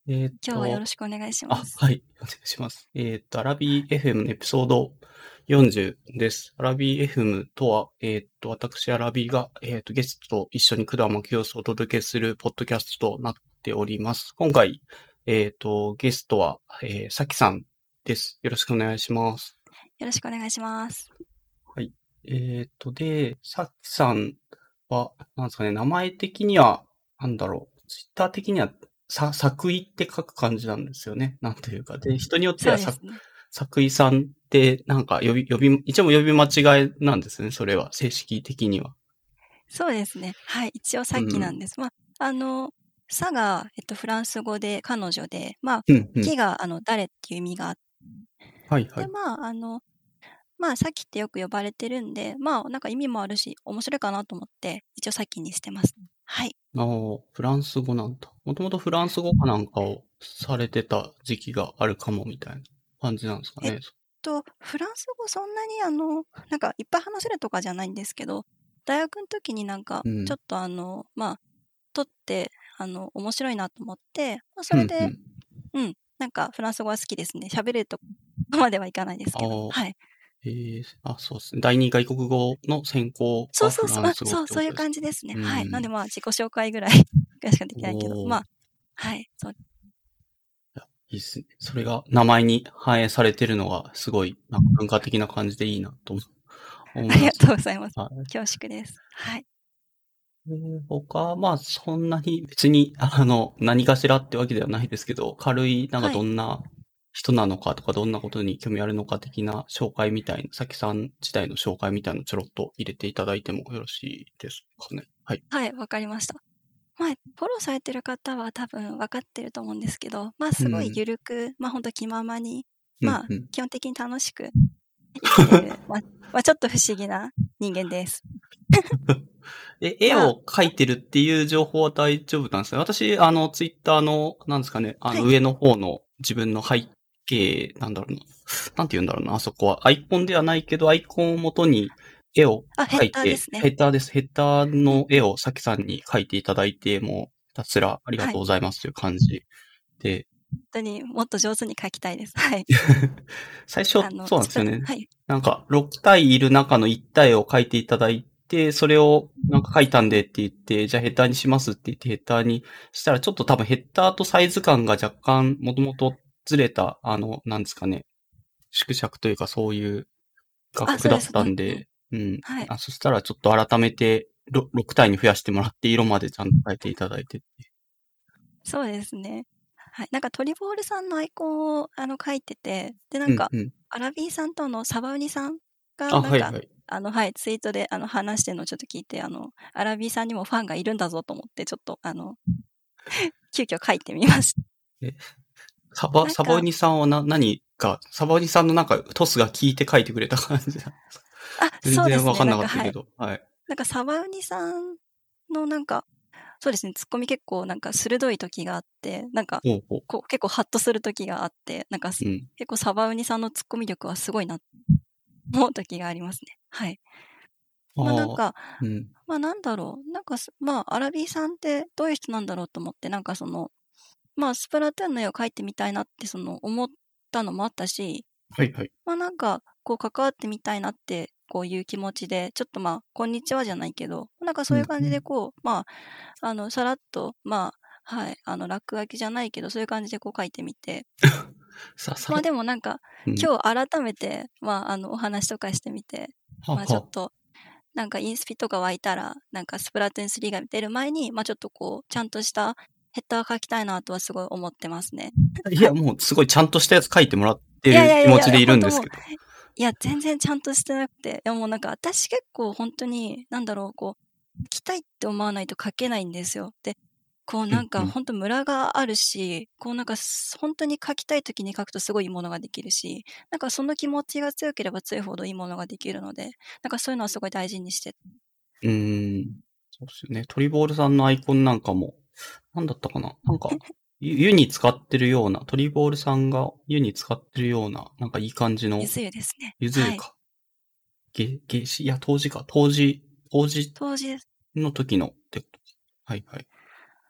今日はよろしくお願いします。 はい、お願いします。アラビー FM のエピソード40です。アラビー FM とは、私アラビーが、ゲストと一緒に管巻き様子をお届けするポッドキャストとなっております。今回、ゲストは、さきさんです。よろしくお願いします。 よろしくお願いします。 はい。で、さきさんは、なんですかね、名前的には、なんだろう、ツイッター的には、作為って書く感じなんですよね。なんというか。で、人によってはそうですね。 作為さんって、なんか一応呼び間違いなんですね。それは、正式的には。 そうですね。はい。一応さうっきなんん。 です。さが、フランス語で彼女で、 うん、うん。 きが、誰っていう意味があって、で、 はいはい。 さっきってよく呼ばれてるんで、なんか意味もあるし、面白いかなと思って、一応さっきにしてます。はい。 フランス語なんだ。もともとフランス語かなんかをされてた時期があるかもみたいな感じなんですかえっね。 フランス語そんなになんかいっぱい話せるとかじゃないんですけど、大学の時になんか、 うん。 ちょっと取って、面白いなと思って、そうん、うれで、 ん。 なんかフランス語は好きですね。喋れるとこまではいかないですけど、 ああ。 はい。 そうですね。第二外国語の専攻がフそうそうそう、 ランス語ってそういうことですか？ 感じですね。 うはい。なんでん。 自己紹介ぐらいぐらいしかできないけど、 おー。 はい、そう。 いいっすね。それが名前に反映されてるのがすごい、なんか文化的な感じでいいなとありがと思いますね。 うございます。 は恐縮です。はい。 い。他は、まあ、そんなに別に、何かしらってわけではないですけど、軽い、なんかはい。 どんな人なのかとか、どんなことに興味あるのか的な紹介みたいな、さきさん自体の紹介みたいなのちょろっと入れていただいてもよろしいですかね。はい。 はい、わかりました。フォローされてる方は多分分かってると思うんですけど、すごいうん。 ゆるく、ほんと気ままに、 うん、うん。 基本的に楽しく生きてる、ちょっと不思議な人間です。 絵を描いてるっていう情報は大丈夫なんですか？私、ツイッターの、なんですかね、 はい。 上の方の自分の背景、なんだろうな。なんて言うんだろうな、あそこは。アイコンではないけど、アイコンを元に絵をヘッ描いて、 ダーですね。 ヘッダーです。ヘッダーうん。 の絵をさきさんに描いていただいて、もう、ひたすらありがはい。 とうございますという感じで、 本当にもっと上手に描きたいです。はい。 最初、そうなんですよね。 はい。 なんか、6体いる中の1体を書いていただいて、それをなんか書いたんでって言って、じゃあヘッダーにしますって言ってヘッダーにしたら、ちょっと多分ヘッダーとサイズ感が若干もともとずれた、なんですかね、縮尺というかそういう画角そうです。 だったんうん。 で、うん。 はい。 そしたらちょっと改めて6体に増やしてもらって、色までちゃんと変えていただいて。 そうですね。はい。なんかトリボールさんのアイコンを描いてて、で、なんか、 うんうん。 アラビーさんとのサバウニさんが、 あ、 なんか、 はいはい。 はい、ツイートで話してるのをちょっと聞いて、アラビーさんにもファンがいるんだぞと思って、ちょっと急遽書いてみました。 え、サバウなんか、 ニさんは何か、サバウニさんのなんかトスが効いて書いてくれた感じだ。全そうですね。 然わかんななんか、はい。 かったけど、はい。 なんかサバウニさんのなんか、そうですね、ツッコミ結構なんか鋭い時があって、なんか、 ほうほう。 結構ハッとする時があって、なんかうん。 結構サバウニさんのツッコミ力はすごいな思う時がありますね。はい。なんああ、 か、 うん。 なんだろう、なんかアラビーさんってどういう人なんだろうと思って、なんかスプラトゥーンの絵を描いてみたいなって思ったのもあったし、 はいはい。 なんか、こう関わってみたいなって、こういう気持ちで、ちょっとこんにちはじゃないけど、なんかそういう感じでうんうん。 こう、さらっと、はい、落書きじゃないけど、そういう感じでこう書いてみて、 さら、 でもなんか、 うん。 今日改めて、お話とかしてみて、 はは。 ちょっと、なんかインスピとか湧いたら、なんかスプラトゥーン3が出る前に、ちょっとこう、ちゃんとしたヘッダー書きたいなとはすごい思ってますね。 いや、 はい。 もうすごいちゃんとしたやつ書いてもらっていやいるやいやいや、 気持ちでいるほんともう、 んですけど。 いや、全然ちゃんとしてなくて、いやもうなんか私結構ほんとに、なんだろう、こう、書きたいって思わないと書けないんですよ。で、こうなんうんうん。 かほんとムラがあるし、こうなんかほんとに書きたい時に書くとすごいいいものができるし、なんかその気持ちが強ければ強いほどいいものができるので、なんかそういうのはすごい大事にして。 そうですよね。トリボールさんのアイコンなんかも、なんだったかななんか、湯に使ってるような、トリボールさんが湯に使ってるような、なんかいい感じの、 ゆず湯ですね。はい。 ゆず湯か。いや、当時か。当時当時です。 の時のってことか。はいはい。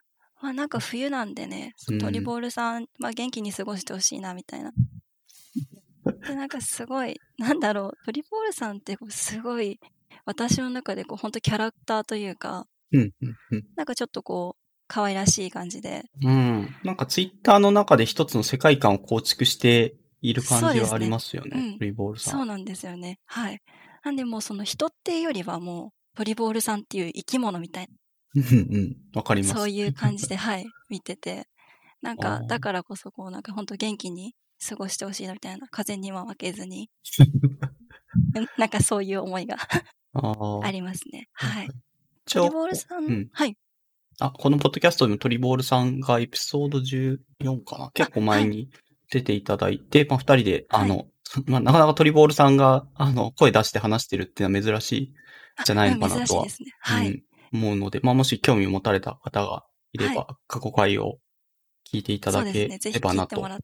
まあなんか冬なんでね、トリボールさん、まあ元気に過ごしてほしいなみたいな。で、なんかすごい、なんだろう、トリボールさんってすごい、私の中で本当キャラクターというか、なんかちょっと可愛らしい感じで。 なんかツイッターの中で一つの世界観を構築している感じはありますよね、トリボールさん。 そうなんですよね。はい。なんでもうその人っていうよりはもう、トリボールさんっていう生き物みたいな。わかります。 そういう感じで、はい、見てて。なんか、だからこそなんか本当元気に過ごしてほしいなみたいな、風には負けずに。なんかそういう思いがありますね。はい。トリボールさん、はい。 このポッドキャストでもトリボールさんがエピソード14かな結構前に出ていただいて、二人で、なかなかトリボールさんが、声出して話してるっていうのは珍しいじゃないのかなとは、 珍しいですね。はい。 思うので、もし興味を持たれた方がいれば、過去回を聞いていただければなと。 そうですね。ぜひ聞いてもらって。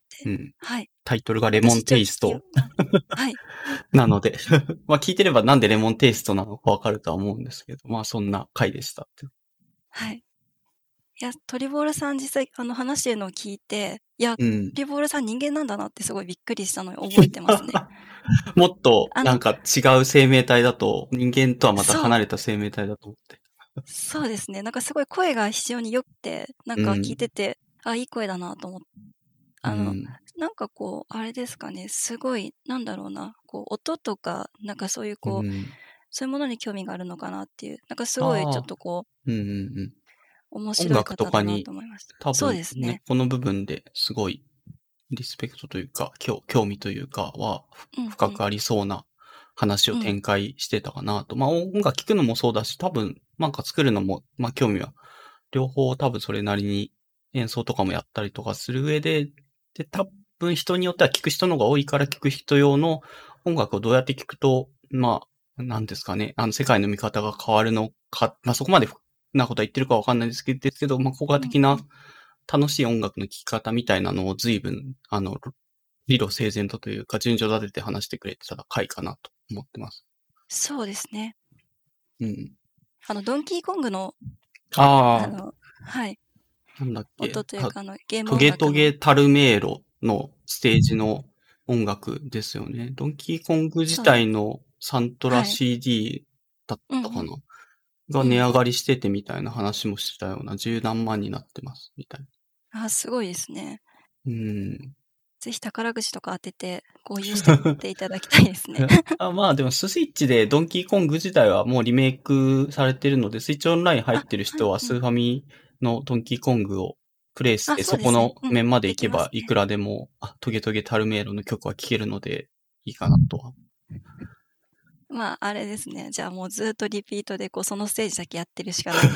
はい。 タイトルがレモンテイスト。 はい。 なので、聞いてればなんでレモンテイストなのかわかるとは思うんですけど、そんな回でしたって。 はい。いや、トリボールさん実際話してるのを聞いて、いや、トリボールさん人間なんだなってすごいびっくりしたのを覚えてますね。 もっとなんか違う生命体だと、人間とはまた離れた生命体だと思って。 そうですね。なんかすごい声が非常に良くて、なんか聞いてて、いい声だなと思って。なんかあれですかね、すごい、なんだろうな、音とか、なんかそういうそういうものに興味があるのかなっていう、なんかすごいちょっと面白い方だなと思いました。 多分、 そうですね。 この部分ですごいリスペクトというか、興味というかは深くありそうな話を展開してたかなと。音楽聴くのもそうだし、多分なんか作るのも、興味は、両方多分それなりに演奏とかもやったりとかする上で、多分人によっては聴く人の方が多いから聴く人用の音楽をどうやって聴くと、なんですかね、世界の見方が変わるのか、そこまでなことは言ってるかわかんないですけど、効果的な楽しい音楽の聴き方みたいなのを随分、理路整然というか、順序立てて話してくれてた回かなと思ってます。 そうですね。ドンキーコングの、はい。 なんだっけ。 音というかゲーム音楽の。トゲトゲタルメーロのステージの音楽ですよね。ドンキーコング自体のサントラ CD だったかな、が値上がりしててみたいな話もしてたような、10何万になってますみたいな。すごいですね。ぜひ宝くじとか当てて購入してっていただきたいですね。 でもスイッチでドンキーコング自体はもうリメイクされてるので、スイッチオンライン入ってる人はスーファミのドンキーコングをプレイして、そこの面まで行けばいくらでも、トゲトゲタルメーロの曲は聴けるのでいいかなとは。 あれですね。じゃあもうずっとリピートでそのステージだけやってるしかない。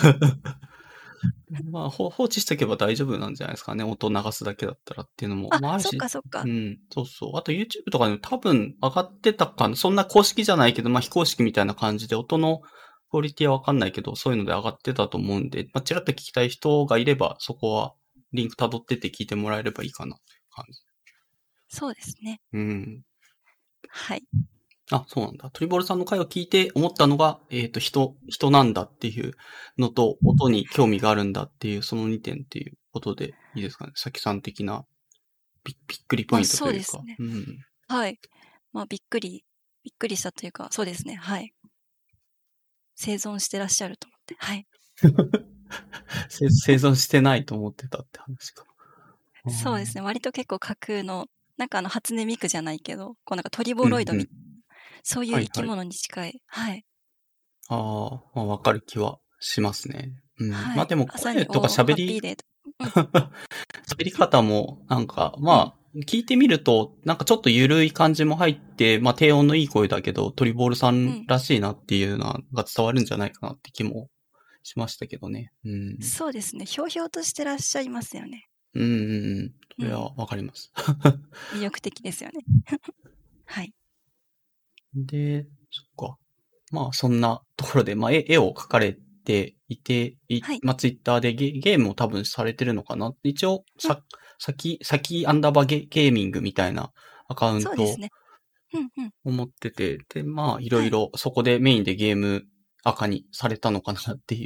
放置しとけば大丈夫なんじゃないですかね。音流すだけだったらっていうのも。あるし。 そっか。 そうそう。あと YouTube とかでも多分上がってたかな。そんな公式じゃないけど、非公式みたいな感じで音のクオリティはわかんないけど、そういうので上がってたと思うんで、ちらっと聞きたい人がいれば、そこはリンク辿ってって聞いてもらえればいいかなっていう感じ。 そうですね。はい。 そうなんだ。トリボールさんの回を聞いて思ったのが、人なんだっていうのと、音に興味があるんだっていう、その2点っていうことでいいですかね。さきさん的なびっくりポイントというか。 そうですね。はい。びっくりしたというか、そうですね。はい。生存してらっしゃると思って。はい。 生存してないと思ってたって話か。 そうですね。割と結構架空の、なんか初音ミクじゃないけど、なんかトリボロイドみたいな、そういう生き物に近い。はい。 わかる気はしますね。 はい。 でも声とか喋り方も、なんか、聞いてみると、なんかちょっと緩い感じも入って、低音のいい声だけど、トリボールさんらしいなっていうのが伝わるんじゃないかなって気もしましたけどね。 そうですね。ひょうひょうとしてらっしゃいますよね。 それはわかります。 魅力的ですよね。はい。 で、そっか。そんなところで、絵を描かれていて、ツイッターでゲームを多分されてるのかな。一応、先アンダーバーゲーミングみたいなアカウントを持ってて、で、いろいろそこでメインでゲーム赤にされたのかなっていう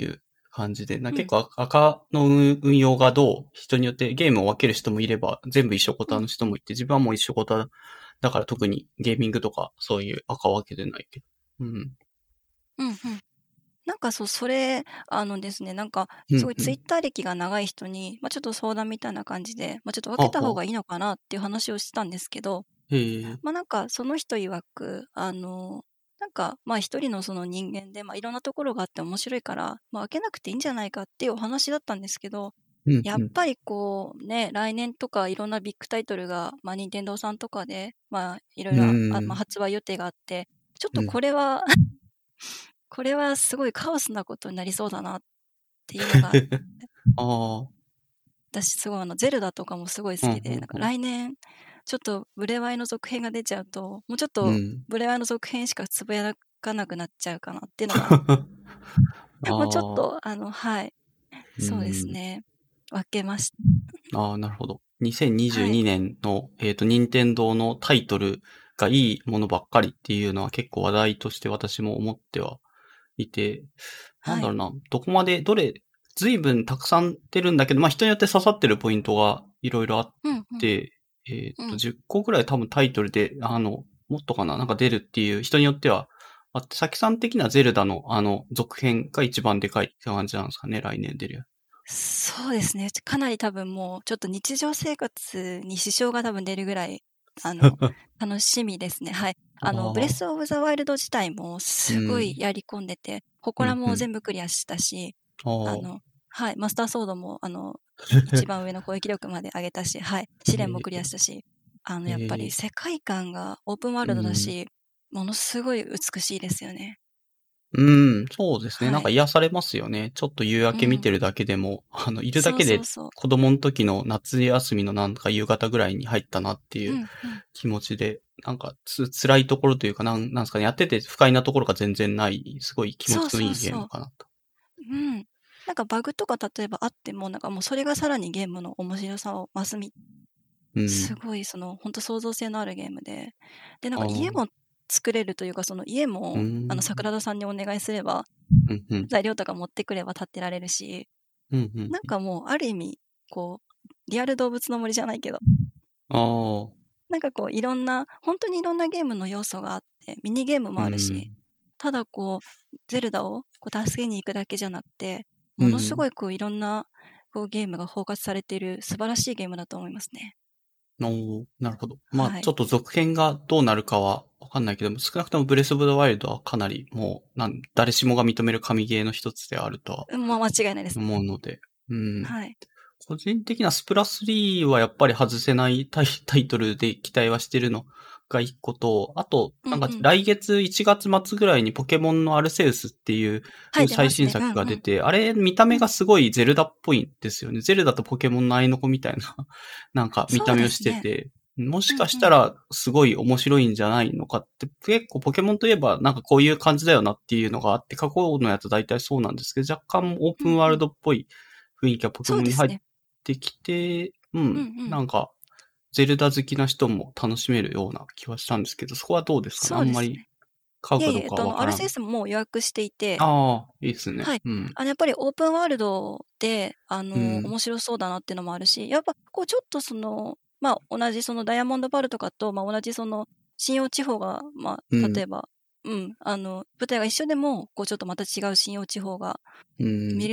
感じで、 うん。 結構赤の運用が人によってゲームを分ける人もいれば、全部一緒コタの人もいて、自分はもう一緒コタだから特にゲーミングとかそういう赤分けてないけど。うん。 うんうん。なんかそれ、ですね、なんか、すごいうんうん。 ツイッター歴が長い人に、ちょっと相談みたいな感じで、ちょっと分けた方はは。 がいいのかなっていう話をしたんですけど、 へえ。 なんかその人曰く、なんか、一人のその人間で、いろんなところがあって面白いから、分けなくていいんじゃないかっていうお話だったんですけど、やっうんうん。 ぱりこうね、来年とかいろんなビッグタイトルが、任天堂さんとかで、いろういろ、 ーん。 発売予定があって、ちょっとうん。 これはこれはすごいカオスなことになりそうだなっていうのが、 ああ。 私すごいゼルダとかもすごい好うんきで、なんかうん来年、ちょっとブレワイの続編が出ちゃうと、もうちょっうん。うとん。 ブレワイの続編しかつぶやかなくなっちゃうかなっていうのが、ちょっああ。 と、はい、 うそうですん。 ね、分けました。 ああ、なるほど。2022 はい、 年の、任天堂のタイトルがいいものばっかりっていうのは結構話題として私も思ってはいて、なんはい。 だろうな、どこまで、随分たくさん出るんだけど、人によって刺さってるポイントがいろいろあっうん、うん、 て、 うん。 10個ぐらい多分タイトルで、もっとかな、出るっていう人によってはあって、さきさん的なゼルダの続編が一番でかいって感じなんですかね、来年出る。 そうですね。かなり多分もう、ちょっと日常生活に支障が多分出るぐらい、あの、楽しみですね。はい。 ああ、 ブレスオブザワイルド自体もうすごいん、 やり込んでて、祠もうんうん。 全部クリアしたし、 ああ。 あの、はい、マスターソードも、一番上の攻撃力まで上げたし、はい、試練もクリアしたし、やっぱり世界観がオープンワールドだうん。 し、ものすごい美しいですよね。 うん、そうですね。 はい。 癒されますよね。ちょっと夕焼うん。 け見てるだけでも、いるだそうけでそうそう。 子供の時の夏休みの夕方ぐらいに入ったなっていううん、うん。 気持ちで、辛いところというか、なんですかね、やってて不快なところが全然ない、すごい気持そうちのいいゲーそうそう。 ムかなと。 うん。なんかバグとか例えばあっても、なんかもうそれがさらにゲームの面白さを増すうん。 すごいほんと創造性のあるゲームで。で、なんああ、 か家も作れるというか、その家うも、 ん。 桜田さんにお願いすれば、 うんうん。 材料とか持ってくれば建てられるし、 うんうん。 なんかもうある意味、こリアル動物の森じゃないけど、 ああ、 なんかこういろんな、ほんとにいろんなゲームの要素があって、ミニゲームうもあるし、 ん。 ただゼルダを助けに行くだけじゃなくて、ものすうん。 ごいいろんなゲームが包括されている素晴らしいゲームだと思いますね。 おー、なるほど。 はい。 ちょっと続編がどうなるかはわかんないけども、少なくともブレスオブザワイルドはかなりもう、誰しもが認める神ゲーの一つであるとはうん、間違いないですね。 思うので、うん。 はい。 個人的なスプラ3はやっぱり外せないタイトルで期待はしてるのが一個と、あと、 うんうん。 来月1月末ぐらいにポケモンのアルセウスっていうはい、出ますね。うん最新作がうん。 出て、あれ見た目うん。 がすごいゼルダっぽいんですよね。ゼルダとポケモンの合いの子みたいな見そうた目をしですね。 てて、もしかしうんうん。 たらすごい面白いんじゃないのかって、結構ポケモンといえばこういう感じだよなっていうのがあって、過去のやつ大体そうなんですけど、若干オープンワールうんうん。 ドっぽい雰囲気がポケモンに入っそうですね。 てきて、 うんうん。 ゼルダ好きな人も楽しめるような気はしたんですけど、そこはどうですかね。あんまりそうですね。いえいえ、 買うかどうかはわからん。 RSS ももう予約していて、 ああ、いいですね。 はい。 うん。 やっぱりオープンワールドで、 うん。 面白そうだなっていうのもあるし、やっぱちょっと同じダイヤモンドパルとかと、同じ信用地方が、 うん。 例えば、うん、舞台が一緒でも、ちょっとまた違う信用地方がうん。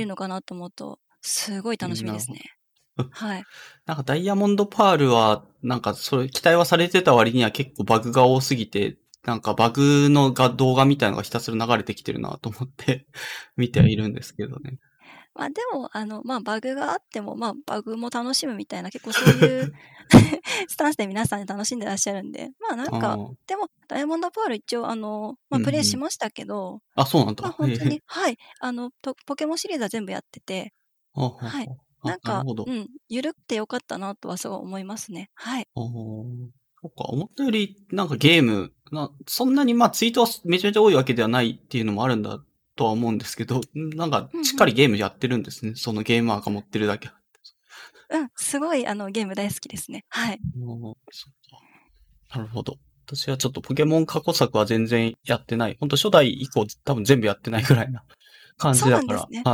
見れるのかなと思うと、すごい楽しみなるほど。 ですね。はい。 ダイヤモンドパールは、それ期待はされてた割には結構バグが多すぎて、バグの動画みたいなのがひたすら流れてきてるなと思って見てはいるんですけどね。 でも、バグがあっても、バグも楽しむみたいな、結構そういうスタンスで皆さん楽しんでらっしゃるんで、なんか、 ああ、 でも、ダイヤモンドパール一応、プレイしうんうん。 ましたけど、 あ、そうなんだ。へえ。 本当に、はい、ポケモンシリーズは全部やってて、 はあははい。 あはあ。あ、なるほど。 ゆるくてよかったなとはすごい思いますね。はい。 ああ、そっか、思ったより、ゲーム、そんなにツイートはめちゃめちゃ多いわけではないっていうのもあるんだとは思うんですけど、しっかうんうん。 りゲームやってるんですね。そのゲーマーが持ってるだけ。 うん、すごい、ゲーム大好きですね。はい。 そっか。なるほど。私はちょっとポケモン過去作は全然やってない。ほんと初代以降多分全部やってないぐらいな感そうじだから。 なんですね。 はい。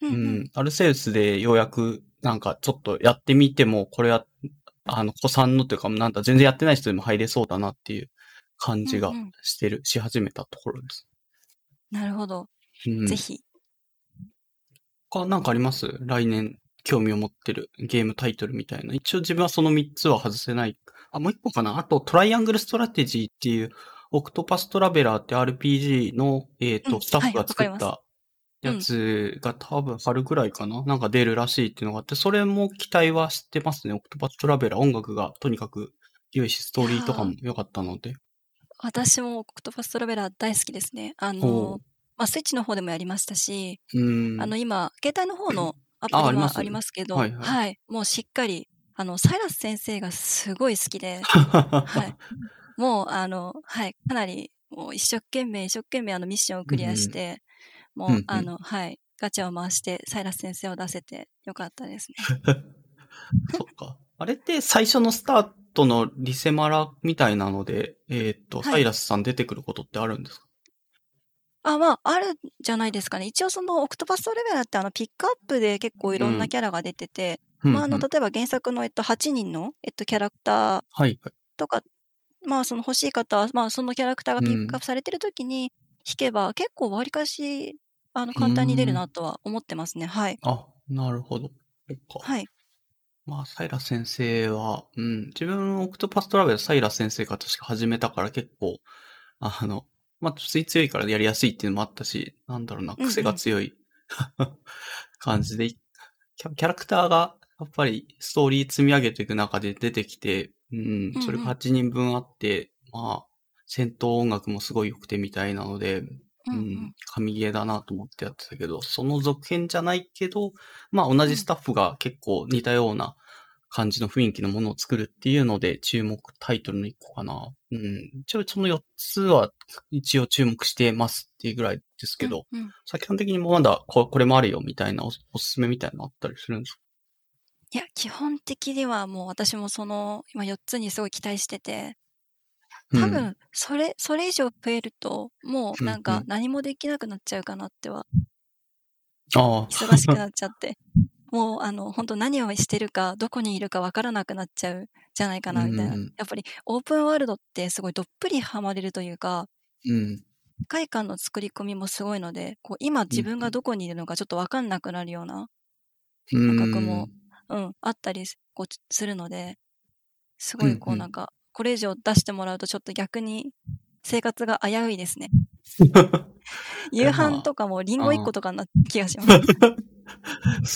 アルセウスでようやく、なんかちょっとやってみても、これは、子さんのというか、なんだ、全然やってない人でも入れそうだなっていう感じがし始めたところです。 なるほど。ぜひ。 他なんかあります？来年興味を持ってるゲームタイトルみたいな。一応自分はその3つは外せない。もう一個かな。あと、トライアングルストラテジーっていう、オクトパストラベラーって RPG の、スタッフが作ったやつが多分春ぐらいかな、なんか出るらしいっていうのがあって、それも期待はしてますね。オクトパストラベラー、音楽がとにかく良いし、ストーリーとかも良かったので。 私もオクトパストラベラー大好きですね。スイッチの方でもやりましたし、今、携帯の方のアプリはありますけど、はい。もうしっかり、サイラス先生がすごい好きで、はい。もう、はい。かなり、もう一生懸命ミッションをクリアして、もう、はい。ガチャを回して、サイラス先生を出せてよかったですね。 そっか。あれって最初のスタートのリセマラみたいなので、サイラスさん出てくることってあるんですか？ あるんじゃないですかね。一応そのオクトパストレベラーってピックアップで結構いろんなキャラが出てて、例えば原作の8人のキャラクターとか、その欲しい方は、そのキャラクターがピックアップされてる時に引けば、結構わりかし、簡単に出るなとは思ってますね。はい。 なるほど。 はい。 サイラス先生は、自分オクトパストラベルサイラス先生が確か始めたから結構、普通に強いからやりやすいっていうのもあったし、癖が強い感じで、キャラクターがやっぱりストーリー積み上げていく中で出てきて、それが8人分あって、戦闘音楽もすごい良くてみたいなので、神ゲーだなと思ってやってたけど、その続編じゃないけど、同じスタッフが結構似たような感じの雰囲気のものを作るっていうので、注目タイトルの一個かな。一応その4つは一応注目してますっていうぐらいですけど、基本的にもまだこれもあるよみたいなおすすめみたいなのあったりするんですか？ いや、基本的にはもう私もその今4つにすごい期待してて、多分、それ以上増えると、もうなんか何もできなくなっちゃうかなっては。忙しくなっちゃって。もう本当何をしてるか、どこにいるかわからなくなっちゃうじゃないかなみたいな。やっぱりオープンワールドってすごいどっぷりハマれるというか、世界観の作り込みもすごいので、今自分がどこにいるのかちょっとわかんなくなるような感覚も、あったりするので、すごいなんか、これ以上出してもらうとちょっと逆に生活が危ういですね。夕飯とかもリンゴ1個とかになった気がします。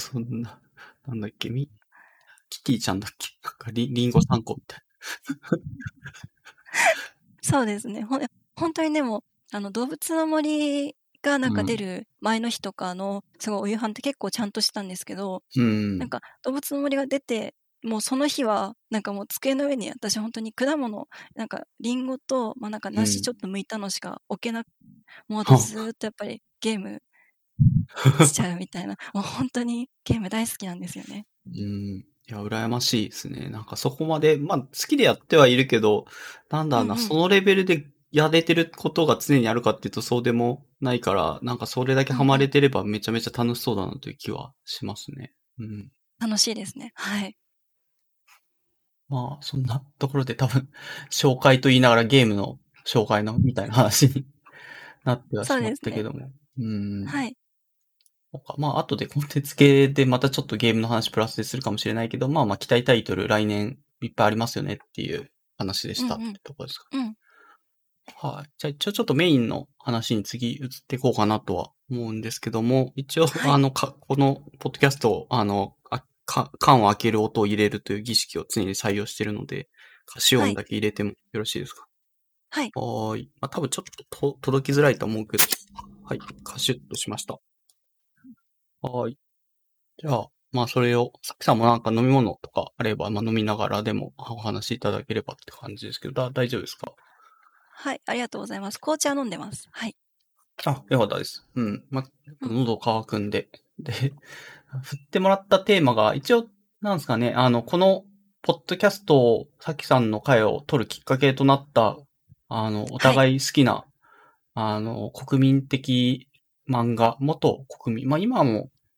そんな、なんだっけ、キティちゃんだっけ、なんかリンゴ3個みたいな。 そうですね。本当にでも、動物の森がなんか出る前の日とかの、すごいお夕飯って結構ちゃんとしたんですけど、なんか動物の森が出て、もうその日は、なんかもう机の上に私本当に果物、なんかリンゴと、なんか梨ちょっと剥いたのしか置けなく、もう私ずっとやっぱりゲームしちゃうみたいな、もう本当にゲーム大好きなんですよね。 いや、羨ましいですね。なんかそこまで、好きでやってはいるけど、そのレベルでやれてることが常にあるかっていうとそうでもないから、なんかそれだけハマれてればめちゃめちゃ楽しそうだなという気はしますね。 楽しいですね。はい。 そんなところで多分、紹介と言いながらゲームの紹介のみたいな話になってはしまったけども。 はい。 後でコンテンツ系でまたちょっとゲームの話プラスでするかもしれないけど、期待タイトル来年いっぱいありますよねっていう話でしたってところですか。はい。じゃあ一応ちょっとメインの話に次移っていこうかなとは思うんですけども、一応、このポッドキャスト缶を開ける音を入れるという儀式を常に採用しているので、歌詞音だけ入れてもよろしいですか？ はい。 多分ちょっと届きづらいと思うけど、はい。カシュッとしました。はい。じゃあ、それを、さっきさんもなんか飲み物とかあれば、飲みながらでもお話しいただければって感じですけど、大丈夫ですか？ はい、ありがとうございます。紅茶飲んでます。はい。 よかったです。喉乾くんで。で、振ってもらったテーマが、一応、なんですかね、この、ポッドキャストを、さきさんの回を取るきっかけとなった、お互い好きな、国民的漫画、元国民、今も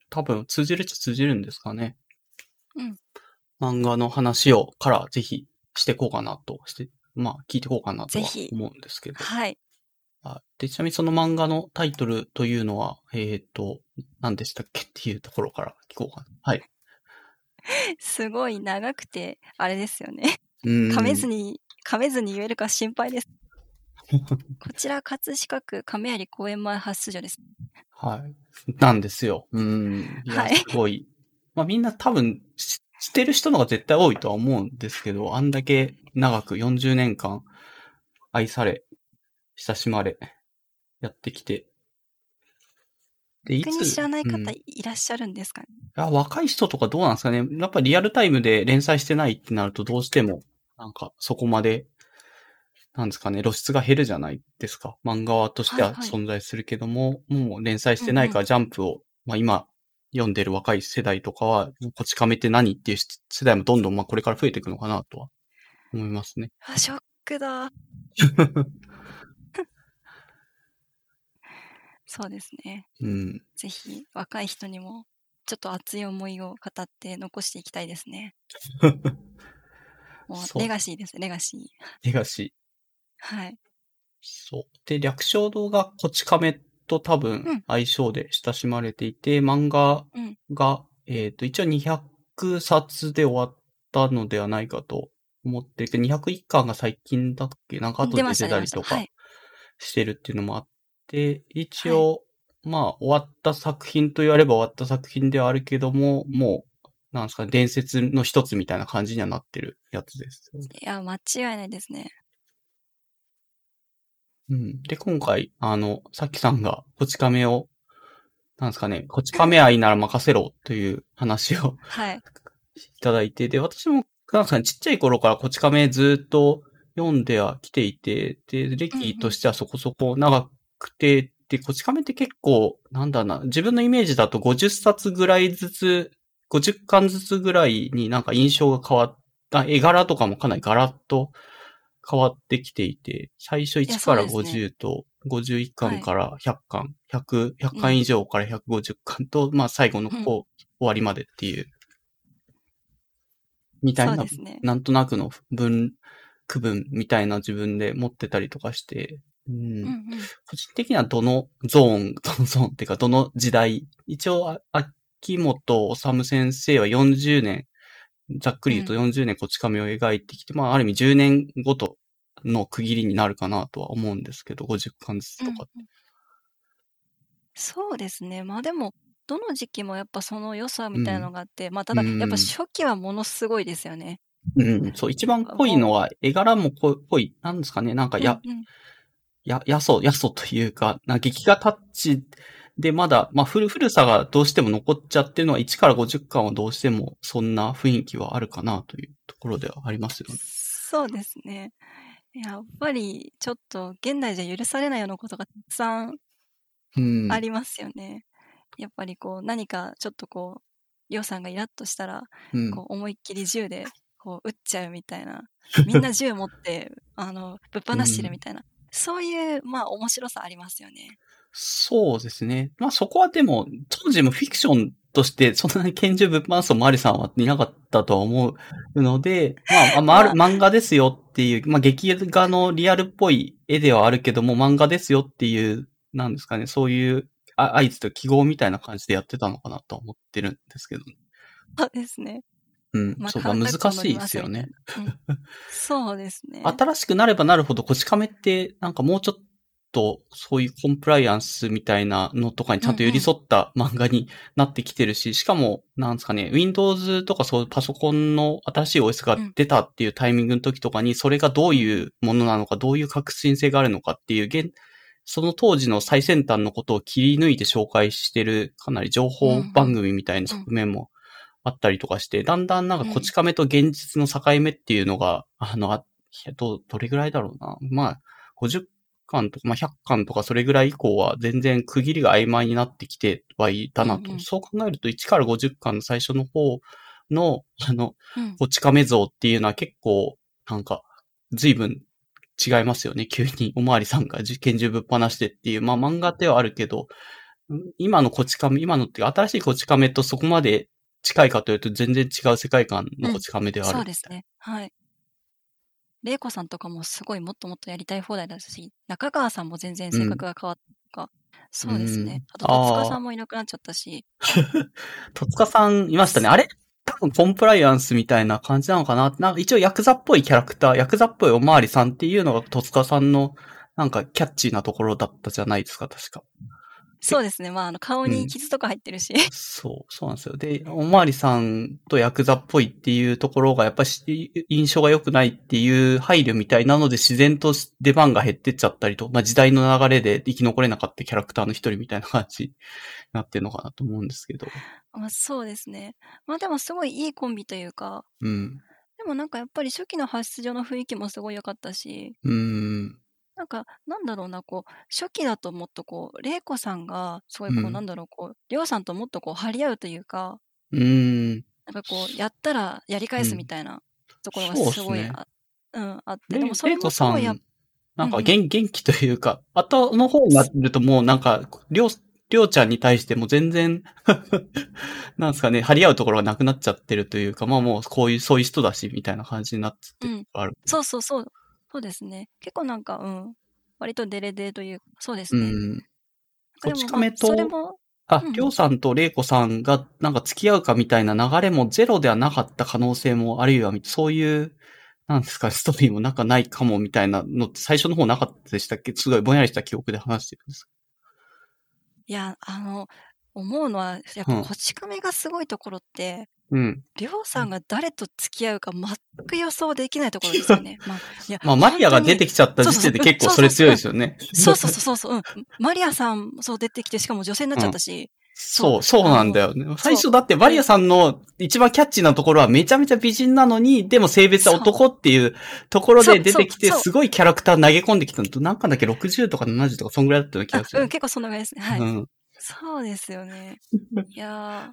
多分通じるっちゃ通じるんですかね。 うん。 漫画の話をからぜひしていこうかなとして、まあ聞いていこうかなとは思うんですけど。 はい。 で、ちなみにその漫画のタイトルというのは、何でしたっけっていうところから聞こうかな。はい。 すごい長くて、あれですよね。噛めずに言えるか心配です。こちら、葛飾区亀有公園前発出所です。 はい。なんですよ。いや、 はい。 すごい。まあみんな多分知ってる人の方が絶対多いとは思うんですけど、あんだけ長く40年間愛され、親しまれ、やってきて。で、い逆に知つ、 らない方いらっしゃるんですかね。 若い人とかどうなんですかね。やっぱリアルタイムで連載してないってなるとどうしても、なんかそこまで、なんですかね、露出が減るじゃないですか。漫画としてははいはい。 存在するけども、もう連載してないからうんうん。 ジャンプを、まあ今読んでる若い世代とかは、こち亀って何っていう世代もどんどんまあこれから増えていくのかなとは思いますね。 ショックだ。そうですね。 うん。 ぜひ、若い人にも、ちょっと熱い思いを語って残していきたいですね。もう、 そう。 レガシーです、レガシー。 レガシー。 はい。 そう。で、略称動画こち亀と多分うん。 相性で親しまれていて、漫画うん。 が、一応200冊で終わったのではないかと思ってるけど、201巻が最近だっけなんか後出ました、 で出出ました。 たりとかはい。 してるっていうのもあって、一はい。 応、まあ、終わった作品と言われば終わった作品ではあるけども、もう、なんですかね、伝説の一つみたいな感じにはなってるやつです。 いや、間違いないですね。 うん。で、今回、さっきさんが、こち亀を、なんですかね、こち亀愛なら任せろという話をはい。 いただいて、で、私も、なんですかね、ちっちゃい頃からこち亀ずっと読んではきていて、で、 うんう歴とん。 してはそこそこ長くて、で、こち亀って結構、なんだな、自分のイメージだと50冊ぐらいずつ、50巻ずつぐらいになんか印象が変わった、絵柄とかもかなりガラッと変わってきていて、最初いや、 1からそうですね。 50と、51 はい。 巻から100巻、100 うん。 巻以上から150巻と、まあ最後のうん。 終わりまでっていう、みたいな、 そうですね。 なんとなくの区分みたいな自分で持ってたりとかして、 うんうん。 個人的にはどのゾーンっていうか、どの時代、一応、秋元治先生は40年、ざっくり言うとうん。 40年こち亀を描いてきて、まあ、ある意味10年ごとの区切りになるかなとは思うんですけど、50巻ずつうん。 とか。 そうですね。まあでも、どの時期もやっぱその良さみたいなうん。 のがあって、まあたうだ、やっぱん。 初期はものすごいですよね。 そう、一番濃いのもは、絵柄も濃い、なんですかね、なんかう、うんうん。 やそというか、劇画タッチでまだ、まあ、古さがどうしても残っちゃってるのは1から50巻はどうしてもそんな雰囲気はあるかなというところではありますよね。 そうですね。やっぱりちょっと現代じゃ許されないようなことがたくさんうん。 ありますよね。やっぱりこう何かちょっとこう、りょうさんがイラッとしたら、 うん。 こう思いっきり銃でこう撃っちゃうみたいな。みんな銃持って、ぶっ放してるみうん。 たいな。そういう、まあ面白さありますよね。 そうですね。まあそこはでも、当時もフィクションとしてそんなに拳銃ぶっ放すとマリさんはいなかったとは思うので、 まあ、 漫画ですよっていう、まあ劇画のリアルっぽい絵ではあるけども漫画ですよっていう、なんですかね、そういう合図と記号みたいな感じでやってたのかなとは思ってるんですけど。 そうですね。 うん。 まあ、 そう、まあカ難しいッコ乗りですよね。 ますみたいな。うん。そうですね。 新しくなればなるほど、こち亀って、なんかもうちょっと、そういうコンプライアンスみたいなのとかにちゃんと寄りうんうん。 添った漫画になってきてるし、しかも、なんですかね、Windows とかそういうパソコンの新しい OS がうん。 出たっていうタイミングの時とかに、それがどううん。 いうものなのか、どういう革新性があるのかっていう、その当時の最先端のことを切り抜いて紹介してる、かなり情うんう報番ん。 組みたいなうん。 側面もあったりとかして、だんだんなんかこちうん。 亀と現実の境目っていうのが、どれぐらいだろうな。まあ、50巻とか、まあ100巻とかそれぐらい以降は全然区切りが曖昧になってきてはいたなと。 うんうん。 そう考えると1から50巻の最初の方の、 うん。 こち亀像っていうのは結構、なんか、随分違いますよね。急におまわりさんが拳銃ぶっ放してっていう、まあ漫画ではあるけど、 今のこち亀、今のって新しいこち亀とそこまで近いかというと全然違う世界観のこち亀ではある、 そうですね。はい。玲子さんとかもすごいもっともっとやりたい放題だし、中川さんも全然性格が変わったとか、そうですね。あと、戸塚さんもいなくなっちゃったし。 戸塚さんいましたね。あれ多分コンプライアンスみたいな感じなのかな。なんか一応ヤクザっぽいキャラクター、ヤクザっぽいおまわりさんっていうのが戸塚さんのなんかキャッチーなところだったじゃないですか、確か。 そうですね。まあ、顔に傷とか入ってるし。 そうなんですよ。で、おまわりさんとヤクザっぽいっていうところがやっぱり印象が良くないっていう配慮みたいなので自然と出番が減ってっちゃったりと、まあ時代の流れで生き残れなかったキャラクターの一人みたいな感じになってるのかなと思うんですけど。 まあ、そうですね。まあでもすごいいいコンビというか、でもなんかやっぱり初期の発出場の雰囲気もすごい良かったし、なんか、なんだろうな、こう、初期だともっとこう、玲子さんが、すごいこう、なんだろう、こう、りょうさんともっとこう、張り合うというか、なんかこう、やったらやり返すみたいなところがすごいあって、でもそれもすごいなんか元気というか、後の方になるともうなんか、りょうちゃんに対しても全然なんですかね、張り合うところがなくなっちゃってるというか、まあもうそういう人だし、みたいな感じになってある。 そう。そうですね。結構なんか、割とデレデレという、そうですね。 こち亀と、りょうさんとれいこさんがなんか付き合うかみたいな流れもゼロではなかった可能性も、あるいはそういう、なんですか、ストーリーもなんかないかもみたいなのって最初の方なかったでしたっけ？すごいぼんやりした記憶で話してるんです。 いや、思うのは、やっぱこち亀がすごいところって、りょうさんが誰と付き合うか全く予想できないところですよね。 まあ、マリアが出てきちゃった時点で結構それ強いですよね。 そう。マリアさん、そう出てきて、しかも女性になっちゃったし。 そうなんだよね。最初だってマリアさんの一番キャッチーなところはめちゃめちゃ美人なのに、でも性別は男っていうところで出てきて、すごいキャラクター投げ込んできたのと、なんかだっけ60とか70とかそんぐらいだったような気がする。 結構そんなぐらいですね。はい。そうですよね。いや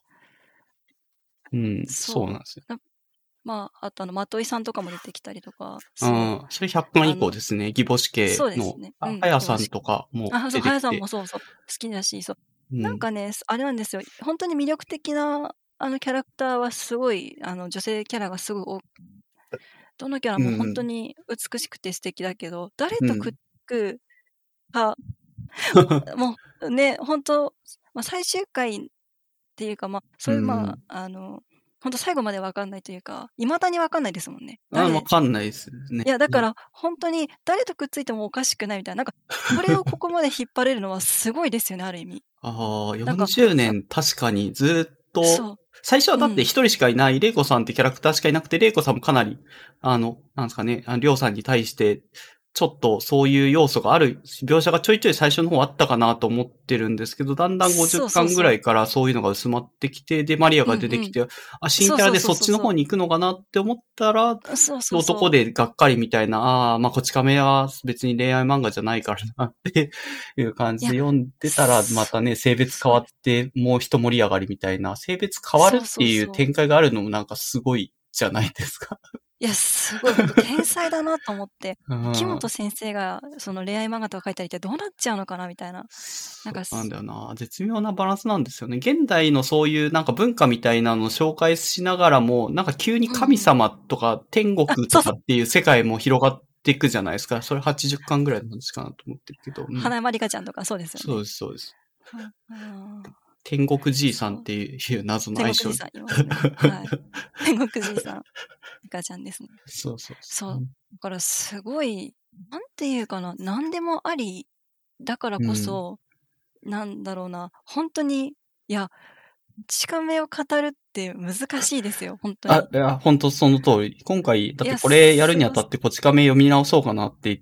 そうなんですよ。 まあ、あとまといさんとかも出てきたりとか。 それ100巻以降ですね。義母子系の。 そうですね。 はやさんとかも出てきて。 はやさんもそう。好きだし、そう。なんかね、あれなんですよ。本当に魅力的な、キャラクターはすごい、女性キャラがすごい多く、どのキャラも本当に美しくて素敵だけど、誰とくっつくか、もうね、本当最終回っていうか、そういう、本当最後までわかんないというか、未だにわかんないですもんね。 わかんないですね。 いや、だから、本当に誰とくっついてもおかしくないみたいな。なんか、これをここまで引っ張れるのはすごいですよね、ある意味。 40年確かにずっと、最初はだって一人しかいない、レイコさんってキャラクターしかいなくて、レイコさんもかなり、なんですかね、りょうさんに対して、ちょっとそういう要素がある、描写がちょいちょい最初の方あったかなと思ってるんですけど、だんだん50巻ぐらいからそういうのが薄まってきて、で、マリアが出てきて、新キャラでそっちの方に行くのかなって思ったら、男でがっかりみたいな、こち亀は別に恋愛漫画じゃないからなっていう感じで読んでたら、またね、性別変わってもう一盛り上がりみたいな、性別変わるっていう展開があるのもなんかすごいじゃないですか。 いや、すごい、本当天才だなと思って、木本先生がその恋愛漫画とか書いたりってどうなっちゃうのかなみたいな。 なんだよな。絶妙なバランスなんですよね。現代のそういうなんか文化みたいなのを紹介しながらも、なんか急に神様とか天国とかっていう世界も広がっていくじゃないですか。それ80巻ぐらいの話かなと思ってるけど。 花山里香ちゃんとかそうですよね。 そうです。天国じいさんっていう謎の相性。 天国じいさんいますね。はい。天国じいさん。リカちゃんですね。 そう。 だからすごい、なんていうかな、何でもあり、だからこそ、なんだろうな、本当に、いや、ちかめを語るって難しいですよ、本当に。 いや、本当その通り。今回、だってこれやるにあたってこち亀読み直そうかなって言って、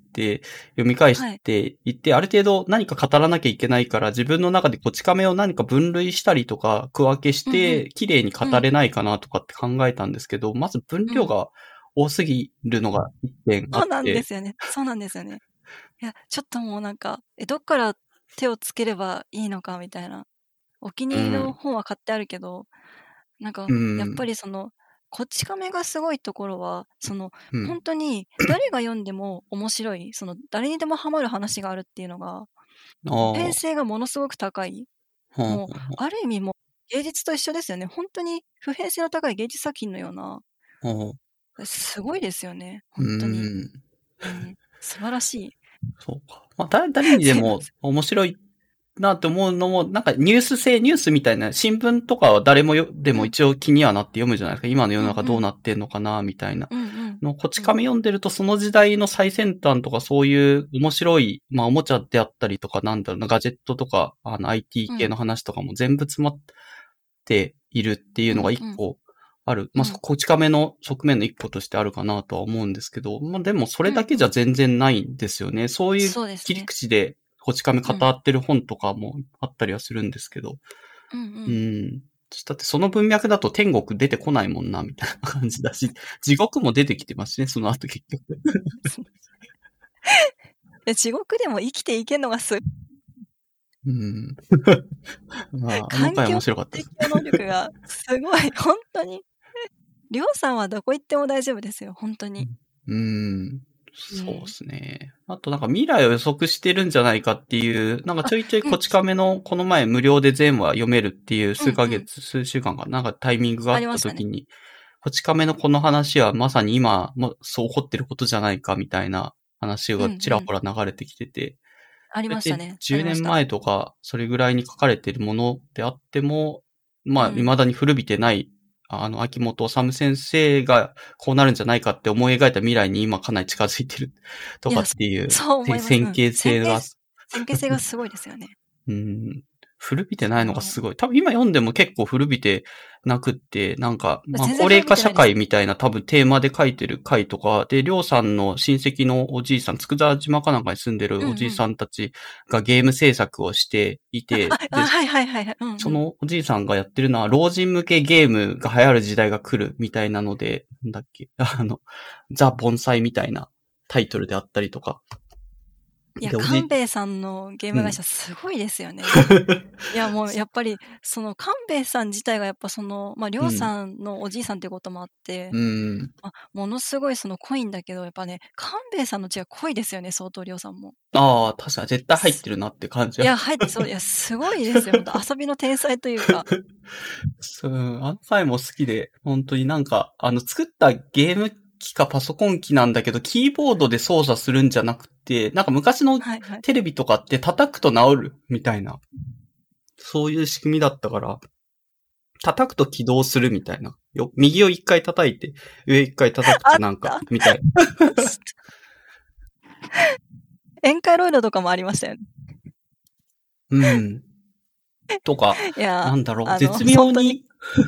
読み返して言って、ある程度何か語らなきゃいけないから、自分の中でこち亀を何か分類したりとか、区分けして、綺麗に語れないかなとかって考えたんですけど、まず分量が多すぎるのが一点あって。 そうなんですよね。いや、ちょっともうなんか、どっから手をつければいいのかみたいな。お気に入りの本は買ってあるけど、なんか、やっぱりこち亀がすごいところは、本当に誰が読んでも面白い、誰にでもハマる話があるっていうのが、 普遍性がものすごく高い。もう、ある意味もう芸術と一緒ですよね。本当に普遍性の高い芸術作品のような。すごいですよね。本当に。素晴らしい。 そうか。まあ、誰にでも面白いなって思うのも、なんかニュースみたいな、新聞とかは誰もでも一応気にはなって読むじゃないですか。今の世の中どうなってんのかな、みたいな。こち亀読んでると、その時代の最先端とかそういう面白い、まあおもちゃであったりとか、なんだろうな、ガジェットとか、IT 系の話とかも全部詰まっているっていうのが一個ある。まあ、こち亀の側面の一個としてあるかなとは思うんですけど、まあでもそれだけじゃ全然ないんですよね。そういう切り口で、こち亀語ってる本とかもあったりはするんですけど。だってその文脈だと天国出てこないもんな、みたいな感じだし、地獄も出てきてますしね、その後結局。 地獄でも生きていけるのがすごい。 まあ、の回面白かったです。 環境適応能力がすごい、本当に。りょうさんはどこ行っても大丈夫ですよ、本当に。 そうですね。あとなんか未来を予測してるんじゃないかっていう、なんかちょいちょいこち亀のこの前無料で全話読めるっていう数週間かなんかタイミングがあった時に、こち亀のこの話はまさに今もそう起こってることじゃないかみたいな話がちらほら流れてきてて、 ありましたね。 10年前とかそれぐらいに書かれてるものであっても、まあ未だに古びてない秋元治先生がこうなるんじゃないかって思い描いた未来に今かなり近づいてるとかっていう、先見性が。 先見性がすごいですよね。 古びてないのがすごい。多分今読んでも結構古びてなくって、なんか、まあ、高齢化社会みたいな多分テーマで書いてる回とか、で、りょうさんの親戚のおじいさん、佃島かなんかに住んでるおじいさんたちがゲーム制作をしていて、そのおじいさんがやってるのは、老人向けゲームが流行る時代が来るみたいなので、なんだっけ、ザ・盆栽みたいなタイトルであったりとか。 いや、官兵衛さんのゲーム会社すごいですよね。いや、もうやっぱり、その官兵衛さん自体がやっぱその、まあ、りょうさんのおじいさんっていうこともあって、ものすごいその濃いんだけど、やっぱね、官兵衛さんの血が濃いですよね、相当りょうさんも。 ああ、確かに絶対入ってるなって感じ。 いや、入ってそう。いや、すごいですよ。本当遊びの天才というか。 そう、あの回も好きで、本当になんか、作ったゲーム機かパソコン機なんだけど、キーボードで操作するんじゃなくて、なんか昔のテレビとかって叩くと治るみたいな、そういう仕組みだったから、叩くと起動するみたいな。右を一回叩いて、上一回叩くとなんか、みたいな。 宴会ロイドとかもありましたよね。とか、なんだろう、絶妙に、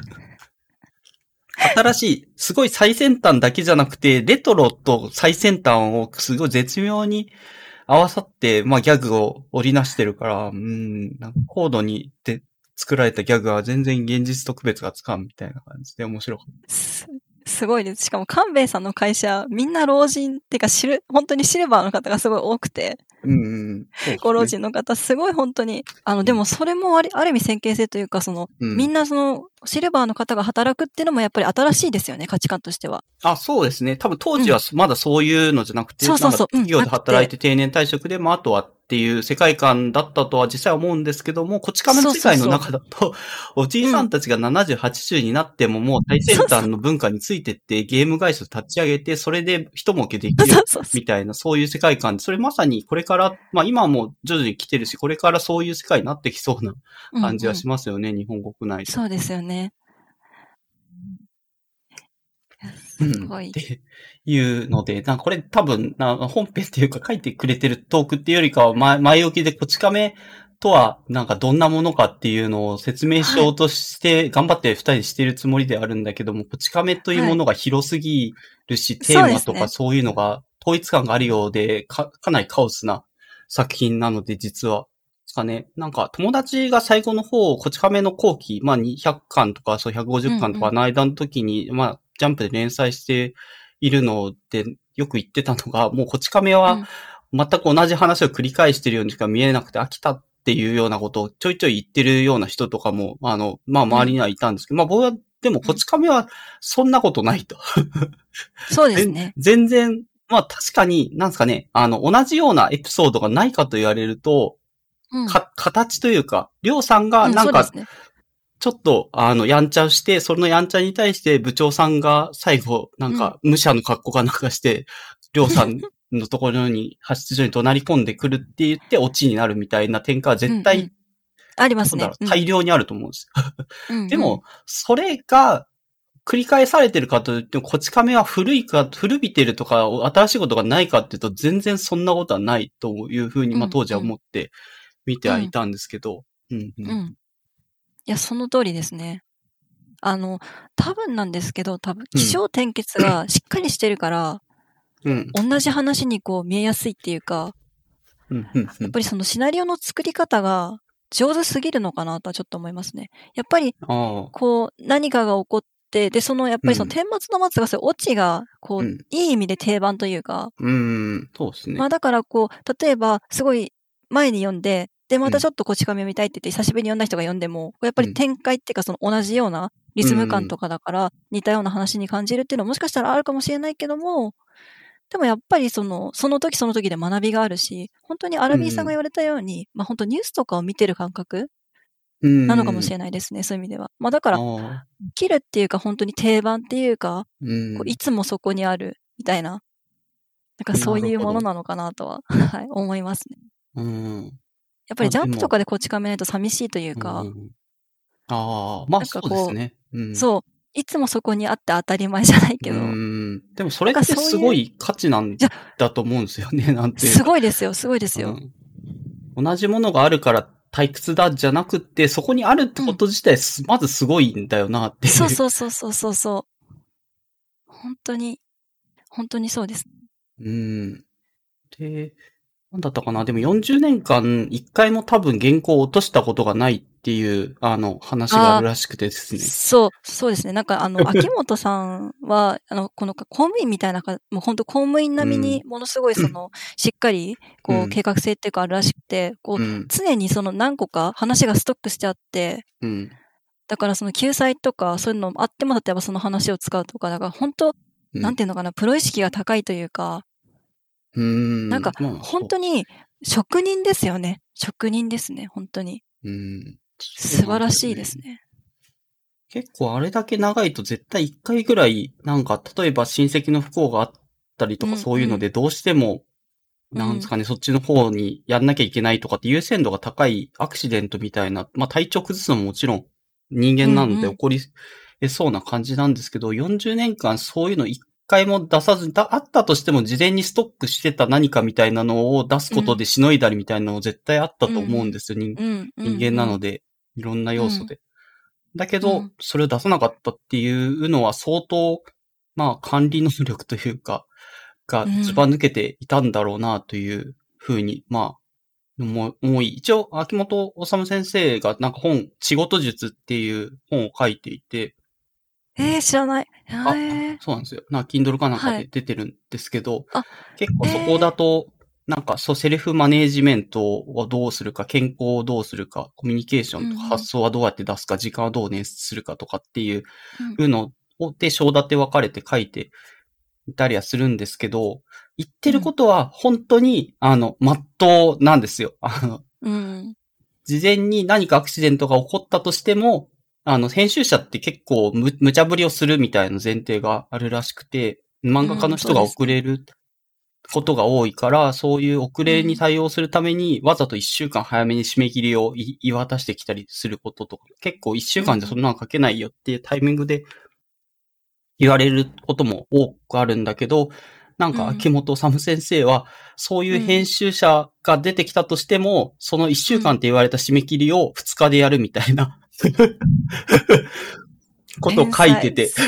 新しい、すごい最先端だけじゃなくて、レトロと最先端をすごい絶妙に合わさって、まあギャグを織りなしてるから、なんか高度にで作られたギャグは全然現実と区別がつかんみたいな感じで面白かった。 すごいです。しかも、官兵衛さんの会社、みんな老人ってか本当にシルバーの方がすごい多くて。ご老人の方、すごい本当に。でもそれもある意味先見性というか、みんなシルバーの方が働くっていうのもやっぱり新しいですよね、価値観としては。 あ、そうですね。多分当時はまだそういうのじゃなくて、企業で働いて定年退職で、まああとはっていう世界観だったとは実際は思うんですけども、こち亀の世界の中だと、おじいさんたちが70、80になってももう最先端の文化についてってゲーム会社立ち上げて、それで一儲けできるみたいな、そういう世界観で、それまさにこれから、まあ今はもう徐々に来てるし、これからそういう世界になってきそうな感じはしますよね、日本国内で。 そうですよね。すごい。 っていうので、なんかこれ多分、本編っていうか書いてくれてるトークっていうよりかは、前置きでこち亀とは、なんかどんなものかっていうのを説明しようとして、頑張って二人してるつもりであるんだけども、こち亀というものが広すぎるし、テーマとかそういうのが統一感があるようで、かなりカオスな作品なので、実は。ですかね。なんか友達が最後の方、こち亀の後期、まあ200巻とかそう150巻とかの間の時に、まあジャンプで連載しているので、よく言ってたのが、もうこち亀は全く同じ話を繰り返してるようにしか見えなくて飽きたっていうようなことをちょいちょい言ってるような人とかも、まあ周りにはいたんですけど、まあ僕は、でもこち亀はそんなことないと。 そうですね。 全然、まあ確かに、なんですかね、同じようなエピソードがないかと言われると、 形というか、りょうさんがなんか、ちょっと、やんちゃして、そのやんちゃに対して部長さんが最後、なんか、武者の格好かなんかして、りょうさんのところに、派出所に怒鳴り込んでくるって言って、オチになるみたいな展開は絶対、 ありますね。 大量にあると思うんですよ。でも、それが、繰り返されてるかといっても、こち亀は古びてるとか、新しいことがないかっていうと、全然そんなことはないというふうに、当時は思って見てはいたんですけど。いや、その通りですね。多分なんですけど、起承転結がしっかりしてるから、同じ話にこう見えやすいっていうか、やっぱりそのシナリオの作り方が上手すぎるのかなとはちょっと思いますね。やっぱり、こう、何かが起こって、で、やっぱりその顛末の末が、そういうオチが、こう、いい意味で定番というか。 そうですね。 だからこう、例えば、すごい前に読んで、で、またちょっとこち亀を見たいって言って、久しぶりに読んだ人が読んでも、やっぱり展開っていうか、その同じようなリズム感とかだから、似たような話に感じるっていうのはもしかしたらあるかもしれないけども、でもやっぱりその時その時で学びがあるし、本当にアラビーさんが言われたように、本当ニュースとかを見てる感覚なのかもしれないですね、そういう意味では。だから、切るっていうか本当に定番っていうか、こういつもそこにあるみたいな、なんかそういうものなのかなとは、はい、思いますね。やっぱりジャンプとかでこち亀ないと寂しいというか。 そうですね。 そう。いつもそこにあって当たり前じゃないけど。 でもそれってすごい価値なんだと思うんですよね、なんていうか。 すごいですよ、すごいですよ。 同じものがあるから退屈だじゃなくって、そこにあるってこと自体、まずすごいんだよなっていう。 そう。本当にそうです。 で、なんだったかな、でも40年間一回も多分原稿を落としたことがないっていう、話があるらしくてですね。 そうですね。なんか秋元さんは、この公務員みたいな、もう本当公務員並みにものすごいしっかり、こう、計画性っていうかあるらしくて、こう、常に何個か話がストックしてあって、だからその救済とかそういうのあっても、例えばその話を使うとか、だから本当、なんていうのかな、プロ意識が高いというか、なんか、本当に職人ですよね。職人ですね、本当に。素晴らしいですね。 結構あれだけ長いと絶対1回ぐらい、なんか、例えば親戚の不幸があったりとかそういうのでどうしても、なんですかね、そっちの方にやんなきゃいけないとかって優先度が高いアクシデントみたいな、体調崩すのももちろん人間なので起こりそうな感じなんですけど、40年間そういうの1回も出さず、あったとしても事前にストックしてた何かみたいなのを出すことでしのいだりみたいなのも絶対あったと思うんですよ、人間なので、いろんな要素で。だけど、それを出さなかったっていうのは相当、管理能力というか、がずば抜けていたんだろうなというふうに、思い、一応、秋元治先生がなんか仕事術っていう本を書いていて、 知らない。 そうなんですよ。Kindle かなんかで出てるんですけど、結構そこだと、なんかセルフマネージメントをどうするか、健康をどうするか、コミュニケーションとか発想はどうやって出すか、時間はどう捻出するかとかっていうので、章立て分かれて書いていたりはするんですけど、言ってることは本当に、真っ当なんですよ。事前に何かアクシデントが起こったとしても、編集者って結構無茶ぶりをするみたいな前提があるらしくて、漫画家の人が遅れることが多いから、そういう遅れに対応するために、わざと1週間早めに締め切りを言い渡してきたりすることとか、結構1週間じゃそんなの書けないよっていうタイミングで言われることも多くあるんだけど、なんか秋元治先生は、そういう編集者が出てきたとしても、その1週間って言われた締め切りを2日でやるみたいなことを書いてて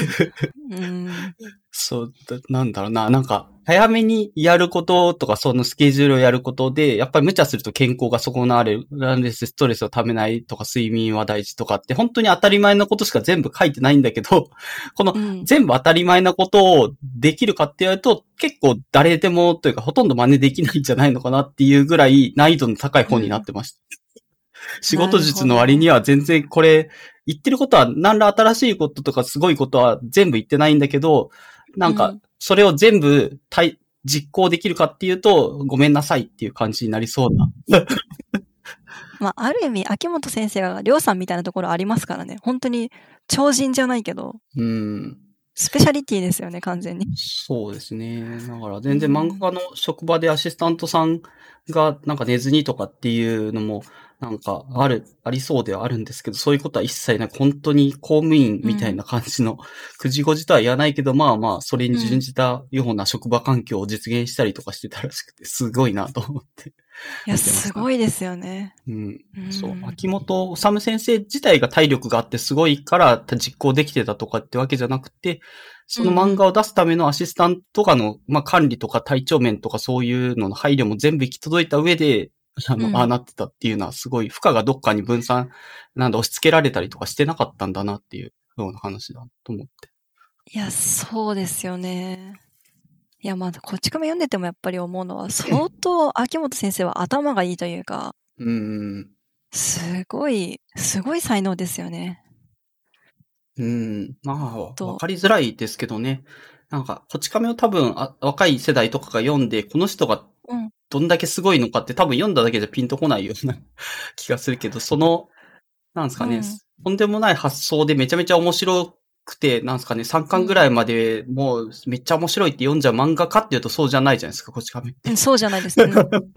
そう、なんだろうな、なんか、早めにやることとか、そのスケジュールをやることで、やっぱり無茶すると健康が損なわれる、ストレスをためないとか、睡眠は大事とかって、本当に当たり前なことしか全部書いてないんだけど、この全部当たり前なことをできるかって言われると、結構誰でもというか、ほとんど真似できないんじゃないのかなっていうぐらい難易度の高い本になってました。仕事術の割には全然これ、言ってることは何ら新しいこととかすごいことは全部言ってないんだけど、なんか、それを全部実行できるかっていうと、ごめんなさいっていう感じになりそうなまあ、ある意味、秋元先生がりょうさんみたいなところありますからね。本当に超人じゃないけど、スペシャリティですよね、完全に。 そうですね。だから全然漫画家の職場でアシスタントさんがなんか寝ずにとかっていうのもなんかありそうではあるんですけど、そういうことは一切なく、本当に公務員みたいな感じの、9時5時とは言わないけど、まあまあ、それに準じたような職場環境を実現したりとかしてたらしくて、すごいなと思って。 いや、すごいですよね。 そう。秋元治先生自体が体力があってすごいから実行できてたとかってわけじゃなくて、その漫画を出すためのアシスタントとかの、まあ、管理とか体調面とかそういうのの配慮も全部行き届いた上で、ああなってたっていうのはすごい負荷がどっかに分散、押し付けられたりとかしてなかったんだなっていうような話だと思って。 いや、そうですよね。いや、まあ、こっちから読んでてもやっぱり思うのは、相当秋元先生は頭がいいというか、すごい才能ですよね。 まあ、わかりづらいですけどね。なんか、こち亀を多分若い世代とかが読んで、この人がどんだけすごいのかって多分読んだだけじゃピンとこないような気がするけど、なんですかね、とんでもない発想でめちゃめちゃ面白くて、なんですかね、3巻ぐらいまでもうめっちゃ面白いって読んじゃう漫画かっていうとそうじゃないじゃないですか、こち亀って。 そうじゃないですね。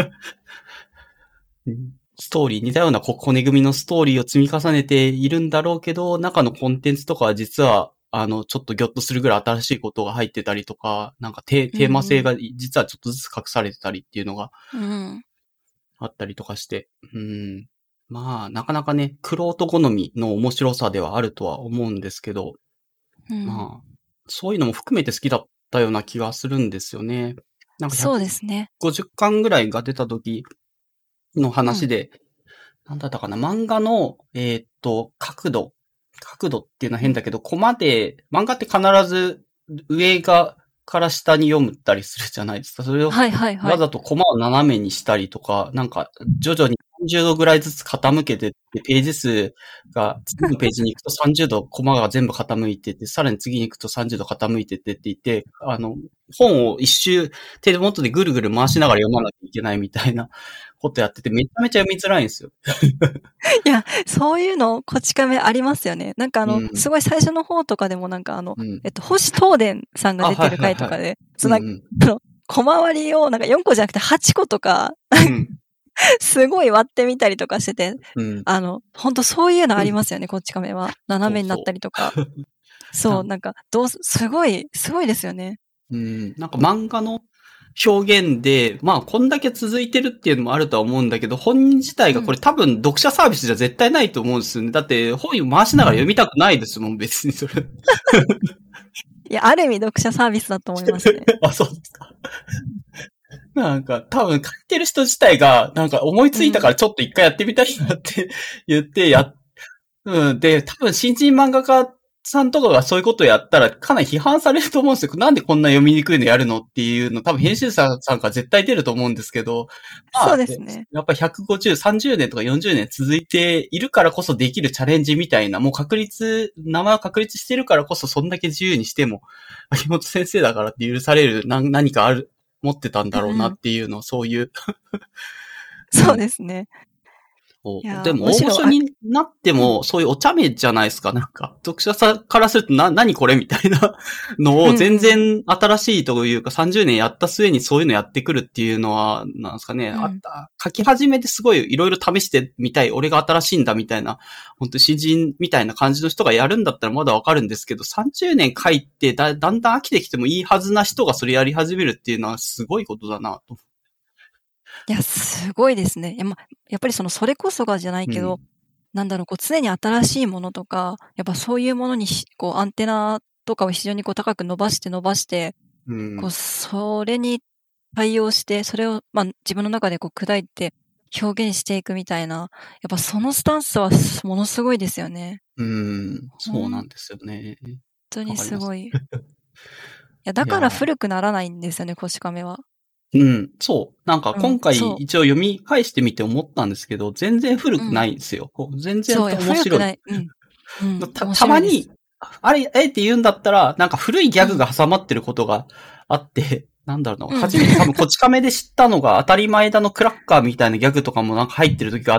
ストーリー、似たような骨組みのストーリーを積み重ねているんだろうけど、中のコンテンツとかは実は、ちょっとギョッとするぐらい新しいことが入ってたりとか、なんかテーマ性が実はちょっとずつ隠されてたりっていうのがあったりとかして、まあ、なかなかね、玄人好みの面白さではあるとは思うんですけど、まあ、そういうのも含めて好きだったような気がするんですよね。なんかそうですね。 50巻ぐらいが出た時の話で、なんだったかな、漫画の、角度っていうのは変だけど、漫画って必ず上から下に読むったりするじゃないですか。それをわざとコマを斜めにしたりとか、なんか徐々に30度ぐらいずつ傾けてって、ページ数が次のページに行くと30度コマが全部傾いてて、さらに次に行くと30度傾いててって言って、本を一周手元でぐるぐる回しながら読まなきゃいけないみたいなことやってて、めちゃめちゃ読みづらいんですよ。 いや、そういうの、こち亀ありますよね。なんかすごい最初の方とかでもなんか星東電さんが出てる回とかで、小回りをなんか4個じゃなくて8個とか、すごい割ってみたりとかしてて、本当そういうのありますよね、こっち亀は。斜めになったりとか。そう、なんか、すごいですよね。 なんか漫画の表現で、まあ、こんだけ続いてるっていうのもあるとは思うんだけど、本人自体がこれ多分読者サービスじゃ絶対ないと思うんですよね。だって本を回しながら読みたくないですもん、別にそれ。 いや、ある意味読者サービスだと思いますね。 あ、そうですか。なんか、多分書いてる人自体が、なんか思いついたからちょっと一回やってみたいなって言ってで、多分新人漫画家さんとかがそういうことをやったらかなり批判されると思うんですよ。なんでこんな読みにくいのやるのっていうの多分編集者さんから絶対出ると思うんですけど、 まあ、そうですね。 やっぱ150、30年とか40年続いているからこそできるチャレンジみたいな、もう名前を確立してるからこそそんだけ自由にしても、秋元先生だからって許される何か持ってたんだろうなっていうのを、そういう。 そうですね。 でも、大御所になっても、そういうお茶目じゃないですか。なんか、読者さんからすると何これみたいなのを全然新しいというか、30年やった末にそういうのやってくるっていうのは、なんですかね、書き始めてすごいいろいろ試してみたい、俺が新しいんだみたいな、本当新人みたいな感じの人がやるんだったらまだわかるんですけど、30年書いてだんだん飽きてきてもいいはずな人がそれやり始めるっていうのはすごいことだなと。 いや、すごいですね。やっぱりそれこそがじゃないけど、なんだろう、常に新しいものとか、やっぱそういうものにアンテナとかを非常に高く伸ばして、それに対応して、それを、自分の中で砕いて表現していくみたいな、やっぱそのスタンスはものすごいですよね。 そうなんですよね。 本当にすごい。いや、だから古くならないんですよね、こし亀は。 そう。なんか今回一応読み返してみて思ったんですけど、全然古くないんですよ。全然面白い。 古くない。 たまに、あえて言うんだったら、なんか古いギャグが挟まってることがあって、 なんだろうな、初めて多分こち亀で知ったのが当たり前だのクラッカーみたいなギャグとかもなんか入ってる時があって、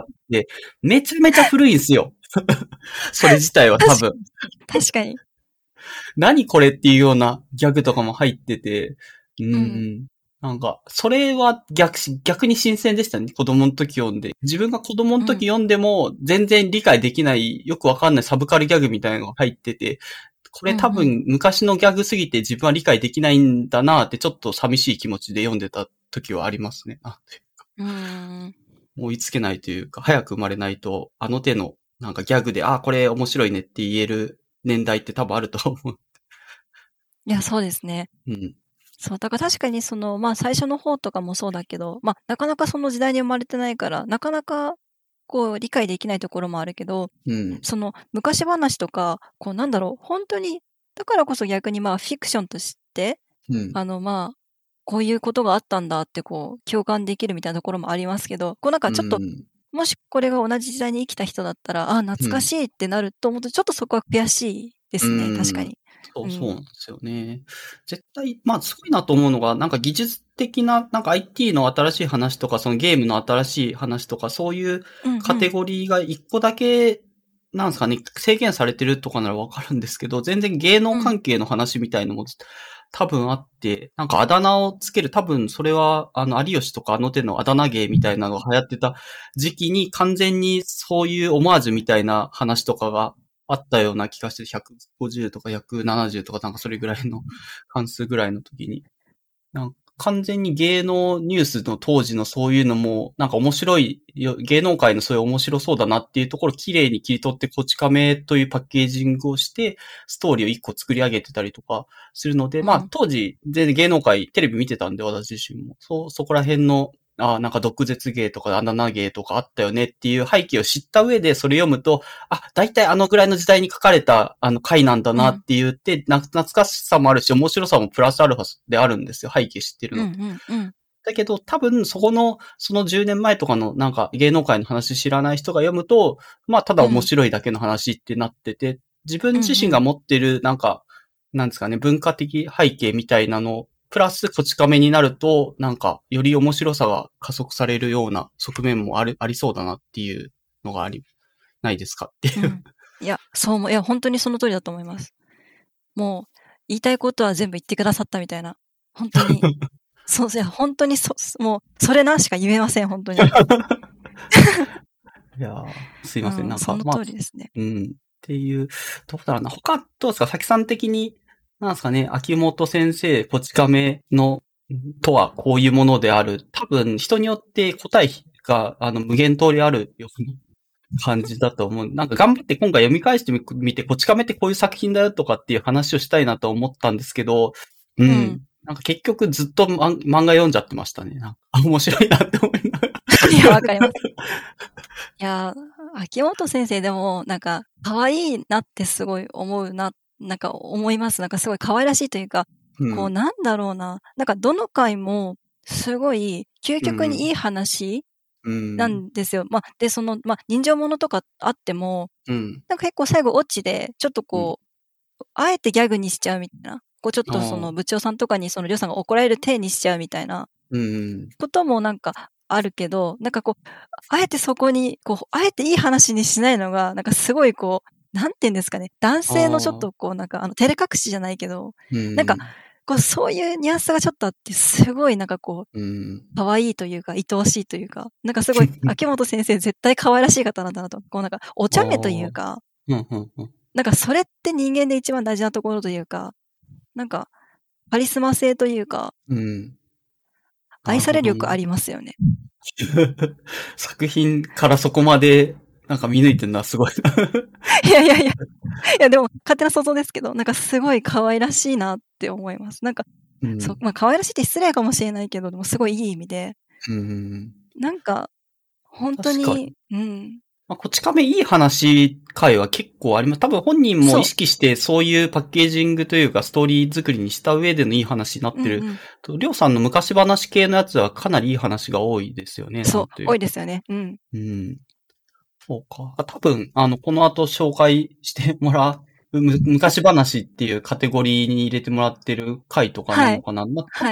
めちゃめちゃ古いんですよ。それ自体は多分。 確かに。 何これっていうようなギャグとかも入ってて、なんか、それは逆に新鮮でしたね。子供の時読んで。自分が子供の時読んでも全然理解できない、よくわかんないサブカルギャグみたいなのが入ってて、これ多分昔のギャグすぎて自分は理解できないんだなってちょっと寂しい気持ちで読んでた時はありますね。追いつけないというか、早く生まれないと、あの手のなんかギャグで、これ面白いねって言える年代って多分あると思う。 いや、そうですね。そう、だから確かに最初の方とかもそうだけど、なかなかその時代に生まれてないから、なかなか理解できないところもあるけど、その昔話とか、本当に、だからこそ逆にフィクションとして、こういうことがあったんだって共感できるみたいなところもありますけど、なんかちょっと、もしこれが同じ時代に生きた人だったら、懐かしいってなると思うと、ちょっとそこは悔しいですね、確かに。 そうなんですよね。絶対、すごいなと思うのが、なんか技術的な、なんか IT の新しい話とか、そのゲームの新しい話とか、そういうカテゴリーが一個だけ、なんですかね、制限されてるとかならわかるんですけど、全然芸能関係の話みたいのも多分あって、なんかあだ名をつける、多分それは、有吉とかあの手のあだ名芸みたいなのが流行ってた時期に完全にそういうオマージュみたいな話とかがあったような気がして、150とか170とかなんかそれぐらいの関数ぐらいの時に。なんか完全に芸能ニュースの当時のそういうのも、なんか面白い、芸能界のそういう面白そうだなっていうところを綺麗に切り取ってこち亀というパッケージングをして、ストーリーを一個作り上げてたりとかするので、当時全然芸能界テレビ見てたんで私自身も。そこら辺のなんか毒舌芸とかあだ名芸とかあったよねっていう背景を知った上でそれ読むと、大体あのぐらいの時代に書かれた回なんだなって言って、懐かしさもあるし面白さもプラスアルファであるんですよ。背景知ってるの。だけど多分その10年前とかのなんか芸能界の話知らない人が読むと、ただ面白いだけの話ってなってて、自分自身が持ってるなんか、なんですかね、文化的背景みたいなのプラスこち亀になると、なんか、より面白さが加速されるような側面もありそうだなっていうのがないですかっていう。 いや、本当にその通りだと思います。もう、言いたいことは全部言ってくださったみたいな。本当に。本当にもう、それなしか言えません、本当に。いやすいません、なんか。 その通りですね。 っていう、どうだろうな。他、どうですか、さきさん的に、なんですかね、秋元先生、こち亀の、とはこういうものである。多分、人によって答えが、無限通りあるような感じだと思う。なんか頑張って今回読み返してみて、こち亀ってこういう作品だよとかっていう話をしたいなと思ったんですけど、なんか結局ずっと漫画読んじゃってましたね。なんか面白いなって思いながら。 いや、わかります。いや、秋元先生でも、なんか、可愛いなってすごい思うな、なんか思います。なんかすごい可愛らしいというか、なんだろうな。なんかどの回も、すごい、究極にいい話なんですよ。で、人情ものとかあっても、なんか結構最後オチで、ちょっとあえてギャグにしちゃうみたいな。ちょっと部長さんとかにりょうさんが怒られる体にしちゃうみたいな、こともなんかあるけど、なんかあえてそこに、あえていい話にしないのが、なんかすごいなんて言うんですかね、男性のちょっとなんか照れ隠しじゃないけど、なんか、そういうニュアンスがちょっとあって、すごいなんか可愛いというか、愛おしいというか、なんかすごい、秋元先生絶対可愛らしい方なんだなと、なんか、お茶目というか、なんかそれって人間で一番大事なところというか、なんか、カリスマ性というか、愛され力ありますよね。 作品からそこまで、なんか見抜いてるのはすごいな。 いや、いやでも、勝手な想像ですけど、なんかすごい可愛らしいなって思います。なんか、可愛らしいって失礼かもしれないけど、でもすごいいい意味で。なんか、本当に、 こち亀いい話回は結構あります。多分本人も意識してそういうパッケージングというかストーリー作りにした上でのいい話になってる。りょうさんの昔話系のやつはかなりいい話が多いですよね。 多いですよね。 そうか。多分、この後紹介してもらう、昔話っていうカテゴリーに入れてもらってる回とかなのかな。多分一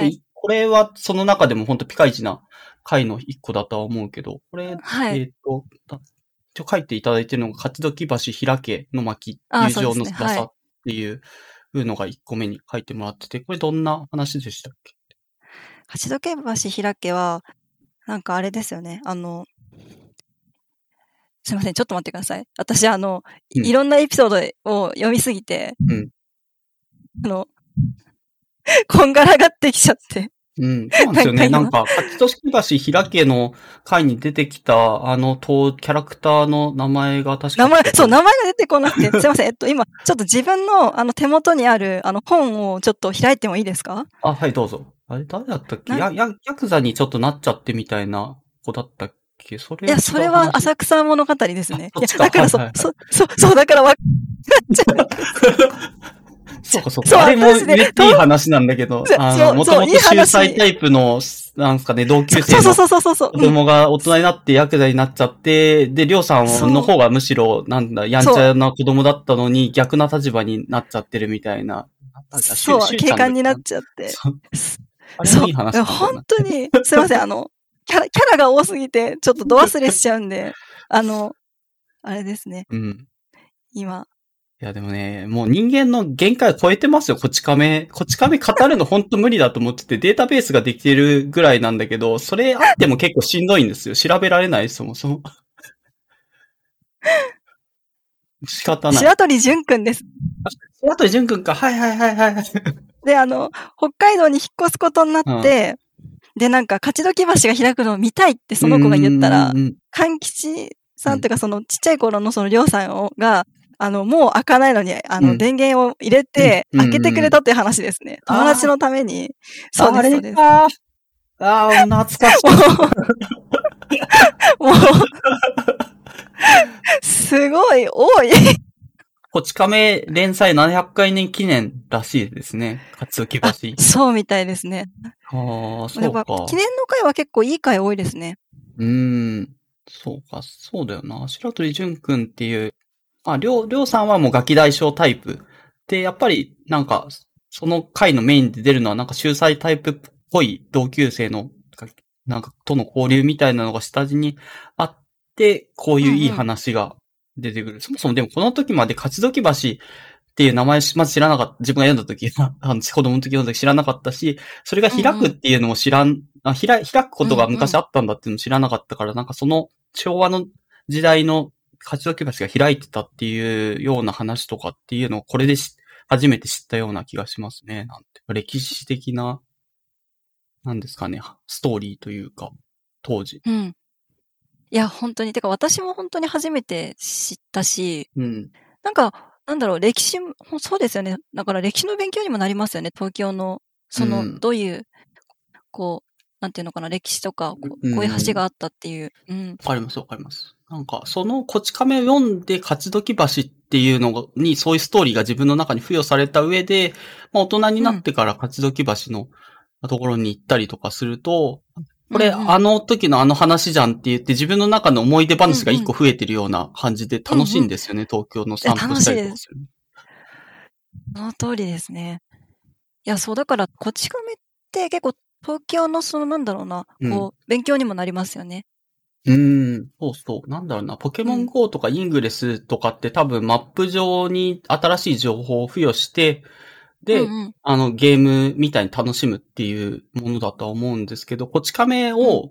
これはその中でも本当ピカイチな回の一個だとは思うけど、これ、 はい。 書いていただいてるのが、勝どき橋開けの巻、友情ああ、そうですね。はい。 の翼っていうのが1個目に書いてもらってて、これどんな話でしたっけ？ 勝どけ橋開けは、なんかあれですよね。すいません、ちょっと待ってください。私、いろんなエピソードを読みすぎて、こんがらがってきちゃって。 そうなんですよね。なんか、勝どき橋開けの回に出てきた、キャラクターの名前が確か名前が出てこなくて、すいません。今、ちょっと自分の、手元にある、本をちょっと開いてもいいですか？ はい、どうぞ。あれ、誰だったっけ？ヤクザにちょっとなっちゃってみたいな子だったっけ？それは違う話？ それは浅草物語ですね。 そっちか。 だからだから分かっちゃうんです。 そうか。あれも言っていい話なんだけど、もともと秀才タイプの、なんすかね、同級生の子供が大人になってヤクザになっちゃって、で、りょうさんの方がむしろ、やんちゃな子供だったのに逆な立場になっちゃってるみたいな。 そう、警官になっちゃって。 あれもいい話なんだよな。 本当に、すいません、キャラが多すぎて、ちょっと度忘れしちゃうんで、あれですね。今。 いやでもね、もう人間の限界を超えてますよ、こち亀語るのほんと無理だと思ってて、データベースができてるぐらいなんだけど、それあっても結構しんどいんですよ。調べられない、そもそも。仕方ない。 白鳥淳くんです。 白鳥淳くんか。はい。 で、北海道に引っ越すことになって、で、なんか、勝どき橋が開くのを見たいってその子が言ったら、勘吉さんというか、そのちっちゃい頃のそのりょうさんが、もう開かないのに、電源を入れて、開けてくれたっていう話ですね。友達のために。そうです、そうです。 懐かしい。 もう、すごい多い。 こち亀連載700回年記念らしいですね。勝どき橋。 そうみたいですね。 そうか。 記念の回は結構いい回多いですね。 そうか、そうだよな。白鳥淳くんっていう、りょうさんはもうガキ大将タイプ。で、やっぱり、なんか、その回のメインで出るのは、なんか秀才タイプっぽい同級生の、なんか、との交流みたいなのが下地にあって、こういういい話が出てくる。そもそもでもこの時まで勝どき橋っていう名前まず知らなかった。自分が読んだ時、子供の時読んだ時知らなかったし、それが開くっていうのも開くことが昔あったんだっていうのも知らなかったから、なんかその昭和の時代の勝どき橋が開いてたっていうような話とかっていうのをこれで初めて知ったような気がしますね。なんて。歴史的な、なんですかね、ストーリーというか、当時。 いや、本当に。てか私も本当に初めて知ったし、なんか、なんだろう、歴史、そうですよね。だから歴史の勉強にもなりますよね。東京の、どういう、なんていうのかな、歴史とか、こういう橋があったっていう。 わかります。なんか、そのこち亀を読んで勝どき橋っていうのに、そういうストーリーが自分の中に付与された上で、大人になってから勝どき橋のところに行ったりとかすると、これ、あの時のあの話じゃんって言って自分の中の思い出話が一個増えてるような感じで楽しいんですよね、東京の散歩したりとかする。 その通りですね。いや、そうだから、こち亀って結構東京のなんだろうな、勉強にもなりますよね。 そう。なんだろうな、ポケモン GO とかイングレスとかって多分マップ上に新しい情報を付与して、で、ゲームみたいに楽しむっていうものだとは思うんですけど、こち亀を、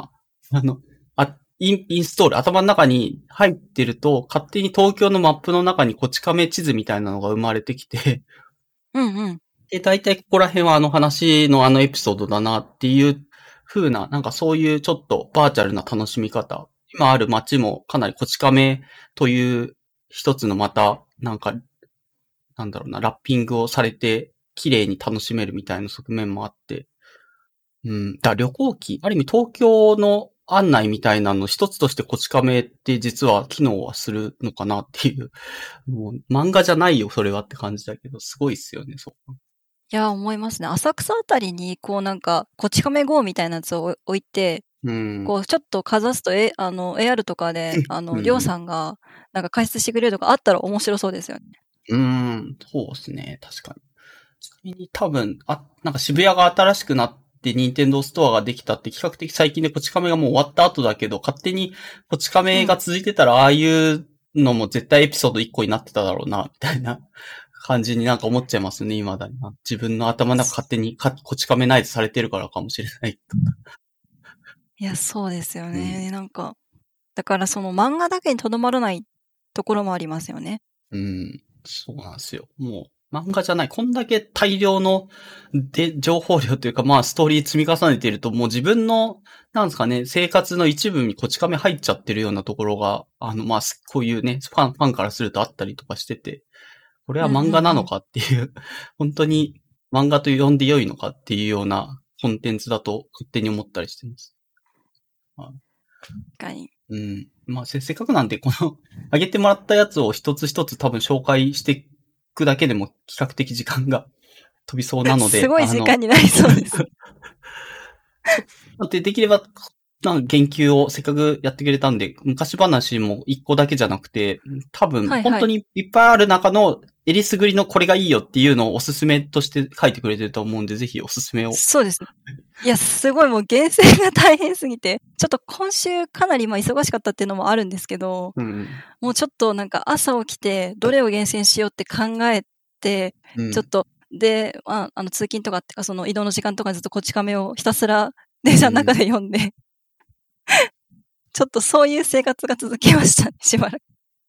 インストール、頭の中に入ってると、勝手に東京のマップの中にこち亀地図みたいなのが生まれてきて、で、大体ここら辺はあの話のあのエピソードだなっていう風な、なんかそういうちょっとバーチャルな楽しみ方。今ある街もかなりこち亀という一つのまた、なんか、なんだろうな、ラッピングをされて綺麗に楽しめるみたいな側面もあって、だから旅行記、ある意味東京の案内みたいなの一つとしてこち亀って実は機能はするのかなっていう、もう漫画じゃないよそれはって感じだけど、すごいっすよね、そう。 いや、思いますね。浅草あたりに、なんか、こち亀 GO みたいなやつを置いて、ちょっとかざすと、AR とかで、りょうさんが、なんか解説してくれるとかあったら面白そうですよね。 そうですね。確かに。ちなみに多分、なんか渋谷が新しくなっって任天堂ストアができたって比較的最近でこち亀がもう終わった後だけど、勝手にこち亀が続いてたら、ああいうのも絶対エピソード1個になってただろうな、みたいな感じになんか思っちゃいますね、未だに。自分の頭の中勝手にこち亀ナイズされてるからかもしれない。 いや、そうですよね。なんか、だからその漫画だけにとどまらないところもありますよね。 そうなんですよ。もう、漫画じゃない。こんだけ大量の情報量というか、まあ、ストーリー積み重ねていると、もう自分の、なんですかね、生活の一部にこち亀入っちゃってるようなところが、まあ、こういうね、ファンからするとあったりとかしてて、これは漫画なのかっていう、本当に漫画と呼んで良いのかっていうようなコンテンツだと勝手に思ったりしてます。 確かに。 まあ、せっかくなんで、この、あげてもらったやつを一つ一つ多分紹介していくだけでも比較的時間が飛びそうなので。 すごい時間になりそうです。 できれば、言及をせっかくやってくれたんで、昔話も一個だけじゃなくて、多分、本当にいっぱいある中のえりすぐりのこれがいいよっていうのをおすすめとして書いてくれてると思うんで、ぜひおすすめを。 そうですね。いや、すごいもう厳選が大変すぎて、ちょっと今週かなり忙しかったっていうのもあるんですけど、もうちょっとなんか朝起きてどれを厳選しようって考えて、ちょっと、で、通勤とかってか、その移動の時間とかずっとこち亀をひたすら電車の中で読んで、ちょっとそういう生活が続きました、しばらく。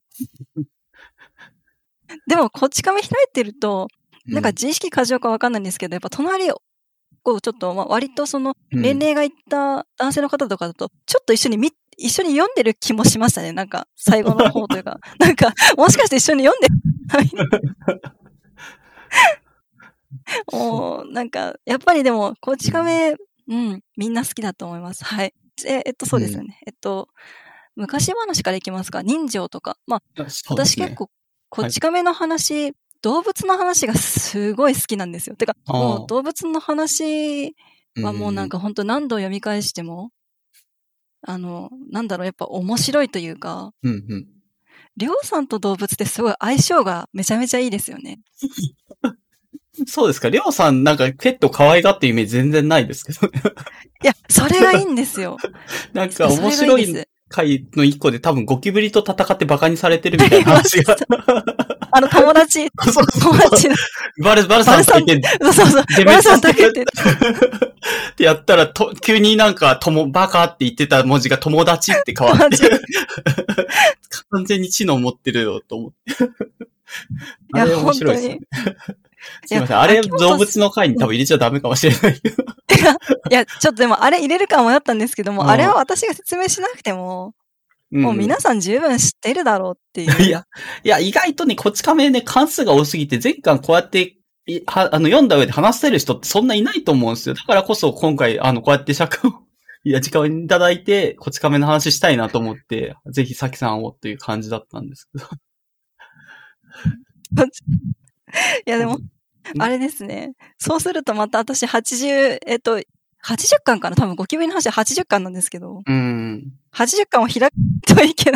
でも、こち亀開いてると、なんか自意識過剰かわかんないんですけど、やっぱ隣を、こうちょっと、割とその、年齢がいった男性の方とかだと、ちょっと一緒に読んでる気もしましたね。なんか、最後の方というか、なんか、もしかして一緒に読んでるもう、なんか、やっぱりでも、こち亀、みんな好きだと思います。はい。そうですよね。昔話からいきますか。人情とか。まあ、私結構、こち亀の話、動物の話がすごい好きなんですよ。てか、もう動物の話はもうなんか本当何度読み返しても、なんだろう、やっぱ面白いというか、りょうさんと動物ってすごい相性がめちゃめちゃいいですよね。 そうですか。りょうさんなんかペット可愛がっていうイメージ全然ないですけど。いや、それがいいんですよ。 なんか面白い回の一個で多分ゴキブリと戦ってバカにされてるみたいな話が。 友達。友達の。 バルさん体験。 そう。バルさん体験って。 ってやったら、急になんか、バカって言ってた文字が友達って変わって。完全に知能持ってるよと思って。あれ面白いですね。すいません。あれ動物の回に多分入れちゃダメかもしれないけど。 いや、ちょっとでもあれ入れるかもだったんですけども、あれは私が説明しなくても、もう皆さん十分知ってるだろうっていう。 いや、意外とね、こち亀ね、関数が多すぎて、前回こうやって、読んだ上で話せる人ってそんないないと思うんですよ。だからこそ今回、こうやって尺を、時間をいただいて、こち亀の話したいなと思って、ぜひさきさんをという感じだったんですけど。 いや、でも、あれですね。そうするとまた私80巻かな多分ゴキブリの話は80巻なんですけど。80巻を開くといけない。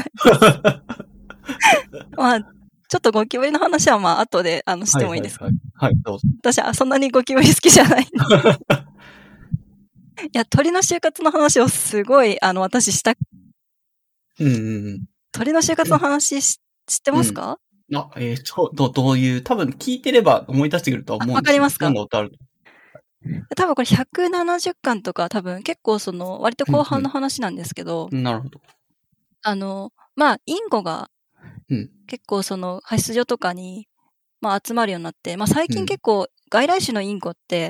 まあ、ちょっとゴキブリの話はまあ後でしてもいいですか？ はい、どうぞ。 私はそんなにゴキブリ好きじゃない。いや、鳥の就活の話をすごい、私した。鳥の就活の話知ってますか？ どういう、多分聞いてれば思い出してくるとは思うんですけど。 わかりますか？多分これ170巻とか多分結構割と後半の話なんですけど。 なるほど。 まあ、インコが、結構派出所とかに、まあ集まるようになって、まあ最近結構外来種のインコって、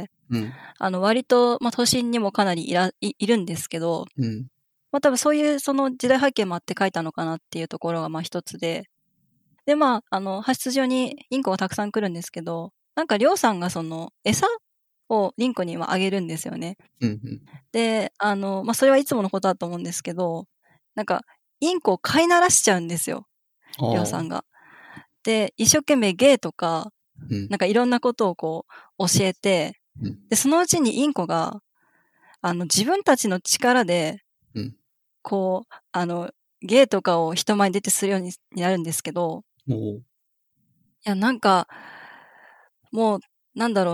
割と、まあ都心にもかなりいるんですけど、まあ多分そういう時代背景もあって書いたのかなっていうところがまあ一つで、でまあ、派出所にインコがたくさん来るんですけど、なんかりょうさんが餌をインコにはあげるんですよね。で、まあそれはいつものことだと思うんですけど、なんか、インコを飼いならしちゃうんですよ。りょうさんが。で、一生懸命芸とか、なんかいろんなことをこう教えて、で、そのうちにインコが、自分たちの力で、こう、芸とかを人前に出てするようになるんですけど、いや、なんか、もう、なんだろうな、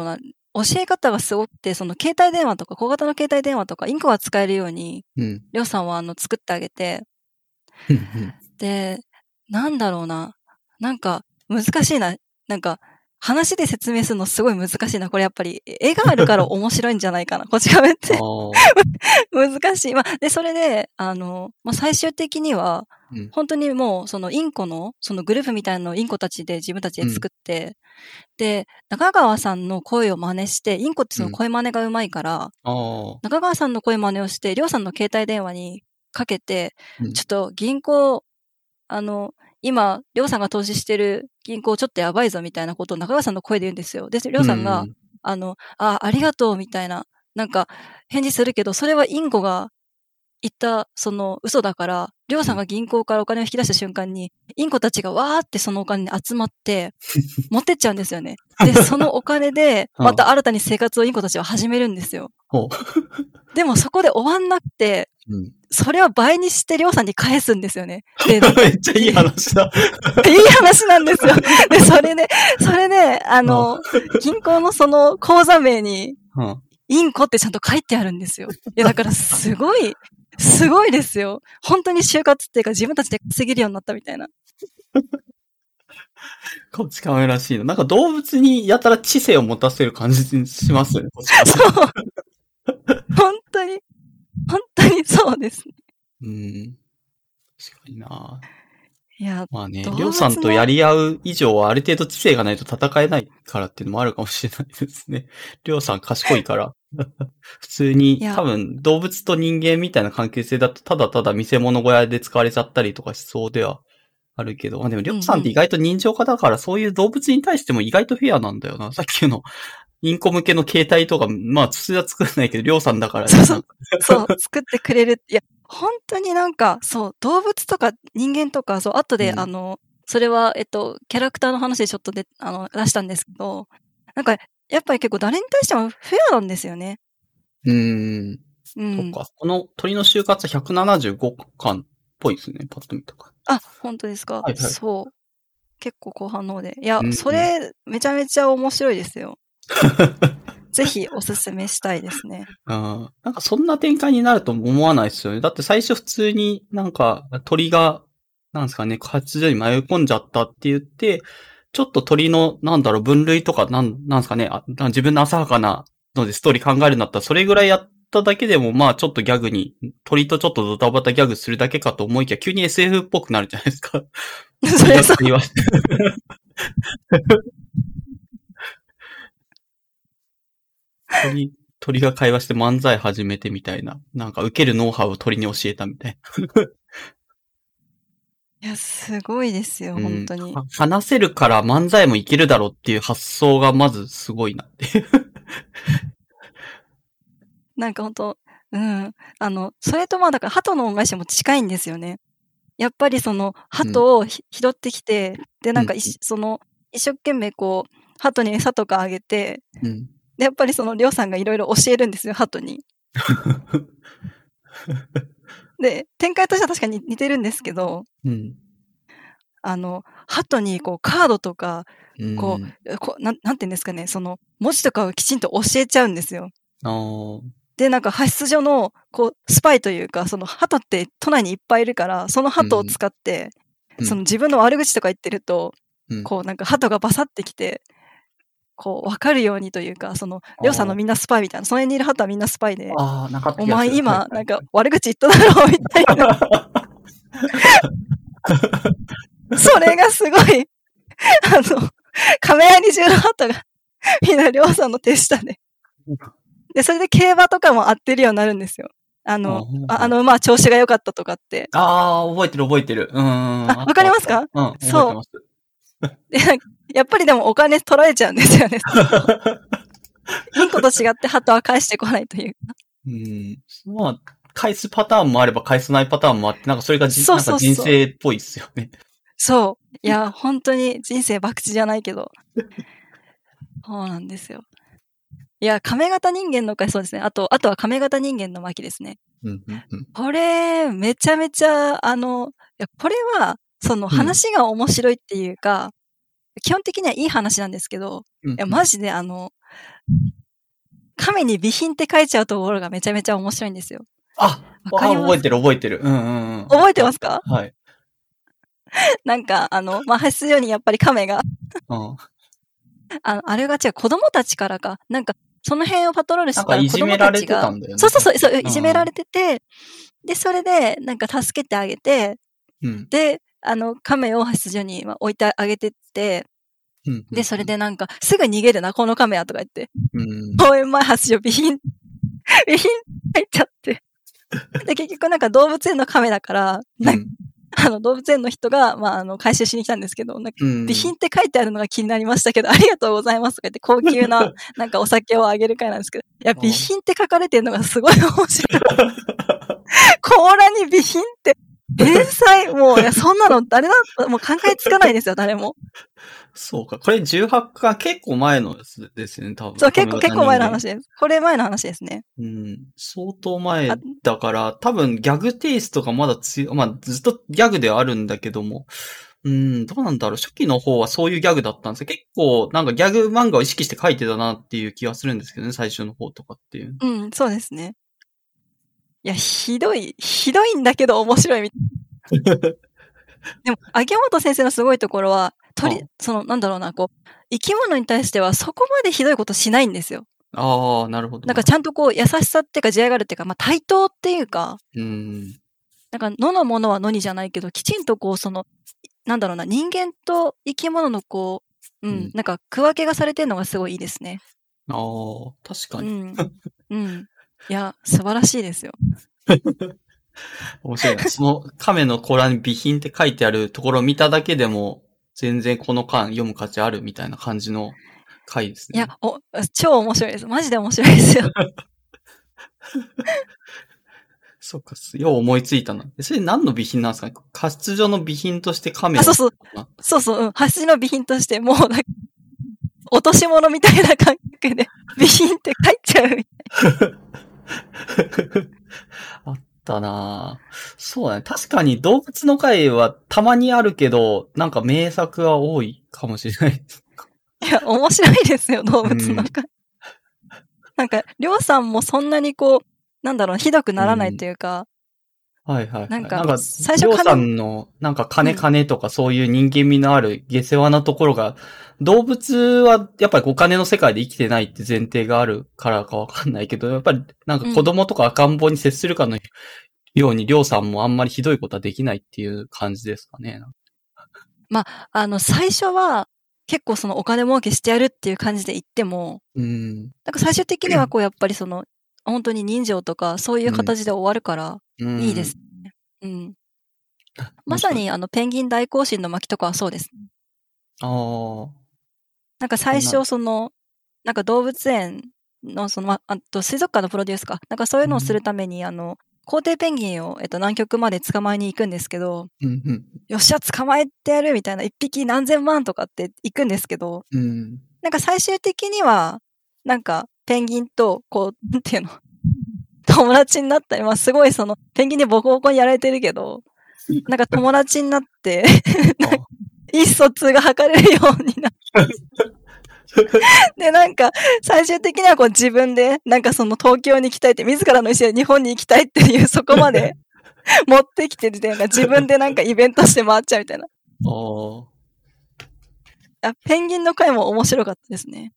教え方がすごくて、その携帯電話とか、小型の携帯電話とか、インコが使えるように、りょうさんは作ってあげて、で、なんだろうな。なんか、難しいな。なんか、話で説明するのすごい難しいな。これやっぱり、絵があるから面白いんじゃないかな。こち亀って。難しい。まあ、で、それで、まあ、最終的には、本当にもう、そのインコの、そのグループみたいなのをインコたちで自分たちで作って、で、中川さんの声を真似して、インコってその声真似がうまいから、中川さんの声真似をして、りょうさんの携帯電話にかけて、ちょっと銀行、今、りょうさんが投資してる銀行ちょっとやばいぞみたいなことを中川さんの声で言うんですよ。で、りょうさんが、ありがとうみたいな、なんか返事するけど、それはインコが言ったその嘘だから、りょうさんが銀行からお金を引き出した瞬間に、インコたちがわーってそのお金に集まって、持ってっちゃうんですよね。で、そのお金で、また新たに生活をインコたちは始めるんですよ。でもそこで終わんなくて、それは倍にしてりょうさんに返すんですよね。 で、めっちゃいい話だ。 いい話なんですよ。で、それで、銀行のその口座名に、インコってちゃんと書いてあるんですよ。いや、だからすごいですよ。本当に就活っていうか自分たちで稼げるようになったみたいな。 こち亀らしいの。なんか動物にやたら知性を持たせる感じにしますよね。 そう。本当にそうですね。 確かにな。 いや、 まあね、りょうさんとやり合う以上はある程度知性がないと戦えないからっていうのもあるかもしれないですね。りょうさん賢いから。普通に多分動物と人間みたいな関係性だとただただ見せ物小屋で使われちゃったりとかしそうではあるけど、まあでもりょうさんって意外と人情家だからそういう動物に対しても意外とフェアなんだよな。さっきのインコ向けの携帯とか、まあ普通は作らないけど、りょうさんだから、 そう、作ってくれる。いや、本当になんか、そう、動物とか人間とか、そう、後で、それは、キャラクターの話でちょっと出したんですけど、なんか、やっぱり結構誰に対してもフェアなんですよね。 そっか。この鳥の就活175巻っぽいですね。パッと見たか。 本当ですか。そう。結構後半の方で。いや、それ、めちゃめちゃ面白いですよ。ぜひおすすめしたいですね。 なんかそんな展開になると思わないですよね。だって最初普通になんか鳥が、なんですかね、活動に迷い込んじゃったって言って、ちょっと鳥の、分類とか、なんですかね、自分の浅はかなのでストーリー考えるんだったら、それぐらいやっただけでも、まあちょっとギャグに、鳥とちょっとドタバタギャグするだけかと思いきや、急に SF っぽくなるじゃないですか。 それそう。 鳥が会話して漫才始めてみたいな。なんか受けるノウハウを鳥に教えたみたいな。 いや、すごいですよ、本当に。 話せるから漫才もいけるだろうっていう発想がまずすごいなっていう。 なんか本当、それとまあだから鳩の恩返しも近いんですよね。やっぱりその鳩を拾ってきて、でなんか一生懸命こう、鳩に餌とかあげて、で、やっぱりそのりょうさんがいろいろ教えるんですよ、鳩に。で、展開としては確かに似てるんですけど、鳩にこうカードとか、なんて言うんですかね、その文字とかをきちんと教えちゃうんですよ。で、なんか派出所のこうスパイというか、その鳩って都内にいっぱいいるから、その鳩を使って、その自分の悪口とか言ってると、こうなんか鳩がバサってきて、こう、わかるようにというか、その、りょうさんのみんなスパイみたいな、その辺にいる鳩はみんなスパイで、お前今、なんか悪口言っただろうみたいな。それがすごい、亀有中の鳩が、みんなりょうさんの手下で。で、それで競馬とかも合ってるようになるんですよ。馬は調子が良かったとかって。 覚えてる。 わかりますか？ そう。 やっぱりでもお金取られちゃうんですよね。インコと違って鳩は返してこないというか。 まあ、返すパターンもあれば返さないパターンもあって、なんかそれがなんか人生っぽいっすよね。 そう。いや、本当に人生博打じゃないけど。そうなんですよ。いや、亀型人間の回そうですね。あとは亀型人間の巻ですね。これ、めちゃめちゃ、これは、その話が面白いっていうか、基本的にはいい話なんですけど、いや、マジで亀に備品って書いちゃうところがめちゃめちゃ面白いんですよ。 覚えてる。 覚えてますか？ はい。 なんか、派出所にやっぱり亀が、あれが違う、子供たちからか。なんか、その辺をパトロールしてたら子供たちが、そう、いじめられてて、で、それで、なんか助けてあげて、で、亀を派出所に置いてあげてって、で、それでなんか、すぐ逃げるな、この亀はとか言って、公園前発所備品入っちゃって。で、結局なんか動物園の亀だから、動物園の人が、回収しに来たんですけど、なんか備品って書いてあるのが気になりましたけど、ありがとうございますとか言って、高級な、なんかお酒をあげる会なんですけど、いや、備品って書かれてるのがすごい面白い。甲羅に備品って、天才もう、いや、そんなの誰だもう考えつかないですよ、誰も。 そうか。これ18巻結構前のやつですよね、多分。 そう、結構前の話です。これ前の話ですね。 相当前だから、多分ギャグテイストがまだずっとギャグではあるんだけども、どうなんだろう。初期の方はそういうギャグだったんですよ。結構、なんかギャグ漫画を意識して書いてたなっていう気がするんですけどね、最初の方とかっていう。 そうですね。いや、ひどいんだけど面白いみたいな。でも、秋元先生のすごいところは、なんだろうな、生き物に対してはそこまでひどいことしないんですよ。 なるほど。 なんかちゃんと優しさっていうか慈愛があるっていうか、対等っていうか、なんか野のものは野にじゃないけど、きちんとなんだろうな、人間と生き物のなんか区分けがされてるのがすごいいいですね。 確かに。 いや、素晴らしいですよ。 面白いな。その亀の甲羅に備品って書いてあるところを見ただけでも、全然この巻読む価値あるみたいな感じの回ですね。 いや、超面白いです。マジで面白いですよ。 そっか、よう思いついたな。それ何の備品なんですかね？派出所の備品として亀を。 そう、派出所の備品として、もう落とし物みたいな感覚で、備品って書いちゃうみたいな。 あったなぁ。そうだね。確かに動物の回はたまにあるけど、なんか名作は多いかもしれない。 いや、面白いですよ、動物の回。なんか、りょうさんもそんなになんだろう、ひどくならないというか、 はい。 なんか、 最初りょうさんの、なんか金とかそういう人間味のある下世話なところが、動物はやっぱりお金の世界で生きてないって前提があるからかわかんないけど、やっぱりなんか子供とか赤ん坊に接するかのようにりょうさんもあんまりひどいことはできないっていう感じですかね。 最初は結構お金儲けしてやるっていう感じで言っても、なんか最終的にはやっぱり本当に人情とかそういう形で終わるから、いいですね。まさにペンギン大行進の巻とかはそうです。なんか最初なんか動物園のあと水族館のプロデュースか。なんかそういうのをするために皇帝ペンギンを南極まで捕まえに行くんですけど、よっしゃ捕まえてやるみたいな、一匹何千万とかって行くんですけど、なんか最終的には、なんかペンギンとなんていうの、友達になったり、すごいペンギンにボコボコにやられてるけど、なんか友達になって、意思疎通が図れるようになって。で、なんか、最終的には自分で、なんか東京に行きたいって、自らの意思で日本に行きたいっていう、そこまで持ってきてるみたいな、自分でなんかイベントして回っちゃうみたいな。ペンギンの回も面白かったですね。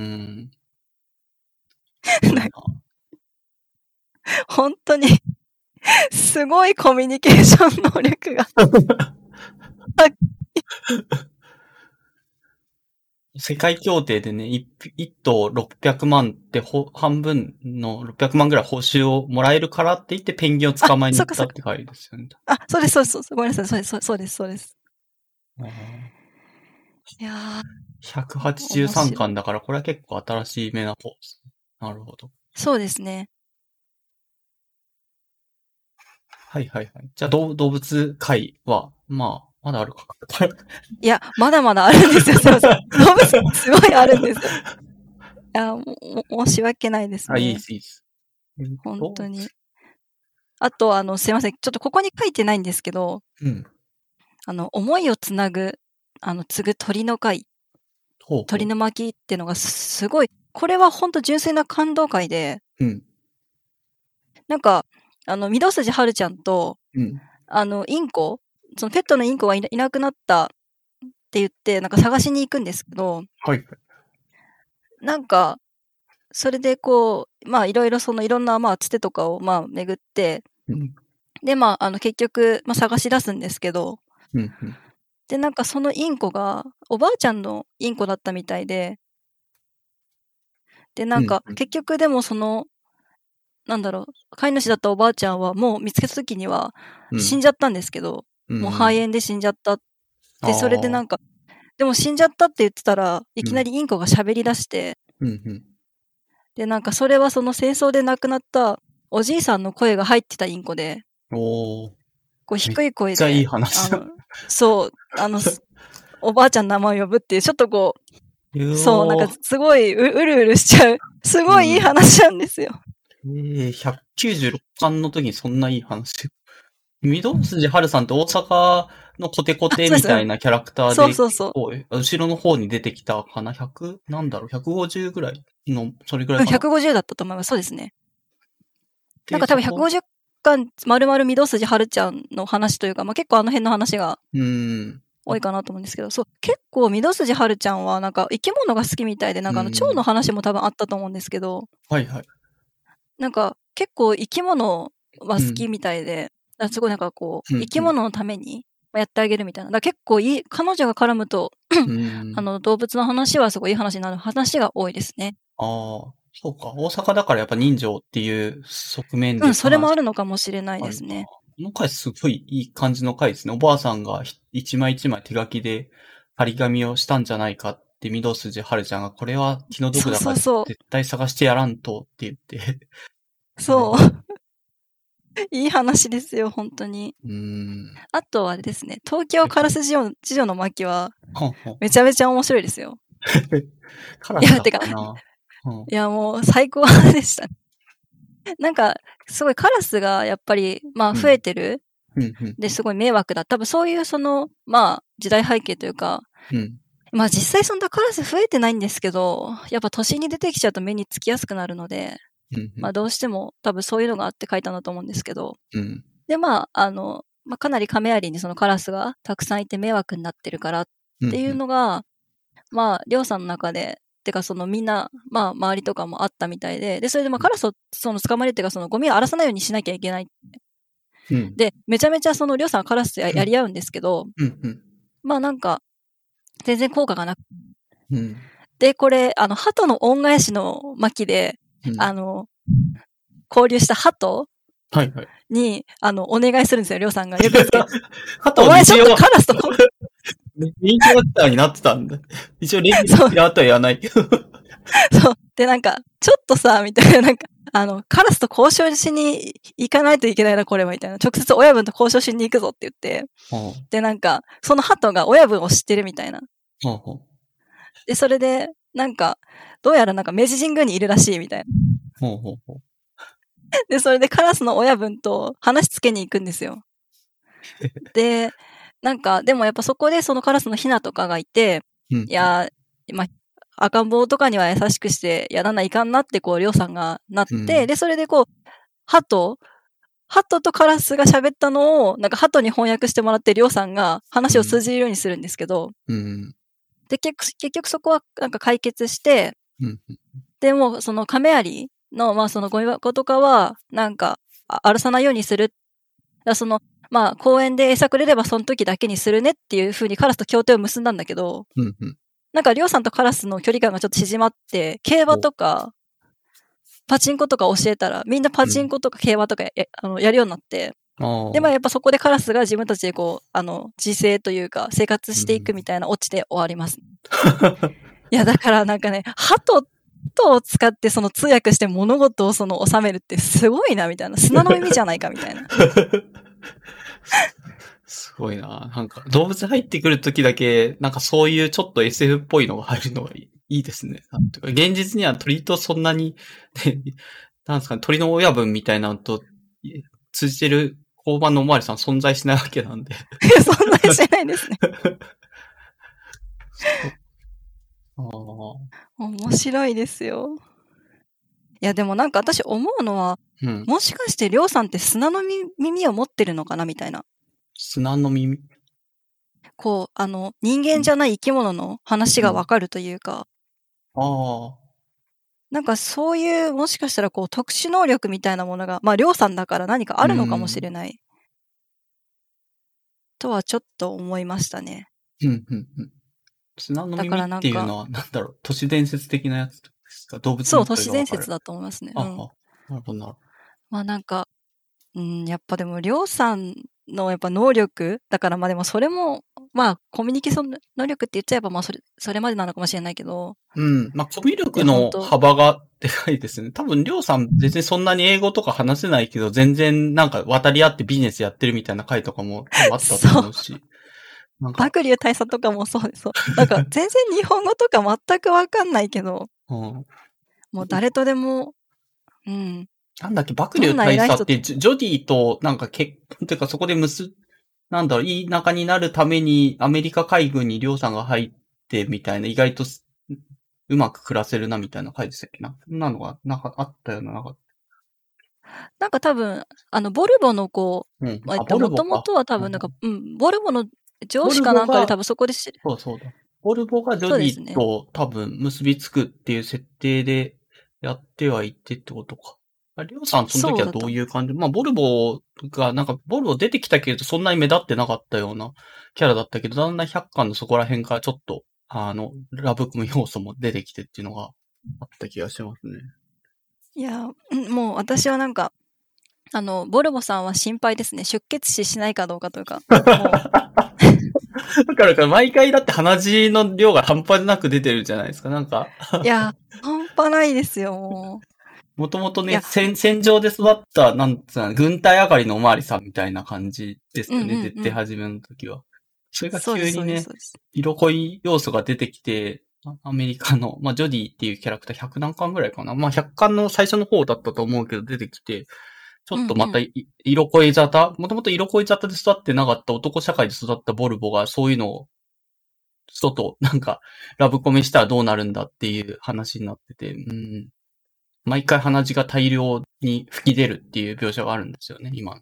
本当に、すごいコミュニケーション能力が。 世界協定でね、1頭600万って半分の600万ぐらい報酬をもらえるからって言ってペンギンを捕まえに行ったって回ですよね。 そうです。ごめんなさい。そうです。いやー。183巻だから、これは結構新しい目な方です。なるほど。 そうですね。 はい。じゃあ、動物界は、まだあるか。 いや、まだまだあるんですよ。すいません。動物すごいあるんですよ。いや、申し訳ないですね。 いいです。 本当に。あと、すいません。ちょっとここに書いてないんですけど、思いを継ぐ鳥の会、鳥の巻っていうのがすごい、 これは本当純粋な感動会で、 うん。 なんか、御堂筋はるちゃんと、 うん。 インコ、そのペットのインコがいなくなったって言って、なんか探しに行くんですけど、 はい。 なんか、それでこう、まあいろいろいろんなまあつてとかをまあ巡って、 うん。 でまあ結局、まあ探し出すんですけど、 うん。 でなんかそのインコがおばあちゃんのインコだったみたいで、でなんか結局でもなんだろう、飼い主だったおばあちゃんはもう見つけた時には死んじゃったんですけど、もう肺炎で死んじゃった。で、それでなんか、でも死んじゃったって言ってたら、いきなりインコが喋り出して、で、なんかそれはその戦争で亡くなったおじいさんの声が入ってたインコで、こう低い声で、 めっちゃいい話そう、おばあちゃんの名前を呼ぶっていう、ちょっとこう、そう、なんかすごいうるうるしちゃう、すごいいい話なんですよ。 196巻の時にそんないい話。御堂筋はるさんって大阪のコテコテみたいなキャラクターで、後ろの方に出てきたかな ?100? なんだろう ?150 ぐらいの、それぐらいかな。 150だったと思います。そうですね。なんか多分150巻、丸々御堂筋はるちゃんの話というか、まあ結構あの辺の話が多いかなと思うんですけど、そう、結構御堂筋はるちゃんはなんか生き物が好きみたいで、なんか蝶の話も多分あったと思うんですけど、 はいはい。 なんか結構生き物は好きみたいで、すごいなんかこう、生き物のためにやってあげるみたいな。だ結構彼女が絡むと、動物の話はすごいいい話になる話が多いですね。 ああ、そうか。大阪だからやっぱ人情っていう側面で。 それもあるのかもしれないですね。 この回すごいいい感じの回ですね。おばあさんが一枚一枚手書きで張り紙をしたんじゃないかって、御堂筋はるちゃんがこれは気の毒だから絶対探してやらんとって言って。 そう。いい話ですよ、本当に。あとはですね、東京カラス次女の巻は、めちゃめちゃ面白いですよ。 カラスだったな。 いや、もう最高でした。なんか、すごいカラスがやっぱり、まあ増えてる。で、すごい迷惑だ。多分そういうまあ時代背景というか、まあ実際そんなカラス増えてないんですけど、やっぱ都心に出てきちゃうと目につきやすくなるので、まあどうしても多分そういうのがあって書いたんだと思うんですけど、で、まあまあかなり亀有にそのカラスがたくさんいて迷惑になってるからっていうのが、まあ、りょうさんの中で、てかみんな、まあ周りとかもあったみたいで、それでまあカラスを捕まえるっていうかゴミを荒らさないようにしなきゃいけない。で、めちゃめちゃりょうさんはカラスとやり合うんですけど、まあなんか、全然効果がなくて。で、これ、鳩の恩返しの巻で、交流した鳩に、お願いするんですよ、りょうさんが。 鳩お前ちょっとカラスと人気キャラクターになってたんだ。一応レギュラーやったらやらない。 そう。で、なんか、ちょっとさ、みたいな、なんか、カラスと交渉しに行かないといけないな、これは、みたいな。直接親分と交渉しに行くぞって言って。で、なんか、その鳩が親分を知ってるみたいな。で、それで、なんか、どうやらなんか明治神宮にいるらしいみたいな。で、それでカラスの親分と話つけに行くんですよ。で、なんか、でもやっぱそこでそのカラスのヒナとかがいて、いや、まあ、赤ん坊とかには優しくしてやらないかんなってりょうさんがなって、で、それで鳩とカラスが喋ったのを、なんか鳩に翻訳してもらってりょうさんが話を通じるようにするんですけど、で、結局そこはなんか解決して、でも亀有の、まあゴミ箱とかは、なんか、荒らさないようにする。まあ公園で餌くれればその時だけにするねっていう風にカラスと協定を結んだんだけど、なんかりょうさんとカラスの距離感がちょっと縮まって、競馬とか、パチンコとか教えたら、みんなパチンコとか競馬とかやるようになって、で、まあやっぱそこでカラスが自分たちで自制というか、生活していくみたいなオチで終わります。いや、だからなんかね、鳩を使って通訳して物事を収めるってすごいな、みたいな。砂の耳じゃないか、みたいな。 すごいな。なんか、動物入ってくるときだけ、なんかそういうちょっと SF っぽいのが入るのがいいですね。現実には鳥とそんなに、なんですかね、鳥の親分みたいなのと通じてる交番のおまわりさん存在しないわけなんで。 存在しないですね。 面白いですよ。いや、でもなんか私思うのは、もしかしてりょうさんって砂の耳を持ってるのかなみたいな。 砂の耳？ こう、人間じゃない生き物の話がわかるというか。なんかそういう、もしかしたらこう特殊能力みたいなものが、まありょうさんだから何かあるのかもしれない。とはちょっと思いましたね。 砂の耳っていうのは、なんだろう、都市伝説的なやつですか？動物そう、都市伝説だと思いますね。 なるほど、なるほど。 まあなんか、やっぱでも、りょうさんのやっぱ能力だからまあでもそれも、まあコミュニケーション能力って言っちゃえばまあそれまでなのかもしれないけど。 まあコミュ力の幅がでかいですね。多分りょうさん別にそんなに英語とか話せないけど、全然なんか渡り合ってビジネスやってるみたいな回とかもあったと思うし。 爆竜大佐とかもそうです。なんか全然日本語とか全くわかんないけど、もう誰とでも、 なんだっけ、爆竜大佐ってジョディとなんか結婚っていうかそこでなんだろう、いい仲になるためにアメリカ海軍にりょうさんが入ってみたいな、意外とうまく暮らせるなみたいな回でしたっけな。そんなのがあったような、 なんか多分、ボルボの子、もともとは多分なんか、ボルボの上司かなんかで多分そこでそうだ。ボルボがジョディと多分結びつくっていう設定でやってはいてってことか。りょうさんその時はどういう感じ？まあ、ボルボが、なんか、ボルボ出てきたけど、そんなに目立ってなかったようなキャラだったけど、だんだん100巻のそこら辺からちょっと、ラブコメ要素も出てきてっていうのがあった気がしますね。 いや、もう私はなんか、ボルボさんは心配ですね。出血死しないかどうかというか。だから毎回だって鼻血の量が半端なく出てるじゃないですか、なんか。 いや、半端ないですよ、もう。 もともとね、戦場で育った、なんつうの、軍隊上がりのおまわりさんみたいな感じですよね、出始めの時は。それが急にね、色濃い要素が出てきて、アメリカの、まあ、ジョディっていうキャラクター100何巻ぐらいかな。まあ、100巻の最初の方だったと思うけど出てきて、ちょっとまた色濃い沙汰、もともと色濃い沙汰で育ってなかった男社会で育ったボルボがそういうのを、なんか、ラブコメしたらどうなるんだっていう話になってて、毎回鼻血が大量に吹き出るっていう描写があるんですよね、今。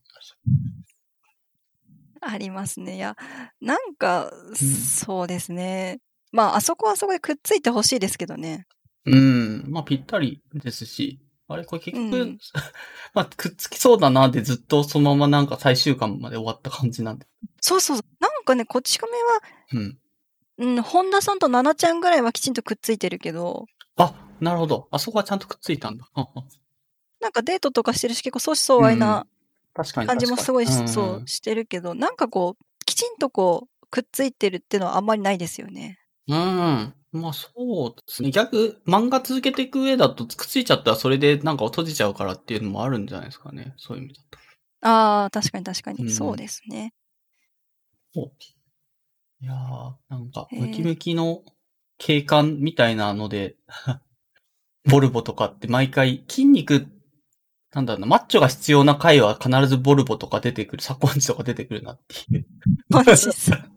ありますね。いや、なんか、そうですね。まあ、あそこはそこでくっついてほしいですけどね。 まあ、ぴったりですし、あれ、これ結局、まあ、くっつきそうだなってずっとそのままなんか最終巻まで終わった感じなんで。 そうそう。なんかね、こち亀は、本田さんと奈々ちゃんぐらいはきちんとくっついてるけど。 あ、なるほど。あそこはちゃんとくっついたんだ。 なんかデートとかしてるし、結構相思相愛な感じもすごい、そうしてるけど、なんかこう、きちんとこう、くっついてるっていうのはあんまりないですよね。 まあそうですね。漫画続けていく上だとくっついちゃったらそれでなんか閉じちゃうからっていうのもあるんじゃないですかね。そういう意味だと。 ああ、確かに、そうですね。 いやー、なんか、ムキムキの警官みたいなので、ボルボとかって毎回筋肉、なんだろうな、マッチョが必要な回は必ずボルボとか出てくる、サコンジとか出てくるなっていう。 マジさん。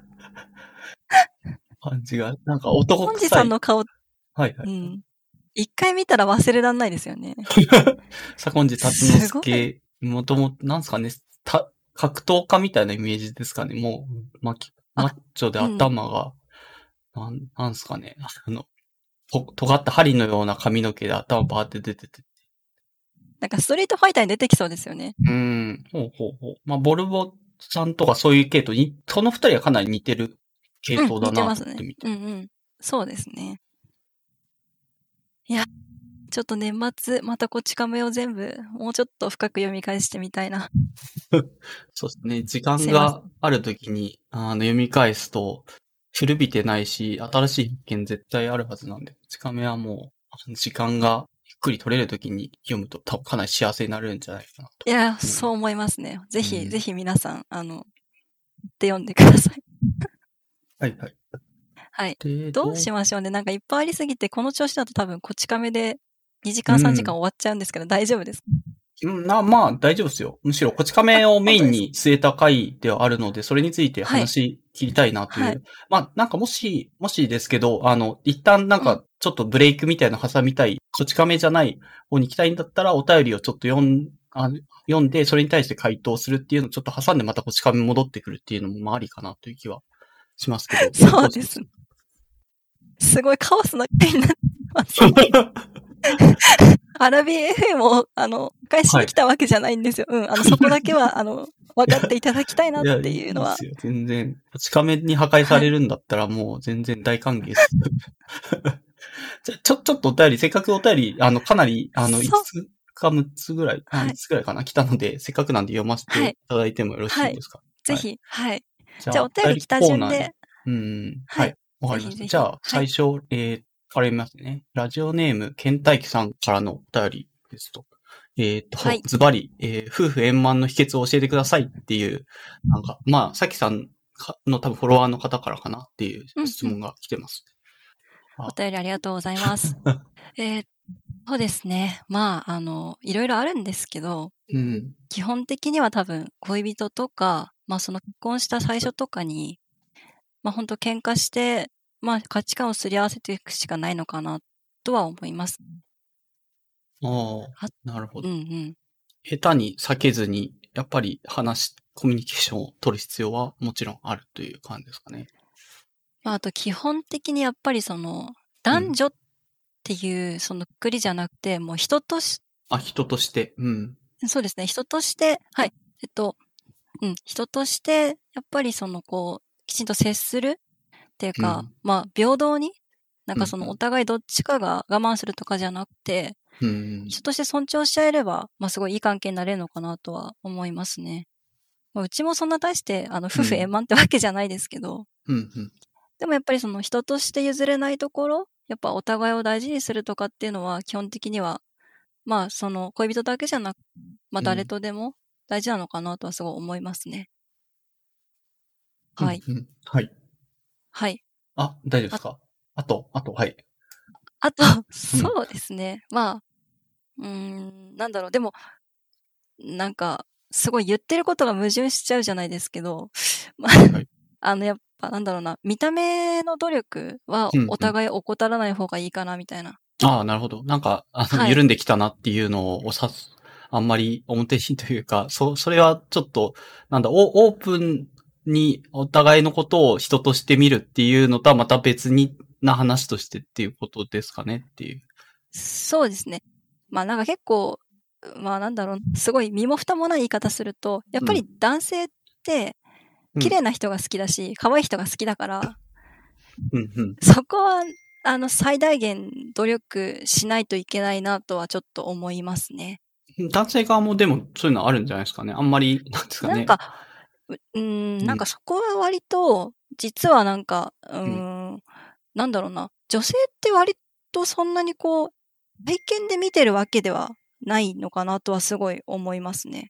感じが、なんか男臭い。 本さんの顔、 はい。 一回見たら忘れらんないですよね。 サコンジ達之助、もともと、なんすかね、格闘家みたいなイメージですかね。もう、マッチョで頭が、なんすかね、尖った針のような髪の毛で頭バーって出てて。 なんかストリートファイターに出てきそうですよね。 ほう。まあ、ボルボさんとかそういう系統に、その二人はかなり似てる系統だなと思って見て。 似てますね。そうですね。いや、ちょっと年末、またこち亀を全部、もうちょっと深く読み返してみたいな。 そうですね。時間があるときに、読み返すと、古びてないし、新しい発見絶対あるはずなんで、こち亀はもう、時間がゆっくり取れるときに読むと、多分かなり幸せになれるんじゃないかなと。 いや、そう思いますね。ぜひ皆さん、って読んでください。 はい。 はい。どうしましょうね。なんかいっぱいありすぎて、この調子だと多分こち亀で2時間3時間終わっちゃうんですけど、大丈夫ですか？ まあ、大丈夫ですよ。むしろ、こち亀をメインに据えた回ではあるので、それについて話切りたいなという。はい、まあ、なんかもしですけど、一旦なんか、ちょっとブレイクみたいな挟みたい、こち亀じゃない方に行きたいんだったら、お便りをちょっと読んで、それに対して回答するっていうのをちょっと挟んでまたこち亀戻ってくるっていうのも、まあ、ありかなという気はしますけど。 そうです。すごいカオスな回になってます。アラビー FM を、返しに来たわけじゃないんですよ。そこだけは、分かっていただきたいなっていうのは。 いいですよ、全然。こち亀に破壊されるんだったらもう全然大歓迎です。ちょっとお便り、せっかくお便り、かなり、5つか6つぐらい、5つぐらいかな、来たので、せっかくなんで読ませていただいてもよろしいですか？ ぜひ、はい。じゃあ、お便り来た順で。 はい。わかりました。じゃあ、最初、あれ見ますね。ラジオネーム、ケンタイキさんからのお便りですと。ズバリ、夫婦円満の秘訣を教えてくださいっていう、なんか、まあ、さきさんの多分フォロワーの方からかなっていう質問が来てます。 お便りありがとうございます。そうですね。まあ、いろいろあるんですけど、基本的には多分、恋人とか、まあ、その結婚した最初とかに、まあ、本当喧嘩して、まあ、価値観をすり合わせていくしかないのかな、とは思います。 なるほど。下手に避けずに、やっぱりコミュニケーションを取る必要はもちろんあるという感じですかね。 まあ、あと基本的にやっぱり男女っていうそのくくりじゃなくて、もう人として。そうですね。人として、はい。人として、やっぱりきちんと接するっていうか、まあ、平等に、なんかお互いどっちかが我慢するとかじゃなくて、人として尊重し合えれば、まあ、すごいいい関係になれるのかなとは思いますね。まあ、うちもそんな大して、夫婦円満ってわけじゃないですけど、でもやっぱり人として譲れないところ、やっぱお互いを大事にするとかっていうのは、基本的には、まあ、恋人だけじゃなく、まあ、誰とでも大事なのかなとはすごい思いますね。はい。 はい。 はい。 大丈夫ですか？あと、はい。 あと、そうですね。まあ、なんだろう、でも、なんか、すごい言ってることが矛盾しちゃうじゃないですけど、まあ、やっぱなんだろうな、見た目の努力はお互い怠らない方がいいかな、みたいな。 なるほど。なんか、緩んできたなっていうのをあんまり表にというか、それはちょっと、オープンにお互いのことを人として見るっていうのとはまた別な話としてっていうことですかねっていう。 そうですね。まあなんか結構、まあなんだろう、すごい身も蓋もない言い方すると、やっぱり男性って、綺麗な人が好きだし、可愛い人が好きだから、そこは、最大限努力しないといけないなとはちょっと思いますね。 男性側もでもそういうのあるんじゃないですかね。あんまり、なんですかね。 なんかそこは割と、実はなんか、なんだろうな。女性って割とそんなに体験で見てるわけではないのかなとはすごい思いますね。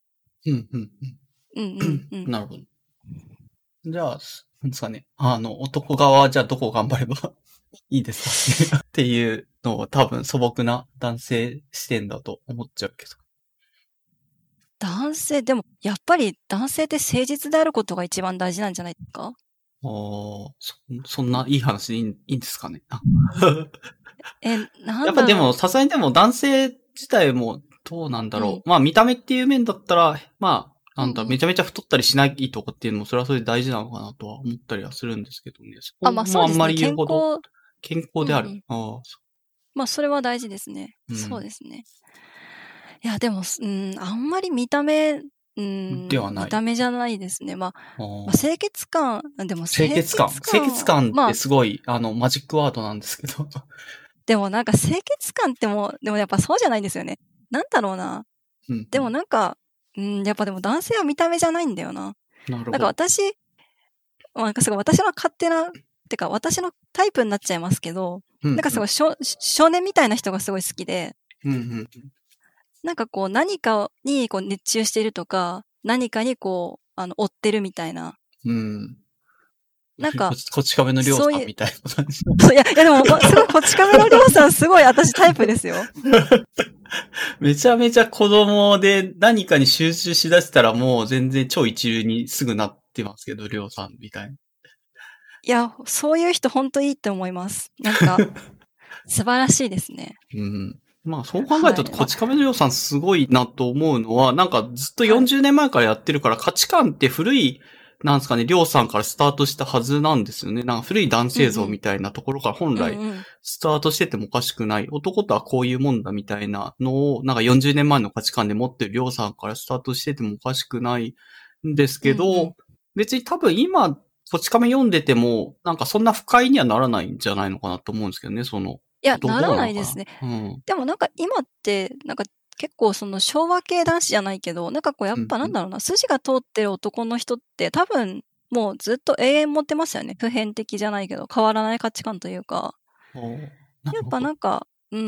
なるほど。じゃあ、なんですかね。男側はじゃあどこを頑張ればいいですかっていうのは多分素朴な男性視点だと思っちゃうけど。 男性、でも、やっぱり男性って誠実であることが一番大事なんじゃないですか？ そんないい話でいいんですかね。 やっぱでも、さすがにでも男性自体もどうなんだろう。まあ見た目っていう面だったら、まあ、めちゃめちゃ太ったりしないとかっていうのも、それはそれで大事なのかなとは思ったりはするんですけどね。そこもあんまり言うほど健康である。 まあ、それは大事ですね。そうですね。いや、でも、あんまり見た目、 ではない。 見た目じゃないですね。まあ、清潔感、でも清潔感ってすごい、マジックワードなんですけど。 でもなんか清潔感ってでもやっぱそうじゃないんですよね。なんだろうな。でもなんか、やっぱでも男性は見た目じゃないんだよな。 なるほど。 なんかなんかすごい私の勝手な、てか私のタイプになっちゃいますけど、なんかすごい少年みたいな人がすごい好きで、なんか何かに熱中してるとか、何かに追ってるみたいな。 なんか、 こち亀のりょうさんみたいな感じ。 いや、でも、すごい、こち亀のりょうさんすごい私タイプですよ。 めちゃめちゃ子供で何かに集中しだしたらもう全然超一流にすぐなってますけど、りょうさんみたいな。 いや、そういう人本当いいって思います。なんか、素晴らしいですね。 うん。まあそう考えると、こち亀のりょうさんすごいなと思うのは、なんかずっと40年前からやってるから価値観って古い、なんですかね、りょうさんからスタートしたはずなんですよね。なんか古い男性像みたいなところから本来スタートしててもおかしくない。男とはこういうもんだみたいなのを、なんか40年前の価値観で持ってるりょうさんからスタートしててもおかしくないんですけど、別に多分今、こち亀読んでても、なんかそんな不快にはならないんじゃないのかなと思うんですけどね、 いや、ならないですね。でもなんか今って、なんか結構その昭和系男子じゃないけど、なんかこうやっぱなんだろうな、筋が通ってる男の人って多分もうずっと永遠持ってますよね。普遍的じゃないけど、変わらない価値観というか。やっぱなんか、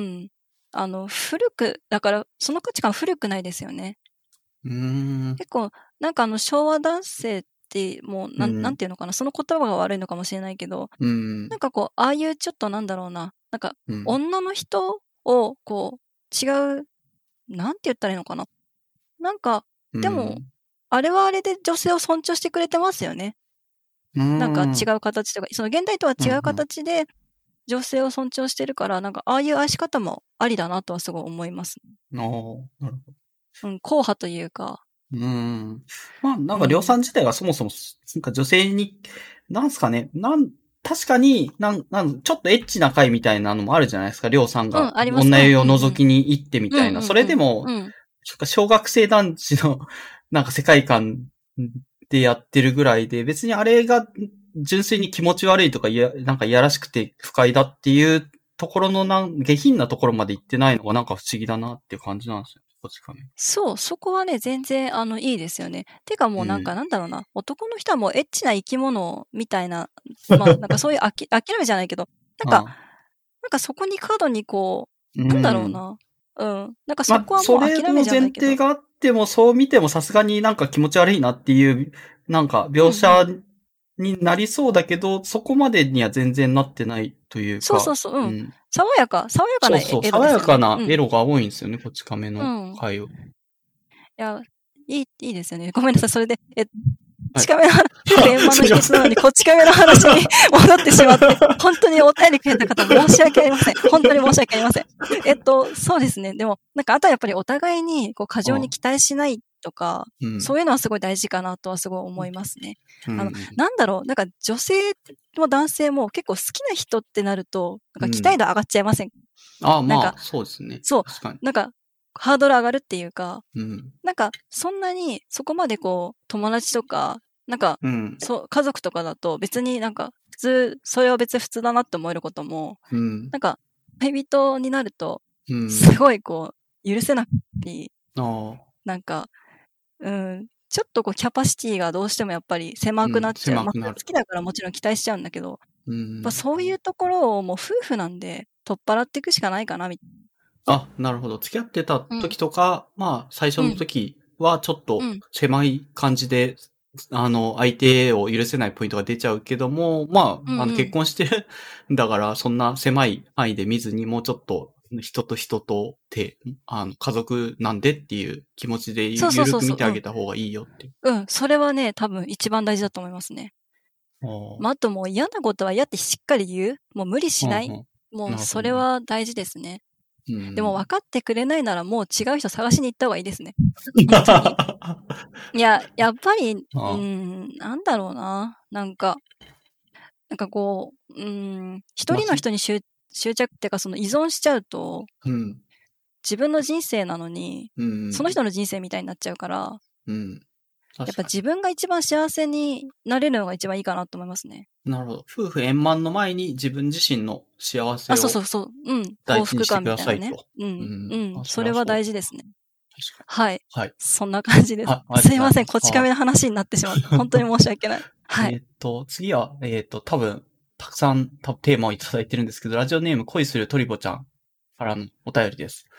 だからその価値観古くないですよね。結構、なんか昭和男性ってもう、なんていうのかな、その言葉が悪いのかもしれないけど、なんかこう、ああいうちょっとなんだろうな、なんか、女の人を、こう、違う、なんて言ったらいいのかな。なんか、でも、あれはあれで女性を尊重してくれてますよね。なんか違う形とか、その現代とは違う形で女性を尊重してるから、なんかああいう愛し方もありだなとはすごい思います。 なるほど。 硬派というか。 まあ、なんか、りょうさん自体がそもそも、なんか女性に、なんすかね、確かに、ちょっとエッチな回みたいなのもあるじゃないですか、りょうさんが。女湯を覗きに行ってみたいな。それでも、小学生男子の、なんか世界観でやってるぐらいで、別にあれが純粋に気持ち悪いとか、なんかいやらしくて不快だっていうところの下品なところまで行ってないのがなんか不思議だなっていう感じなんですよ。 そう、そこはね、全然、いいですよね。てかもうなんか、なんだろうな、男の人はもうエッチな生き物みたいな、まあ、なんかそういう諦めじゃないけど、なんかそこに過度にこう、なんだろうな。なんかそこはもう諦めじゃないけど。 それの前提があっても、そう見てもさすがになんか気持ち悪いなっていう、なんか描写になりそうだけど、そこまでには全然なってないというか。 そう。爽やかなエロですよね。 爽やかなエロが多いんですよね、こち亀の回を。 いや、いいですよね。ごめんなさい。それで、こち亀の、夫婦円満の秘訣なのに、こち亀の話に戻ってしまって、本当にお便りくれた方申し訳ありません。本当に申し訳ありません。そうですね。でも、なんか、あとはやっぱりお互いに、こう、過剰に期待しないとか、そういうのはすごい大事かなとはすごい思いますね。なんだろう、なんか女性も男性も結構好きな人ってなると、なんか期待度上がっちゃいません？ まあ、そうですね。 そう。なんか、ハードル上がるっていうか、なんか、そんなに、そこまでこう、友達とか、なんか、家族とかだと別になんか、それは別に普通だなって思えることも、なんか、恋人になると、すごいこう、許せなくて、なんか、ちょっとこう、キャパシティがどうしてもやっぱり狭くなっちゃう。まあ、好きだからもちろん期待しちゃうんだけど、そういうところをもう夫婦なんで、取っ払っていくしかないかな、みたいな。 なるほど。付き合ってた時とか、まあ、最初の時はちょっと狭い感じで、相手を許せないポイントが出ちゃうけども、まあ、結婚してるんだから、そんな狭い範囲で見ずに、もうちょっと、人と人と家族なんでっていう気持ちで緩く見てあげた方がいいよって。 それはね、多分一番大事だと思いますね。あともう嫌なことは嫌ってしっかり言う。もう無理しない。もうそれは大事ですね。でも分かってくれないならもう違う人探しに行った方がいいですね。いや、やっぱり、なんだろうな。なんかこう、一人の人に執着っていうかその依存しちゃうと、自分の人生なのに、その人の人生みたいになっちゃうから、やっぱ自分が一番幸せになれるのが一番いいかなと思いますね。 なるほど。夫婦円満の前に自分自身の幸せを幸福感みたいなね。それは大事ですね。はい。そんな感じです。すいません。こち亀の話になってしまって。本当に申し訳ない。はい。 次は、多分、たくさんテーマをいただいてるんですけど、ラジオネーム恋するトリボちゃんからのお便りです。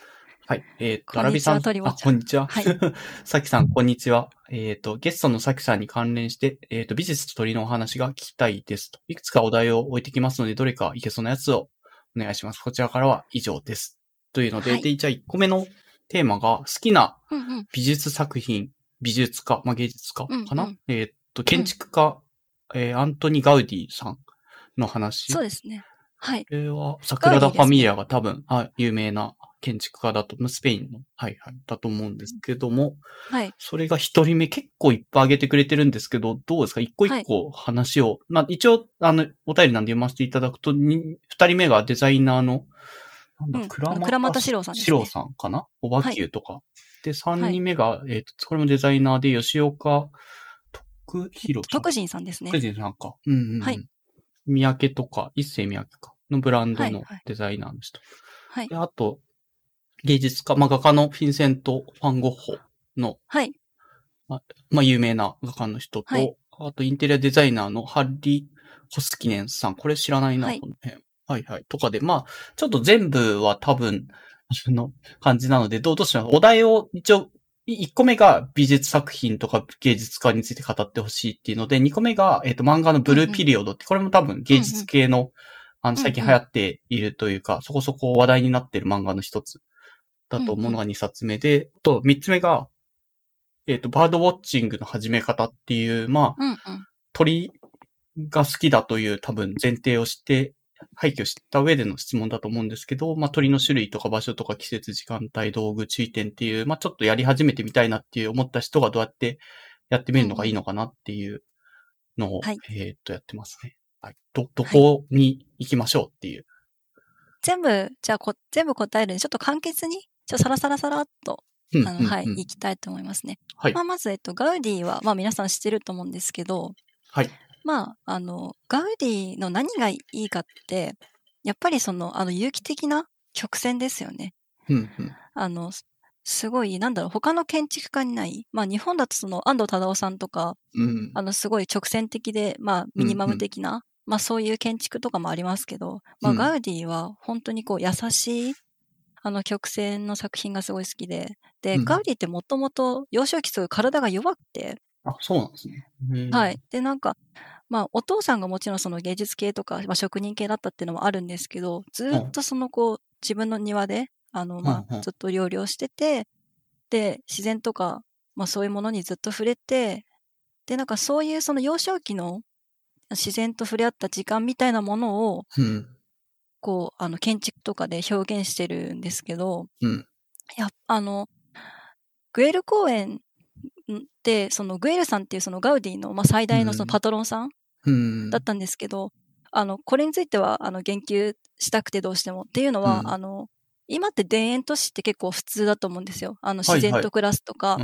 はい。 こんにちは、 アラビさん、こんにちは。 はい。 さきさん、こんにちは。ゲストのさきさんに関連して、美術と鳥のお話が聞きたいですと。いくつかお題を置いてきますので、どれかいけそうなやつをお願いします。こちらからは以上です。というので、 はい、 じゃあ1個目のテーマが、好きなうんうん、 美術作品、美術家、芸術家かな、 うんうん、 建築家、アントニ・ガウディさんの話。 そうですね。はい。 これは、サグガウラダ・ファミリディですね。 アが多分、有名な建築家だと、スペインの、だと思うんですけども、 はい。 それが一人目結構いっぱい挙げてくれてるんですけど、どうですか一個一はい。 個話を、一応、お便りなんで読ませていただくと、二人目がデザイナーの、 うん。 倉倉俣俣史郎さんで史郎すね。 さんかなオバはい。 キューとか。で、三はい。 人目が、これもデザイナーで、吉岡徳弘さん。 徳人さんですね。 徳人さんか。うんうんうはい。 ん。三宅とか、一世三宅か。のブランドはい。 のはい。 デザイナーの人。 はい。 で、あと、芸術家、画家のフィンセント・ファン・ゴッホの、 はい。 有名な画家の人はい。 と、あとインテリアデザイナーのハッリー・ホスキネンさん。これ知らないな、 はい。 この辺。はいはい。とかで、ちょっと全部は多分、感じなので、どうしよう。お題を一応、1個目が美術作品とか芸術家について語ってほしいっていうので、2個目が、漫画のブルーうんうん。 ピリオドって、これも多分芸術うんうん。 系の、最近流行うんうん。 っているというか、そこそこ話題になっている漫画の一つだと思うのが2冊目で、3つ目が、バードウォッチングの始め方っていう、 うんうん。 鳥が好きだという多分前提をして、廃棄を知った上での質問だと思うんですけど、鳥の種類とか場所とか季節、時間帯、道具、注意点っていう、ちょっとやり始めてみたいなっていう思った人がどうやってやってみるのがいいのかなっていうのを、 はい。 やってますね。はい。どはい。 こに行きましょうっていう。 じゃあ全部答えるんで、ちょっと簡潔に、サラサラサラっと、 うん、うん、 はい、 うん。 いきたいと思いますね。 はい。 まず、ガウディは、皆さん知ってると思うんですけど、 はい。 ガウディの何がいいかって、やっぱり有機的な曲線ですよね。 うん、うん。 すごい、他の建築家にない、日本だと安藤忠雄さんとか、 うん。 すごい直線的で、ミニマム的な、そういう建築とかもありますけど、 うん。 ガウディは本当に優しい、曲線の作品がすごい好きで、で、ガウうん。 ディってもともと幼少期すごい体が弱くて、 あ、そうなんですね。 はい。で、お父さんがもちろんその芸術系とか、職人系だったっていうのもあるんですけど、ずっと自分の庭で、ずっと料理をしてて、で、自然とか、そういうものにずっと触れて、で、そういうその幼少期の自然と触れ合った時間みたいなものを、 うん。 建築とかで表現してるんですけど、 うん。 グエル公園で、グエルさんっていうそのガウディの、最大のそのパトロンさんうん。 だったんですけど、これについては、言及したくてどうしても。っていうのは、 うん。 今って田園都市って結構普通だと思うんですよ。自はいはい。 然と暮らすとか、 うん。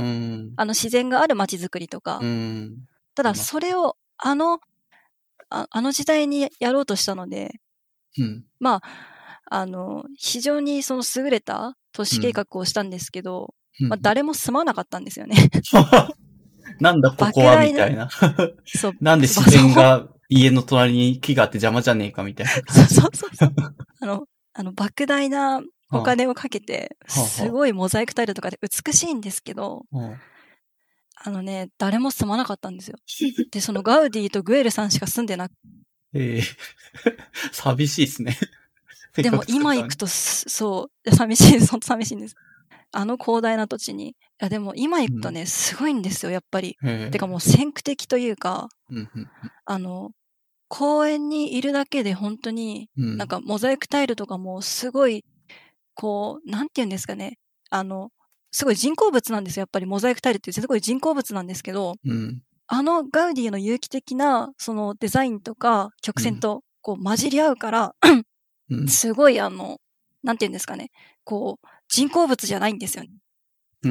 自然がある街づくりとうか。 ん。 ただ、 いますね。 それを、あの時代にやろうとしたので、 うん。 非常にその優れた都市計うん。 画をしたんですけど、 うん。 誰も住まなかったんですよね。 なんだここは莫大な、 みたいな。 そう、 なんで自そう、 然が家の隣に木があって邪魔じゃねえかみたいな感じ。 そうそうそう。あの、莫大なおは金をかけて、 あ、はあ、はすごいモザイクタイルとかで美しいんですけど、 あ。はあ、 誰も住まなかったんですよ。で、そのガウディとグエルさんしか住んでなく、 ええ寂しいですね。せっでもかく作ったのに。 今行くとそう、寂しいです。本当寂しいんです。広大な土地に。いや、でも今行くとね、すごいんですよ、やっぱり。 へてかもうえ。 先駆的というか、 うん、うん、 あの、公園にいるだけで本当に、 うん。 モザイクタイルとかもすごい、なんて言うんですかね。すごい人工物なんですよ。やっぱりモザイクタイルってすごい人工物なんですけど、 うん。 ガウディの有機的な、そのデザインとか曲うん。 線と混じり合うから、 うん。 すごいなんて言うんですかね。人工物じゃないんですよね。 うん。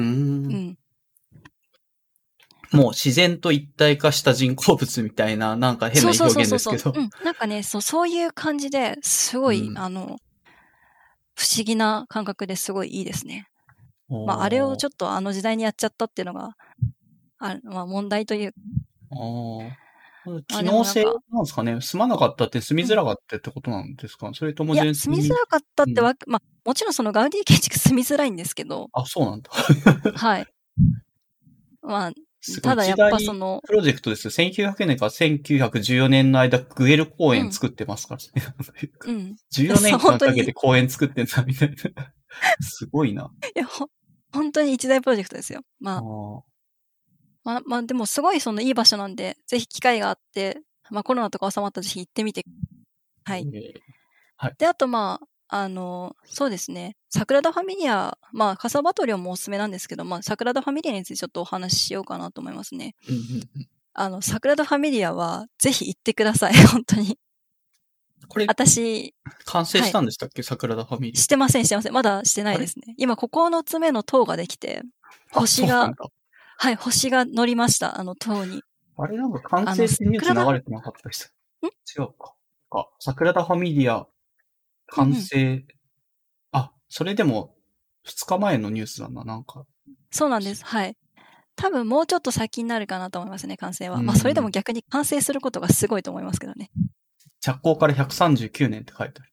うん。 もう自然と一体化した人工物みたいな、なんか変なそうそう表そうそうそう。 現ですけど。 うん。そういう感じで、すごい、 うん。 不思議な感覚ですごいいいですね。あれをおー。 ちょっとあの時代にやっちゃったっていうのが、問題という。 おー。 機能性なんですかね。住まなかったって住みづらかったってことなんですか、それともいや、住みづらかったってまあ、もちろんそのガウディ建築住みづらいんですけど。 あ、そうなんだ。 はい。まあ、 すごいただやっぱその。 プロジェクトですよ。1900年から1914年の間、グエル公園作ってますからね。 うん。 14年間かけて公園作ってんだ、みたいな。すごいな。 いや、本当に一大プロジェクトですよ。まあでもすごいそのいい場所なんで、ぜひ機会があって、まあコロナとか収まったらぜひ行ってみて。はい。 はい。 で、あとそうですね。サグラダ・ファミリア、まあカサバトリオもおすすめなんですけど、まあサグラダ・ファミリアについてちょっとお話ししようかなと思いますね。サグラダ・ファミリアはぜひ行ってください。本当に。 これ、 私、 完成したんでしたっけ、サグラダ・ファミリア。 してません。まだしてないですね。今9つ目の塔ができて、星が乗りました、塔に。 あれなんか完成ってニュース流れてなかったです。違うか。サグラダ・ファミリア、完成、それでも、2日前のニュースだな、なんか。 そうなんです。はい。多分もうちょっと先になるかなと思いますね、完成は。まあ、それでも逆に完成することがすごいと思いますけどね。 着工から139年って書いて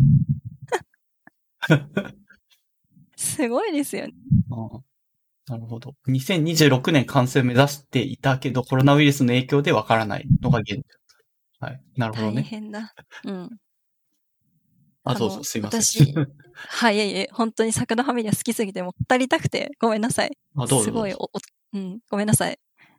ある。 すごいですよね。 なるほど。2026年完成を目指していたけど、コロナウイルスの影響でわからないのが現状。はい。なるほどね。 大変だ。うん。 どうぞ、すいません。 はい、いえ、本当にサグラダ・ファミリア好きすぎて、もう語りたくて、ごめんなさい。 どうぞ。 すごい、ごめんなさい。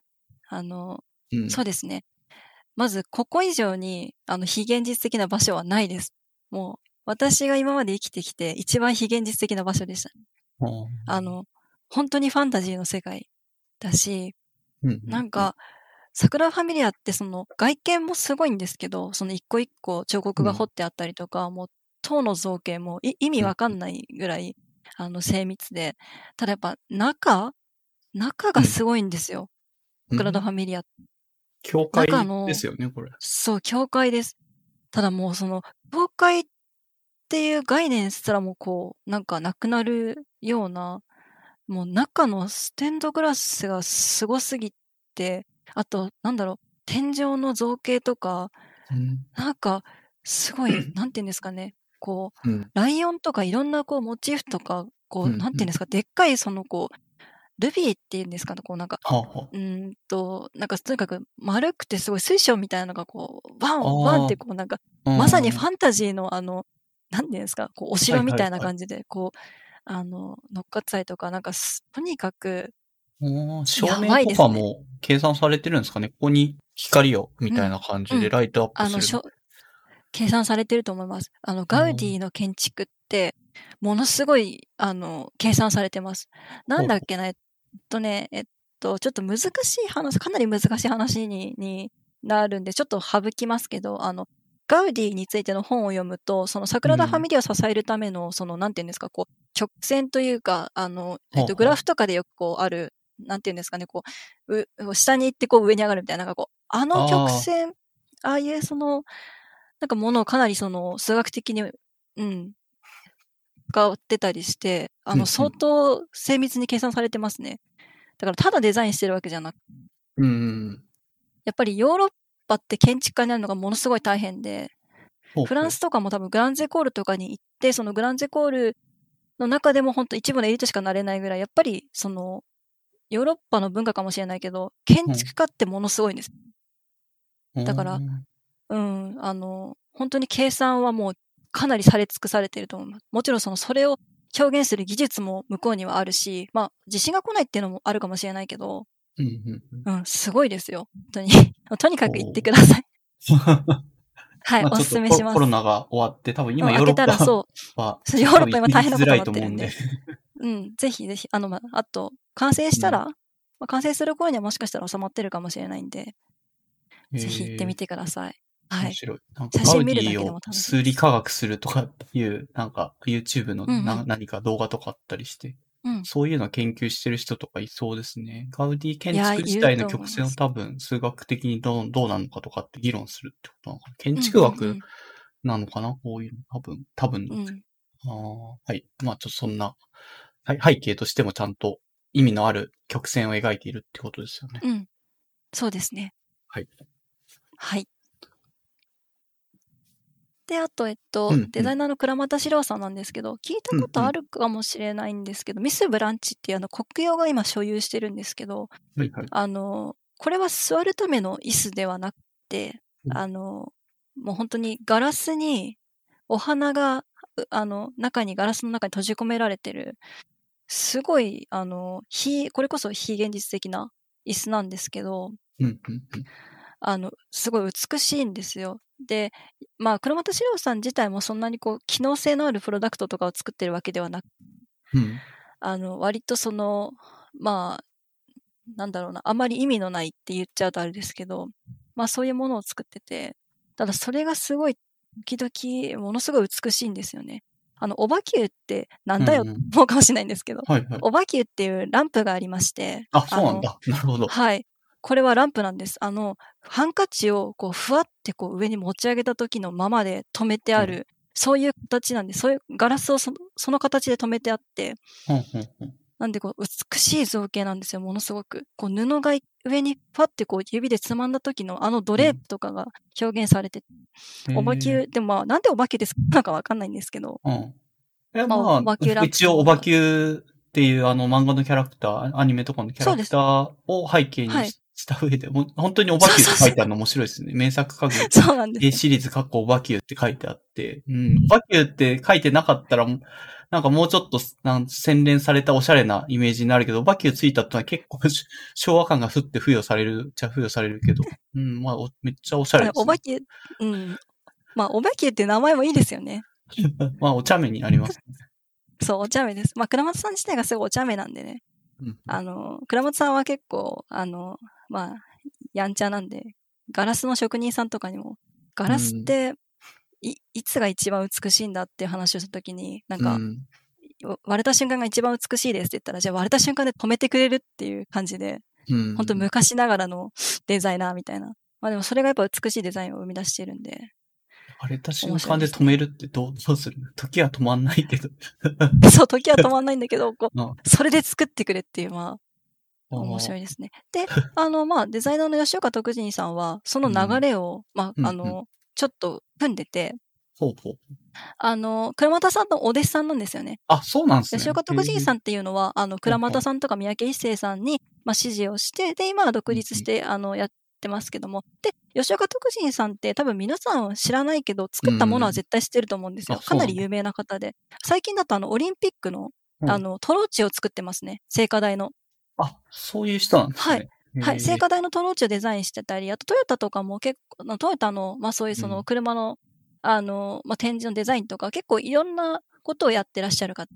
そうですね。まず、ここ以上に、非現実的な場所はないです。もう、私が今まで生きてきて、一番非現実的な場所でした。本当にファンタジーの世界だし、なんか、サグラダ・ファミリアってその外見もすごいんですけど、その一個一個彫刻が彫ってあったりとか、もう塔の造形も意味わかんないぐらい、精密で、ただやっぱ中がすごいんですよ。サグラダ・ファミリア。 教会ですよね、これ。 そう、教会です。ただもうその、教会っていう概念すらもこう、なんかなくなるような、もう中のステンドグラスがすごすぎて、あと、天井の造形とか、なんか、すごい、なんていうんですかね、こう、ライオンとかいろんなこう、モチーフとか、こう、なんていうんですか、でっかいそのこう、ルビーっていうんですかね、こうなんか、なんかとにかく丸くてすごい水晶みたいなのがこう、バンってこうなんか、まさにファンタジーのなんていうんですか、こう、お城みたいな感じで、こう、乗っかってたりとか、なんかとにかく、 照明とかも計算されてるんですかね。ここに光を、みたいな感じでライトアップする。 計算されてると思います。ガウディの建築って、ものすごい、計算されてます。なんだっけな、ちょっと難しい話、かなり難しい話になるんで、ちょっと省きますけど、ガウディについての本を読むと、そのサグラダ・ファミリアを支えるための、その、なんていうんですか、こう、曲線というか、グラフとかでよくこうある、なんていうんですかね、こう、下に行ってこう上に上がるみたいな、なんかこう、曲線、ああいうその、なんかものをかなりその、数学的に、使ってたりして、相当精密に計算されてますね。だからただデザインしてるわけじゃなく、やっぱりヨーロッパって建築家になるのがものすごい大変で、フランスとかも多分グランゼコールとかに行って、そのグランゼコールの中でも本当一部のエリートしかなれないぐらい、やっぱりその、ヨーロッパの文化かもしれないけど、建築家ってものすごいんです。だから、本当に計算はもうかなりされ尽くされていると思います。もちろんそれを表現する技術も向こうにはあるし、まあ、自信が来ないっていうのもあるかもしれないけど、すごいですよ。本当に。とにかく行ってください。はい、おすすめします。 コロナが終わって、多分今ヨーロッパは、 ヨーロッパ今大変なことになってるんで。ぜひぜひ、あと、完成したら、完成する頃にはもしかしたら収まってるかもしれないんで、ぜひ行ってみてください。はい。 面白い。なんかガウディを数理科学するとかいう、なんか YouTube の何か動画とかあったりして、そういうの研究してる人とかいそうですね。ガウディ建築自体の曲線を多分数学的にどうなのかとかって議論するってことなのかな。建築学なのかな、こういうの多分はい。まあちょっとそんな、背景としてもちゃんと意味のある曲線を描いているってことですよね。 そうですね。 はい。 はい。で、あと、デザイナーの倉俣史郎さんなんですけど、聞いたことあるかもしれないんですけど、ミス・ブランチっていう国用が今所有してるんですけど、 はいはい、 これは座るための椅子ではなくて、もう本当にガラスにお花が、ガラスの中に閉じ込められてる、すごい、これこそ非現実的な椅子なんですけど、すごい美しいんですよ。で、まあ、倉俣史郎さん自体もそんなに機能性のあるプロダクトとかを作ってるわけではなく、割とまあ、なんだろうな、あまり意味のないって言っちゃうとあれですけど、まあそういうものを作ってて、ただそれがすごい、時々、ものすごい美しいんですよね。オバキューってなんだよ、思うかもしれないんですけど、オバキューっていうランプがありまして、 あ、そうなんだ。なるほど。 はい。これはランプなんです。ハンカチをふわって上に持ち上げた時のままで止めてある、そういう形なんで、そういうガラスをその形で止めてあって、なんで美しい造形なんですよ、ものすごく。布が上にパッて指でつまんだ時のドレープとかが表現されて、オバキュー、でもまあなんでオバキューですかかわかんないんですけど。 オバキューランプ。一応オバキューっていう漫画のキャラクター、アニメとかのキャラクターを背景にした上で、本当にオバキューって書いてあるの面白いですね。名作家具。 そうなんです。 A シリーズオバキューって書いてあって、オバキューって書いてなかったら、なんかもうちょっと洗練されたおしゃれなイメージになるけど、オバキューついたってのは結構昭和感が付与されるけど、まあめっちゃおしゃれですね。 オバキュー、まあオバキューって名前もいいですよね。 まあお茶目にありますね。 そう、お茶目です。まあ倉松さん自体がすごいお茶目なんでね。倉松さんは結構、まあ、やんちゃなんで、ガラスの職人さんとかにも、ガラスって、いつが一番美しいんだっていう話をしたときに、なんか、割れた瞬間が一番美しいですって言ったら、じゃあ割れた瞬間で止めてくれるっていう感じで、本当昔ながらのデザイナーみたいな。まあでもそれがやっぱ美しいデザインを生み出してるんで。 割れた瞬間で止めるってどうする？時は止まんないけど。 そう、時は止まんないんだけど、それで作ってくれっていう、まあ、面白いですね。で、まあ、デザイナーの吉岡徳仁さんは、その流れを、まあ、ちょっと組んでて、倉俣さんのお弟子さんなんですよね。 あ、そうなんですね。 吉岡徳仁さんっていうのは、倉俣さんとか三宅一生さんに、まあ、指示をして、で、今は独立して、やってますけども。で、吉岡徳仁さんって多分皆さん知らないけど、作ったものは絶対知ってると思うんですよ。かなり有名な方で。最近だとオリンピックの、トローチを作ってますね。聖火台の。 あ、そういう人なんですね。 はい。聖火台のトローチをデザインしてたり、あとトヨタとかも結構、トヨタの、まあそういう車の、まあ展示のデザインとか結構いろんなことをやってらっしゃる方。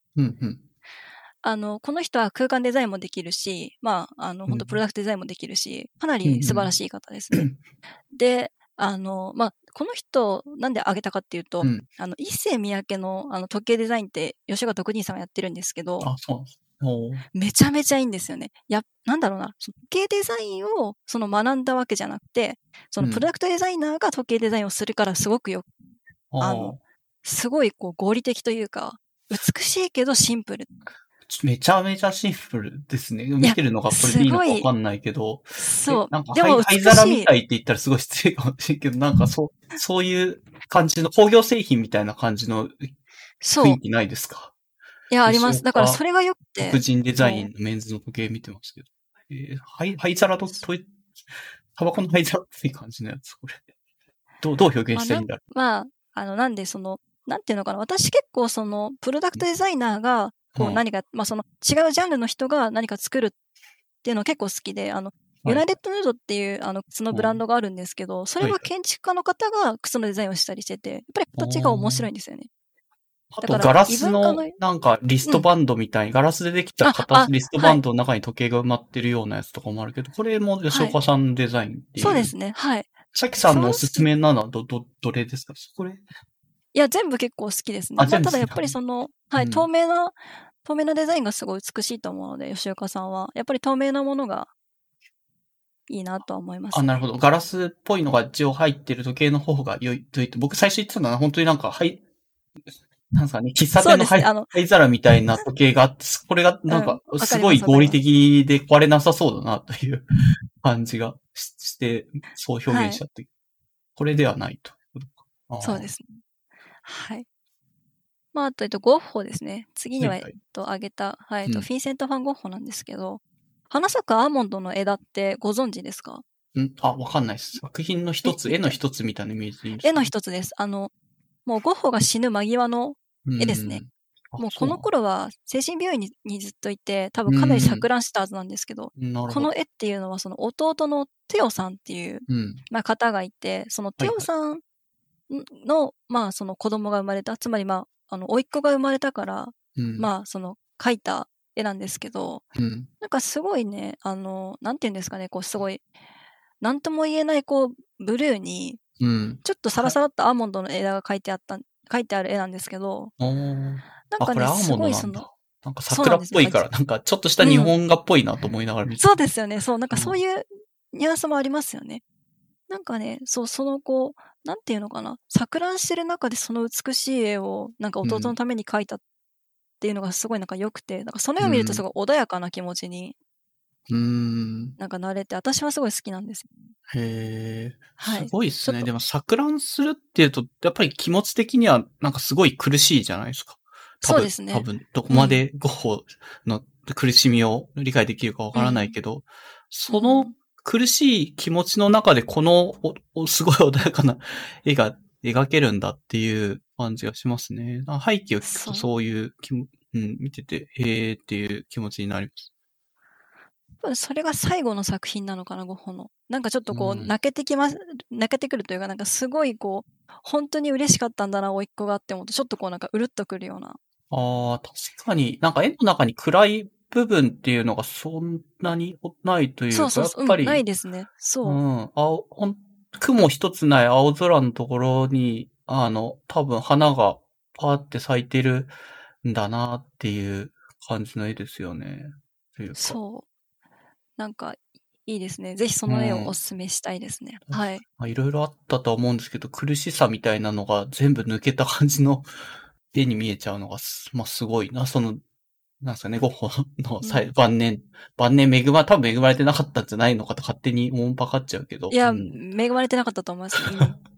この人は空間デザインもできるし、まあ、本当プロダクトデザインもできるし、かなり素晴らしい方ですね。で、まあ、この人、なんで挙げたかっていうと、一世三宅の、時計デザインって、吉岡徳仁さんがやってるんですけど、 あ、そうなんです。 めちゃめちゃいいんですよね。なんだろうな、時計デザインを学んだわけじゃなくて、プロダクトデザイナーが時計デザインをするからすごくすごい合理的というか、美しいけどシンプル。 めちゃめちゃシンプルですね。見てるのがこれでいいのかわかんないけど。 そう。 なんか灰皿みたいって言ったらすごい失礼かもしれんけど、なんかそういう感じの工業製品みたいな感じの雰囲気ないですか？ いや、あります。だからそれが良くて。 黒人デザインのメンズの時計見てますけど。灰皿と、タバコの灰皿っていい感じのやつ、これ。どう表現したらいいんだろう。まあ、なんでなんていうのかな。私結構プロダクトデザイナーが、何か、まあ違うジャンルの人が何か作るっていうの結構好きで、ユナイテッドヌードっていう靴のブランドがあるんですけど、それは建築家の方が靴のデザインをしたりしてて、やっぱり形が面白いんですよね。 あとガラスのなんかリストバンドみたいに、ガラスでできたリストバンドの中に時計が埋まってるようなやつとかもあるけど、これも吉岡さんのデザインっていう。 そうですね。はい。 さきさんのおすすめなのはどれですか？これ？ いや、全部結構好きですね。まあ、ただやっぱりはい、透明なデザインがすごい美しいと思うので、吉岡さんは。やっぱり透明なものがいいなとは思います、ね。 あ、なるほど。ガラスっぽいのが一応入ってる時計の方が良いと言って、僕最初言ってたのは本当になんか、なんですかね、喫茶店の灰皿みたいな時計があって、これがなんか、すごい合理的で壊れなさそうだなという感じがして、そう表現しちゃって、これではないと。 そうですね。はい。まあ、あと、ゴッホですね。次には、挙げた、フィンセント・ファン・ゴッホなんですけど、花咲くアーモンドの枝ってご存知ですか？ わかんないです。作品の一つ、絵の一つみたいなイメージでいいんですか？ 絵の一つです。もうゴッホが死ぬ間際の絵ですね。もうこの頃は精神病院にずっといて、多分かなり錯乱したはずなんですけど、この絵っていうのはその弟のテオさんっていう、まあ、方がいて、そのテオさんの、まあその子供が生まれた、つまりまあ、甥っ子が生まれたから、まあその描いた絵なんですけど、なんかすごいね、なんていうんですかね、こうすごい、なんとも言えないこう、ブルーに、ちょっとサラサラっとアーモンドの枝が描いてある絵なんですけど、なんかね、すごいその、 なんか桜っぽいから、なんかちょっとした日本画っぽいなと思いながら見て、 そうですよね。そう、なんかそういうニュアンスもありますよね。なんかね、そう、そのこう、なんていうのかな、錯乱してる中でその美しい絵を、なんか弟のために描いたっていうのがすごいなんか良くて、なんかその絵を見るとすごい穏やかな気持ちに、なんかなれて、私はすごい好きなんです。 へえ、すごいっすね。でも錯乱するっていうと、やっぱり気持ち的にはなんかすごい苦しいじゃないですか。 そうですね。 多分、どこまでゴッホの苦しみを理解できるかわからないけど、その苦しい気持ちの中でこのすごい穏やかな絵が描けるんだっていう感じがしますね。背景を聞くとそういう見てて、へーっていう気持ちになります。 それが最後の作品なのかな、ゴッホの。なんかちょっとこう、泣けてくるというか、なんかすごいこう、本当に嬉しかったんだな、甥っ子がって思うと、ちょっとこうなんかうるっとくるような。 確かに、なんか絵の中に暗い部分っていうのがそんなにないというか、やっぱり、 ないですね。そう。 雲一つない青空のところに、多分花がパーって咲いてるんだなっていう感じの絵ですよね。 そう。なんか、いいですね。ぜひその絵をお勧めしたいですね。はい。 いろいろあったとは思うんですけど、苦しさみたいなのが全部抜けた感じの絵に見えちゃうのが、まあ、すごいな。なんですかね、ゴッホの晩年多分恵まれてなかったんじゃないのかと勝手に思んばかっちゃうけど。 いや、恵まれてなかったと思います。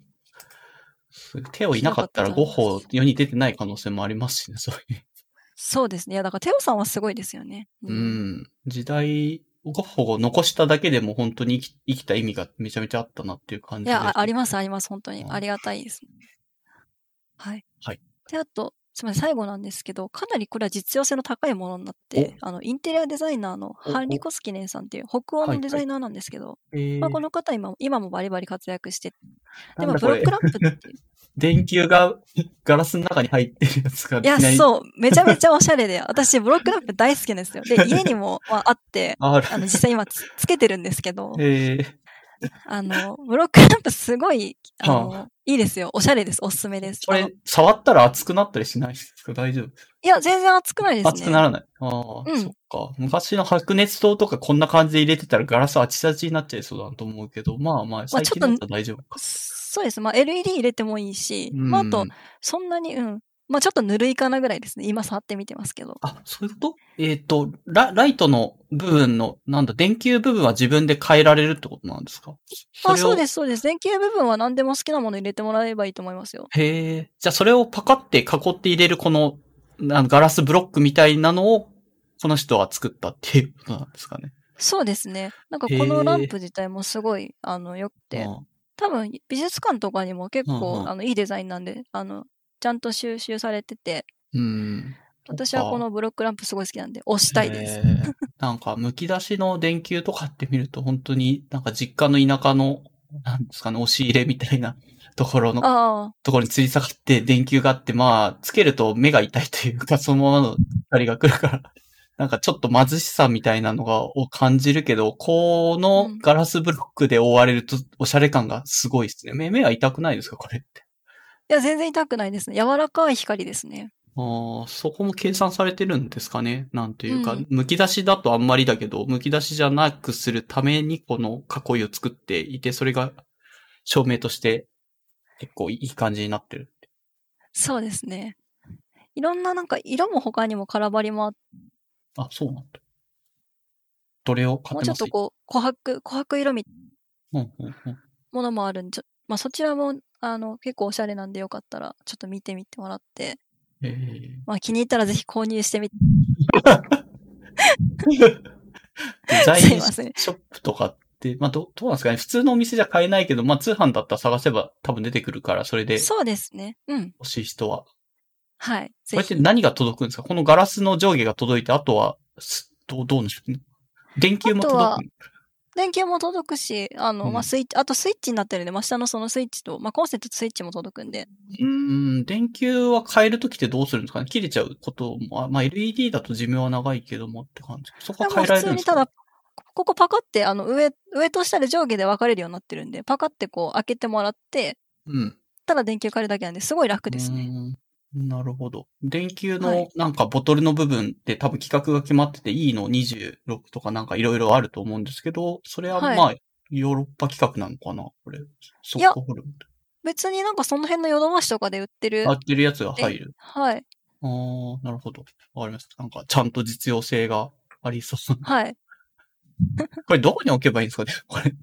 手をいなかったらゴッホ世に出てない可能性もありますしね、そういう。 そうですね。いや、だからテオさんはすごいですよね。 時代、ゴッホを残しただけでも本当に生きた意味がめちゃめちゃあったなっていう感じで。 いや、あります、本当に。ありがたいです。はい。 はい。 で、あと、すみません、最後なんですけど、かなりこれは実用性の高いものになって、インテリアデザイナーのハンリコスキネンさんっていう北欧のデザイナーなんですけど、まあ、この方今もバリバリ活躍して、でもブロックランプっていう。 電球がガラスの中に入ってるやつが。 いや、そう。めちゃめちゃおしゃれで、私、ブロックランプ大好きなんですよ。で、家にも、あって、実際今つけてるんですけど、ブロックランプすごい、いいですよ。おしゃれです。おすすめです。 これ、触ったら熱くなったりしないですか？大丈夫？ いや、全然熱くないですね。 熱くならない。そっか。昔の白熱灯とかこんな感じで入れてたらガラスあちあちになっちゃいそうだと思うけど、まあ、最近だったら大丈夫か。 そうです。まあ、LED 入れてもいいし、まあ、あと、そんなに、まあ、ちょっとぬるいかなぐらいですね。今触ってみてますけど。 そういうこと？ライトの部分の、電球部分は自分で変えられるってことなんですか？ そうです。電球部分は何でも好きなもの入れてもらえばいいと思いますよ。 へえ。じゃあそれをパカって囲って入れるこの、ガラスブロックみたいなのを、この人は作ったっていうことなんですかね。 そうですね。なんかこのランプ自体もすごい、良くて、多分美術館とかにも結構、いいデザインなんで、ちゃんと収集されてて、私はこのブロックランプすごい好きなんで、押したいです。 なんか、剥き出しの電球とかって見ると、本当になんか実家の田舎の、なんですかね、押し入れみたいなところに吊り下がって電球があって、まあ、つけると目が痛いというか、そのままの光が来るから、なんかちょっと貧しさみたいなのを感じるけど、このガラスブロックで覆われると、おしゃれ感がすごいですね。目は痛くないですか、これって。 いや、全然痛くないですね。柔らかい光ですね。 そこも計算されてるんですかね。なんというか、剥き出しだとあんまりだけど、剥き出しじゃなくするためにこの囲いを作っていて、それが照明として結構いい感じになってる。 そうですね。いろんななんか色も他にも空張りもそうなんだ。どれを買ってます？ もうちょっとこう、琥珀色みものもあるんで、まあそちらも、結構おしゃれなんでよかったら、ちょっと見てみてもらって、まあ気に入ったらぜひ購入してみて。 デザインシすいません。 ョップとかって、まあどうなんですかね。普通のお店じゃ買えないけど、まあ通販だったら探せば多分出てくるから、それでそうですね。うん。 欲しい人は。 はい。 これって何が届くんですか？このガラスの上下が届いて、あとは、どうなんでしょうね。電球も届く？ 電球も届くし、まあ、スイッチ、あとスイッチになってるんで、真下のそのスイッチと、まあ、コンセントとスイッチも届くんで。 電球は変えるときってどうするんですかね？切れちゃうことも、まあ、LED だと寿命は長いけどもって感じ。そこは変えられるんですか？ 普通にただ、ここパカって、上と下で上下で分かれるようになってるんで、パカってこう開けてもらって、ただ電球変えるだけなんで、すごい楽ですね。 なるほど。電球のなんかボトルの部分って多分規格が決まってて E の26とかなんかいろいろあると思うんですけど、それはまあ、ヨーロッパ規格なのかなこれ。 いや、別になんかその辺のヨドバシとかで売ってる。 売ってるやつが入る。 はい。 なるほど。わかりました。なんかちゃんと実用性がありそう。 はい。 これどこに置けばいいんですかねこれ。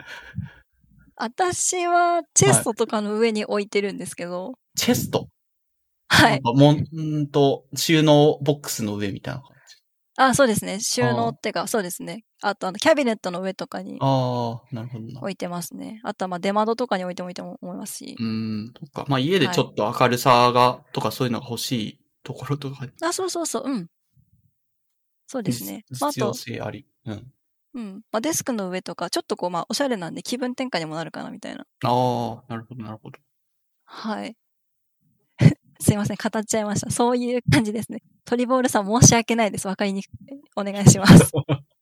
私はチェストとかの上に置いてるんですけど。 チェスト？ はい。 収納ボックスの上みたいな感じ。 そうですね。収納ってか、そうですね。あと、キャビネットの上とかに。 なるほどな。 置いてますね。あとは、まあ、出窓とかに置いてもいいと思いますし。 とか。まあ、家でちょっと明るさが、とかそういうのが欲しいところとか。 そうそうそう。うん。そうですね。 実用性あり。 まあ、デスクの上とか、ちょっとこう、まあ、おしゃれなんで気分転換にもなるかな、みたいな。 なるほど、なるほど。 はい。すいません、語っちゃいました。そういう感じですね。トリボールさん申し訳ないです。わかりにくくて。お願いします。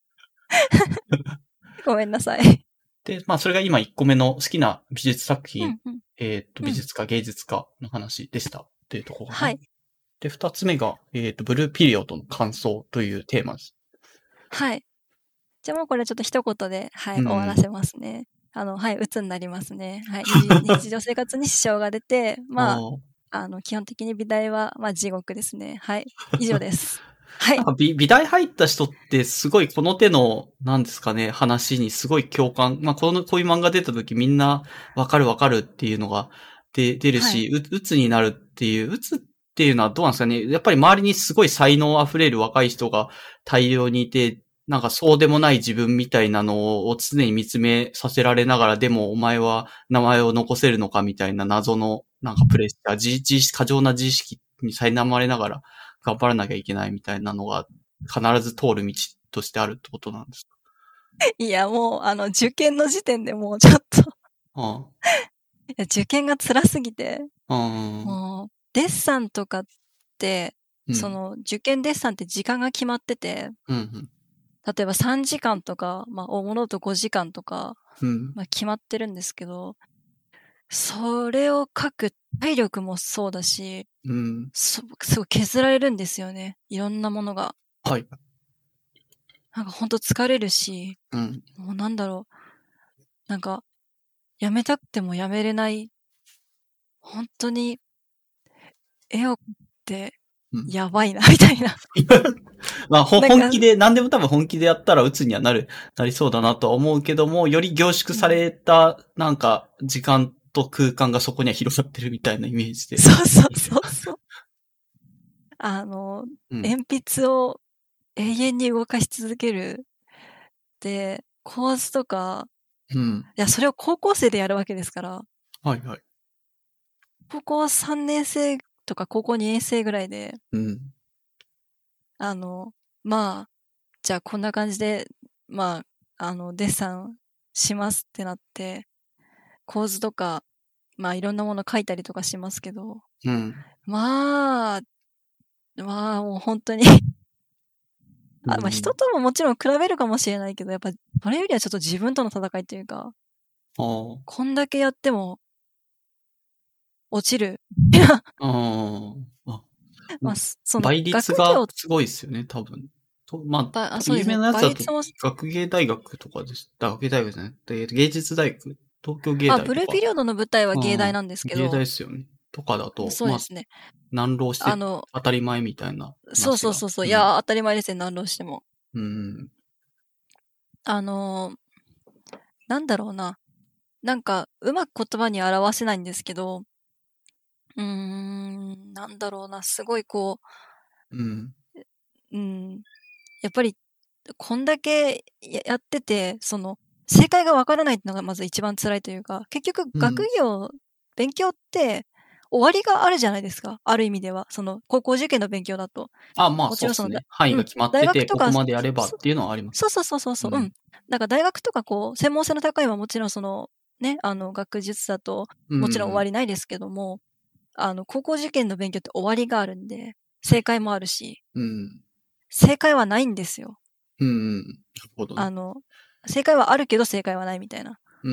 ごめんなさい。 で、まあ、それが今1個目の好きな美術作品、美術家、芸術家の話でしたっていうところかな。はい。で、2つ目が、ブルーピリオドの感想というテーマです。 はい。じゃあもうこれちょっと一言で、はい、終わらせますね。はい、鬱になりますね。はい。日常生活に支障が出て、まあ、基本的に美大は、まあ、地獄ですね。はい。以上です。はい。 なんか美大入った人ってすごいこの手の、なんですかね、話にすごい共感。まあ、こういう漫画出た時みんなわかるっていうのが出るし、鬱になるっていう、鬱っていうのはどうなんですかね。やっぱり周りにすごい才能あふれる若い人が大量にいて、なんかそうでもない自分みたいなのを常に見つめさせられながら、でもお前は名前を残せるのかみたいな謎のなんかプレッシャー、過剰な自意識に苛まれながら頑張らなきゃいけないみたいなのが必ず通る道としてあるってことなんですか？ いや、もう、受験の時点でもうちょっといや受験が辛すぎて、もう、デッサンとかって、その、受験デッサンって時間が決まってて、例えば3時間とか、まあ、大物だと5時間とか、まあ、決まってるんですけど、それを書く体力もそうだし、すごい削られるんですよね。いろんなものが。 はい。 なんかほんと疲れるし、もうなんだろう。なんか、やめたくてもやめれない。本当に、絵をってやばいな、みたいな。 まあ、本気で、何でも多分本気でやったら鬱にはなりそうだなとは思うけども、より凝縮された、なんか、時間と空間がそこには広がってるみたいなイメージで。 そうそうそうそう。鉛筆を永遠に動かし続ける。で、構図とか、いや、それを高校生でやるわけですから。 はいはい。 高校3年生とか高校2年生ぐらいで、まあ、じゃあこんな感じで、まあ、デッサンしますってなって、構図とか、まあいろんなもの書いたりとかしますけど、まあもう本当にまあ人とももちろん比べるかもしれないけど、やっぱそれよりはちょっと自分との戦いというか、こんだけやっても落ちる。 まあ、その倍率がすごいですよね、多分。まあ、有名なやつだと、学芸大学とかです。学芸大学じゃない。芸術大学、東京芸大とか。 ブルーピリオドの舞台は芸大なんですけど。 芸大ですよね。とかだと、 そうですね。 難浪して当たり前みたいな。 そう。いや、当たり前ですね、難浪しても。 なんだろうな。なんか、うまく言葉に表せないんですけど、なんだろうな。すごいこうん。 う、やっぱり、こんだけやってて、正解がわからないってのがまず一番辛いというか、結局、 うん。 学業、勉強って、終わりがあるじゃないですか。ある意味では。高校受験の勉強だと。 あ、まあもちろんそうですね。範囲が決まってて、 大学とか、 ここまでやればっていうのはあります。 そうそうそうそうそう、 うん。 なんか大学とか専門性の高いはもちろんね、学術だと、 うもちろん終わん。 りないですけども、高校受験の勉強って終わりがあるんで、正解もあるし、 うん。 正解はないんですよ。 うん。なるほどね。 正解はあるけど正解はないみたいな。 うん。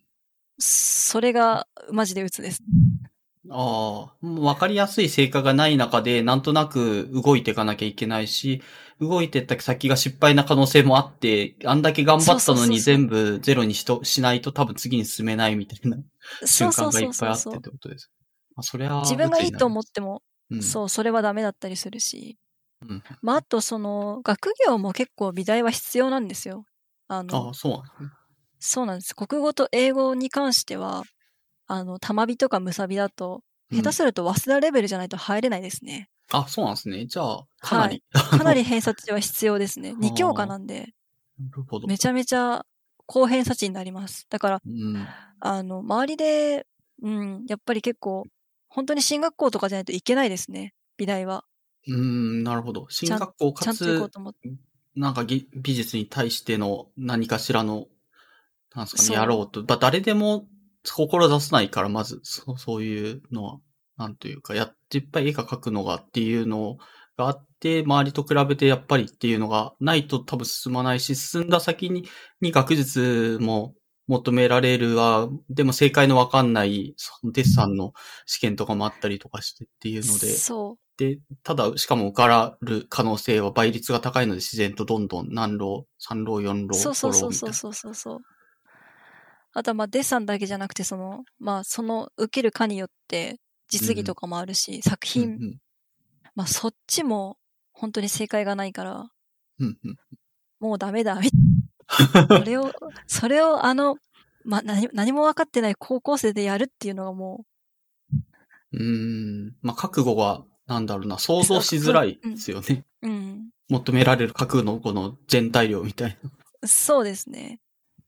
それがマジで鬱です。 ああ、わかりやすい成果がない中で、なんとなく動いていかなきゃいけないし、動いてった先が失敗な可能性もあって、あんだけ頑張そうそうったのにそうそう。 全部ゼロにしないと多分次に進めないみたいなそうそうそ瞬間がいっうそうそう。 ぱいあってってことです。まあ、それは自分がいいと鬱になります。 思っても、 うん。 そう、それはダメだったりするし。 うん。 まあ、あと学業も結構美大は必要なんですよ。 ああ、そうなんですね。 そうなんです。国語と英語に関しては、玉美とかむさびだと、下手うん。 すると早稲田レベルじゃないと入れないですね。 あ、そうなんですね。じゃあ、かなはい。 り、 かなり偏差値は必要ですね。2教科ああ、 なんで、 なるほど。 めちゃめちゃ高偏差値になります。だから、 うん。 周りで、やっぱり結構、本当に進学校とかじゃないといけないですね。美大は。 なるほど。 ちゃん、 進学校かちゃんと行こうつ、 と思って。 なんか美術に対しての何かしらのなんですかね、やろそうと。誰でも志さないから、まず、そういうのは、なんというか、やっていっぱい絵が描くのがっていうのがあって、周りと比べてやっぱりっていうのがないと多分進まないし、進んだ先に学術も求められるわ、でも正解のわかんない、そのデッサンの試験とかもあったりとかしてっていうので、 そで、ただ、しかも受からる可能性は倍率が高いので自然とどんどん何浪、3浪、4 う。そ浪、 うそ 5 うそうそう浪みたいな。 そうそうそう。あとはまあデッサンだけじゃなくて受ける科によって実技とかもあるし、作品、 うんうん。 まあそっちも本当に正解がないから、 うんうん。 もうダメだ、それを、それを何も分かってない高校生でやるっていうのがもまあ、覚悟が、なんだろうな、想う、 像しづらいでうん、 すよね。 うん、 求められる覚悟のこの全体量みたいそうですね。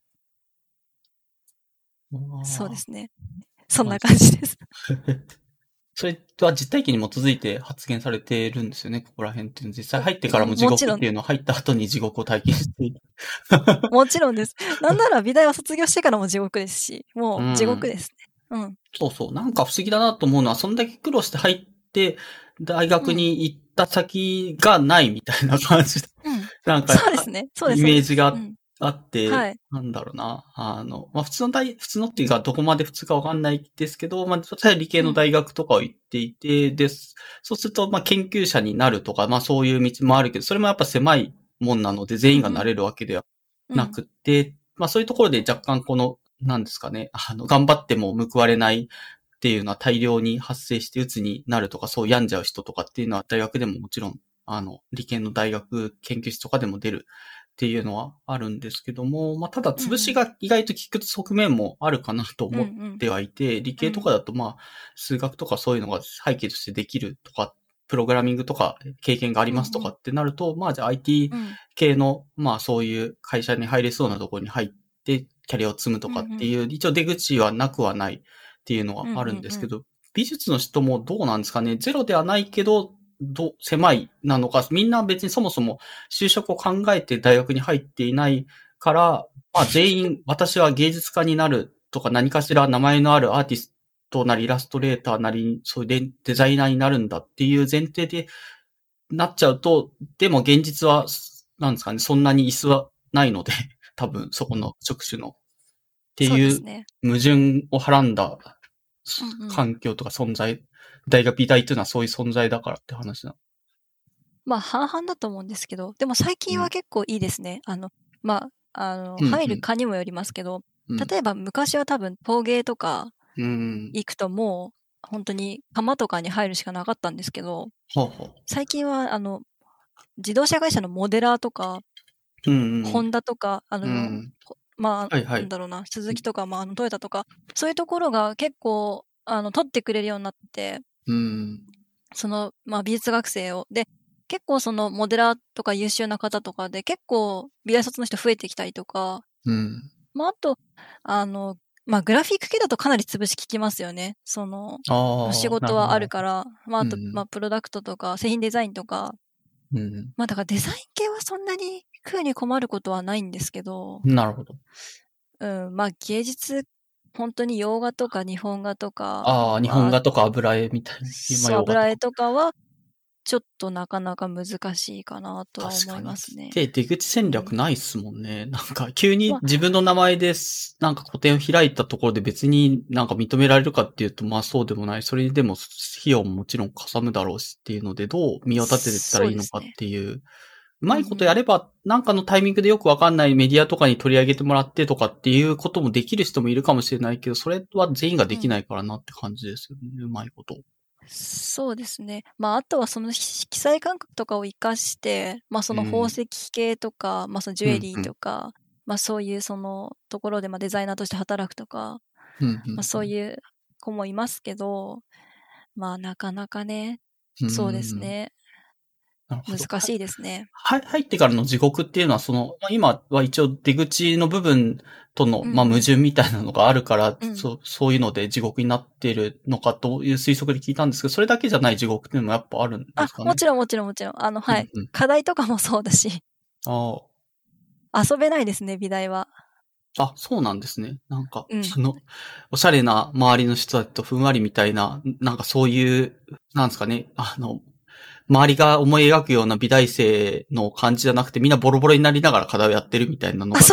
な。 そうでああ、 すね。そんまあ、 な感じです。 それは実体験に基づいて発言されてるんですよね、ここら辺っていうの。実際入ってからも地もちろん、 獄っていうのは入った後に地獄を体験している。 もちろんです。なんなら美大は卒業してからも地獄ですし、 うもう地獄ん。 ですね。うん。 そうそう。なんか不思議だなと思うのは、そんだけ苦労して入って、大学うん。 に行った先がないみたいな感じ。 うん。 なんか、 そうですね。そうです、 イそうです。 メージがうん。 あって、 はい。 なんだろうな。まあ、普通のっていうか、どこまで普通かわかんないですけど、まあ、私は理系うん。 の大学とかを行っていて、です。そうすると、まあ、研究者になるとか、まあ、そういう道もあるけど、それもやっぱ狭いもんなので、全員がなうんうん。 れるわけではうん。 なくて、まあ、そういうところで若干なんですかね、頑張っても報われないっていうのは大量に発生して鬱になるとか、そう病んじゃう人とかっていうのは大学でももちろん、理系の大学研究室とかでも出るっていうのはあるんですけども、まあ、ただうんうん。 潰しが意外と効く側面もあるかなと思っうんうん。 てはいて、理系とかうん。 だとまあ、数学とかそういうのが背景としてできるとか、プログラミングとか経験がありうんうん。 ますとかってなると、まあじゃあ IT うん。 系の、まあそういう会社に入れそうなところに入って、キャリアを積むとうんうん。 かっていう、一応出口はなくはないっていうのはうんあるうんうん。 んですけど、美術の人もどうなんですかね。ゼロではないけど、狭いなのか、みんな別にそもそも就職を考えて大学に入っていないから、まあ全員私は芸術家になるとか何かしら名前のあるアーティストなりイラストレーターなり、そういうデザイナーになるんだっていう前提でなっちゃうと、でも現実は、なんですかね、そんなに椅子はないので、多分そこの職種のっていうそうですね。 矛盾をはらんだうんうん。 環境とか存在、大学美大っていうのはそういう存在だからって話な。 まあ、半々だと思うんですけど、でも最近はうん。 結構いいですね。 うん、 入るうん、 科にもよりますけど、 うん。 例えば昔は多分陶芸とかうん。 行くともう、本当に窯とかに入るしかなかったんですけど、 ほうほう。 最近は自動車会社のモデラーとか、 うん、 ホンダとか、 うん。うん。 まあ、 はいはい。 なんだろうな、鈴木とか、まあ、トヨタとか、そういうところが結構、取ってくれるようになって、まあ、美術学生を。で、結構その、モデラーとか優秀な方とかで、結構、美大卒の人増えてきたりとか、まあ、あと、まあ、グラフィック系だとかなり潰し効きますよね。仕事はあるから、まあ、あと、まあ、プロダクトとか、製品デザインとか、まあ、だからデザイン系はそんなに食うに困ることはないんですけど、 なるほど。 まあ、芸術、本当に洋画とか日本画とか、 日本画とか油絵みたいな。 そう、油絵とかは、ちょっとなかなか難しいかなとは思いますね。 で、出口戦略ないっすもんね。なんか、急に自分の名前です、なんか個展を開いたところで別になんか認められるかっていうと、まあそうでもない。それでも費用ももちろんかさむだろうしっていうので、どう身を立ててったらいいのかっていう。うまいことやれば、なんかのタイミングでよくわかんないメディアとかに取り上げてもらってとかっていうこともできる人もいるかもしれないけど、それは全員ができないからなって感じですよね。うまいこと。 そうですね。まあ、あとはその色彩感覚とかを活かして、まあ、その宝石系とか、まあ、そのジュエリーとか、まあ、そういうそのところで、まあ、デザイナーとして働くとか、まあ、そういう子もいますけど、まあ、なかなかね、そうですね。難しいですね。 入ってからの地獄っていうのは、今は一応出口の部分との、まあ、矛盾みたいなのがあるから、そういうので地獄になっているのかという推測で聞いたんですけど、それだけじゃない地獄っていうのもやっぱあるんですかね。 もちろん。はい。課題とかもそうだし。遊べないですね、美大は。 そうなんですね。なんか、おしゃれな周りの人たちとふんわりみたいな、なんかそういう、なんですかね、周りが思い描くような美大生の感じじゃなくて、みんなボロボロになりながら課題をやってるみたいなのが。 そう。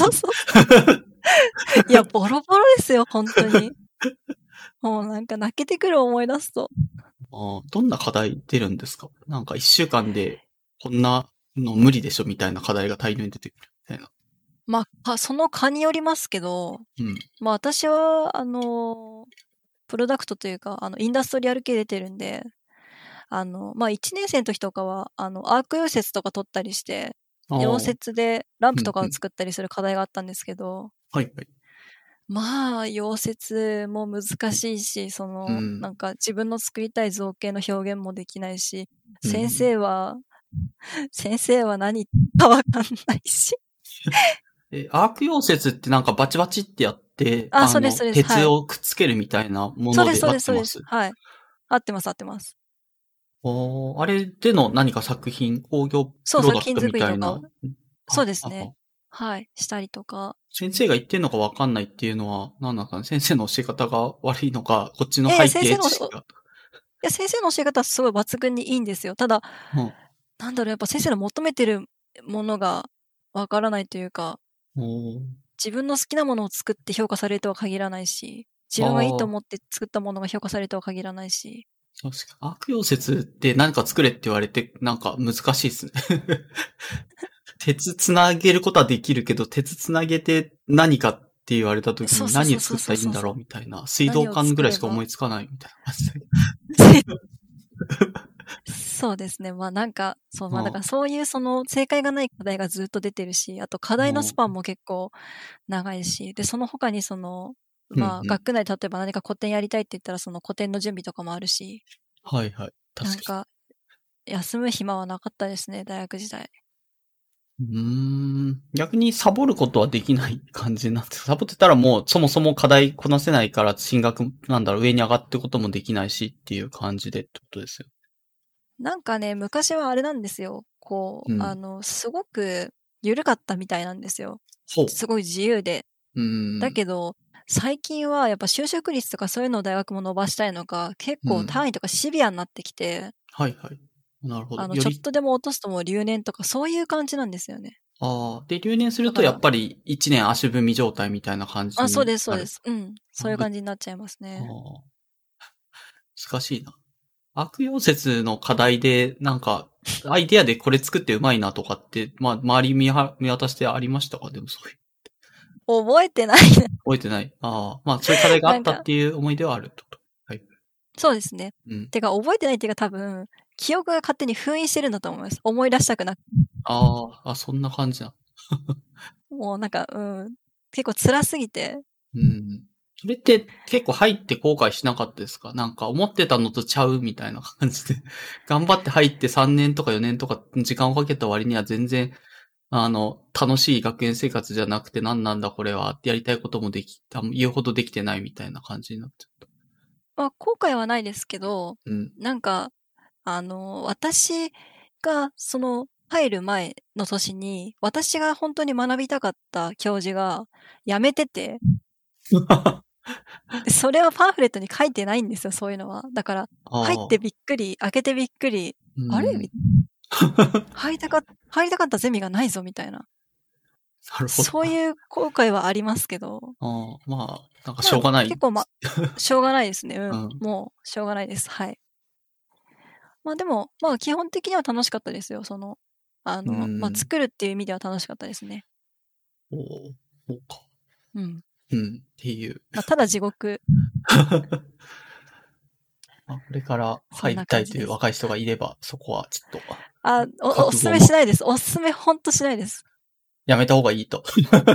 いや、ボロボロですよ、本当に。もうなんか泣けてくる思い出すと。 どんな課題出るんですか？なんか一週間でこんなの無理でしょみたいな課題が大量に出てくるみたいな。 まあ、その科によりますけど、まあ私は、プロダクトというか、インダストリアル系出てるんで、まあ1年生の時とかは、アーク溶接とか取ったりして、溶接でランプとかを作ったりする課題があったんですけど、まあ、溶接も難しいし、なんか自分の作りたい造形の表現もできないし、先生は何かわかんないし。 アーク溶接ってなんかバチバチってやって、 そうです。 鉄をくっつけるみたいなもので合ってます？ そうです。はい。合ってます。 あれでの何か作品、工業プロダクトみたいな。 そうですね。はい。したりとか。 先生が言ってるのかわかんないっていうのは、何なんですかね。先生の教え方が悪いのか、こっちの背景知識が。 先生の教え方はすごい抜群にいいんですよ。ただ、なんだろう、やっぱ先生の求めてるものがわからないというか、自分の好きなものを作って評価されるとは限らないし、自分がいいと思って作ったものが評価されるとは限らないし。 確かに。アーク溶接って何か作れって言われて、なんか難しいですね。鉄つなげることはできるけど、鉄つなげて何かって言われた時に何作ったらいいんだろうみたいな。水道管ぐらいしか思いつかないみたいな感じで。 そうですね。まあなんか、まあだからそういう正解がない課題がずっと出てるし、あと課題のスパンも結構長いし、で、その他にまあ学区内で例えば何か個展やりたいって言ったらその個展の準備とかもあるし。 はい。 なんか、休む暇はなかったですね、大学時代。 逆にサボることはできない感じになって、サボってたらもうそもそも課題こなせないから進学上に上がってこともできないしっていう感じでってことですよ。 なんかね、昔はあれなんですよ。すごく緩かったみたいなんですよ。すごい自由で。だけど、最近はやっぱ就職率とかそういうのを大学も伸ばしたいのか、結構単位とかシビアになってきて。 なるほど。 ちょっとでも落とすともう留年とかそういう感じなんですよね。 で、留年するとやっぱり1年足踏み状態みたいな感じになる。 そうです。そういう感じになっちゃいますね。 難しいな。悪溶接の課題で、なんか、アイデアでこれ作ってうまいなとかって、まあ、周り見渡してありましたか？でもそういう。 覚えてない。 覚えてない。まあ、そういう課題があったっていう思い出はあるってこと。はい。 そうですね。てか、覚えてないっていうか多分、記憶が勝手に封印してるんだと思います。思い出したくなく。 そんな感じな。 もうなんか、 結構辛すぎて。 それって結構入って後悔しなかったですか？なんか思ってたのとちゃうみたいな感じで。頑張って入って3年とか4年とか時間をかけた割には全然、楽しい学園生活じゃなくて何なんだこれはってやりたいことも言うほどできてないみたいな感じになっちゃった。 まあ、後悔はないですけど、なんか、私が入る前の年に、私が本当に学びたかった教授が辞めてて、それはパンフレットに書いてないんですよ、そういうのは。だから、入ってびっくり、開けてびっくり、あれ入りたかったゼミがないぞ、みたいな。 なるほど。 そういう後悔はありますけど。 まあ、なんかしょうがない。 結構しょうがないですね。もう、しょうがないです。はい。まあでも、まあ基本的には楽しかったですよ。作るっていう意味では楽しかったですね。 そうか。っていう。 ただ地獄。 これから入りたいという若い人がいれば、そこはちょっと。おすすめしないです。おすすめほんとしないです。 やめた方がいいと。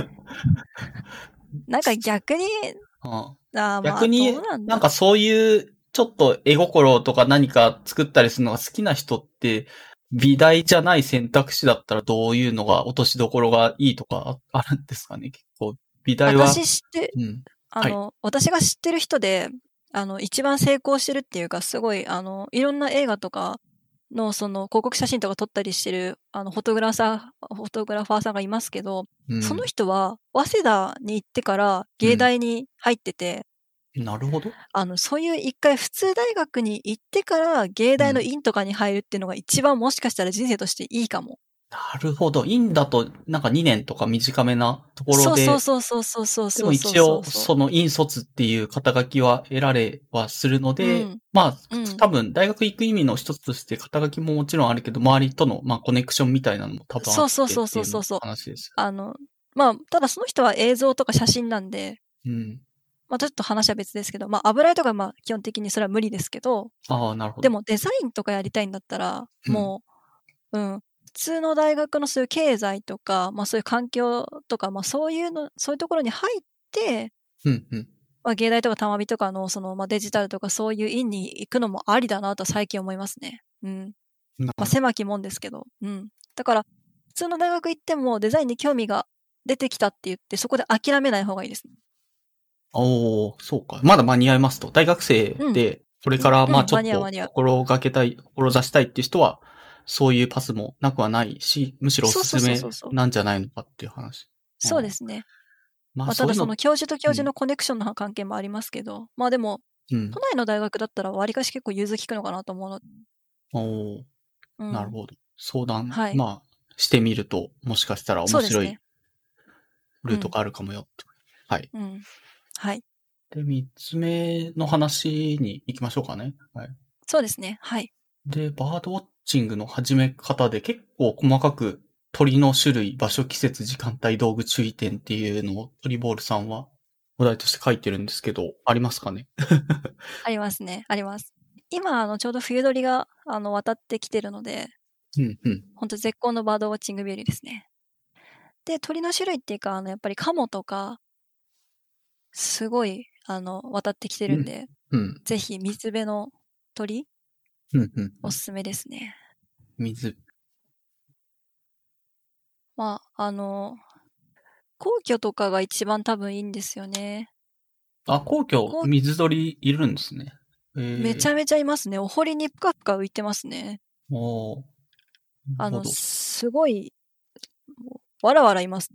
なんか逆に、 逆に、なんかそういう、ちょっと絵心とか何か作ったりするのが好きな人って、美大じゃない選択肢だったらどういうのが落としどころがいいとかあるんですかね？結構、美大は。 私が知ってる人で、一番成功してるっていうか、すごい、いろんな映画とかの、広告写真とか撮ったりしてる、フォトグラファーさんがいますけど、その人は、早稲田に行ってから芸大に入ってて、 なるほど。 そういう一回普通大学に行ってから芸大の院とかに入るっていうのが一番もしかしたら人生としていいかも。 なるほど。院だとなんか2年とか短めなところで。 そう。 でも一応その院卒っていう肩書きは得られはするので、多分大学行く意味の一つとして肩書きももちろんあるけど、周りとのコネクションみたいなのも多分あってっていう話です。 ただその人は映像とか写真なんで、ちょっと話は別ですけど、油絵とか基本的にそれは無理ですけど、 なるほど。 でもデザインとかやりたいんだったら、もう、普通の大学のそういう経済とか、そういう環境とか、そういうところに入って、芸大とかたまびとかの、デジタルとかそういう院に行くのもありだなと最近思いますね。狭きもんですけど。だから、普通の大学行ってもデザインに興味が出てきたって言って、そこで諦めない方がいいですね。 そうか。まだ間に合いますと。大学生で、これからちょっと志したいっていう人は、そういうパスもなくはないし、むしろおすすめなんじゃないのかっていう話。 そうですね。ただその教授と教授のコネクションの関係もありますけど、でも、都内の大学だったら割かし結構融通きくのかなと思うの。 なるほど。相談、してみると、もしかしたら面白いルートがあるかもよ。はい。 はい。 で、3つ目の話に行きましょうかね。はい。 そうですね。はい。 で、バードウォッチングの始め方で結構細かく鳥の種類、場所、季節、時間帯、道具、注意点っていうのをトリボールさんはお題として書いてるんですけど、ありますかね？ ありますね。あります。今、ちょうど冬鳥が、渡ってきてるので、本当絶好のバードウォッチング日和ですね。で、鳥の種類っていうか、やっぱりカモとか、すごい、渡ってきてるんで、ぜひ水辺の鳥、おすすめですね。皇居とかが一番多分いいんですよね。 皇居、水鳥いるんですね。 めちゃめちゃいますね。お堀にぷかぷか浮いてますね。すごい、わらわらいます。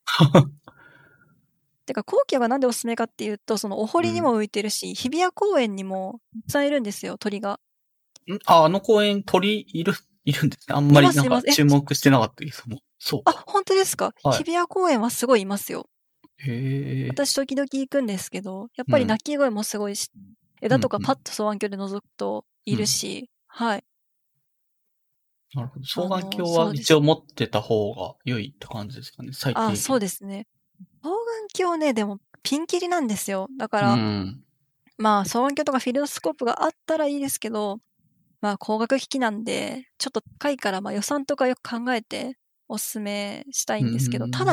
てか、皇居がなんでおすすめかっていうと、そのお堀にも浮いてるし、日比谷公園にもたくさんいるんですよ、鳥が。 あの公園鳥いるんですね。あんまりなんか注目してなかったですもん。そうか。 本当ですか？日比谷公園はすごいいますよ。私時々行くんですけど、やっぱり鳴き声もすごいし、枝とかパッと双眼鏡で覗くといるし、はい。 なるほど。双眼鏡は一応持ってた方が良いって感じですかね、最低限。 そうですね。双眼鏡ね、でもピンキリなんですよ。だから、双眼鏡とかフィルドスコープがあったらいいですけど、光学機器なんで、ちょっと高いから、予算とかよく考えておすすめしたいんですけど、ただ、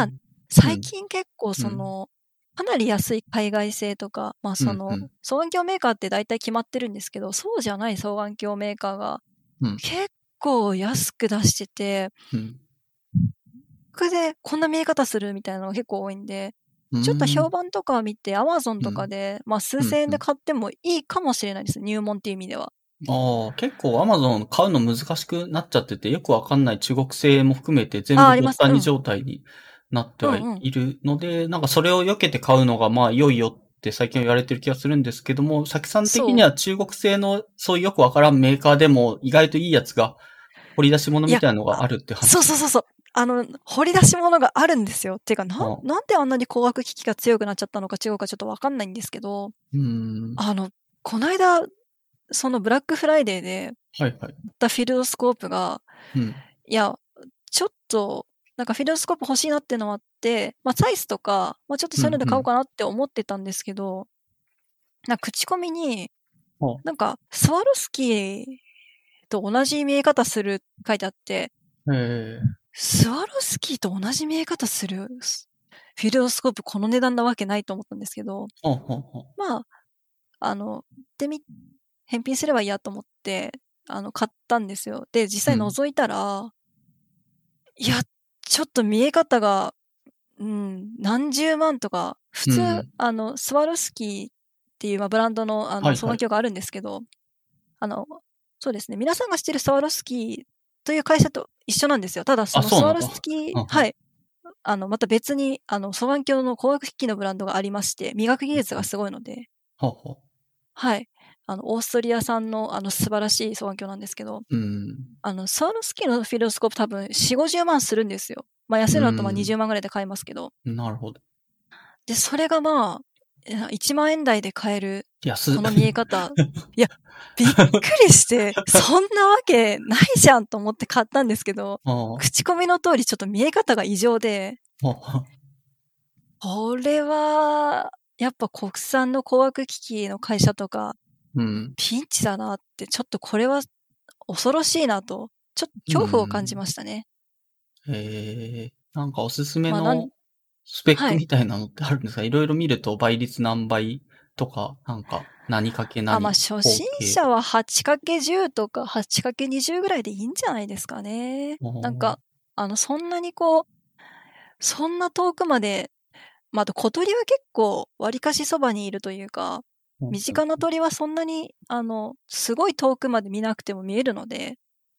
最近結構かなり安い海外製とか、双眼鏡メーカーって大体決まってるんですけど、そうじゃない双眼鏡メーカーが結構安く出してて、これでこんな見え方するみたいなのが結構多いんで、ちょっと評判とかを見て Amazon とかで、数千円で買ってもいいかもしれないです。入門っていう意味では。 結構 Amazon 買うの難しくなっちゃってて、よくわかんない中国製も含めて全部ごったに状態になってはいるので、なんかそれを避けて買うのがいよいよって最近言われてる気がするんですけども、さきさん的には中国製のそういうよくわからんメーカーでも意外といいやつが掘り出し物みたいなのがあるって話。 そう。掘り出し物があるんですよ。っていうか、なんであんなに光学機器が強くなっちゃったのか中国はちょっとわかんないんですけど、この間、そのブラックフライデーで、買ったフィルドスコープが、いや、ちょっと、なんかフィルドスコープ欲しいなっていうのもあって、サイズとか、ちょっとそういうので買おうかなって思ってたんですけど、口コミに、なんか、スワロスキーと同じ見え方する書いてあって、スワロスキーと同じ見え方するフィルドスコープこの値段なわけないと思ったんですけど、返品すればいいやと思って、買ったんですよ。で、実際覗いたら、いや、ちょっと見え方が、何十万とか、普通、スワロスキーっていうブランドの、双眼鏡があるんですけど、そうですね。皆さんが知ってるスワロスキーという会社と一緒なんですよ。ただ、そのスワロスキー、はい。また別に、双眼鏡の光学機器のブランドがありまして、磨く技術がすごいので、はい。オーストリア産の、素晴らしい双眼鏡なんですけど、スワロスキーのフィルドスコープ多分4、50万するんですよ。安いのだと20万ぐらいで買えますけど。 なるほど。 で、それが1万円台で買える、この見え方。いや、びっくりして、そんなわけないじゃんと思って買ったんですけど、口コミの通りちょっと見え方が異常で、これは、やっぱ国産の光学機器の会社とか、ピンチだなって、ちょっとこれは恐ろしいなと、ちょっと恐怖を感じましたね。 なんかおすすめのスペックみたいなのってあるんですか？いろいろ見ると倍率何倍とか、なんか何かけ何。 初心者は 8×10 とか 8×20 ぐらいでいいんじゃないですかね。なんか、そんなにそんな遠くまで、あと小鳥は結構割かしそばにいるというか、身近な鳥はそんなに、すごい遠くまで見なくても見えるので、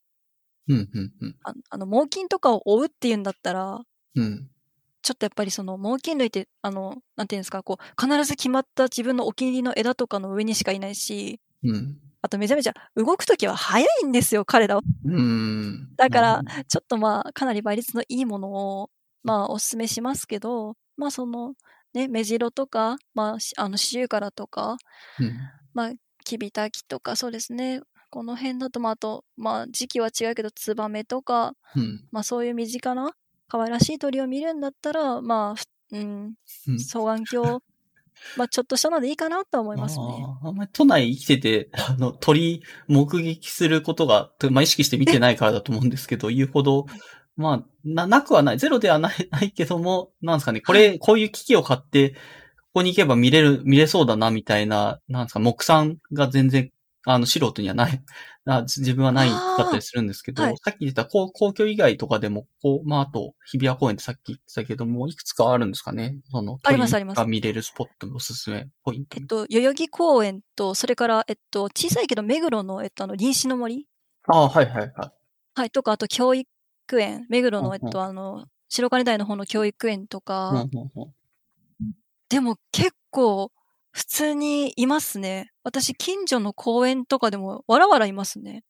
猛禽とかを追うっていうんだったら、ちょっとやっぱりその猛禽類って、なんていうんですか、必ず決まった自分のお気に入りの枝とかの上にしかいないし、あとめちゃめちゃ動くときは速いんですよ、彼らは。だから、ちょっとかなり倍率のいいものを、お勧めしますけど、メジロとか、シジュウカラとか、キビタキとか、そうですね。この辺だと、あと、時期は違うけど、ツバメとか、そういう身近な、可愛らしい鳥を見るんだったら、双眼鏡、ちょっとしたのでいいかなと思いますね。 あんまり都内生きてて、鳥目撃することが、意識して見てないからだと思うんですけど、言うほど、なくはない、ゼロではないけども、なんですかね、こういう機器を買って、ここに行けば見れそうだな、みたいな、なんですか、目算が全然、素人にはない、自分はないかったりするんですけど、さっき言った公共以外とかでも、あと、日比谷公園ってさっき言ってたけども、いくつかあるんですかね、その、鳥が見れるスポットのおすすめポイント。 代々木公園と、それから、小さいけど、目黒の、臨死の森。はい、とか、あと、教育園、目黒の、白金台の方の教育園とか、でも結構、普通にいますね。私、近所の公園とかでも、わらわらいますね。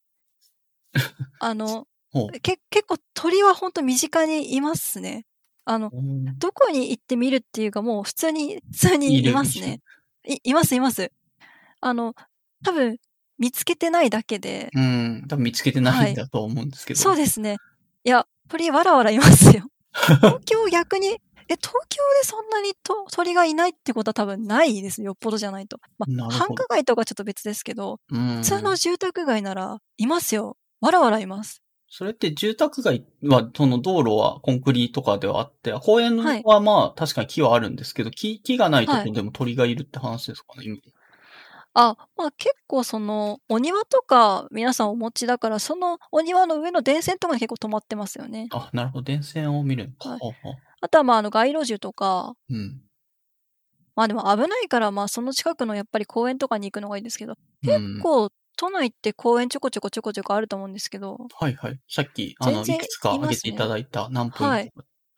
結構鳥は本当身近にいますね。どこに行ってみるっていうか、もう普通にいますね。います。多分、見つけてないだけで。 多分見つけてないんだと思うんですけど。 そうですね。いや、鳥わらわらいますよ。東京逆に、東京でそんなに鳥がいないってことは多分ないです。よっぽどじゃないと。繁華街とかちょっと別ですけど、普通の住宅街ならいますよ。わらわらいます。 それって住宅街は、その道路はコンクリとかではあって、公園はまあ確かに木はあるんですけど、木がないところでも鳥がいるって話ですかね、今。 まあ結構お庭とか皆さんお持ちだから、そのお庭の上の電線とかに結構止まってますよね。 あ、なるほど。電線を見るのか。 はい、あとはまあ街路樹とか、 うん。 まあでも危ないから、まあその近くのやっぱり公園とかに行くのがいいんですけど、結構都内って公園ちょこちょこあると思うんですけど。 はいはい。さっき、いくつか挙げていただいた何ポイント。はい。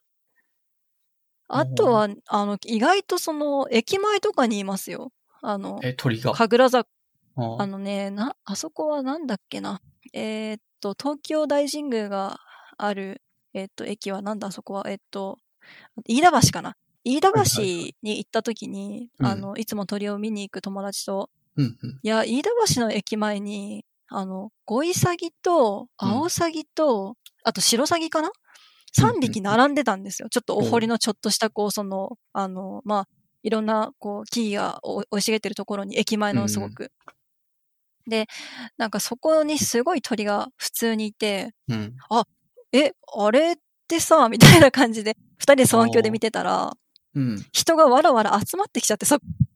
あとは、意外と駅前とかにいますよ。 鳥が。 神楽坂。あそこはなんだっけな。東京大神宮がある、駅はなんだあそこは。飯田橋かな。飯田橋に行った時に、いつも鳥を見に行く友達と、いや、飯田橋の駅前に、ゴイサギと、アオサギと、あとシロサギかな？3匹並んでたんですよ。ちょっとお堀のちょっとした、まあ、いろんな、木が生い茂ってるところに、駅前のすごく。で、なんかそこにすごい鳥が普通にいて、あれってさ、みたいな感じで、2人で双眼鏡で見てたら、人がわらわら集まってきちゃって、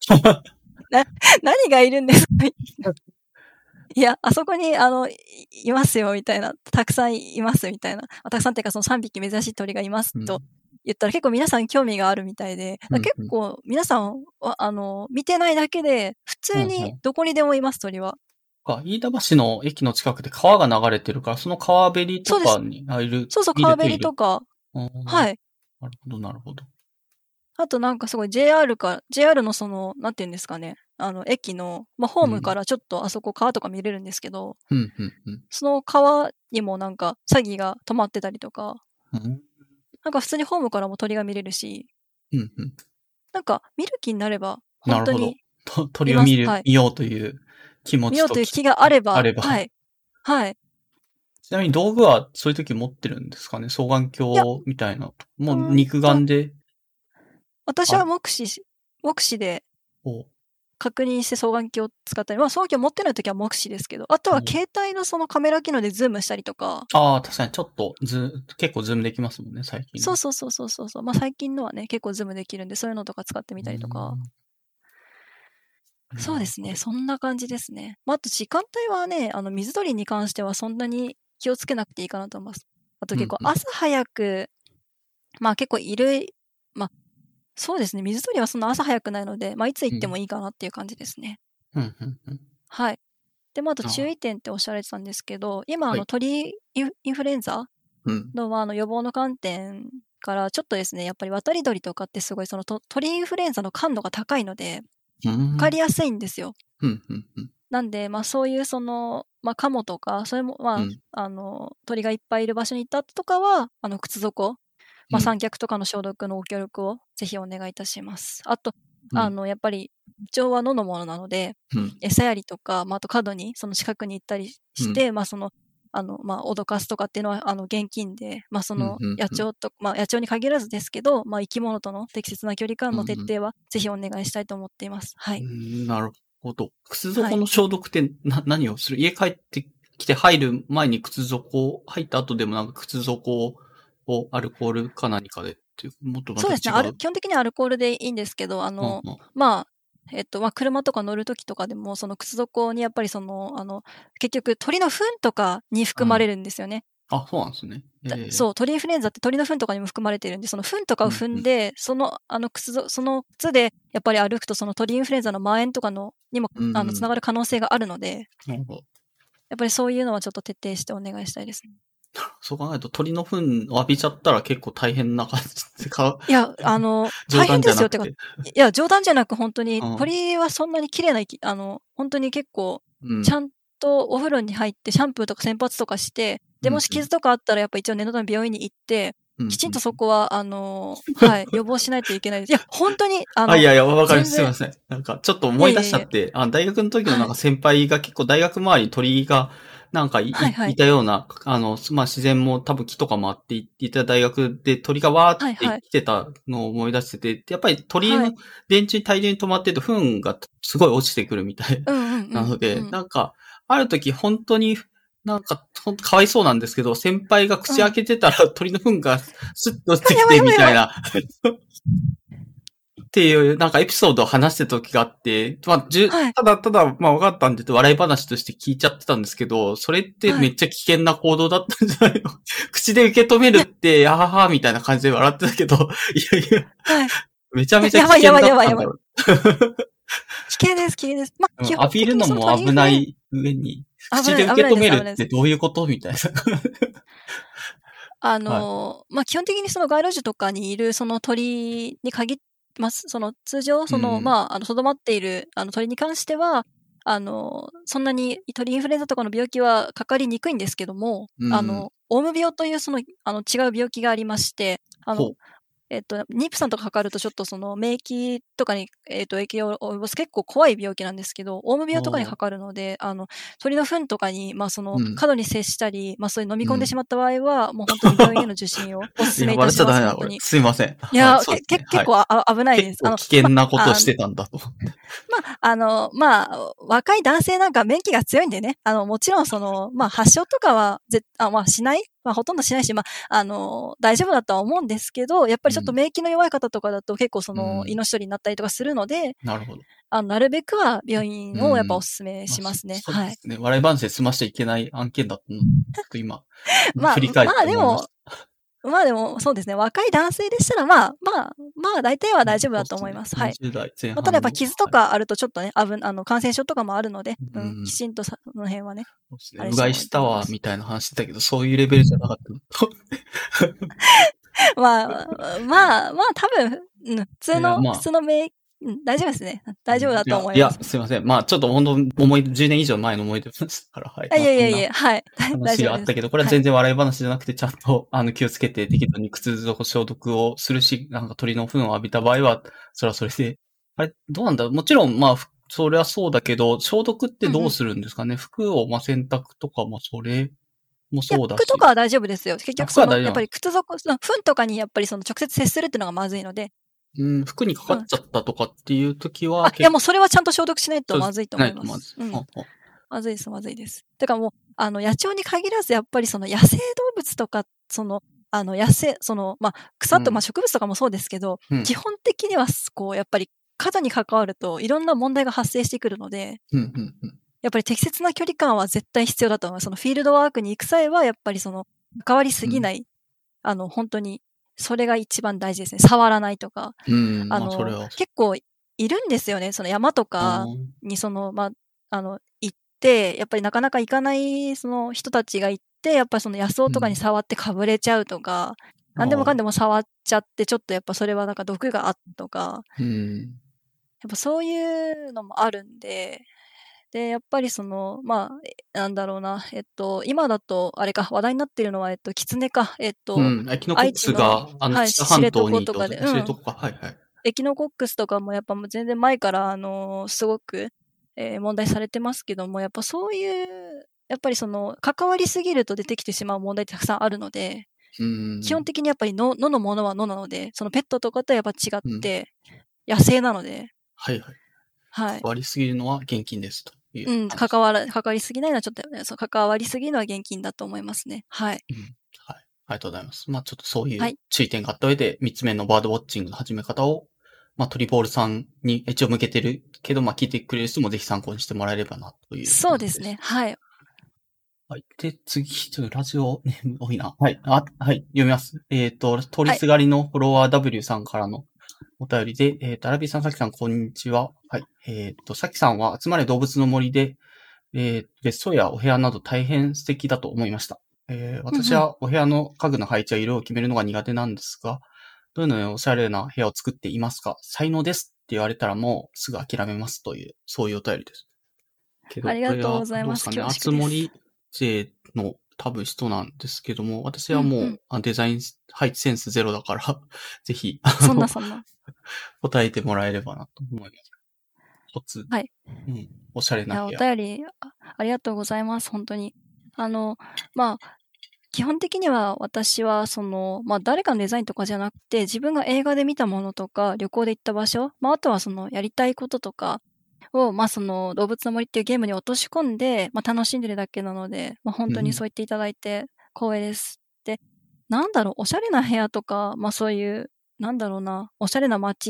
何がいるんですかいや、あそこに、いますよ、みたいな。たくさんいます、みたいな。たくさんっていうか、その3匹珍しい鳥がいます、と言ったら結構皆さん興味があるみたいで、結構皆さんは、見てないだけで、普通にどこにでもいます、鳥は。 飯田橋の駅の近くで川が流れてるから、その川べりとかにいる。 そう、川べりとか。はい。 なるほど、なるほど。 あとなんかすごい JR のなんていうんですかね。駅の、まあ、ホームからちょっとあそこ川とか見れるんですけど、その川にもなんか詐欺が止まってたりとか、なんか普通にホームからも鳥が見れるし、なんか見る気になれば、本当に。 鳥を見ようという気持ちと。 見ようという気があれば。はい。はい。 ちなみに道具はそういう時持ってるんですかね？双眼鏡みたいな。もう肉眼で。 私は目視で確認して双眼鏡を使ったり、まあ双眼鏡持ってない時は目視ですけど、あとは携帯のそのカメラ機能でズームしたりとか。 ああ、確かにちょっと結構ズームできますもんね、最近。 そう。まあ最近のはね、結構ズームできるんで、そういうのとか使ってみたりとか。そうですね。そんな感じですね。まあ、あと時間帯はね、水鳥に関してはそんなに気をつけなくていいかなと思います。あと結構朝早く、まあ結構まあ、そうですね。水鳥はそんな朝早くないので、まあいつ行ってもいいかなっていう感じですね。はい。で、まああと注意点っておっしゃられてたんですけど、今鳥インフルエンザの、予防の観点からちょっとですね、やっぱり渡り鳥とかってすごいその鳥インフルエンザの感度が高いので、わかりやすいんですよ。なんで、まあそういうまあカモとか、それも、まあ、鳥がいっぱいいる場所に行った後とかは、靴底、まあ三脚とかの消毒のご協力をぜひお願いいたします。あと、やっぱり、一応は野のものなので、餌やりとか、まああと角に、その近くに行ったりして、まあまあ、脅かすとかっていうのは、現金で、まあ、野鳥に限らずですけど、まあ、生き物との適切な距離感の徹底は、ぜひお願いしたいと思っています。はい。 なるほど。靴底の消毒って何をする？家帰ってきて入る前に入った後でもなんか靴底をアルコールか何かでっていう、もっとまた違う。 そうですね。基本的にはアルコールでいいんですけど、まあ、車とか乗るときとかでも、その靴底にやっぱり結局鳥の糞とかに含まれるんですよね。 あ、そうなんですね。 そう、鳥インフルエンザって鳥の糞とかにも含まれてるんで、その糞とかを踏んで、その靴でやっぱり歩くと、その鳥インフルエンザの蔓延とかにも、つながる可能性があるので、やっぱりそういうのはちょっと徹底してお願いしたいですね。 そう考えると鳥の糞を浴びちゃったら結構大変な感じでいや、大変ですよ。てか、いや、冗談じゃなく本当に、鳥はそんなに綺麗な、本当に結構、ちゃんとお風呂に入ってシャンプーとか洗髪とかして、で、もし傷とかあったらやっぱ一応念のため病院に行って、きちんとそこは、はい、予防しないといけないです。いや、本当に、 いや、わかります。すいません。なんか、ちょっと思い出しちゃって、大学の時のなんか先輩が結構大学周りに鳥が、なんかいたような、まあ、自然も多分木とかもあっていた大学で鳥がわーって来てたのを思い出してて、やっぱり鳥の電柱に大量に止まってると糞がすごい落ちてくるみたいなので、なんか、ある時本当になんか、ほんとかわいそうなんですけど、先輩が口開けてたら、鳥の糞がスッと落ちてきてみたいな。っていう、なんかエピソードを話してた時があって、まあ、ただ、まあ分かったんで、笑い話として聞いちゃってたんですけど、それってめっちゃ危険な行動だったんじゃないの、口で受け止めるって、あはは、みたいな感じで笑ってたけど、いやいや、めちゃめちゃ危険だったんだろう。 危険です、危険です。まあ、 浴びるのも危ない上に、口で受け止めるってどういうことみたいな。 まあ、基本的にその街路樹とかにいるその鳥に限ってます。その通常、まあ、とどまっている鳥に関しては、そんなに鳥インフルエンザとかの病気はかかりにくいんですけども、オウム病という違う病気がありまして、妊婦さんとかかかるとちょっとその免疫とかに、影響を及ぼす結構怖い病気なんですけど、オウム病とかにかかるので、鳥の糞とかに、まあ過度に接したり、まあそういう飲み込んでしまった場合は、もう本当に病院への受診をお勧めいたします。本当に。 すいません。 いや、結構危ないです。 危険なことしてたんだと。 まあ、若い男性なんか免疫が強いんでね、もちろんまあ発症とかはまあしないまあ、ほとんどしないし、まあ、大丈夫だとは思うんですけど、やっぱりちょっと免疫の弱い方とかだと結構命取りになったりとかするので、 なるほど。 なるべくは病院をやっぱお勧めしますね。 そうですね。笑い話で済ましちゃいけない案件だったの。ちょっと今、振り返って思いました。 まあでも、そうですね。若い男性でしたら、まあ、大体は大丈夫だと思います。はい。 20代前半。 ただやっぱ傷とかあるとちょっとね、感染症とかもあるので、きちんとその辺はね。 そうですね。うがいしたわ、みたいな話してたけど、そういうレベルじゃなかったまあ、多分、普通の免疫、大丈夫ですね。大丈夫だと思います。 いや、すいません。まあ、ちょっと本当10年以上前の思い出ですから、はい。 いや、はい。 話があったけど、これは全然笑い話じゃなくて、ちゃんと、気をつけて適度に靴底消毒をするし、なんか鳥の糞を浴びた場合は、それはそれで、あれ、どうなんだろう、もちろん、まあ、それはそうだけど、消毒ってどうするんですかね、服を、まあ、洗濯とかもそれもそうだし。 服とかは大丈夫ですよ。結局やっぱり靴底、糞とかにやっぱり直接接するっていうのがまずいので。 服にかかっちゃったとかっていう時は、 いやもうそれはちゃんと消毒しないとまずいと思います。まずいです。てかもう、野鳥に限らずやっぱり野生動物とか、まあ、草と、まあ植物とかもそうですけど、基本的には、やっぱり過度に関わるといろんな問題が発生してくるので、やっぱり適切な距離感は絶対必要だと思います。フィールドワークに行く際は、やっぱり関わりすぎない、本当に、それが一番大事ですね。触らないとか。結構いるんですよね。山とかにまあ、行って、やっぱりなかなか行かない人たちが行って、やっぱり野草とかに触ってかぶれちゃうとか、何でもかんでも触っちゃって、ちょっとやっぱそれはなんか毒があったとか、やっぱそういうのもあるんで、で、やっぱりまあ、なんだろうな、今だと、あれか、話題になっているのは、キツネか、 エキノコックスが、知床とかで、知床か、はいはい。 エキノコックスとかもやっぱもう全然前から、すごく、問題されてますけども、やっぱそういう、やっぱり関わりすぎると出てきてしまう問題ってたくさんあるので、基本的にやっぱり野のものは野なので、ペットとかとやっぱ違って、野生なので。 はいはい。関わりすぎるのは厳禁ですと。 関わりすぎないのはちょっと、関わりすぎるのは厳禁だと思いますね。はい。 はい。ありがとうございます。まあちょっとそういう注意点があった上で、3つ目のバードウォッチングの始め方を、まあトリボールさんに一応向けてるけど、まあ聞いてくれる人もぜひ参考にしてもらえればなという。 そうですね。はい。 はい。で、次、ちょっとラジオネーム多いな。はい。はい。読みます。通りすがりのフォロワー W さんからのお便りで、アラビーさん、さきさん、こんにちは。はい。さきさんは集まれ動物の森で、別荘やお部屋など大変素敵だと思いました。私はお部屋の家具の配置や色を決めるのが苦手なんですが、どのようにおしゃれな部屋を作っていますか？才能ですって言われたらもうすぐ諦めますという、そういうお便りです。 ありがとうございます。 どうですかね。あつ森勢の多分人なんですけども、私はもうデザイン配置センスゼロだから、ぜひ、 そんな。 答えてもらえればなと思います。 はい。 おしゃれな部屋。 お便り、ありがとうございます。本当に。まあ、基本的には私はまあ誰かのデザインとかじゃなくて、自分が映画で見たものとか、旅行で行った場所、まああとはやりたいこととか、 を、まあその動物の森っていうゲームに落とし込んで、まあ楽しんでるだけなので、まあ本当にそう言っていただいて光栄です。で、なんだろう、おしゃれな部屋とか、まあそういう、なんだろうな、おしゃれな街って、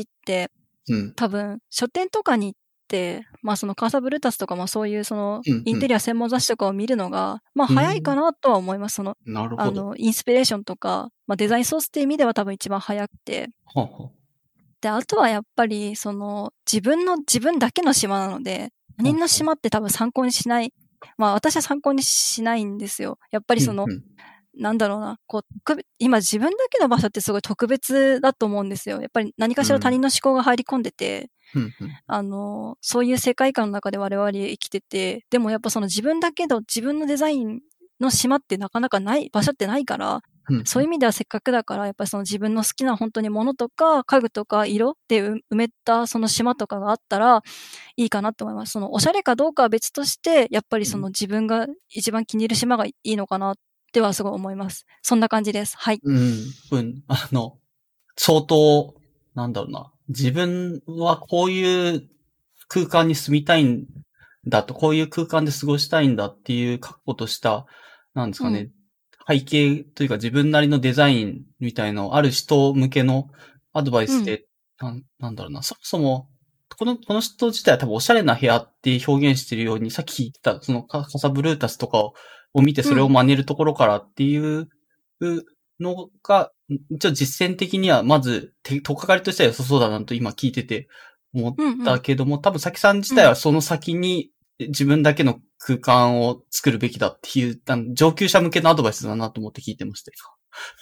多分、書店とかに行って、まあそのカーサブルータスとかもそういうそのインテリア専門雑誌とかを見るのが、まあ早いかなとは思います。その、 なるほど。 インスピレーションとか、まあデザインソースっていう意味では多分一番早くて。で、あとはやっぱり、その、自分だけの島なので、他人の島って多分参考にしない。まあ私は参考にしないんですよ。やっぱりその、なんだろうな、こう、今自分だけの場所ってすごい特別だと思うんですよ。やっぱり何かしら他人の思考が入り込んでて、そういう世界観の中で我々生きてて、でもやっぱその自分だけど自分のデザインの島ってなかなかない場所ってないから、そういう意味ではせっかくだから、やっぱりその自分の好きな本当に物とか家具とか色で埋めたその島とかがあったらいいかなと思います。そのおしゃれかどうかは別として、やっぱりその自分が一番気に入る島がいいのかなってはすごい思います。そんな感じです。はい。 相当、なんだろうな。自分はこういう空間に住みたいんだと、こういう空間で過ごしたいんだっていう確固とした、なんですかね、背景というか自分なりのデザインみたいのある人向けのアドバイスで、なんだろうな、そもそも、この人自体は多分おしゃれな部屋って表現しているように、さっき言ったそのカサブルータスとかを見てそれを真似るところからっていうのが、一応実践的にはまず、とっかかりとしては良さそうだなと今聞いてて思ったけども、多分さきさん自体はその先に自分だけの空間を作るべきだっていう、上級者向けのアドバイスだなと思って聞いてました。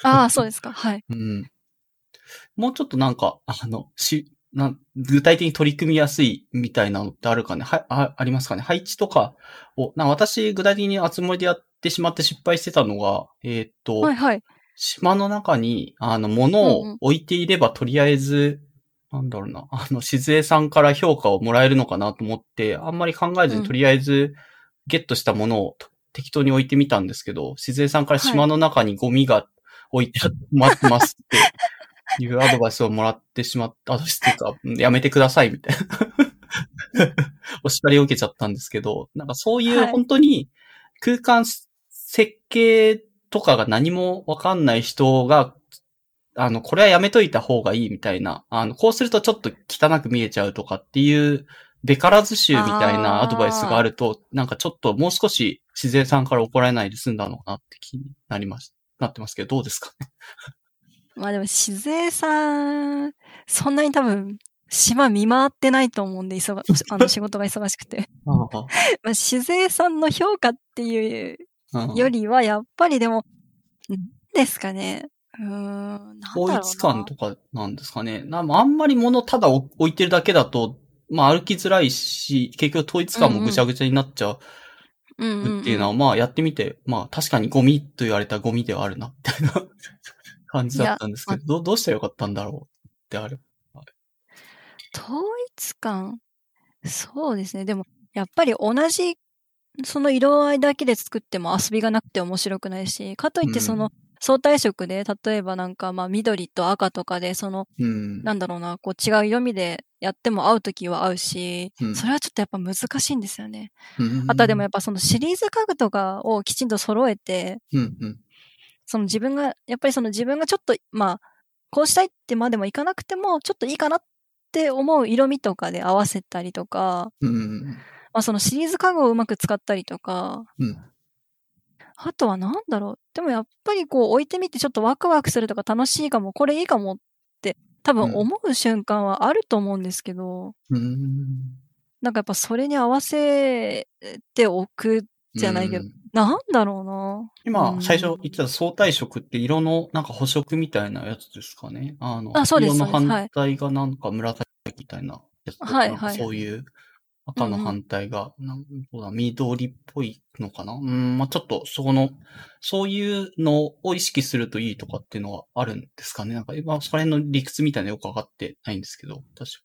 ああ、そうですか。はい。 もうちょっとなんか、具体的に取り組みやすいみたいなのってあるかね？ありますかね？配置とかを、私具体的にあつ森でやってしまって失敗してたのが、 はいはい。 島の中に、物を置いていればとりあえず、なんだろうな、静江さんから評価をもらえるのかなと思って、あんまり考えずにとりあえずゲットしたものを適当に置いてみたんですけど、静江さんから島の中にゴミが置いて待ってますっていうアドバイスをもらってしまった、アドバイスっていうか、やめてくださいみたいなお叱りを受けちゃったんですけど、なんかそういう本当に空間設計とかが何もわかんない人が、これはやめといた方がいいみたいな、こうするとちょっと汚く見えちゃうとかっていう、べからず集みたいなアドバイスがあると、なんかちょっともう少し静江さんから怒られないで済んだのかなって気になってますけど、どうですかね。 まあでも、静江さん、そんなに多分、島見回ってないと思うんで、仕事が忙しくて。まあ、静江さんの評価っていうよりは、やっぱりでも、ですかね。なんだろうな。 統一感とかなんですかね。あんまり物ただ置いてるだけだと、まあ歩きづらいし、結局統一感もぐちゃぐちゃになっちゃうっていうのは、まあやってみて、まあ確かにゴミと言われたらゴミではあるな、みたいな感じだったんですけど、どうしたらよかったんだろうってある。 統一感そうですね。でも、やっぱり同じ、その色合いだけで作っても遊びがなくて面白くないし、かといってその相対色で、例えばなんかまあ緑と赤とかで、その、なんだろうな、こう違う色味でやっても合うときは合うし、それはちょっとやっぱ難しいんですよね。あとはでもやっぱそのシリーズ家具とかをきちんと揃えて、その自分がちょっと、まあ、こうしたいってまでもいかなくても、ちょっといいかなって思う色味とかで合わせたりとか、まあそのシリーズ家具をうまく使ったりとか、あとはなんだろう。でもやっぱりこう置いてみてちょっとワクワクするとか楽しいかも、これいいかもって多分思う瞬間はあると思うんですけど、なんかやっぱそれに合わせておくじゃないけど、なんだろうな。 今、最初言ってた相対色って色のなんか補色みたいなやつですかね。 そうです。 色の反対がなんか紫みたいなやつとか、なんかそういう赤の反対が、緑っぽいのかな。まあちょっとそういうのを意識するといいとかっていうのはあるんですかね。なんか今、そこら辺の理屈みたいなのよくわかってないんですけど、確か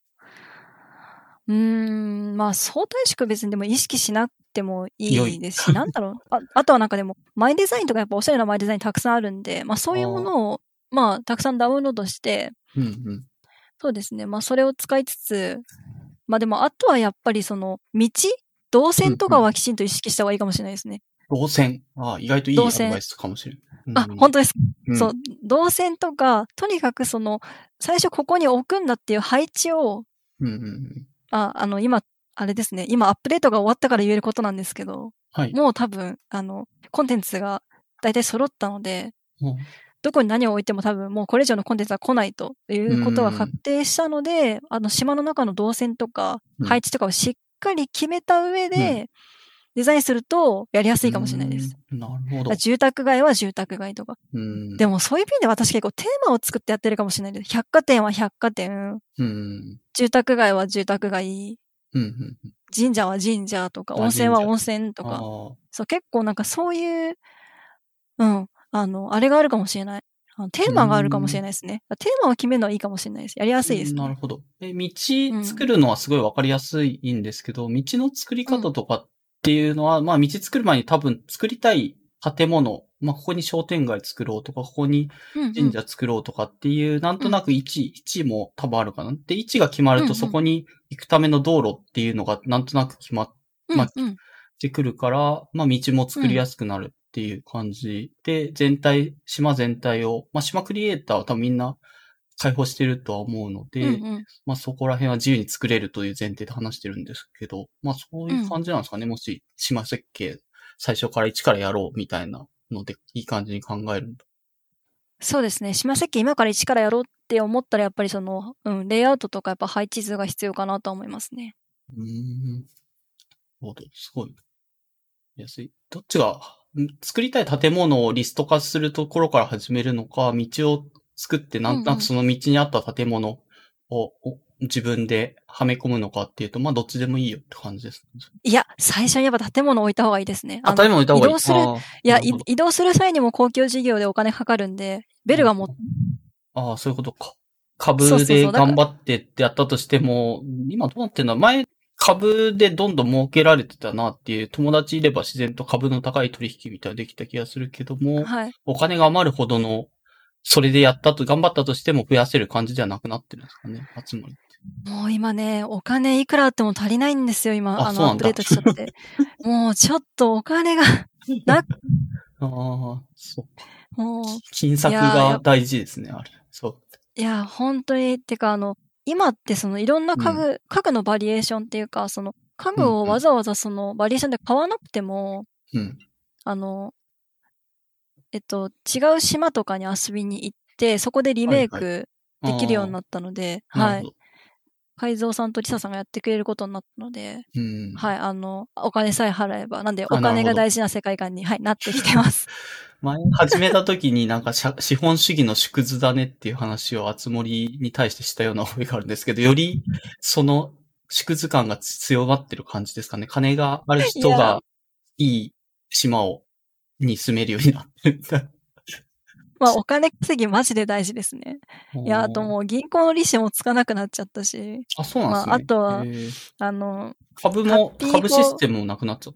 まあ相対色別にでも意識しなくてもいいですし、なんだろう。あとはなんかでも、マイデザインとかやっぱおしゃれなマイデザインたくさんあるんで、まあそういうものを、まあたくさんダウンロードして、そうですね。まあそれを使いつつ、 まあでも、あとはやっぱり動線とかはきちんと意識した方がいいかもしれないですね。 動線。意外といいアドバイスかもしれない。 本当です。そう、 うん。 動線とか、とにかく最初ここに置くんだっていう配置を、今、あれですね、今アップデートが終わったから言えることなんですけど、 はい。 もう多分、コンテンツが大体揃ったので、 うん、 どこに何を置いても多分もうこれ以上のコンテンツは来ないということが確定したので、島の中の動線とか配置とかをしっかり決めた上で、デザインするとやりやすいかもしれないです。 なるほど。 住宅街は住宅街とか。でもそういう意味で私結構テーマを作ってやってるかもしれないです。百貨店は百貨店。住宅街は住宅街。神社は神社とか、温泉は温泉とか。そう、結構なんかそういう、あれがあるかもしれない。テーマがあるかもしれないですね。テーマを決めるのはいいかもしれないです。やりやすいですね。 なるほど。道作るのはすごいわかりやすいんですけど、道の作り方とかっていうのは、まあ道作る前に多分作りたい建物、まあここに商店街作ろうとか、ここに神社作ろうとかっていう、なんとなく位置も多分あるかな。で、位置が決まるとそこに行くための道路っていうのがなんとなく決まってくるから、まあ道も作りやすくなるっていう感じで、島全体を、まあ島クリエイターは多分みんな開放してるとは思うので、まあそこら辺は自由に作れるという前提で話してるんですけど、まあそういう感じなんですかね。もし島設計最初から一からやろうみたいなのでいい感じに考えると。 そうですね。島設計今から一からやろうって思ったらやっぱりレイアウトとかやっぱ配置図が必要かなと思いますね。 すごい。安い。どっちが、作りたい建物をリスト化するところから始めるのか、道を作ってなんとなくその道にあった建物を自分ではめ込むのかっていうと、まあどっちでもいいよって感じです。 いや、最初にやっぱ建物を置いた方がいいですね。 建物置いた方がいい。 移動する際にも公共事業でお金かかるんで、ベルがそういうことか。株で頑張ってってやったとしても、今どうなってんだ前、株でどんどん儲けられてたなっていう友達いれば自然と株の高い取引みたいなできた気がするけども、お金が余るほどの、それで頑張ったとしても増やせる感じではなくなってるんですかね、集まりって。 もう今ね、お金いくらあっても足りないんですよ、今。アップデートしちゃって。もうちょっとお金がそうか。もう。金策が大事ですね、あれ。そう。 いや、本当に、てか今っていろんな家具のバリエーションっていうか、家具をわざわざバリエーションで買わなくても、違う島とかに遊びに行って、そこでリメイクできるようになったので、はい。海蔵さんとリサさんがやってくれることになったので、はい、お金さえ払えば、なんでお金が大事な世界観に、はい、なってきてます。 前始めた時になんか資本主義の縮図だねっていう話をあつ森に対してしたような覚えがあるんですけど、よりその縮図感が強まってる感じですかね。金がある人がいい島に住めるようになってるんだ。 まあお金稼ぎマジで大事ですね。いや、あともう銀行の利子もつかなくなっちゃったし。 そうなんですね。 まああとは、 株システムもなくなっちゃった。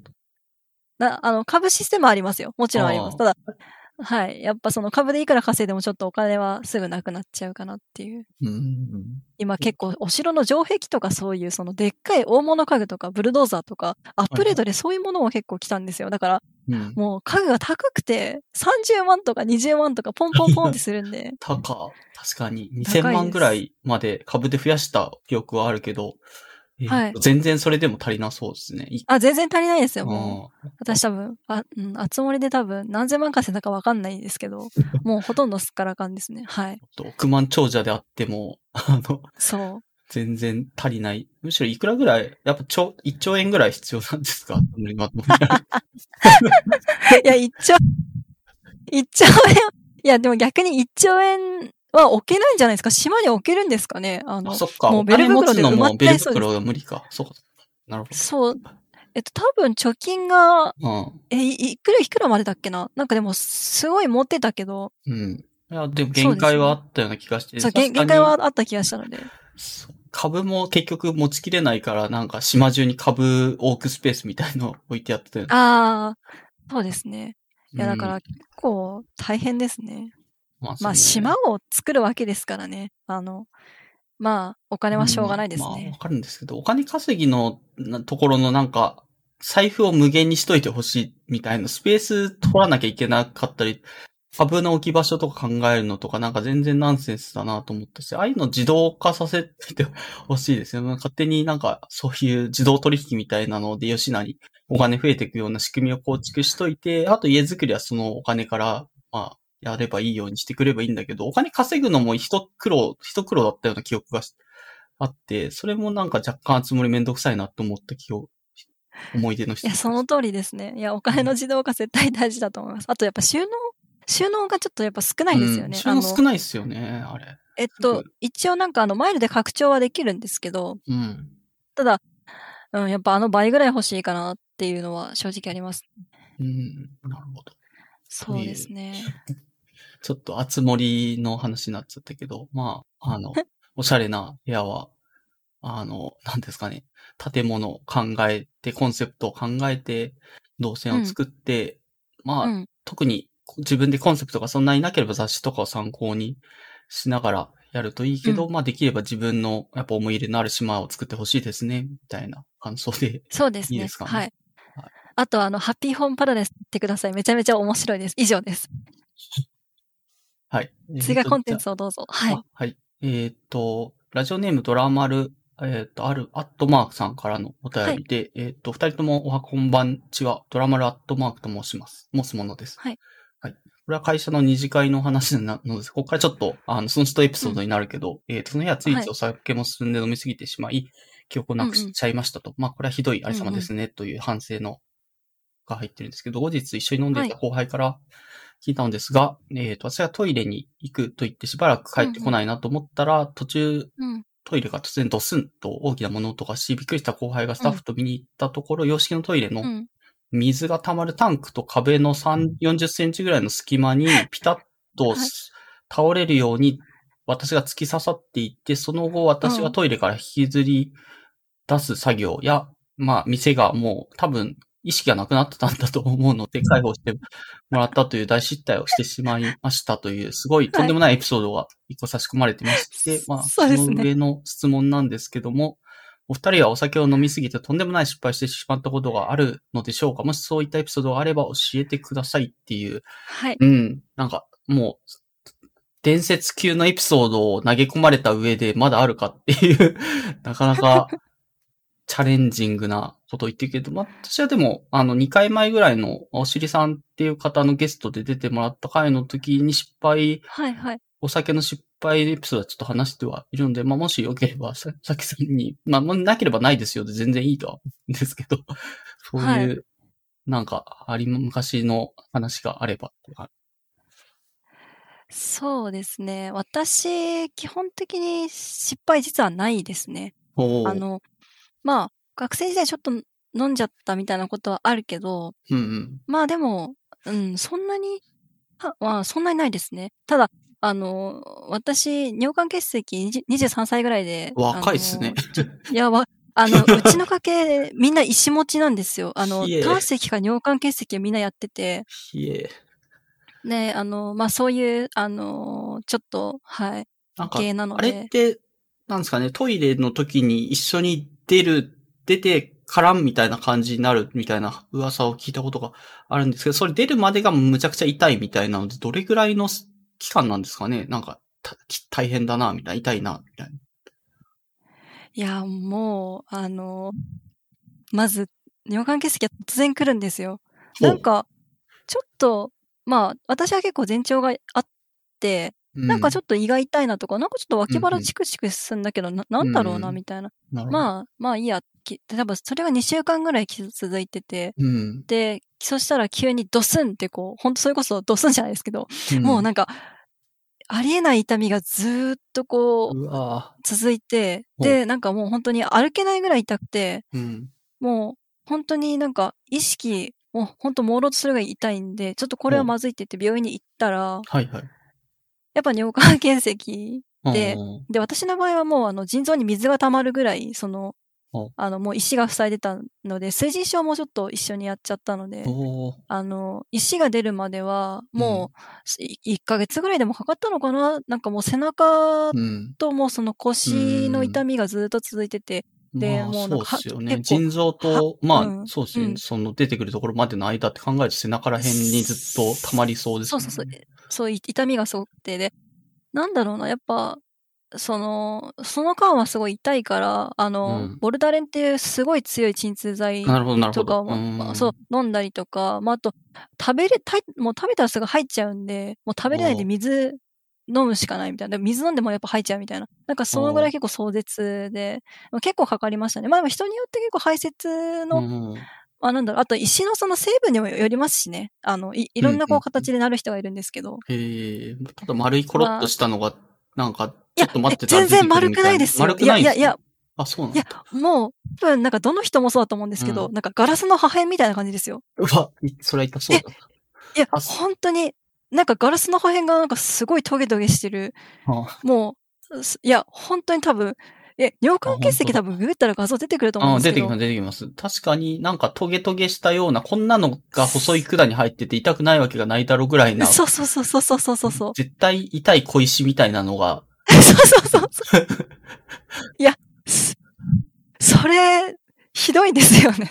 株システムありますよ。もちろんあります。ただ、はい。やっぱ株でいくら稼いでもちょっとお金はすぐなくなっちゃうかなっていう。今結構お城の城壁とかそういうでっかい大物家具とかブルドーザーとかアップデートでそういうものも結構来たんですよ。だから、もう家具が高くて30万とか20万とかポンポンポンってするんで。 確かに2000万ぐらいまで株で増やした記憶はあるけど、全然それでも足りなそうですね。 全然足りないですよ、もう。私多分、あつ森で多分何千万稼いだかわかんないですけど、もうほとんどすっからかんですね。はい。 億万長者であっても、 そう。 全然足りない。むしろいくらぐらい、やっぱ1兆円ぐらい必要なんですかいや、1兆円、いや、でも逆に1兆円は置けないんじゃないですか。島に置けるんですかね。 そっか。 もうベル袋で埋まっちゃいそうです。 ベル袋が無理か。そうか。なるほど。 そう。多分貯金が、いくらまでだっけな。なんかでも、すごい持ってたけど。 いや、でも限界はあったような気がして。 そう、限界はあった気がしたので。 株も結局持ちきれないから、なんか島中に株置くスペースみたいの置いてあったよね。 そうですね。いや、だから結構大変ですね。まあ、島を作るわけですからね。 まあ、お金はしょうがないですね。 わかるんですけど、お金稼ぎのところのなんか、財布を無限にしといてほしいみたいな、スペース取らなきゃいけなかったり、株の置き場所とか考えるのとかなんか全然ナンセンスだなと思ったし、ああいうの自動化させてほしいですよね。勝手になんかそういう自動取引みたいなので、吉なりお金増えていくような仕組みを構築しといて、あと家づくりはそのお金から、まあ、やればいいようにしてくればいいんだけど、お金稼ぐのも一苦労だったような記憶があって、それもなんか若干集まりめんどくさいなと思った思い出の一つ。 いや、その通りですね。いや、お金の自動化絶対大事だと思います。あとやっぱ収納がちょっとやっぱ少ないですよね。 収納少ないですよね、あれ。 一応なんかマイルで拡張はできるんですけど、ただ、やっぱ倍ぐらい欲しいかなっていうのは正直あります。 なるほど。 そうですね。 ちょっと集盛りの話になっちゃったけど、まあ、おしゃれな部屋は、なんですかね、建物を考えて、コンセプトを考えて、動線を作って、まあ、特に自分でコンセプトがそんなになければ雑誌とかを参考にしながらやるといいけど、まあできれば自分のやっぱ思い入れのある島を作ってほしいですね、みたいな感想で。 そうですね。いいですかね。はい。あとハッピーホームパラダイスってください。めちゃめちゃ面白いです。以上です。 はい。 追加コンテンツをどうぞ。はい。 はい。ラジオネームドラマル、アットマークさんからのお便りで、はい、二人ともおはこんばんちは、ドラマルアットマークと申すものです。 はい。 はい。これは会社の二次会の話なのです。ここからちょっと、その人エピソードになるけど、その日はついついお酒も進んで飲みすぎてしまい、記憶をなくしちゃいましたと。まあ、これはひどいありさまですね、という反省が入ってるんですけど、後日一緒に飲んでいた後輩から、聞いたのですが、私がトイレに行くと言ってしばらく帰ってこないなと思ったら、途中、トイレが突然ドスンと大きな物音がし、びっくりした後輩がスタッフと見に行ったところ、洋式のトイレの水が溜まるタンクと壁の40センチぐらいの隙間にピタッと倒れるように私が突き刺さっていって、その後私がトイレから引きずり出す作業や、まあ店がもう多分意識がなくなってたんだと思うので、介抱してもらったという大失態をしてしまいましたという、すごいとんでもないエピソードが一個差し込まれてまして、まあ、その上の質問なんですけども、お二人はお酒を飲みすぎてとんでもない失敗してしまったことがあるのでしょうか？もしそういったエピソードがあれば教えてくださいっていう。 はい。 なんかもう、伝説級のエピソードを投げ込まれた上でまだあるかっていう、なかなか、チャレンジングなことを言ってるけど、まあ、私はでも、2回前ぐらいのおしりさんっていう方のゲストで出てもらった回の時にお酒の失敗エピソードはちょっと話してはいるので、まあ、もしよければ、さきさんに、まあ、なければないですよで全然いいとは思うんですけど、そういう、なんか、昔の話があれば。 そうですね。私、基本的に失敗実はないですね。まあ、学生時代ちょっと飲んじゃったみたいなことはあるけど、まあでも、そんなにないですね。ただ、私、尿管結石23歳ぐらいで。 若いっすね。 いや、うちの家系、みんな石持ちなんですよ。胆石か尿管結石をみんなやってて。ね、まあそういう、ちょっと、はい。系なので。 あれって、なんですかね、トイレの時に一緒に出てからみたいな感じになるみたいな噂を聞いたことがあるんですけど、それ出るまでがむちゃくちゃ痛いみたいなので、どれぐらいの期間なんですかね？なんか、大変だな、みたいな、痛いな、みたいな。 いや、もう、まず、尿管結石が突然来るんですよ。なんか、ちょっと、まあ、私は結構前兆があって、なんかちょっと胃が痛いなとか、なんかちょっと脇腹チクチクするんだけど、なんだろうな、みたいな。まあいいや。多分それが2週間ぐらい続いてて、で、そしたら急にドスンってほんとそれこそドスンじゃないですけど、もうなんか、ありえない痛みがずーっと続いて、で、なんかもう本当に歩けないぐらい痛くて、もう本当になんか意識、もう本当朦朧とするぐらい痛いんで、ちょっとこれはまずいって言って病院に行ったら、やっぱ尿管結石で、私の場合はもう腎臓に水が溜まるぐらい、 もう石が塞いでたので、成人症もちょっと一緒にやっちゃったので、石が出るまでは、もう、1ヶ月ぐらいでもかかったのかな。なんかもう背中ともうその腰の痛みがずっと続いてて、で、もうなんか、 そうですよね。腎臓と、そうですね。その出てくるところまでの間って考えると背中ら辺にずっと溜まりそうですね。 そう、痛みがすごくて、で、なんだろうな、やっぱ、その間はすごい痛いから、ボルタレンっていうすごい強い鎮痛剤とかも、そう、飲んだりとか、あと、もう食べたらすぐ入っちゃうんで、もう食べれないで水飲むしかないみたいな。水飲んでもやっぱ入っちゃうみたいな。なんかそのぐらい結構壮絶で、結構かかりましたね。でも人によって結構排泄の、あと石のその成分にもよりますしね。いろんな形でなる人がいるんですけど。 ただ丸いコロッとしたのが、なんか、ちょっと待ってたら全然丸くないですよ。 丸くないですいや。 あ、そうなんだ。 いや、もう、多分なんかどの人もそうだと思うんですけど、なんかガラスの破片みたいな感じですよ。 それは痛そうだ。 いや、本当に、なんかガラスの破片がなんかすごいトゲトゲしてる。もう、いや、本当に多分、尿管結石多分ググったら画像出てくると思うんですけど。 出てきます。確かになんかトゲトゲしたような、こんなのが細い管に入ってて痛くないわけがないだろうぐらいな。 そう。絶対痛い小石みたいなのが。 そう。いや、それ、ひどいですよね。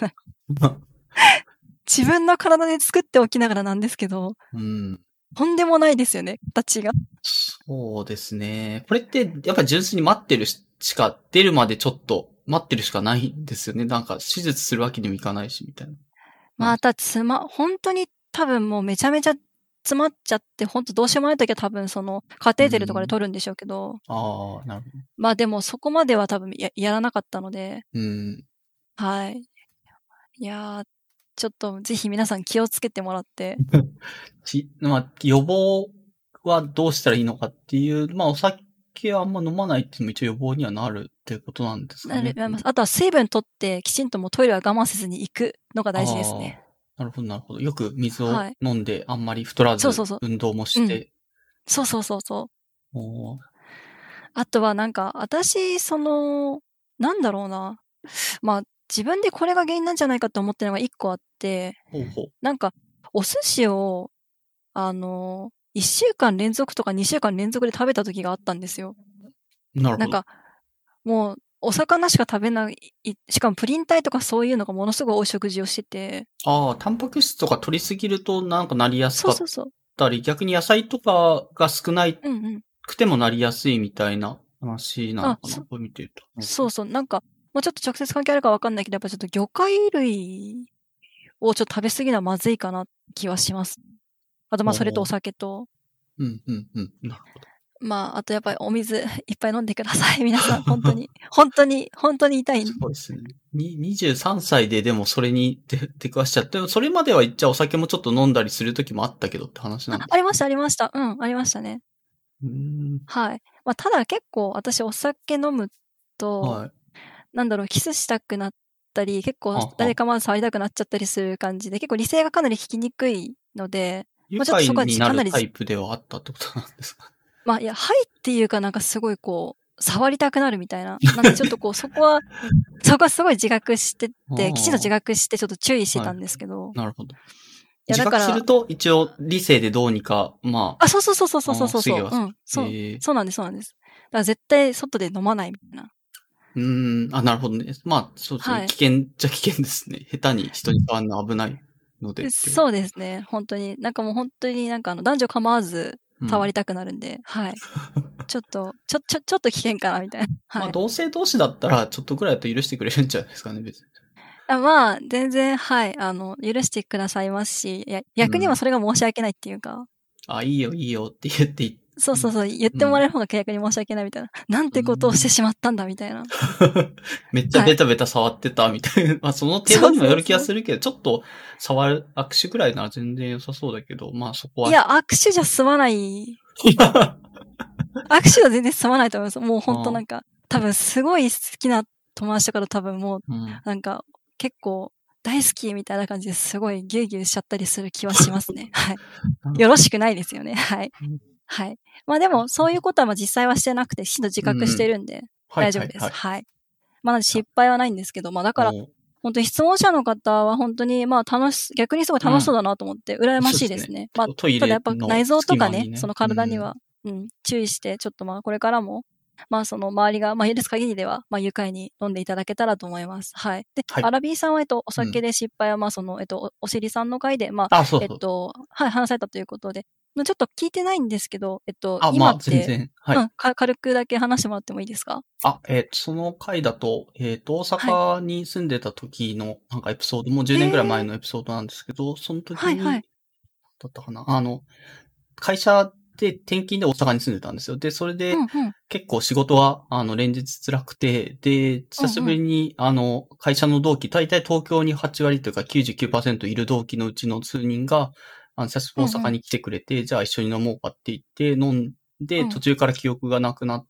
自分の体で作っておきながらなんですけど。とんでもないですよね、形が。 そうですね。これって、やっぱり純粋に待ってるしか、出るまでちょっと待ってるしかないんですよね。なんか手術するわけにもいかないし、みたいな。 本当に多分もうめちゃめちゃ詰まっちゃって、本当どうしようもないときは多分そのカテーテルとかで取るんでしょうけど。 なるほど。 でもそこまでは多分やらなかったので。はい。いやー、ちょっとぜひ皆さん気をつけてもらって。 予防はどうしたらいいのかっていう、お酒はあんま飲まないっていうのも一応予防にはなるっていうことなんですかね。 あとは水分取ってきちんともうトイレは我慢せずに行くのが大事ですね。 なるほど。よく水を飲んであんまり太らず、運動もして。 そう。あとはなんか、私、なんだろうな。自分でこれが原因なんじゃないかって思ってるのが一個あって、なんか、お寿司を、1週間連続とか2週間連続で食べた時があったんですよ。 なるほど。 なんか、もう、お魚しか食べない、しかもプリン体とかそういうのがものすごい多い食事をしてて。 タンパク質とか取りすぎるとなんかなりやすかったり、逆に野菜とかが少ないくてもなりやすいみたいな話なのかな、これ見てると。 そう。なんか、もうちょっと直接関係あるかわかんないけど、やっぱちょっと魚介類をちょっと食べ過ぎるのはまずいかな気はします。あとそれとお酒と。 なるほど。 あとやっぱりお水いっぱい飲んでください。皆さん、本当に痛い。 そうですね。23歳ででもそれに出くわしちゃって、それまでは言っちゃお酒もちょっと飲んだりする時もあったけどって話なんですか？ ありました。ありましたね。はい。ただ結構私お酒飲むと、キスしたくなったり、結構誰かまず触りたくなっちゃったりする感じで、結構理性がかなり引きにくいので、 愉快になるタイプではあったってことなんですか？ はいっていうかなんかすごい触りたくなるみたいな。なんでちょっとそこはすごい自覚してて、きちんと自覚してちょっと注意してたんですけど。 なるほど。自覚すると一応理性でどうにか、 そう。そうなんです。だから絶対外で飲まないみたいな。 なるほどね。そうですね。危険じゃ危険ですね。下手に人に触るの危ないので。 そうですね。本当に。なんかもう本当になんか男女構わず触りたくなるんで、ちょっと危険かなみたいな。 同性同士だったらちょっとぐらいだと許してくれるんじゃないですかね、別に。 全然、許してくださいますし、逆にはそれが申し訳ないっていうか。 いいよって言ってそう、言ってもらえる方が逆に申し訳ないみたいな。なんてことをしてしまったんだみたいな。 めっちゃベタベタ触ってたみたいな。その程度にもよる気がするけど、ちょっと触る握手ぐらいなら全然良さそうだけど、そこは。 いや、握手じゃ済まない。握手は全然済まないと思います。もう本当なんか、多分すごい好きな友達とかと多分もう、なんか、結構大好きみたいな感じですごいギュウギュウしちゃったりする気はしますね。よろしくないですよね。でも、そういうことは実際はしてなくて、きちんと自覚してるんで、大丈夫です。 まだ失敗はないんですけど、だから、本当に質問者の方は本当に、逆にすごい楽しそうだなと思って、羨ましいですね。 トイレのただやっぱ内臓とかね、 ねその体には、注意して、ちょっとこれからも、その周りが、許す限りでは、愉快に飲んでいただけたらと思います。はい。で、アラビーさんは、お酒で失敗は、お尻さんの回で、はい、話されたということで、ちょっと聞いてないんですけど、今って、 全然。はい。 軽くだけ話してもらってもいいですか？ その回だと、大阪に住んでた時の、エピソード、もう10年ぐらい前のエピソードなんですけど、その時に、だったかな。会社で転勤で大阪に住んでたんですよ。で、それで、結構仕事は、連日辛くて、で、久しぶりに、会社の同期、大体東京に8割というか 99% いる同期のうちの数人が、久しぶりに大阪に来てくれて、じゃあ一緒に飲もうかって言って飲んで、途中から記憶がなくなって、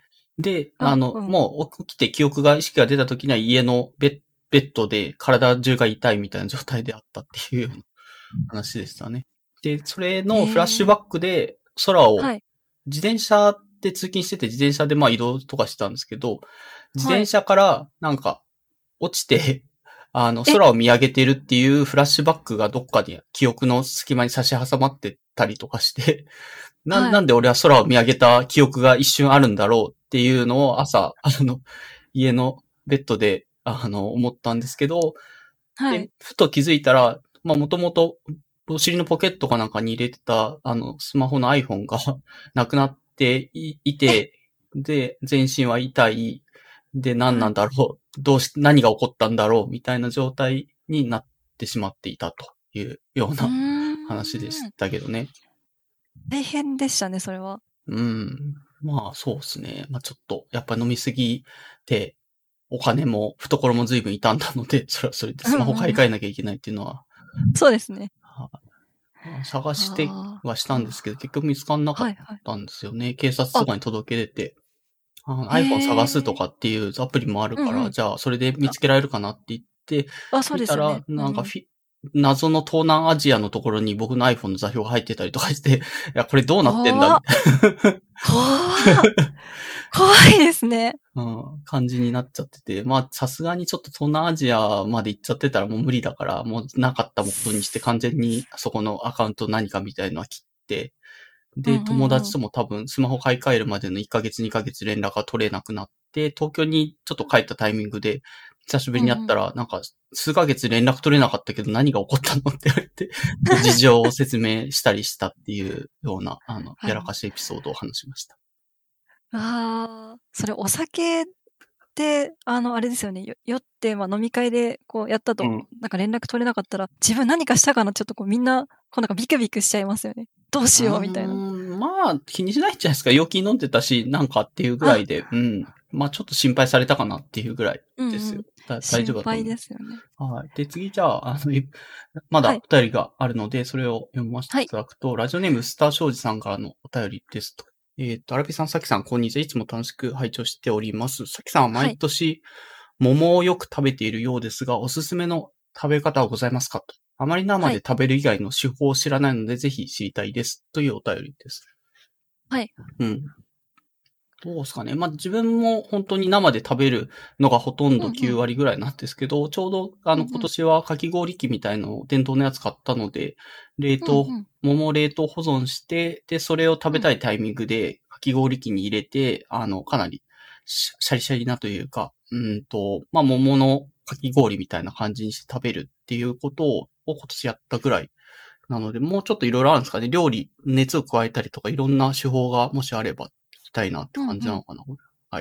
で、もう起きて意識が出た時には家のベッドで体中が痛いみたいな状態であったっていうような話でしたね。で、それのフラッシュバックで空を、自転車で通勤してて自転車で移動とかしてたんですけど、自転車から落ちて、空を見上げてるっていうフラッシュバックがどっかに記憶の隙間に差し挟まってたりとかして、なんで俺は空を見上げた記憶が一瞬あるんだろうっていうのを朝、家のベッドで、思ったんですけど、でふと気づいたら、もともとお尻のポケットかなんかに入れてた、スマホの iPhone がなくなっていて、で、全身は痛い。で、何なんだろう、何が起こったんだろう、みたいな状態になってしまっていたというような話でしたけどね。 大変でしたね、それは。 そうですね。ちょっと、やっぱ飲みすぎて、お金も懐も随分傷んだので、それはそれでスマホ買い替えなきゃいけないっていうのは。 そうですね。 探してはしたんですけど、結局見つかんなかったんですよね。警察とかに届け出て、iPhone 探すとかっていうアプリもあるから、じゃあそれで見つけられるかなって言って、見たら、謎の東南アジアのところに僕の iPhone の座標が入ってたりとかして、いや、これどうなってんだみたいな。 怖いですね。 感じになっちゃってて、さすがにちょっと東南アジアまで行っちゃってたらもう無理だから、もうなかったことにして完全にそこのアカウント何かみたいのは切って、で、友達とも多分スマホ買い替えるまでの1ヶ月2ヶ月連絡が取れなくなって、東京にちょっと帰ったタイミングで、久しぶりに会ったら、数ヶ月連絡取れなかったけど何が起こったのって言われて、事情を説明したりしたっていうような、やらかしエピソードを話しました。 それお酒で、あれですよね。酔って、飲み会でこうやったと、連絡取れなかったら、自分何かしたかなちょっとみんな、ビクビクしちゃいますよね。どうしようみたいな。 気にしないんじゃないですか。陽気飲んでたし、っていうぐらいで、ちょっと心配されたかなっていうぐらいですよ。大丈夫だと思う。 心配ですよね。 はい。で、次じゃあ、まだお便りがあるので、それを読ませていただくと、ラジオネームスター庄司さんからのお便りですと。アラビさん、さきさん、こんにちは。いつも楽しく拝聴しております。さきさんは毎年、桃をよく食べているようですが、おすすめの食べ方はございますかと。あまり生で食べる以外の手法を知らないので、ぜひ知りたいです。というお便りです。 はい。 どうですかね。自分も本当に生で食べるのがほとんど9割ぐらいなんですけど、ちょうど今年はかき氷機みたいのを電動のやつ買ったので、桃を冷凍保存して、で、それを食べたいタイミングでかき氷機に入れて、かなりシャリシャリなというか、桃のかき氷みたいな感じにして食べるっていうことを今年やったぐらい。なので、もうちょっといろいろあるんですかね。料理、熱を加えたりとかいろんな手法がもしあれば聞きたいなって感じなのかな。はい。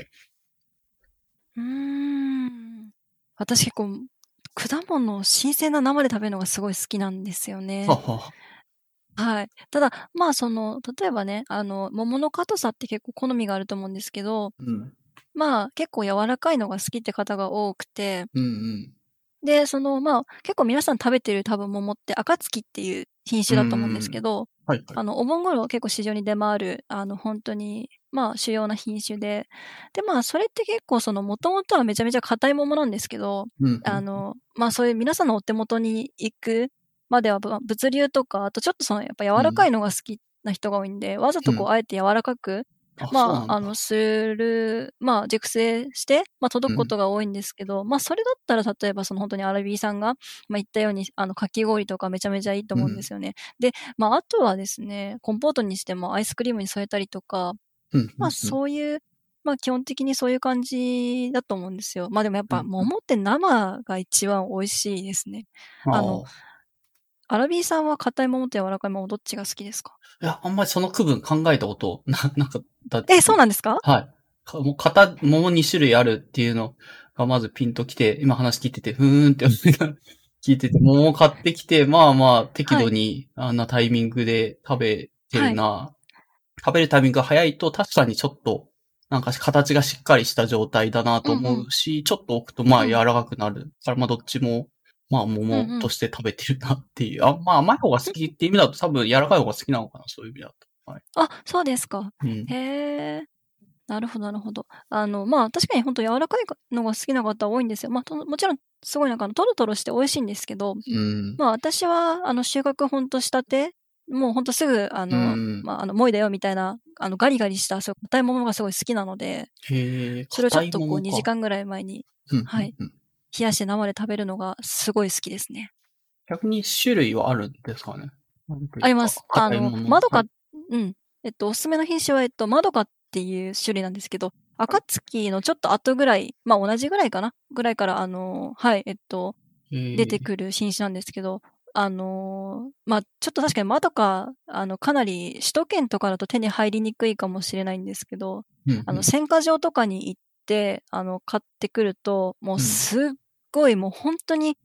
私結構、果物を新鮮な生で食べるのがすごい好きなんですよね。はい。ただ、例えばね、桃の硬さって結構好みがあると思うんですけど、結構柔らかいのが好きって方が多くて、で、結構皆さん食べてる多分桃って暁っていう品種だと思うんですけど、お盆頃結構市場に出回る、本当に、主要な品種で、で、それって結構元々はめちゃめちゃ硬い桃なんですけど、そういう皆さんのお手元に行くまでは、物流とか、あとちょっとやっぱ柔らかいのが好きな人が多いんで、わざとあえて柔らかくする、熟成して、届くことが多いんですけど、それだったら例えばその本当にアラビーさんが、言ったように、かき氷とかめちゃめちゃいいと思うんですよね。で、あとはですね、コンポートにしてもアイスクリームに添えたりとか、そういう、基本的にそういう感じだと思うんですよ。でもやっぱ桃って生が一番美味しいですね。アラビーさんは硬い桃と柔らかい桃どっちが好きですか？ いや、あんまりその区分考えたことなんかそうなんですか？ はい。もう桃2種類あるっていうのがまずピンときて、今話聞いてて、ふーんって聞いてて、桃買ってきて、適度に、あんなタイミングで食べてるな。食べるタイミングが早いと確かにちょっと、なんか形がしっかりした状態だなと思うし、ちょっと置くと柔らかくなる。だからどっちも、桃として食べてるなっていう。甘い方が好きっていう意味だと多分柔らかい方が好きなのかな、そういう意味だと。はい。 そうですか。へー。なるほど、なるほど。確かに本当柔らかいのが好きな方多いんですよ。もちろん、すごいトロトロして美味しいんですけど、私は、収穫ほんとしたて、もうほんとすぐ、もいだよみたいな、ガリガリした、硬いものがすごい好きなので、それをちょっと2時間ぐらい前に、はい、冷やして生で食べるのがすごい好きですね。 逆に種類はあるんですかね？ あります。まどか、おすすめの品種は、まどかっていう種類なんですけど、暁のちょっと後ぐらい、同じぐらいかなぐらいから、出てくる品種なんですけど、ちょっと確かにまどか、かなり首都圏とかだと手に入りにくいかもしれないんですけど、選果場とかに行って、買ってくると、もうすっごいもう本当に、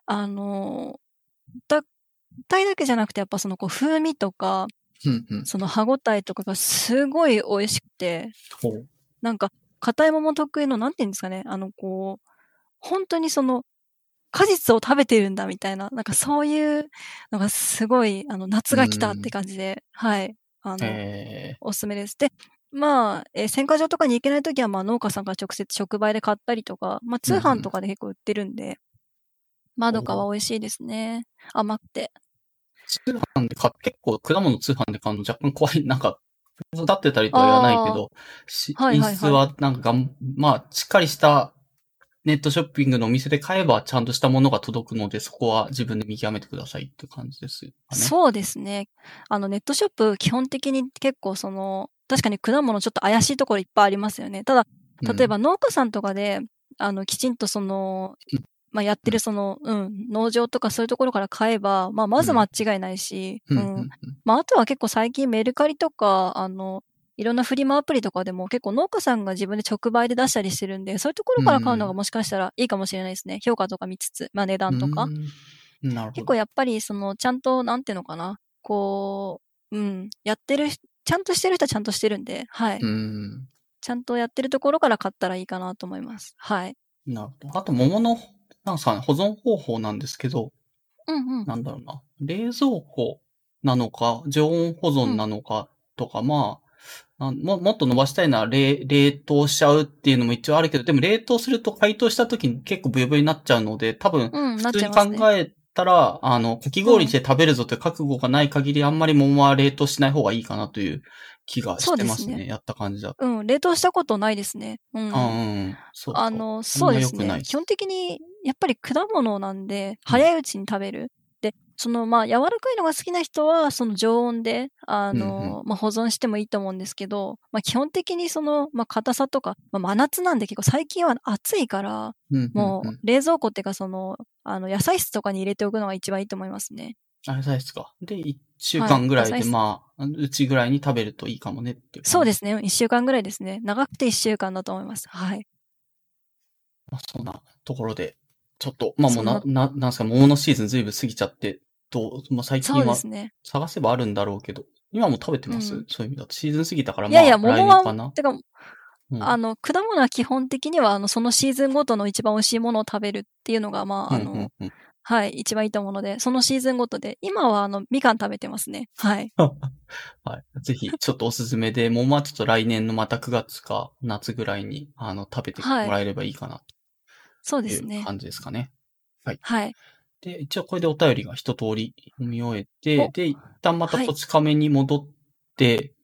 体だけじゃなくて、やっぱその風味とか、その歯ごたえとかがすごい美味しくて、なんか、硬い桃特有の、なんていうんですかね、本当にその、果実を食べてるんだみたいな、なんかそういうのがすごい、夏が来たって感じで、はい、おすすめです。で、選果場とかに行けないときは、農家さんから直接直売で買ったりとか、通販とかで結構売ってるんで、まどかは美味しいですね。甘くて。 通販で結構果物通販で買うの若干怖い。なんか、育ってたりとは言わないけど、品質はなんかしっかりしたネットショッピングのお店で買えばちゃんとしたものが届くので、そこは自分で見極めてくださいって感じですよね。 そうですね。ネットショップ基本的に結構確かに果物ちょっと怪しいところいっぱいありますよね。ただ、例えば農家さんとかで、きちんとやってる農場とかそういうところから買えば、まず間違いないし、あとは結構最近メルカリとか、いろんなフリマアプリとかでも結構農家さんが自分で直売で出したりしてるんで、そういうところから買うのがもしかしたらいいかもしれないですね。評価とか見つつ、値段とか。結構やっぱり、ちゃんと、なんていうのかな、やってる、ちゃんとしてる人はちゃんとしてるんで、はい。ちゃんとやってるところから買ったらいいかなと思います。はい。 なるほど。あと、桃の、なんか保存方法なんですけど、 なんだろうな。冷蔵庫なのか、常温保存なのかとか、もっと伸ばしたいなら冷凍しちゃうっていうのも一応あるけど、でも冷凍すると解凍した時に結構ブヨブヨになっちゃうので、多分、普通に考えたら、かき氷して食べるぞって覚悟がない限り、あんまり桃は冷凍しない方がいいかなという気がしてますね。やった感じだと。 冷凍したことないですね。 そうそうですね。基本的に、やっぱり果物なんで、早いうちに食べる。で、柔らかいのが好きな人は、常温で、保存してもいいと思うんですけど、基本的に硬さとか、真夏なんで結構最近は暑いから、もう、冷蔵庫っていうか野菜室とかに入れておくのが一番いいと思いますね。 野菜室か。で、1週間ぐらいで、うちぐらいに食べるといいかもねっていう。 そうですね。1週間ぐらいですね。長くて1週間だと思います。はい。 そんなところで、ちょっと、もうなんすか、桃のシーズンずいぶん過ぎちゃって、最近は探せばあるんだろうけど、今も食べてます、そういう意味だと。シーズン過ぎたから、 いやいや、桃は、てか、果物は基本的には、そのシーズンごとの一番美味しいものを食べるっていうのが、はい、一番いいと思うので、そのシーズンごとで、今はみかん食べてますね。はい。 はい。ぜひ、ちょっとおすすめで、桃はちょっと来年のまた9月か夏ぐらいに、食べてもらえればいいかな、 そうですね。 いう感じですかね。はい。 はい。 で、一応これでお便りが一通り読み終えて、で、一旦またこち亀に戻って、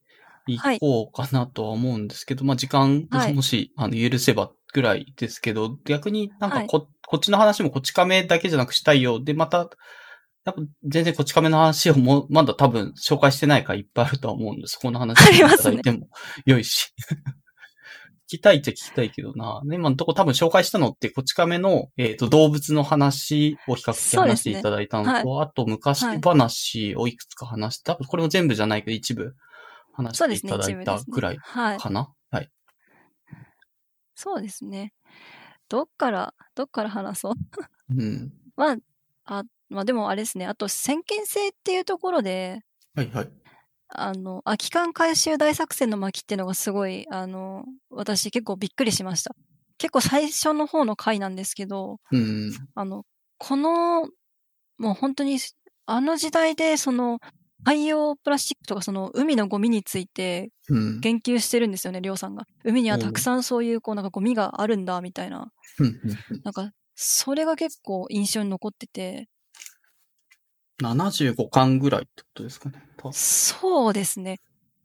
行こうかなとは思うんですけど、まあ時間がもし、許せばぐらいですけど、逆になんかこっちの話もこち亀だけじゃなくしたいよ。で、また、やっぱ全然こち亀の話をまだ多分紹介してないからいっぱいあるとは思うんで、そこの話していただいても良いし。聞きたいっちゃ聞きたいけどな。今のとこ多分紹介したのって、こち亀の、動物の話を比較的話していただいたのと、あと昔話をいくつか話して、多分これも全部じゃないけど一部話していただいたぐらいかな。はい。 そうですね。どっから話そう。 うん。 まあでもあれですね。あと先見性っていうところで、 はいはい。 空き缶回収大作戦の巻っていうのがすごい、私結構びっくりしました。結構最初の方の回なんですけど、 うん、 もう本当に、あの時代で海洋プラスチックとか海のゴミについて言及してるんですよね、りょうさんが。海にはたくさんそういうなんかゴミがあるんだ、みたいな。なんか、それが結構印象に残ってて。 75巻ぐらいってことですかね。 そうですね。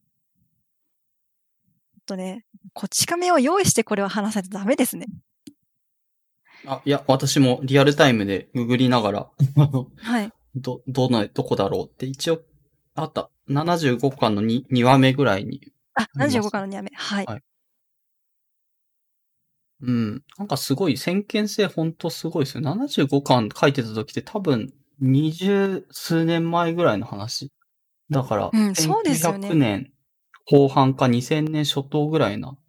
こち亀を用意してこれを話さないとダメですね。 いや、私もリアルタイムでググりながら、 はい。 どこだろうって一応、あった。75巻の 2話目ぐらいに。 75巻の2話目。はい。 はい。うん。なんかすごい、先見性ほんとすごいですよ。75巻書いてた時って多分、20数年前ぐらいの話。だから、 そうですよね。 1900年後半か2000年初頭ぐらいな、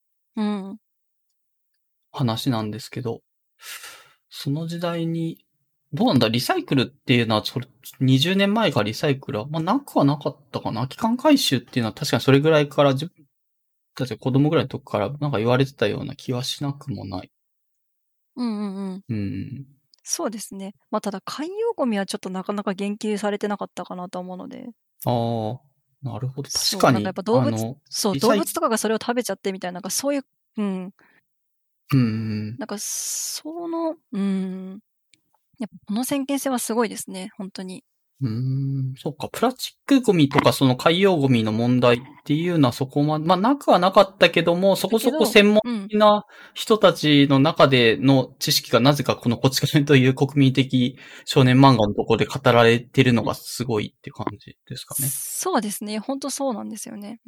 話なんですけど、その時代に、どうなんだリサイクルっていうのは、20年前からリサイクルは、まあ、なくはなかったかな。期間回収っていうのは確かにそれぐらいから、自分たち子供ぐらいの時からなんか言われてたような気はしなくもない。 そうですね。まあ、ただ海洋ゴミはちょっとなかなか言及されてなかったかなと思うので。 ああ、なるほど。確かに。 なんかやっぱ動物とかがそれを食べちゃってみたいな、なんかそういう、なんかやっぱこの先見性はすごいですね、本当に。 そっか。プラスチックゴミとかその海洋ゴミの問題っていうのはそこまあ、なくはなかったけども、そこそこ専門的な人たちの中での知識がなぜかこのこち亀という国民的少年漫画のところで語られてるのがすごいって感じですかね。 そうですね。本当そうなんですよね。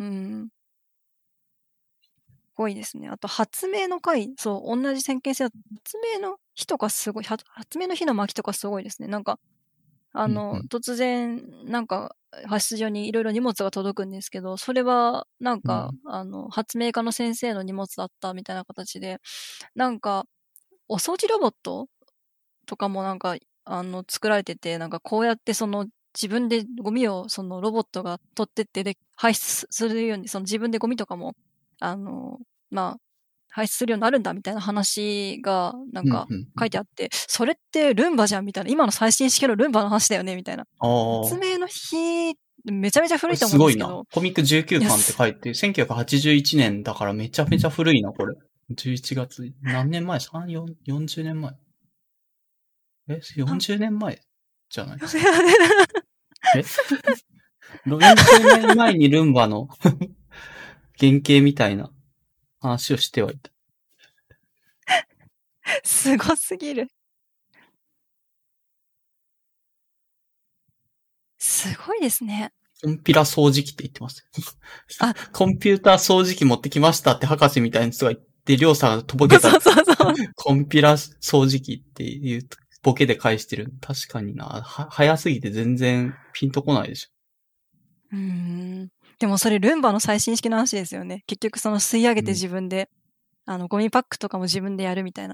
すごいですね。あと、発明の回、同じ先見性だと、発明の日とかすごい、発明の日の巻とかすごいですね。なんか、突然、なんか、発出所にいろいろ荷物が届くんですけど、それは、なんか、発明家の先生の荷物だったみたいな形で、なんか、お掃除ロボットとかもなんか、作られてて、なんかこうやって自分でゴミをロボットが取ってってで排出するように、自分でゴミとかも、まあ、排出するようになるんだみたいな話がなんか書いてあって、それってルンバじゃんみたいな、今の最新式のルンバの話だよねみたいな。発明の日、めちゃめちゃ古いと思うんですけど。すごいな。 コミック19巻って書いて、1981年だからめちゃめちゃ古いな、これ。11月、何年前 ?3、40年前。40年前じゃない40年前にルンバの原型みたいな話をしてはいた。 すごすぎる。すごいですね。 コンピラ掃除機って言ってます。コンピューター掃除機持ってきましたって博士みたいな人が言って、りょうさんがとぼけた。コンピラ掃除機っていうボケで返してる。確かにな。早すぎて全然ピンとこないでしょ。 でもそれルンバの最新式の話ですよね。結局吸い上げて自分で、ゴミパックとかも自分でやるみたいな。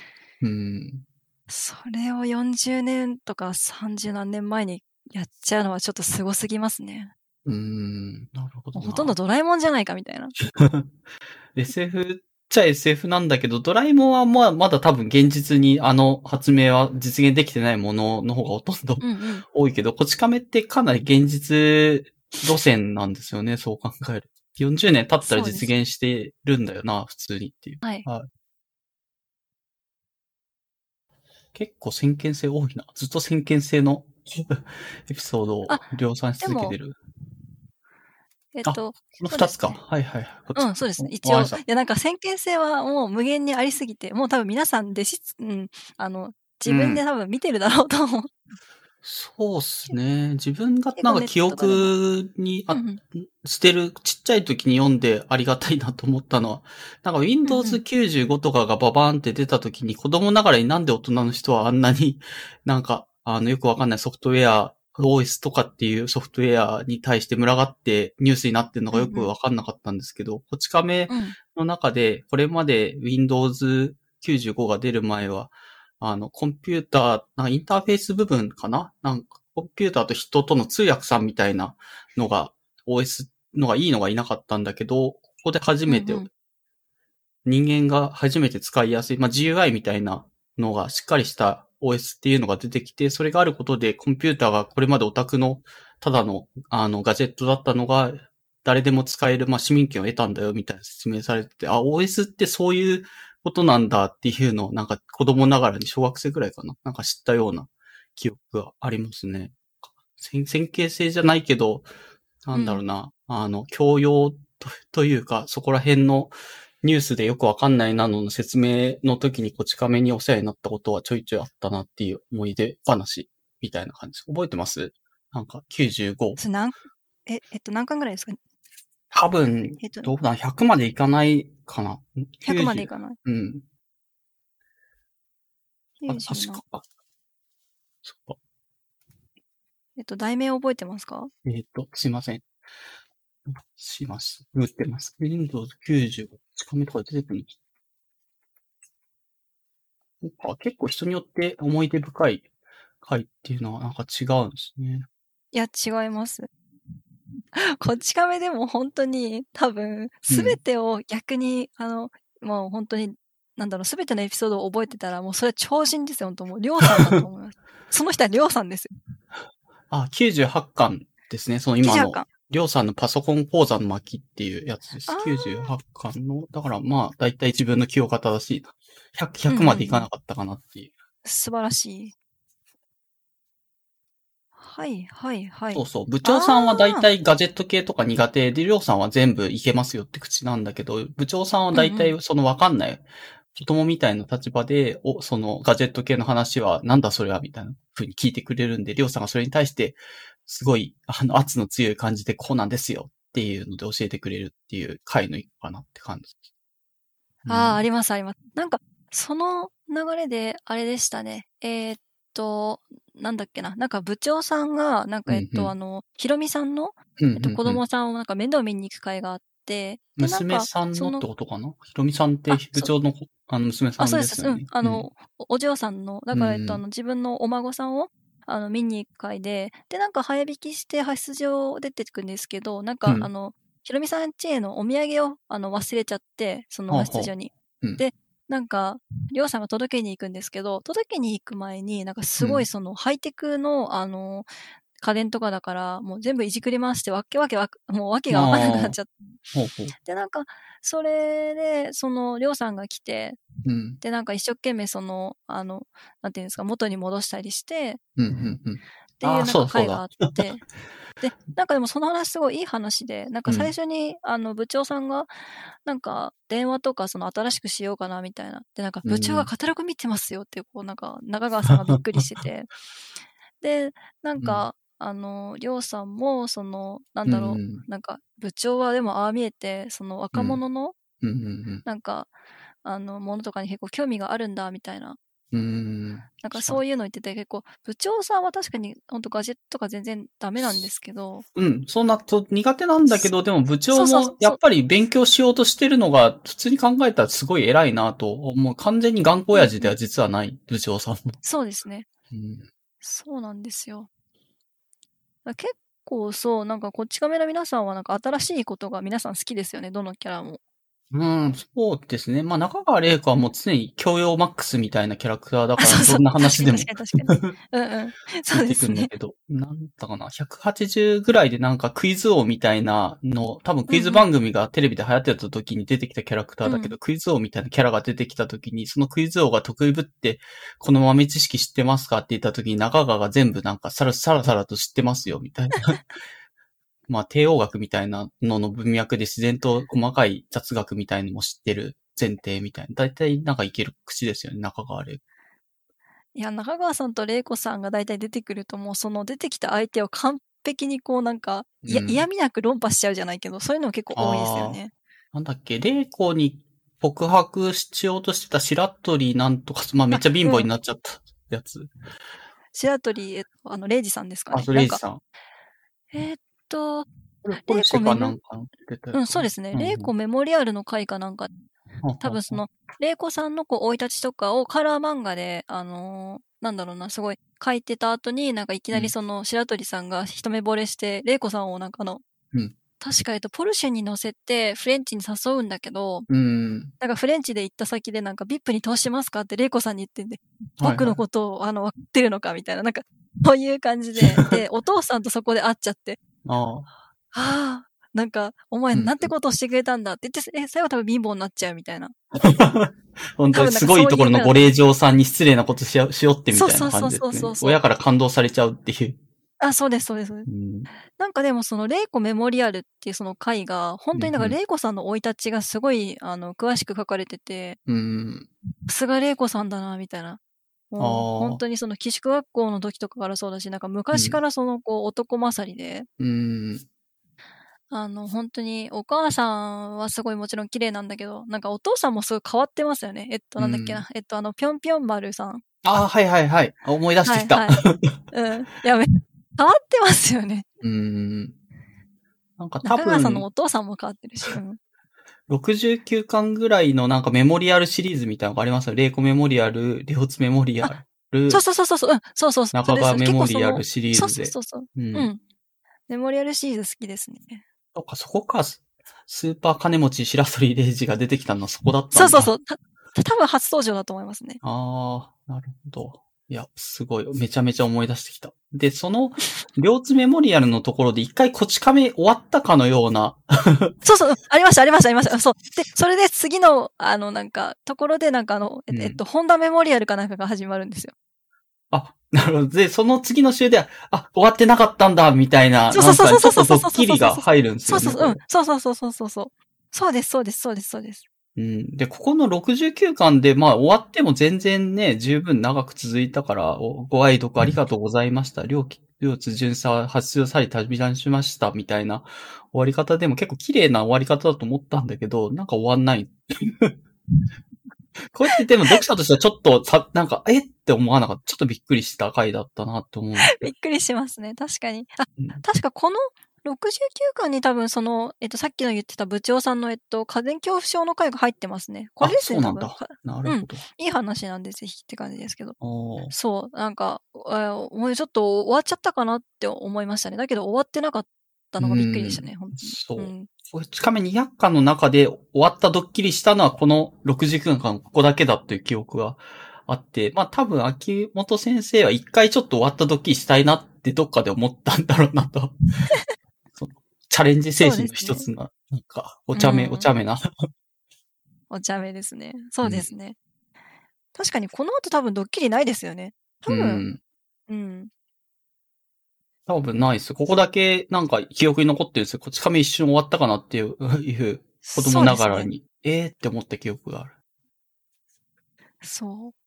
それを40年とか30何年前にやっちゃうのはちょっとすごすぎますね。 なるほど。 ほとんどドラえもんじゃないかみたいな。 SF っちゃ SF なんだけど、ドラえもんはまだ多分現実に発明は実現できてないものの方がほとんど多いけど、こち亀ってかなり現実路線なんですよね、そう考える。40年経ったら実現してるんだよな、普通にっていう。 はい。 結構先見性多いな。ずっと先見性のエピソードを量産し続けてる。 この2つか。はいはい。 そうですね。一応。いや、なんか先見性はもう無限にありすぎて、もう多分皆さん自分で多分見てるだろうと思う。 そうっすね。自分がなんか記憶に捨てるちっちゃい時に読んでありがたいなと思ったのは、なんか Windows 95とかがババーンって出た時に子供ながらになんで大人の人はあんなになんかよくわかんないソフトウェア、OS とかっていうソフトウェアに対して群がってニュースになってるのがよくわかんなかったんですけど、こち亀の中でこれまで Windows 95が出る前は、コンピューター、なんかインターフェース部分かななんか、コンピューターと人との通訳さんみたいなのが、OS のがいいのがいなかったんだけど、ここで初めて、人間が初めて使いやすい、GUI みたいなのがしっかりした OS っていうのが出てきて、それがあることで、コンピューターがこれまでオタクの、ただの、ガジェットだったのが、誰でも使える、市民権を得たんだよ、みたいな説明されてて、OS ってそういうことなんだっていうのをなんか子供ながらに小学生ぐらいかななんか知ったような記憶がありますね。線形性じゃないけど、なんだろうな、教養というか、そこら辺のニュースでよくわかんないなの説明の時にこち亀にお世話になったことはちょいちょいあったなっていう思い出話みたいな感じ。覚えてます？なんか95。 何巻ぐらいですか？ 多分、どうだ、100までいかないかな。 100までいかない。 うん。確か。そっか。 題名覚えてますか？ すいません。打ってます。Windows 95、1カメとか出てくるんです。結構人によって思い出深い回っていうのはなんか違うんですね。 いや、違います。こち亀でも本当に多分、すべてを逆に、もう本当に、すべてのエピソードを覚えてたら、もうそれは超人ですよ、本当もう、りょうさんだと思います。その人はりょうさんですよ。 98巻ですね。その今の、りょうさんのパソコン講座の巻っていうやつです。98巻の、だからだいたい自分の記憶が正しい。100までいかなかったかなっていう。 素晴らしい。はいはいはい。 そうそう。部長さんはだいたいガジェット系とか苦手で、りょうさんは全部いけますよって口なんだけど、部長さんはだいたいそのわかんない、子供みたいな立場で、そのガジェット系の話はなんだそれはみたいな風に聞いてくれるんで、りょうさんがそれに対して、すごい、圧の強い感じでこうなんですよっていうので教えてくれるっていう回の一個かなって感じ。 ありますあります。なんか、その流れで、あれでしたね。なんだっけな。なんか部長さんが、なんかひろみさんの、子供さんをなんか面倒見に行く会があって、 娘さんのってことかな？ひろみさんって部長の娘さんですよね。 そうです。お嬢さんの、だから自分のお孫さんを、見に行く会で、で、なんか早引きして派出所出てくんですけど、なんかひろみさんちへのお土産を忘れちゃって、その派出所に。で、なんか、りょうさんが届けに行くんですけど、届けに行く前に、なんかすごいそのハイテクの、家電とかだから、もう全部いじくり回して、もう訳がわからなくなっちゃって。で、なんか、それで、その、りょうさんが来て、で、なんか一生懸命なんていうんですか、元に戻したりして、っていうなんか会があって、で、なんかでもその話すごいいい話で、なんか最初に、部長さんが、なんか電話とか新しくしようかなみたいな。で、なんか部長がカタログ見てますよって、なんか中川さんがびっくりしてて。で、なんか、りょうさんも、なんか部長はでもああ見えて、その若者の、なんか、ものとかに結構興味があるんだ、みたいな。なんかそういうの言ってて結構、部長さんは確かに本当ガジェットとか全然ダメなんですけど。 そんな苦手なんだけど、でも部長もやっぱり勉強しようとしてるのが普通に考えたらすごい偉いなと、もう完全に頑固親父では実はない部長さんも。 そうですね。そうなんですよ。結構そう、なんかこっち亀の皆さんはなんか新しいことが皆さん好きですよね、どのキャラも。 そうですね。中川玲子はもう常に教養マックスみたいなキャラクターだから、どんな話でも。 確かに。そうですね。 出てくるんだけど、なんだかな、180ぐらいでなんかクイズ王みたいなの、多分クイズ番組がテレビで流行ってた時に出てきたキャラクターだけど、クイズ王みたいなキャラが出てきた時に、そのクイズ王が得意ぶって、この豆知識知ってますかって言った時に中川が全部なんかさらさらと知ってますよ、みたいな。 まあ、帝王学みたいなのの文脈で自然と細かい雑学みたいのも知ってる前提みたいな。だいたいなんかいける口ですよね、中川玲子。 いや、中川さんと玲子さんが大体出てくると、もうその出てきた相手を完璧にこうなんか、嫌味なく論破しちゃうじゃないけど、そういうの結構多いですよね。 なんだっけ、玲子に告白しようとしてた白鳥なんとか、まあめっちゃ貧乏になっちゃったやつ。 白鳥、レイジさんですかね。 レイジさん。ポルシェかなんか出たやつ。 そうですね。玲子メモリアルの回かなんか、多分その、玲子さんのこう、生い立ちとかをカラー漫画で、なんだろうな、すごい書いてた後に、なんかいきなりその、白鳥さんが一目惚れして、玲子さんをなんか確かポルシェに乗せてフレンチに誘うんだけど、なんかフレンチで行った先でなんか VIP に通しますかって玲子さんに言ってんで、僕のことを分かってるのかみたいな、なんか、そういう感じで、で、お父さんとそこで会っちゃって、なんか、お前なんてことをしてくれたんだって言って、最後多分貧乏になっちゃうみたいな。 本当にすごいところのご令嬢さんに失礼なことしよってみたいな感じですね。親から感動されちゃうっていう。 そうです、そうです。なんかでもその、玲子メモリアルっていうその回が、本当になんか玲子さんの生い立ちがすごい、詳しく書かれてて、さすが玲子さんだな、みたいな。もう本当にその寄宿学校の時とかからそうだし、なんか昔からそのこう男勝りで、本当にお母さんはすごいもちろん綺麗なんだけど、なんかお父さんもすごい変わってますよね。なんだっけな。ぴょんぴょん丸さん。 はいはいはい。思い出してきた。 やべ。変わってますよね。 なんか多分。 中川さんのお父さんも変わってるし。 69巻ぐらいのなんかメモリアルシリーズみたいなのがありますよ。玲子メモリアル、レオツメモリアル。 そう。 中川メモリアルシリーズで。 そう。メモリアルシリーズ好きですね。 そこか。スーパー金持ち白鳥レイジが出てきたのはそこだったんだ。 そう。多分初登場だと思いますね。 なるほど。いや、すごい。めちゃめちゃ思い出してきた。で、その、両津メモリアルのところで一回こち亀終わったかのような。 そう。ありました。そう。で、それで次の、なんか、ところでなんかホンダメモリアルかなんかが始まるんですよ。 なるほど。で、その次の週で、終わってなかったんだ、みたいな。 そう。 なんかちょっとドッキリが入るんですよね。 そう。そうです。 で、ここの69巻で、まあ終わっても全然ね、十分長く続いたから、ご愛読ありがとうございました。両津巡査発出され旅立ちました、みたいな終わり方でも結構綺麗な終わり方だと思ったんだけど、なんか終わんない。こうやってでも読者としてはちょっとなんか、って思わなかった。ちょっとびっくりした回だったなと思う。 びっくりしますね。確かに。確かこの69巻に多分その、さっきの言ってた部長さんの家電恐怖症の回が入ってますね。これですね、 そうなんだ。なるほど。 いい話なんでぜひって感じですけど。そう、なんか、もうちょっと終わっちゃったかなって思いましたね。だけど終わってなかったのがびっくりでしたね、本当に。 そう。ちかめ200巻の中で終わったドッキリしたのはこの69巻ここだけだっていう記憶があって、まあ多分秋元先生は一回ちょっと終わったドッキリしたいなってどっかで思ったんだろうなと。チャレンジ精神の一つな、なんか、お茶目な。 お茶目ですね。そうですね。確かにこの後多分ドッキリないですよね。多分。 多分ないです。ここだけなんか記憶に残ってるんですよ。こち亀一瞬終わったかなっていう子供ながらに、って思った記憶がある。 そう。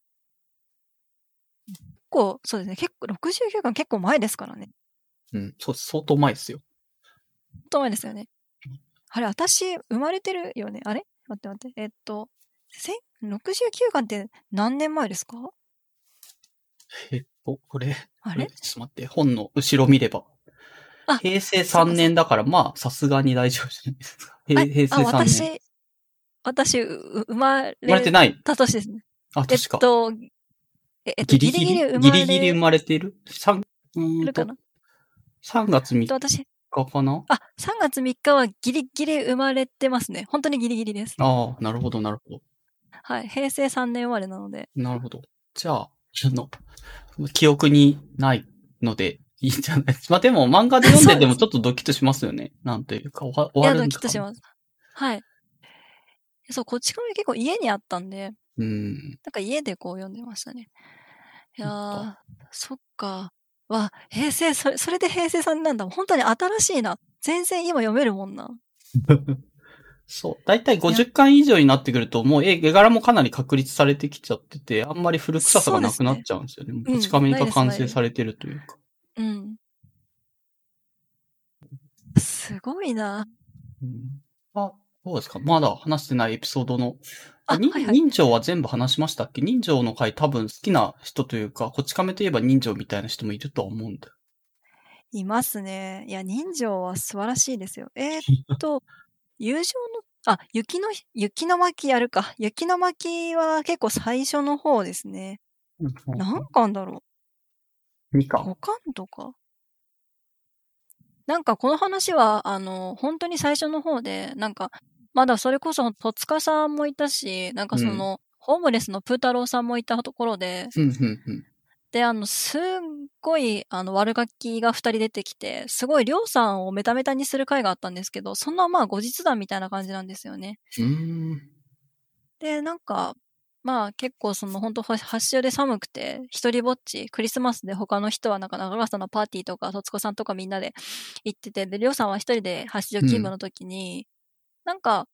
そうですね。69巻結構前ですからね。 そう、相当前ですよ。 相当前ですよね。あれ、私、生まれてるよね。あれ待って。69巻って何年前ですか？ これ。 あれ？ ちょっと待って、本の後ろ見れば。平成3年だから、まあ、さすがに大丈夫じゃないですか。平成3年。 私、生まれてないた年ですね。 確か。 ギリギリ生まれてる ?3 月3日かな？ 3月3日はギリギリ生まれてますね。本当にギリギリです。 なるほど。 はい。平成3年生まれなので。 なるほど。じゃあ、記憶にないので、いいんじゃないですか。まあでも漫画で読んでてもちょっとドキッとしますよね。なんというか、終わるんだ。いや、 ドキッとします。はい。そう、こっちから結構家にあったんで、なんか家でこう読んでましたね。いやー、そっか。平成、それで平成3年なんだ。本当に新しいなっ全然今読めるもんな。 そう。だいたい50巻以上になってくると、もう絵柄もかなり確立されてきちゃってて、あんまり古臭さがなくなっちゃうんですよね。こち亀が完成されてるというか。 うん。すごいな。 どうですか？まだ話してないエピソードの。 はいはい、 人情は全部話しましたっけ？人情の回多分好きな人というか、こち亀といえば人情みたいな人もいるとは思うんだよ。 いますね。いや、人情は素晴らしいですよ。友情の、雪の巻やるか。雪の巻は結構最初の方ですね。何巻だろう ?2 巻。 5巻とか。なんかこの話は、本当に最初の方で、なんか、まだそれこそ戸塚さんもいたし、なんかホームレスのプータローさんもいたところで、で、すっごい、悪ガキが2人出てきて、すごい、りょうさんをメタメタにする回があったんですけど、そんなまあ後日談みたいな感じなんですよね。で、なんか、まあ結構本当発祥で寒くて、一人ぼっち、クリスマスで他の人はなんか長笠のパーティーとか、とつこさんとかみんなで行ってて、で、りょうさんは一人で発祥勤務の時に、なんか、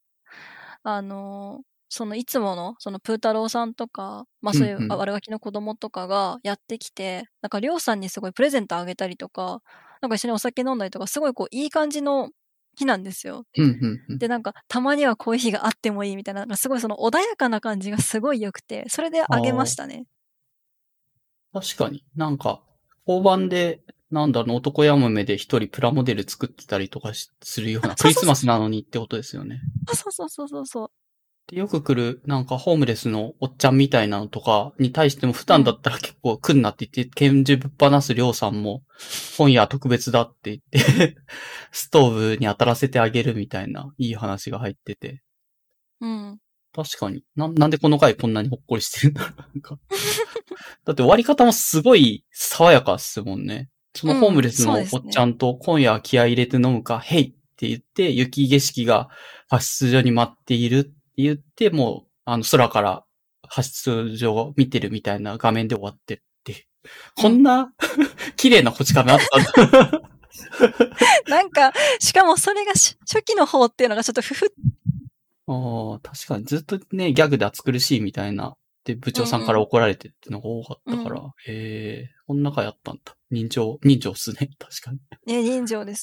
いつもの、プー太郎さんとか、まあそういう悪ガキの子供とかがやってきて、なんかりょうさんにすごいプレゼントあげたりとか、なんか一緒にお酒飲んだりとか、すごいいい感じの日なんですよ。で、なんか、たまにはこういう日があってもいいみたいな、なんかすごい穏やかな感じがすごい良くて、それであげましたね。 確かに。なんか、交番で、男やもめで一人プラモデル作ってたりとかするような、クリスマスなのにってことですよね。 そう。 で、よく来る、なんかホームレスのおっちゃんみたいなのとかに対しても普段だったら結構来んなって言って、拳銃ぶっ放すりょうさんも、今夜特別だって言ってストーブに当たらせてあげるみたいな、いい話が入ってて。確かに。なんでこの回こんなにほっこりしてるんだろう。なんか。だって終わり方もすごい爽やかっすもんね。そのホームレスのおっちゃんと今夜気合い入れて飲むか、ヘイって言って、雪景色が発出所に待っているって言って、もう、空から発出所を見てるみたいな画面で終わってって。こんな綺麗なこち亀あったんだ。 なんか、しかもそれが初期の方っていうのがちょっと確かにずっとね、ギャグで暑苦しいみたいな。で、部長さんから怒られてってのが多かったから、こんな回あったんだ。人情っすね。確かに。 ね、人情です。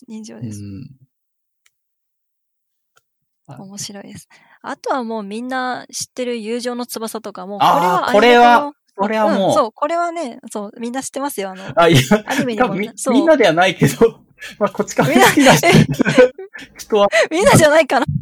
面白いです。あとはもうみんな知ってる友情の翼とかも、 これはもう、 そう、これはね、そう、みんな知ってますよ。 いや、 アニメにもみんなではないけど、まあ、こっちから好きな人は。 みんなじゃないかな。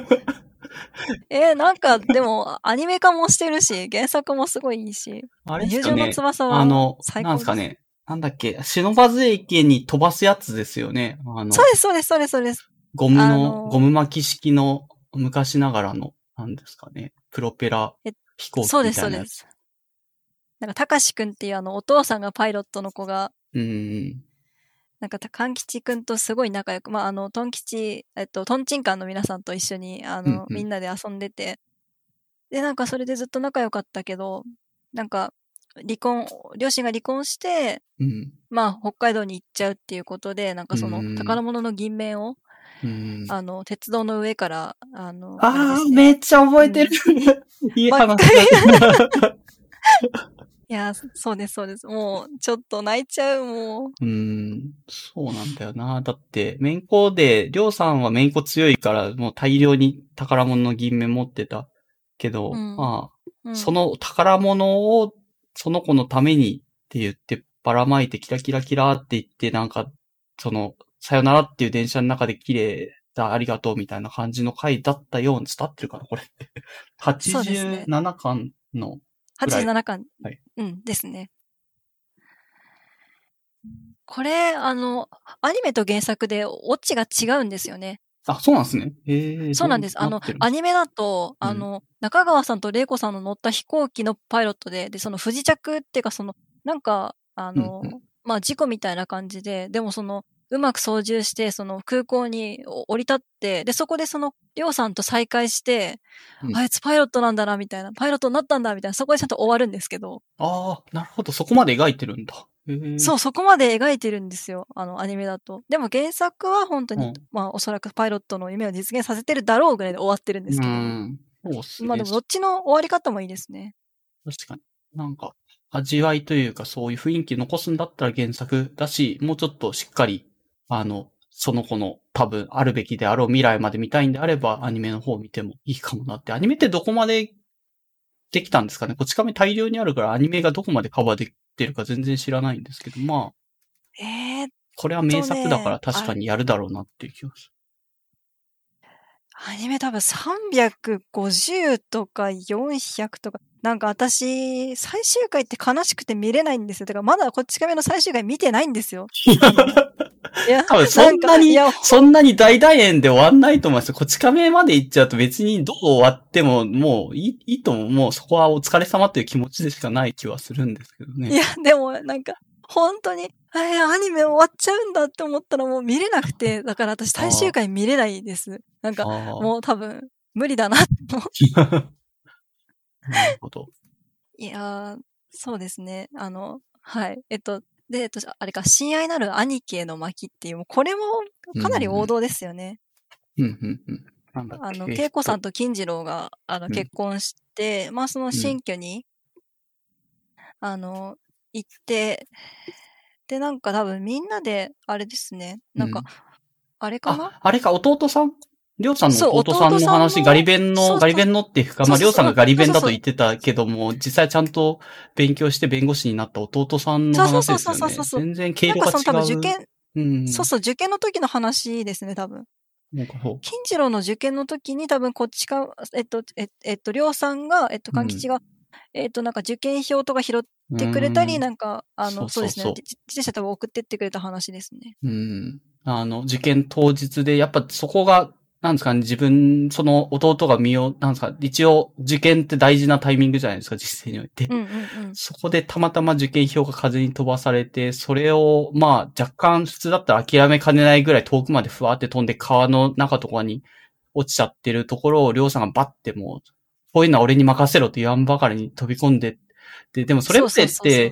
なんか、でも、アニメ化もしてるし、原作もすごいいいし。 あれです友情の翼は最高です。 なんですかね。なんだっけ、忍ばず駅に飛ばすやつですよね。 そうです。 ゴム巻き式の昔ながらの、なんですかね。プロペラ飛行機みたいなやつ。 そうです。なんか、たかしくんっていうお父さんがパイロットの子が、なんか、かんきちくんとすごい仲良く、まあ、トン吉、トンチンカンの皆さんと一緒に、みんなで遊んでて、で、なんかそれでずっと仲良かったけど、なんか、両親が離婚して、まあ、北海道に行っちゃうっていうことで、なんか宝物の銀面を、鉄道の上から、 めっちゃ覚えてる。いい話だ。 いや、そうです。もう、ちょっと泣いちゃう、もう。 そうなんだよな。だって、めんこで、りょうさんはめんこ強いから、もう大量に宝物の銀面持ってたけど、その宝物を、その子のためにって言って、ばらまいてキラキラキラって言って、なんか、さよならっていう電車の中で綺麗だ、ありがとうみたいな感じの回だったように伝ってるかな、これ。87巻の。 87巻。ですね。これ、アニメと原作でオチが違うんですよね。 そうなんですね。 そうなんです。アニメだと、中川さんと玲子さんの乗った飛行機のパイロットで、その不時着っていうか、なんか、まあ、事故みたいな感じで、でもうまく操縦して、空港に降り立って、で、そこでりょうさんと再会して、あいつパイロットなんだな、みたいな。パイロットになったんだ、みたいな。そこでちゃんと終わるんですけど。 なるほど。そこまで描いてるんだ。 そう、そこまで描いてるんですよ。アニメだと。でも原作は本当に、まあ、おそらくパイロットの夢を実現させてるだろうぐらいで終わってるんですけど。 そうっすね。 まあでも、どっちの終わり方もいいですね。 確かに。なんか、味わいというか、そういう雰囲気残すんだったら原作だし、もうちょっとしっかり、その子の多分あるべきであろう未来まで見たいんであれば、アニメの方を見てもいいかもなって。アニメってどこまでできたんですかね？こち亀大量にあるからアニメがどこまでカバーできてるか全然知らないんですけど、まあ。これは名作だから確かにやるだろうなっていう気がする。 アニメ多分350とか400とか。なんか私、最終回って悲しくて見れないんですよ。だからまだこっち亀の最終回見てないんですよ。いや、 多分そんなに大団円で終わんないと思いますよ。こち亀まで行っちゃうと別にどう終わってももういいと思う。もうそこはお疲れ様っていう気持ちでしかない気はするんですけどね。 いや、でもなんか、本当に、アニメ終わっちゃうんだって思ったらもう見れなくて、だから私最終回見れないです。なんか、もう多分、無理だなって思って。 なるほど。 いやー、そうですね。はい。で、あれか、親愛なる兄貴への巻っていう、これもかなり王道ですよね。 なんだっけ。 恵子さんと金次郎が、結婚して、まあその新居に、行って、で、なんか多分みんなで、あれですね。なんか、あれかな？ あれか、弟さんりょうさんの弟さんの話、ガリ弁のっていうか、まあ、りょうさんがガリ弁だと言ってたけども、実際ちゃんと勉強して弁護士になった弟さんの話ですよね。全然経路が違う。 なんか多分受験、受験の時の話ですね、多分。金次郎の受験の時に多分こっちか、りょうさんが、勘吉が、なんか受験票とか拾ってくれたり、なんか、そうですね。自転車多分送ってってくれた話ですね。 受験当日で、やっぱそこが、なんですかね、自分、その弟がなんですか、一応受験って大事なタイミングじゃないですか、実践において。そこでたまたま受験票が風に飛ばされて、それを、まあ、若干普通だったら諦めかねないぐらい遠くまでふわって飛んで川の中とかに落ちちゃってるところを、りょうさんがバッてもう、こういうのは俺に任せろと言わんばかりに飛び込んで、でもそれって、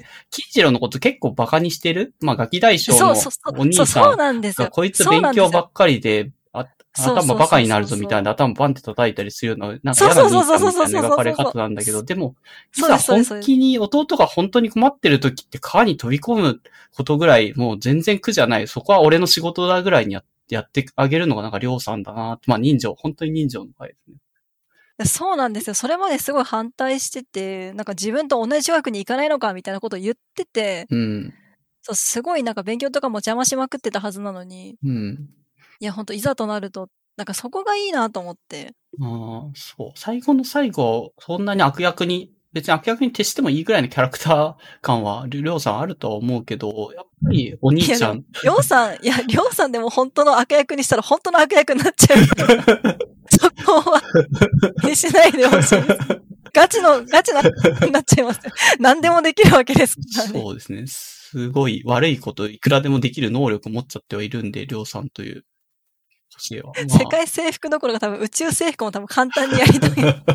金次郎のこと結構バカにしてる？まあ、ガキ大将のお兄さんがこいつ勉強ばっかりで、頭バカになるぞみたいな頭バンって叩いたりするような、なんか嫌な兄さんみたいな描かれ方なんだけど、でも、いざ本気に弟が本当に困ってる時って川に飛び込むことぐらいもう全然苦じゃない。そこは俺の仕事だぐらいにやってあげるのがなんかりょうさんだな。まあ本当に人情の回ですね。 そうなんですよ。それまですごい反対してて、なんか自分と同じ学に行かないのかみたいなことを言ってて、そう、すごいなんか勉強とかも邪魔しまくってたはずなのに、いや、ほんといざとなると、なんかそこがいいなと思って。 そう。最後の最後、そんなに別に悪役に徹してもいいぐらいのキャラクター感は、りょうさんあるとは思うけど、やっぱりお兄ちゃん。 りょうさんでも本当の悪役にしたら本当の悪役になっちゃうから。そこは、気にしないでほしい。ガチな、なっちゃいます。何でもできるわけですからね。 そうですね。すごい悪いこといくらでもできる能力持っちゃってはいるんで、りょうさんという星は。 世界征服どころか多分宇宙征服も多分簡単にやりたい。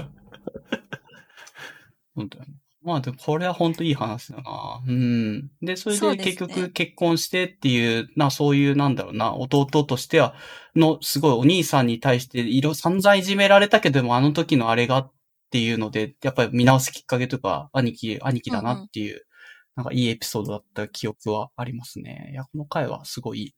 本当に。まあでもこれは本当いい話だな。で、それで結局結婚してっていう、そういうなんだろうな、弟としては、すごいお兄さんに対して散々いじめられたけども、あの時のあれがっていうので、やっぱり見直すきっかけとか、兄貴だなっていう、なんかいいエピソードだった記憶はありますね。いや、この回はすごいいい。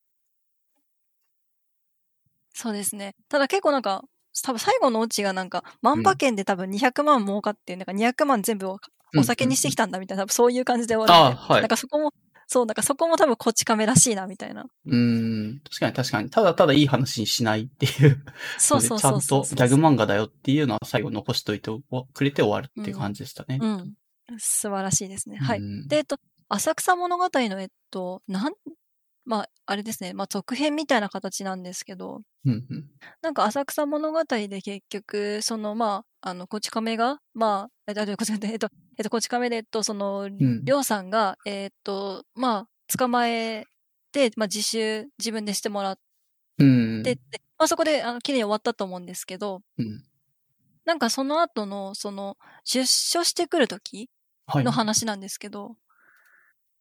そうですね。ただ結構なんか、多分最後のオチがなんか、万馬券で多分200万儲かって、なんか200万全部お酒にしてきたんだみたいな、多分そういう感じで終わるんで。なんかそこも多分こち亀らしいな、みたいな。 確かに。ただただいい話にしないっていうので、ちゃんとギャグ漫画だよっていうのは最後残しといてくれて終わるっていう感じでしたね。 素晴らしいですね。はい。で、浅草物語のまあ、あれですね。まあ、続編みたいな形なんですけど、なんか浅草物語で結局、こち亀が、まあ、こち亀で、りょうさんが、まあ、捕まえて、まあ、自分でしてもらって、まあ、そこで、綺麗に終わったと思うんですけど、なんかその後の、出所してくる時の話なんですけど、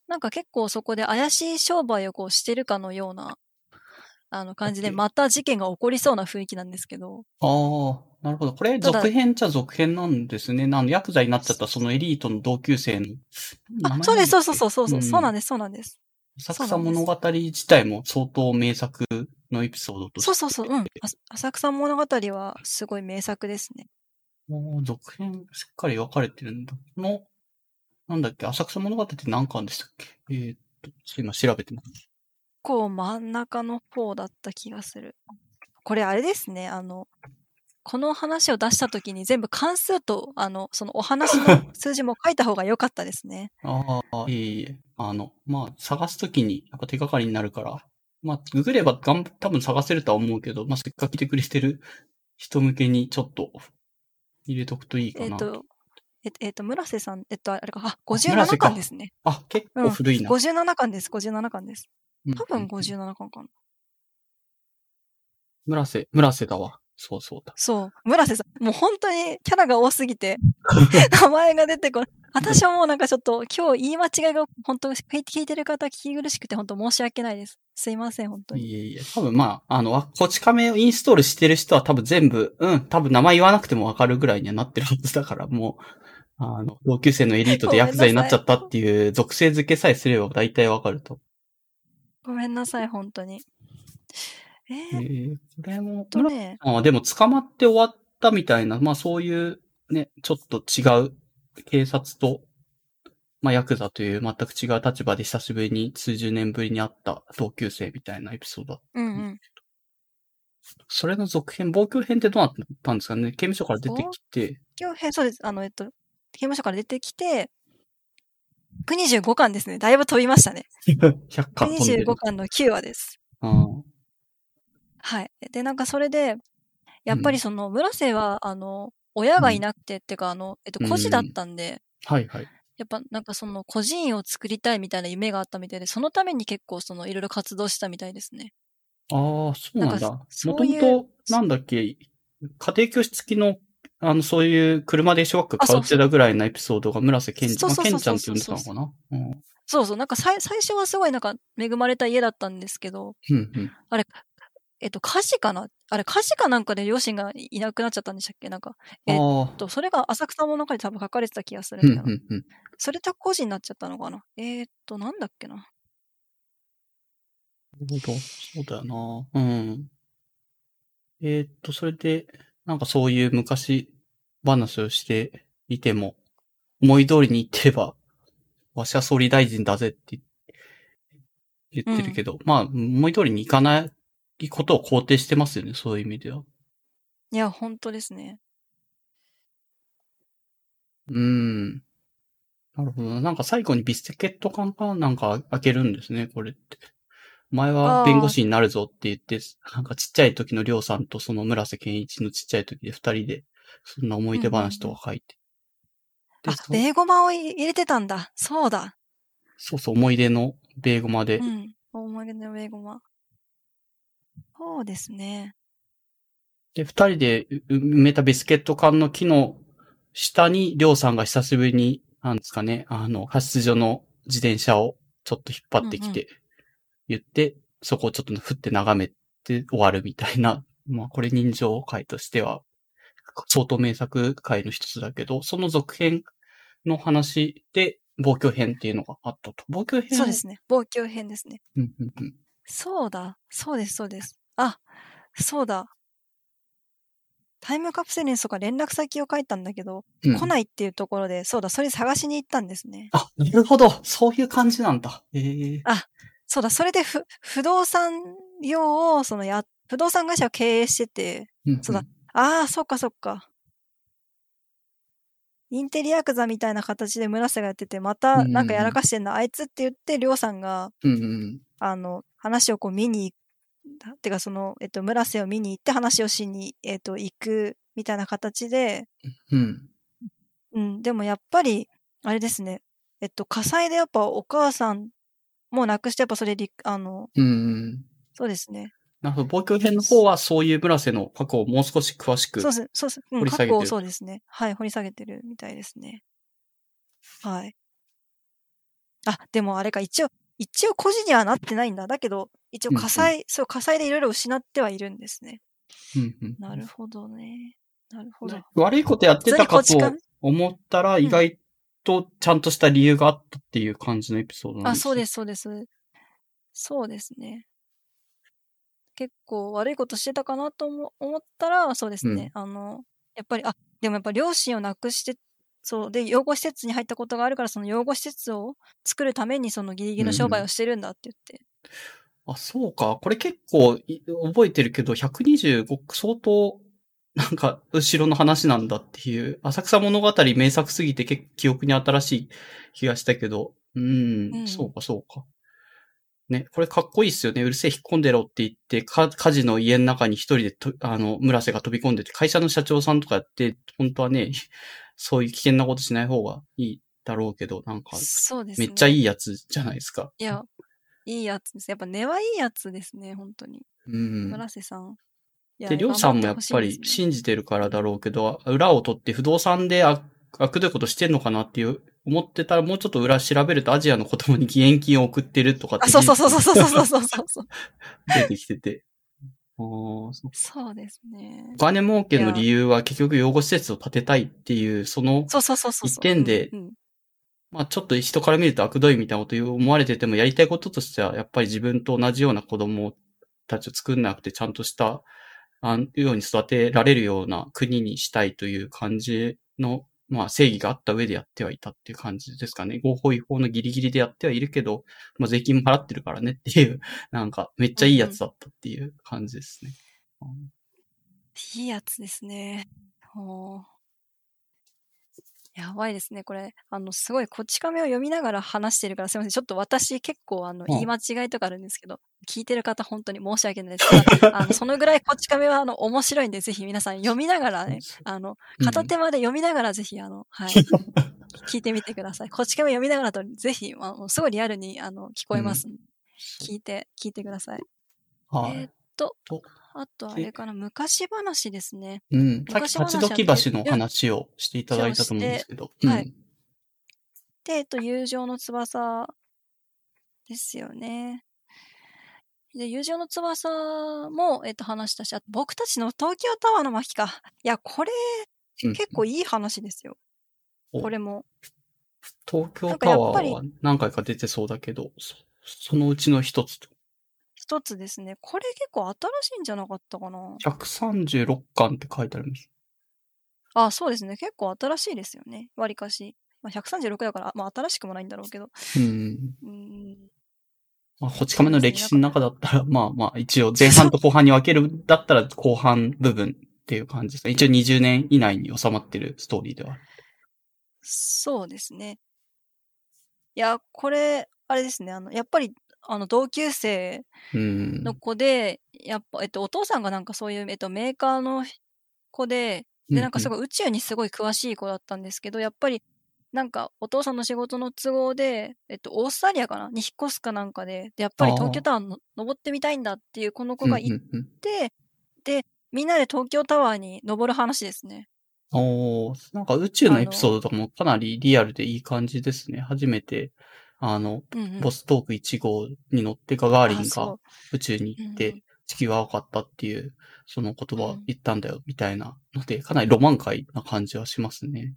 なんか結構そこで怪しい商売をこうしてるかのような、感じで、また事件が起こりそうな雰囲気なんですけど。 ああ、なるほど。これ、 ただ続編っちゃ続編なんですね。ヤクザになっちゃったそのエリートの同級生の、名前そうです、 なんだっけ？ そうなんです、そうなんです。 浅そうなんです。 草物語自体も相当名作のエピソードとして。 浅草物語はすごい名作ですね。 続編しっかり分かれてるんだ。なんだっけ、浅草物語って何巻でしたっけ？今調べてます。 こう真ん中の方だった気がする。これあれですね、この話を出したときに全部関数と、そのお話の数字も書いた方が良かったですね。 いえ。探すときにやっぱ手がかりになるから、ググれば多分探せるとは思うけど、せっかく来てくれてる人向けにちょっと入れとくといいかなと。 村瀬さん、あれか、 村 57 瀬か。 巻ですね。 結構古いな。 57巻です、57巻です。多分57巻かな。 村瀬だわ。そうだ。 そう、村瀬さん。もう本当にキャラが多すぎて、名前が出てこない。私はもうなんかちょっと今日言い間違いが本当聞いてる方聞き苦しくて本当申し訳ないです。すいません、本当に。 いえ。多分こち亀をインストールしてる人は多分全部、多分名前言わなくてもわかるぐらいにはなってるはずだから、もう、同級生のエリートでヤクザになっちゃったっていう属性付けさえすれば大体わかると。 ごめんなさい、本当に。 これも、 ね。 でも捕まって終わったみたいな、そういうね、ちょっと違う警察と、ヤクザという全く違う立場で久しぶりに数十年ぶりに会った同級生みたいなエピソードだった。それの続編、防御編ってどうなったんですかね？刑務所から出てきて。 防御編、そうです。刑務所から出てきて、125巻ですね。だいぶ飛びましたね。 100巻飛んでる。 125巻の9話です。はい。で、なんかそれで、やっぱりその、村瀬は、親がいなくて、ってか、孤児だったんで、 はい。 やっぱなんかその孤児院を作りたいみたいな夢があったみたいで、そのために結構そのいろいろ活動したみたいですね。 そうなんだ。もともそういう。 と、なんだっけ、家庭教師付きの、そういう車で小学校通ってたぐらいのエピソードが村瀬健ちゃん、ケンちゃんって呼んでたのかな？ そう、なんか最初はすごいなんか恵まれた家だったんですけど、あれ、火事かなあれ、火事かなんかで両親がいなくなっちゃったんでしたっけ？なんか、それが浅草物語で多分書かれてた気がするんだよな。それと孤児になっちゃったのかな？なんだっけな。 なるほど。そうだよな。それで、なんかそういう昔話をしていても、思い通りに言ってれば、わしは総理大臣だぜって言ってるけど、思い通りにいかないことを肯定してますよね、そういう意味では。 いや、本当ですね。 なるほど。なんか最後にビスケット缶かなんか開けるんですね、これって。お前は弁護士になるぞって言って、なんかちっちゃい時のりょうさんとその村瀬健一のちっちゃい時で二人で、そんな思い出話とか書いて。 ベーゴマを入れてたんだ。そうだ。 そう、思い出のベーゴマで。 思い出のベーゴマ。そうですね。 で、二人で埋めたビスケット缶の木の下に、りょうさんが久しぶりに、なんですかね、発出所の自転車をちょっと引っ張ってきて、言って、そこをちょっと振って眺めて終わるみたいな、これ人情会としては、相当名作会の一つだけど、その続編の話で、防御編っていうのがあったと。防御編？ そうですね。防御編ですね。そうだ。そうです。あ、そうだ。タイムカプセルに連絡先を書いたんだけど、来ないっていうところで、そうだ、それ探しに行ったんですね。 なるほど。そういう感じなんだ。 そうだ、それで不動産業を、不動産会社を経営してて、そうだ、そっか。インテリヤクザみたいな形で村瀬がやってて、またなんかやらかしてんな、あいつって言って、りょうさんが、話を見にてか村瀬を見に行って話をしに、行くみたいな形で、でもやっぱり、あれですね、火災でやっぱお母さんも亡くして、やっぱそれそうですね。 なるほど。防御編の方はそういう村瀬の過去をもう少し詳しく掘り下げてる。 過去をそうですね。はい、掘り下げてるみたいですね。はい。 でもあれか、一応孤児にはなってないんだ。だけど、一応火災でいろいろ失ってはいるんですね。なるほどね。なるほど。 悪いことやってたかと思ったら、意外とちゃんとした理由があったっていう感じのエピソードなんです。 そうです。そうですね。結構悪いことしてたかなと思ったら、そうですね。やっぱり、でもやっぱ両親を亡くして、で、養護施設に入ったことがあるから、その養護施設を作るためにそのギリギリの商売をしてるんだって言って。 そうか。これ結構覚えてるけど、125相当、なんか、後ろの話なんだっていう、浅草物語名作すぎて結構記憶に新しい気がしたけど、そうか。ね、これかっこいいっすよね。うるせえ引っ込んでろって言って、火事の家の中に一人で村瀬が飛び込んでて、会社の社長さんとかやって、本当はね、そういう危険なことしない方がいいだろうけど、なんか、 そうですね。 めっちゃいいやつじゃないですか。 いや、いいやつです。やっぱ根はいいやつですね、本当に。村瀬さん。 で、りょうさんもやっぱり信じてるからだろうけど、裏を取って不動産で悪どいことしてんのかなっていう思ってたら、もうちょっと裏調べるとアジアの子供に義援金を送ってるとかって。 そう。 出てきてて。 そうですね。 お金儲けの理由は結局養護施設を建てたいっていう、その一点で、まあちょっと人から見ると悪どいみたいなこと思われてても、やりたいこととしては、やっぱり自分と同じような子供たちを作んなくて、ちゃんとしたように育てられるような国にしたいという感じの、まあ正義があった上でやってはいたっていう感じですかね。合法違法のギリギリでやってはいるけど、まあ税金も払ってるからねっていう、なんかめっちゃいいやつだったっていう感じですね。 いいやつですね。やばいですね。これ、すごい、こち亀を読みながら話してるから、すいません。ちょっと私結構、言い間違いとかあるんですけど、聞いてる方本当に申し訳ないですが、そのぐらいこち亀は、面白いんで、ぜひ皆さん読みながらね、片手まで読みながらぜひ、はい、聞いてみてください。こち亀読みながらと、ぜひ、すごいリアルに、聞こえます。聞いてください。あとあれかな、昔話ですね。 さっき立ちどき橋の話をしていただいたと思うんですけど。 はい。で、友情の翼ですよね。で、友情の翼も、話したし、あと僕たちの東京タワーの巻か。いや、これ、結構いい話ですよ。これも。 東京タワーは何回か出てそうだけど、そのうちの一つと。 一つですね。これ結構新しいんじゃなかったかな。 136巻って書いてあります。 そうですね。結構新しいですよね。わりかし。まあ、136だから、まあ新しくもないんだろうけど。 まあ、こち亀の歴史の中だったら、まあ一応前半と後半に分けるんだったら後半部分っていう感じですね。一応20年以内に収まってるストーリーではある。 そうですね。いや、これ、あれですね。やっぱり、同級生の子で、やっぱ、お父さんがなんかそういう、メーカーの子で、なんかすごい宇宙にすごい詳しい子だったんですけど、やっぱり、なんかお父さんの仕事の都合で、オーストラリアかなに引っ越すかなんかで、やっぱり東京タワー登ってみたいんだっていうこの子が言って、で、みんなで東京タワーに登る話ですね。 なんか宇宙のエピソードとかもかなりリアルでいい感じですね。初めて、ボストーク1号に乗ってガガーリンが宇宙に行って、地球は青かったっていう、その言葉を言ったんだよ、みたいなので、かなりロマン界な感じはしますね。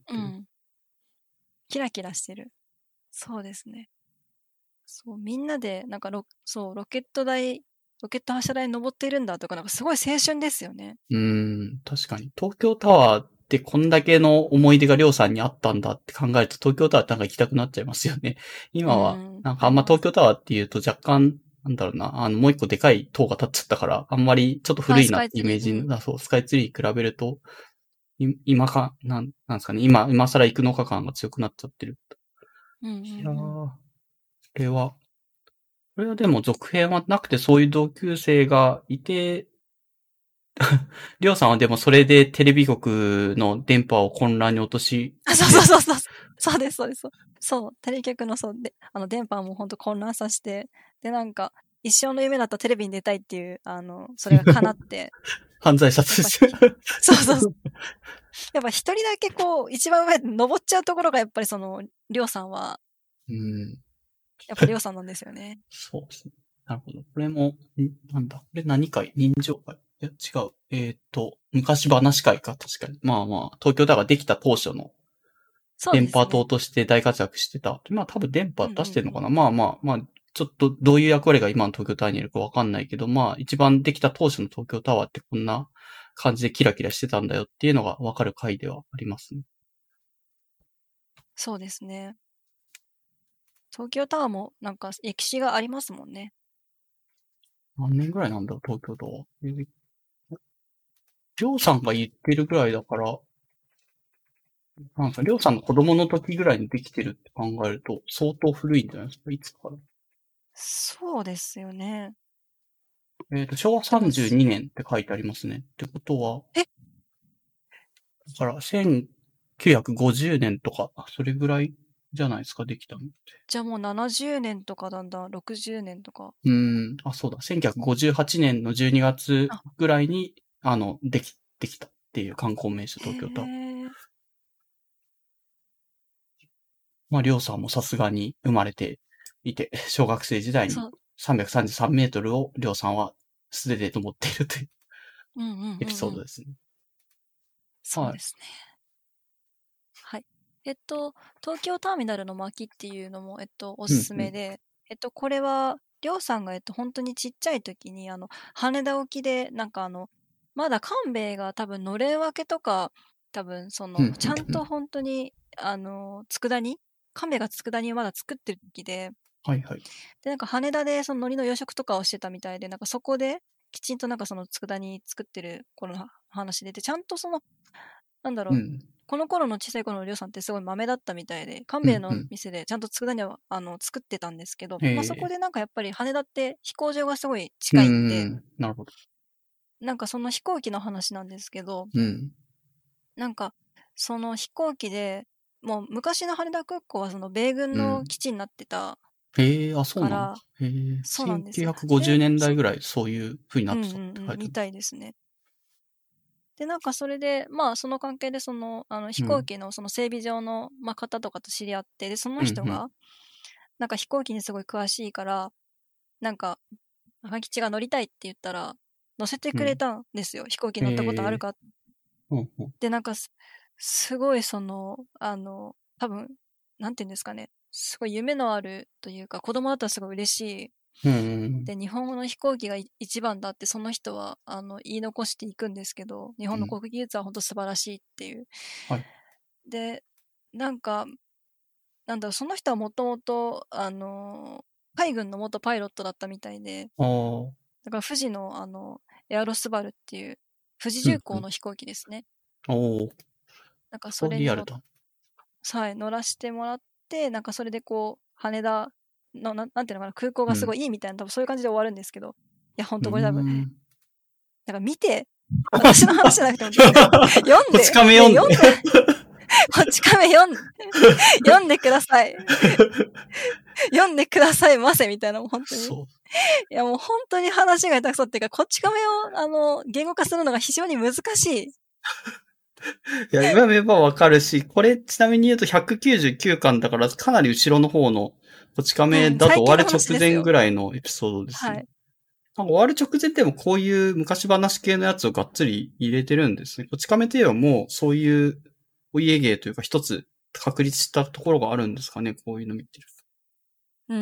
キラキラしてる。そうですね。そう、みんなで、なんかロケット発射台に登っているんだとか、なんかすごい青春ですよね。 確かに。東京タワーってこんだけの思い出がりょうさんにあったんだって考えると、東京タワーってなんか行きたくなっちゃいますよね。今は、なんかあんま東京タワーっていうと若干、なんだろうな、もう一個でかい塔が立っちゃったから、あんまりちょっと古いなってイメージそう、スカイツリー比べると、なんですかね、今更行くのか感が強くなっちゃってる。いやー、これはでも続編はなくてそういう同級生がいて、りょうさんはでもそれでテレビ局の電波を混乱に落とし。 そうです。そう、テレビ局の電波も本当混乱させて、で、なんか、一生の夢だったテレビに出たいっていう、それが叶って。 犯罪者として。 そう。やっぱ一人だけこう、一番上登っちゃうところがやっぱりりょうさんは、 やっぱり予算なんですよね。 そうですね。なるほど。これも、なんだこれ何回臨場会いや、違う。昔話会か、確かに。まあまあ、東京タワーができた当初の電波そうですね。 塔として大活躍してた。まあ多分電波出してるのかな、 うんうんうん、 まあまあまあ、ちょっとどういう役割が今の東京タワーにいるかわかんないけど、まあ一番できた当初の東京タワーってこんな感じでキラキラしてたんだよっていうのがわかる回ではありますね。 そうですね。東京タワーもなんか歴史がありますもんね。 何年ぐらいなんだろう、東京タワー。りょうさんが言ってるぐらいだから、なんかりょうさんの子供の時ぐらいにできてるって考えると、相当古いんじゃないですか、いつから。 そうですよね。 昭和でも、 32年って書いてありますね。ってことは、 え、 だから1950年とか、それぐらいじゃないですか、できたのって。 じゃあもう70年とかだんだん60年とか。 そうだ。1958年の12月あ、 ぐらいに、できたっていう観光名所、 へ東京タワー。 え。 まあ、りょうさんもさすがに生まれていて、小学生時代にそう。 333メートルをりょうさんは素手で登っているといううんうんうんエピソーうん。 ドですね。はい。 そうですね。はい。東京ターミナルの巻っていうのも、おすすうんうん。 めで、これは、りょうさんが、本当にちっちゃい時に、羽田沖で、なんかまだ官兵衛が多分、のれん分けとか、多分、 うんうんちゃんとうん。 本当に、佃煮官兵衛が佃煮をまだ作ってる時で、 はいはい。 で、なんか羽田でその海苔の養殖とかをしてたみたいで、なんかそこで、きちんとなんかその佃煮作ってる頃の話で、ちゃんとなんだろう、 うん。 この頃の小さい頃のりょうさんってすごい豆だったみたいで、官兵衛うんうん。 の店でちゃんと佃煮を作ってたんですけど、まあそこえでなんかやっぱり羽田って飛行場がすごいう近いんで、 なるほど。 なんかその飛行機の話なんですけど、 うん。 なんかその飛行機で、もう昔の羽田空港はその米軍うん。 の基地になってたそうなんだ。 から、そうなんですよ。 1950年で、 代ぐらいそういう風になうんうってたってんうん、み書いてある。 たいですね。で、なんかそれで、まあその関係で飛うん。 行機のその整備場の、まあ、方とかと知り合って、で、そのうんうん。 人が、なんか飛行機にすごい詳しいから、なんか、中吉が乗りたいって言ったら、乗せてうん。 くれたんですよ。飛行機乗ったことあるえか。 うんうん。 で、なんかすごい多分、なんていうんですかね。すごい夢のあるというか、子供だったらすごい嬉しい。 うんうん。 で、日本の飛行機が一番だってその人は、言い残していくんですけど、日本のうん。 航空技術は本当素晴らしいっていう。 はい。 で、なんか、なんだろう、その人はもともと、海軍の元パイロットだったみたいで、 ああ。 だから富士のエアロスバルっていう、富士重うんうん。 工の飛行機ですね。 おお。 なんかそそうれに乗っ、 リアルだ。 はい、乗らせてもらって、なんかそれでこう、羽田の、なんていうのかな、空港うん。 がすごいいいみたいな、多分そういう感じで終わるんですけど、いや、ほんうーとこれ多分、 ん。 なんか見て、私の話じゃなくても、読んで、 こち亀ね、 読んで。 こっち亀読んでください。読んでくださいませ、みたいな、もう本当に。 そう。 いや、もう本当に話が下手くそっていうか、こっち亀を、言語化するのが非常に難しい。 いや、今見ればわかるし、これちなみに言うと199巻だからかなり後ろの方のこち亀うん、 だと最近の終わる直話ですよ。 前ぐらいのエピソードですね。 はい。 なんか終わる直前でもこういう昔話系のやつをがっつり入れてるんですね。こち亀といえばもうそういうお家芸というか一つ確立したところがあるんですかね、こういうの見てるうん、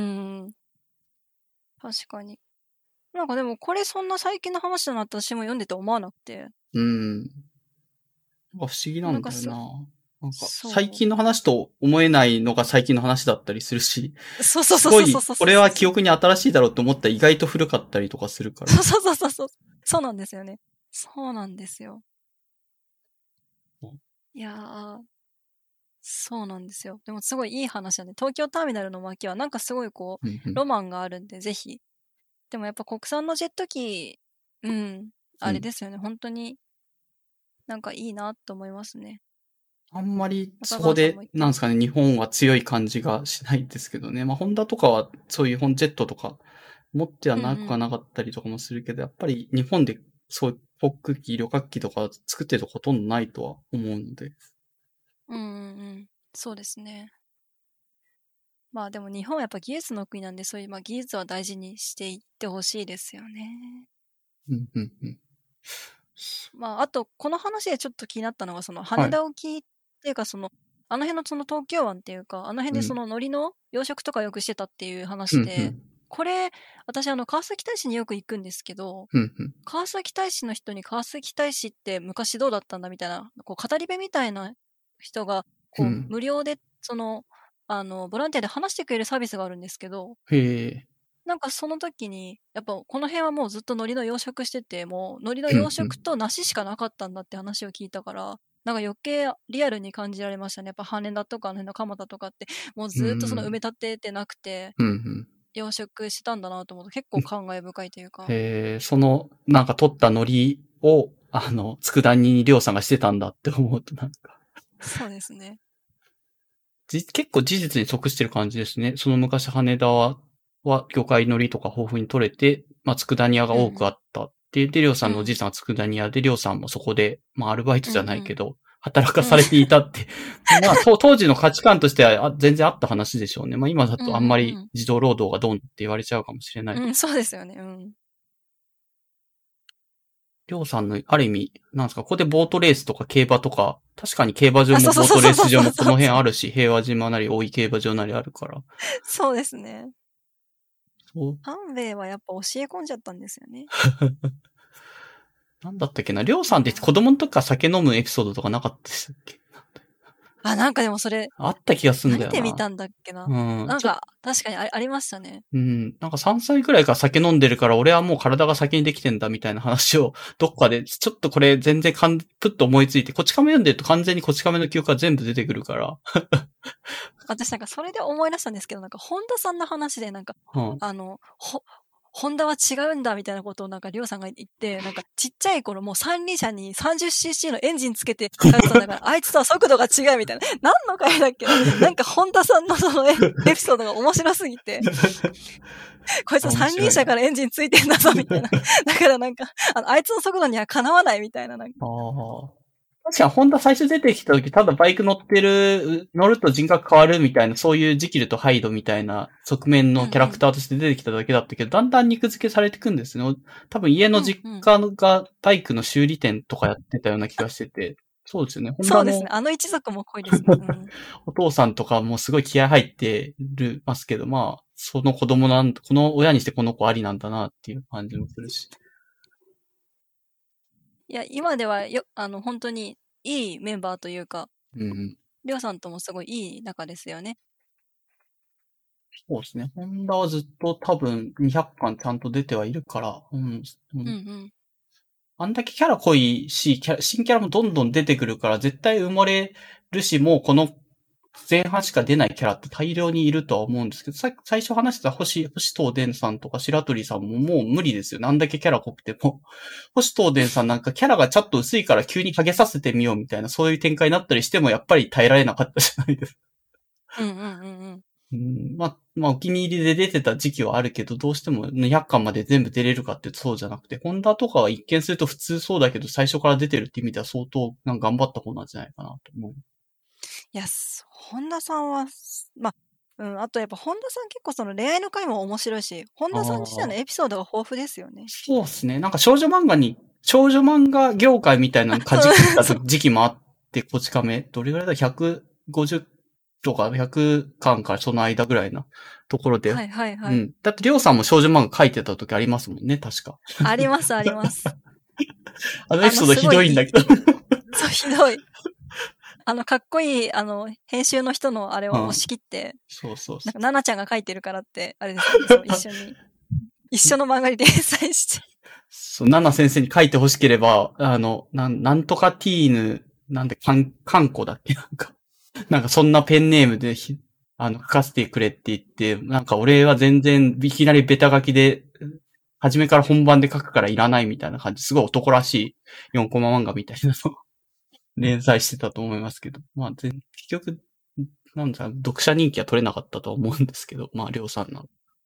確かに。なんかでも、これそんな最近の話だなって私も読んでて思わなくて。 と。不思議なんなんかだよな。なんか、最そ近の話と思えないのが最近の話だったりするし、 う。そうそうそうすごい、 そうそうこれは記そうそう。 憶に新しいだろうと思ったら意外と古かったりとかするから。 そうそうそうそうそう。そうなんですよね。そうなんですよ。いやー、そうなんですよ。でもすごいいい話なんで、東京ターミナルの巻はなんかすごいこう、 うんうん。 ロマンがあるんで、ぜひ。でもやっぱ国産のジェット機、うん、あれうん。 ですよね。本当になんかいいなと思いますね。 あんまり中川さんもそこで、 言ってる。 なんですかね、日本は強い感じがしないですけどね。まあ、ホンダとかはそういう本ジェットとか持ってはうんうなくはん。 なかったりとかもするけど、やっぱり日本でそういう航空機、旅客機とか作ってるとほとんどないとは思うので。 うんうんうん。そうですね。 まあでも日本はやっぱ技術の国なんで、そういう技術は大事にしていってほしいですよね。あと、この話でちょっと気になったのが、その羽田沖っていうか、あの辺のその東京湾っていうか、あの辺でその海苔の養殖とかよくしてたっていう話で、これ、私川崎大使によく行くんですけど、川崎大使の人に川崎大使って昔どうだったんだみたいな、こう語り部みたいな人が、こう無料で、ボランティアで話してくれるサービスがあるんですけど、なんかその時に、やっぱこの辺はもうずっと海苔の養殖してて、もう海苔の養殖と梨しかなかったんだって話を聞いたから、なんか余計リアルに感じられましたね。やっぱ羽田とかあの辺の蒲田とかって、もうずっとその埋め立ててなくて、養殖したんだなと思うと結構感慨深いというか。 なんか取った海苔を、佃煮にりょうさんがしてたんだって思うとなんか。 そうですね。 結構事実に即してる感じですね。その昔羽田は魚介海苔とか豊富に取れて、佃煮屋が多くあったって、で、りょうさんのおじいさんは佃煮屋で、りょうさんもそこで、アルバイトじゃないけど、働かされていたって。当時の価値観としては全然あった話でしょうね。今だとあんまり児童労働がどうって言われちゃうかもしれない。 そうですよね。 りょうさんのある意味、なんですか、ここでボートレースとか競馬とか、確かに競馬場もボートレース場もこの辺あるし、平和島なり大井競馬場なりあるから。 そうですね。半兵衛はやっぱ教え込んじゃったんですよね。 なんだったっけな、りょうさんって子供の時から酒飲むエピソードとかなかったでしたっけ？ なんかでもそれ、 あった気がするんだよな。 何で見たんだっけな。なんか、確かにありましたね。 なんか3歳くらいから酒飲んでるから、俺はもう体が先にできてんだみたいな話を、どっかで、ちょっとこれ全然プッと思いついて、こち亀読んでると完全にこち亀の記憶が全部出てくるから。 私なんかそれで思い出したんですけど、なんか本田さんの話でなんか、ホンダは違うんだみたいなことをなんかりょうさんが言って、なんかちっちゃい頃もう三輪車に 30cc のエンジンつけて通ってたんだから、あいつとは速度が違うみたいな。何の回だっけな。なんか本田さんのそのエピソードが面白すぎて、こいつは三輪車からエンジンついてんだぞみたいな。だからなんか、あいつの速度にはかなわないみたいな。なんか確かにホンダ最初出てきた時、ただバイク乗ると人格変わるみたいな、そういうジキルとハイドみたいな側面のキャラクターとして出てきただけだったけど、だんだん肉付けされていくんですね。多分家の実家がバイクの修理店とかやってたような気がしてて。そうですよね。 そうですね。あの一族も濃いですね。 お父さんとかもすごい気合入ってますけど、その子供この親にしてこの子ありなんだなっていう感じもするし。 いや、今では本当にいいメンバーというか、りょうさんともすごいいい仲ですよね。 そうですね。ホンダはずっと多分200巻ちゃんと出てはいるから、あんだけキャラ濃いし、新キャラもどんどん出てくるから、絶対埋もれるし、もうこの前半しか出ないキャラって大量にいるとは思うんですけど、最初話してた星東伝さんとか白鳥さんももう無理ですよ。あんだけキャラ濃くても。星東伝さんなんかキャラがちょっと薄いから急にハゲさせてみようみたいな、そういう展開になったりしてもやっぱり耐えられなかったじゃないですか。お気に入りで出てた時期はあるけど、どうしても200巻まで全部出れるかってそうじゃなくて、ホンダとかは一見すると普通そうだけど、最初から出てるって意味では相当頑張った方なんじゃないかなと思う。 いや、本田さんは、あとやっぱ本田さん結構その恋愛の回も面白いし、本田さん自体のエピソードが豊富ですよね。 そうですね。なんか少女漫画業界みたいなのにかじった時期もあって、こち亀。どれぐらいだ ?150 とか100巻からその間ぐらいなところで。だってりょうさんも少女漫画書いてた時ありますもんね、確か。 あります、あります。 あのエピソードひどいんだけど。 そう、ひどい。かっこいい、編集の人のあれを押し切って、 そう。 なんか、ナナちゃんが書いてるからって、あれですよね、一緒の漫画に連載して。 そう、ナナ先生に書いて欲しければ、なんとかティーヌ、カンコだっけなんかそんなペンネームで書かせてくれって言って、なんか俺は全然いきなりベタ書きで、初めから本番で書くからいらないみたいな感じ、すごい男らしい4コマ漫画みたいなのを連載してたと思いますけど、結局、読者人気は取れなかったと思うんですけど、りょうさんの。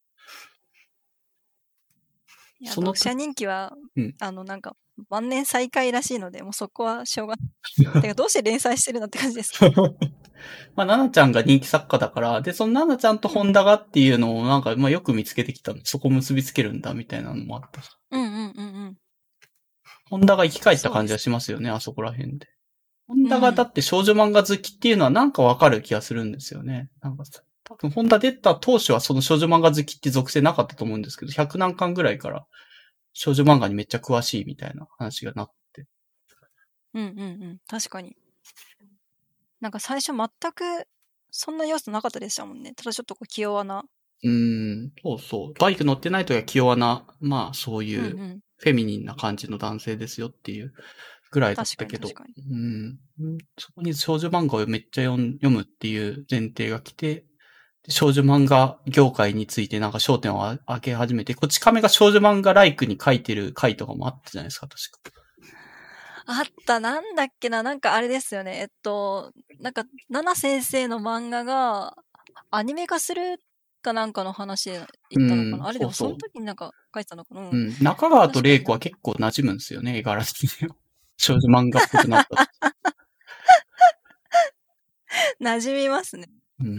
いや、読者人気は、なんか、万年再開らしいので、もうそこはしょうがない。てか、どうして連載してるのって感じです。 まあ、ナナちゃんが人気作家だから、で、そのナナちゃんとホンダがっていうのをなんか、まあよく見つけてきたの。そこ結びつけるんだみたいなのもあったし。 うんうんうんうん。 ホンダが生き返った感じはしますよね、あそこら辺で。ホンダがだって少女漫画好きっていうのはなんかわかる気がするんですよね。なんか多分ホンダ出た当初はその少女漫画好きって属性なかったと思うんですけど、100何巻ぐらいから少女漫画にめっちゃ詳しいみたいな話がなって。 うんうんうん。確かに。なんか最初全くそんな要素なかったでしたもんね。ただちょっとこう気弱な。 そうそう。バイク乗ってないときは気弱な、まあそういうフェミニンな感じの男性ですよっていうぐらいだったけど。 確かに。 そこに少女漫画をめっちゃ読むっていう前提が来て、少女漫画業界についてなんか焦点を当て始めて、こち亀が少女漫画ライクに書いてる回とかもあったじゃないですか、確か。 あった、なんだっけな、なんかあれですよね。なんか、ナナ先生の漫画がアニメ化するかなんかの話で言ったのかな。あれでもその時になんか書いてたのかな。 中川と玲子は結構馴染むんですよね、絵柄的に。少女漫画っぽくなった。 馴染みますね。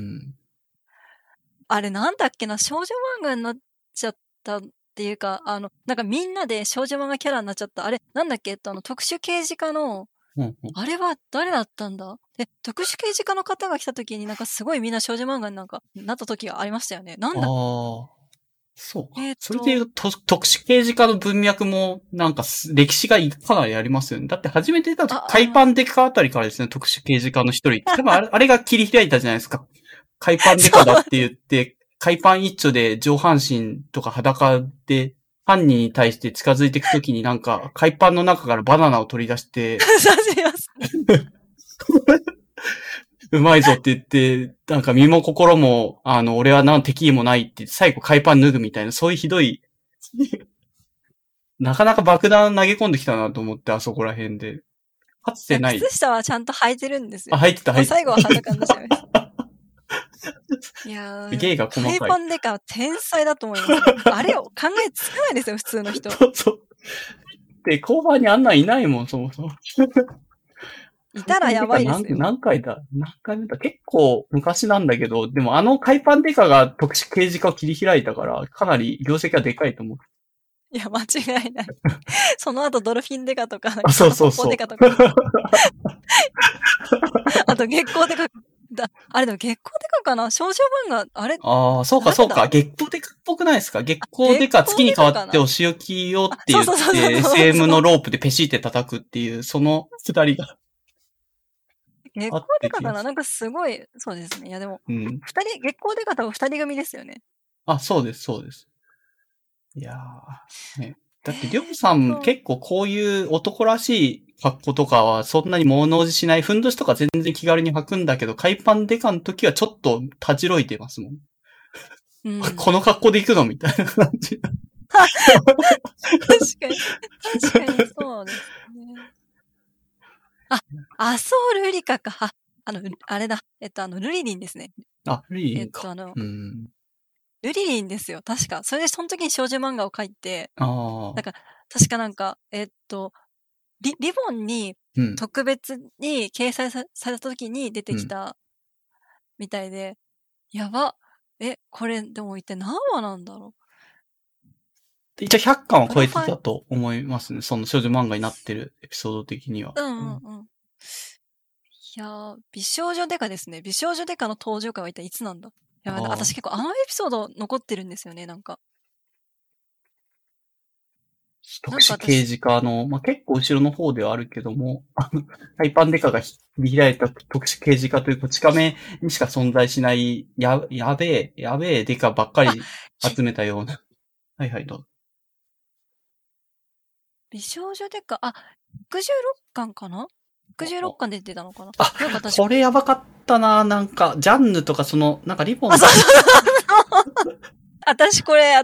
あれなんだっけな、少女漫画になっちゃったっていうか、なんかみんなで少女漫画キャラになっちゃった。あれ、なんだっけ特殊刑事課の、あれは誰だったんだ特殊刑事課の方が来た時になんかすごいみんな少女漫画になんかなった時がありましたよね。なんだそうか。それで言うと、特殊刑事課の文脈も、なんか、歴史がかなりありますよね。だって初めて出た海パンデカあたりからですね、特殊刑事課の一人。多分あれが切り開いたじゃないですか。海パンデカだって言って、海パン一丁で上半身とか裸で、犯人に対して近づいていくときになんか、海パンの中からバナナを取り出して、うまいぞって言って、なんか身も心も、俺は敵意もないって最後海パン脱ぐみたいな、そういうひどい、なかなか爆弾投げ込んできたなと思って、あそこら辺で。かつてない。 靴下はちゃんと履いてるんですよ。 履いてた。 最後は裸になっちゃいました。いやー、 芸が細かい。 海パンデカは天才だと思います。あれを考えつかないですよ、普通の人。 そう。で、後半にあんなんいないもん、そもそも。 いたらやばいですよ。 何回目だ結構昔なんだけど、でも海パンデカが特殊刑事課を切り開いたから、かなり業績はでかいと思う。 いや、間違いない。その後ドルフィンデカとか、 そう。 デカとか。あと月光デカ。あれでも月光デカかな少女漫画、あれそうか。月光デカっぽくないですか月光デカ月に変わってお仕置きをって言って、SM のロープでペシって叩くっていう、その二人が。 月光デカかななんかすごい、そうですね。いやでも、月光デカ多分二人組ですよね。 そうです。いやー、ね。だって、りょうさん結構こういう男らしい格好とかはそんなに物おじしない。ふんどしとか全然気軽に履くんだけど、海パンデカの時はちょっとたじろいてますもん。この格好で行くのみたいな感じ。 確かにそうですね。そう、ルリカか。あれだ。ルリリンですね。 ルリリンか。 ルリリンですよ、確か。それでその時に少女漫画を書いて、 なんか、確かなんか、リボンに特別に掲載された時に出てきたみたいで、やば。これ、でも一体何話なんだろう。一応100巻は超えてたと思いますね。その少女漫画になってるエピソード的には。 いやー、美少女デカですね。美少女デカの登場回は一体いつなんだいや、私結構エピソード残ってるんですよね、なんか。 特殊刑事課結構後ろの方ではあるけども、海パンデカが開いた特殊刑事課というこち亀にしか存在しない、やべえデカばっかり集めたような。はいどうぞ。 美少女デカ、66巻かな66巻で出たのかなこれやばかったななんか、ジャンヌとかなんかリボン私これ、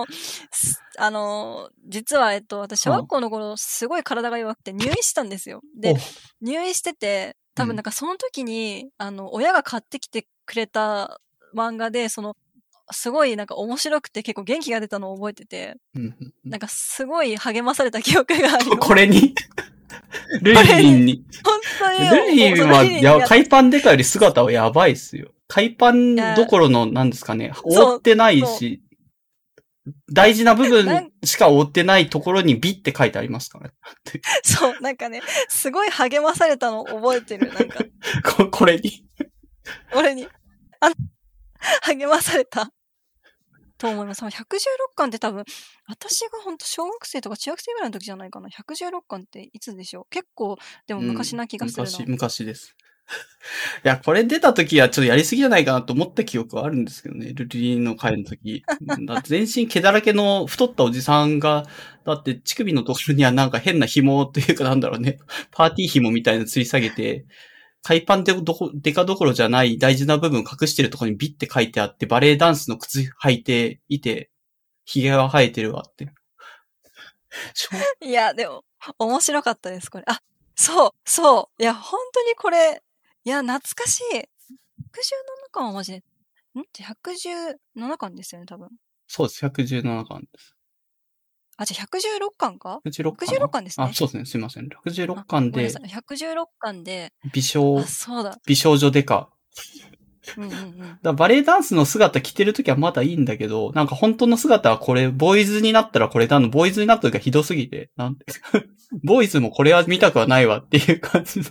実は、私、小学校の頃、すごい体が弱くて入院したんですよ。で、入院してて、多分なんかその時に、親が買ってきてくれた漫画で、すごいなんか面白くて結構元気が出たのを覚えてて、なんかすごい励まされた記憶があります。 これにルリリンに。 本当にルリリンは、海パンデカより姿はやばいっすよ。海パンどころの、なんですかね、覆ってないし、大事な部分しか覆ってないところに美って書いてありますからね。 そう、なんかね、すごい励まされたの覚えてる、なんか。 これに。 俺に。励まされた。と思います。116巻って多分、私が本当小学生とか中学生ぐらいの時じゃないかな。116巻っていつでしょう？結構、でも昔な気がするな。 昔です。いや、これ出た時はちょっとやりすぎじゃないかなと思った記憶はあるんですけどね。ルリリンの回の時。全身毛だらけの太ったおじさんが、だって乳首のところにはなんか変な紐というかなんだろうね。パーティー紐みたいなの吊り下げて、海パンでデカどころじゃない大事な部分を隠してるところにビッて書いてあって、バレエダンスの靴履いていて、髭が生えてるわって。 いや、でも、面白かったです、これ。あ、そう。いや、本当にこれ、いや、懐かしい。117巻はマジで、117巻ですよね、多分。 そうです、117巻です。 あ、じゃあ116巻か ?116 巻ですね。 あ、そうですね、すいません。116巻で、 116巻で、 美少女デカ。バレエダンスの姿着てるときはまだいいんだけど、なんか本当の姿はこれ、ボーイズになったらこれボーイズになった時がひどすぎて、なんてボーイズもこれは見たくはないわっていう感じの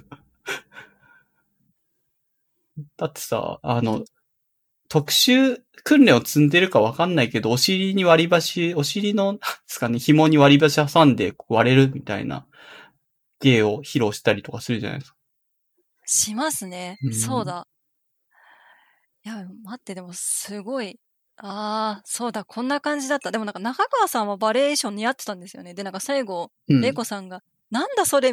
だってさ、特殊訓練を積んでるかわかんないけど、お尻の、ですかね、紐に割り箸挟んで割れるみたいな芸を披露したりとかするじゃないですか。 しますね。そうだ。いや、待って、でもすごい。そうだ、こんな感じだった。でもなんか中川さんはバレエーション似合ってたんですよね。で、なんか最後、玲子さんが、なんだそれ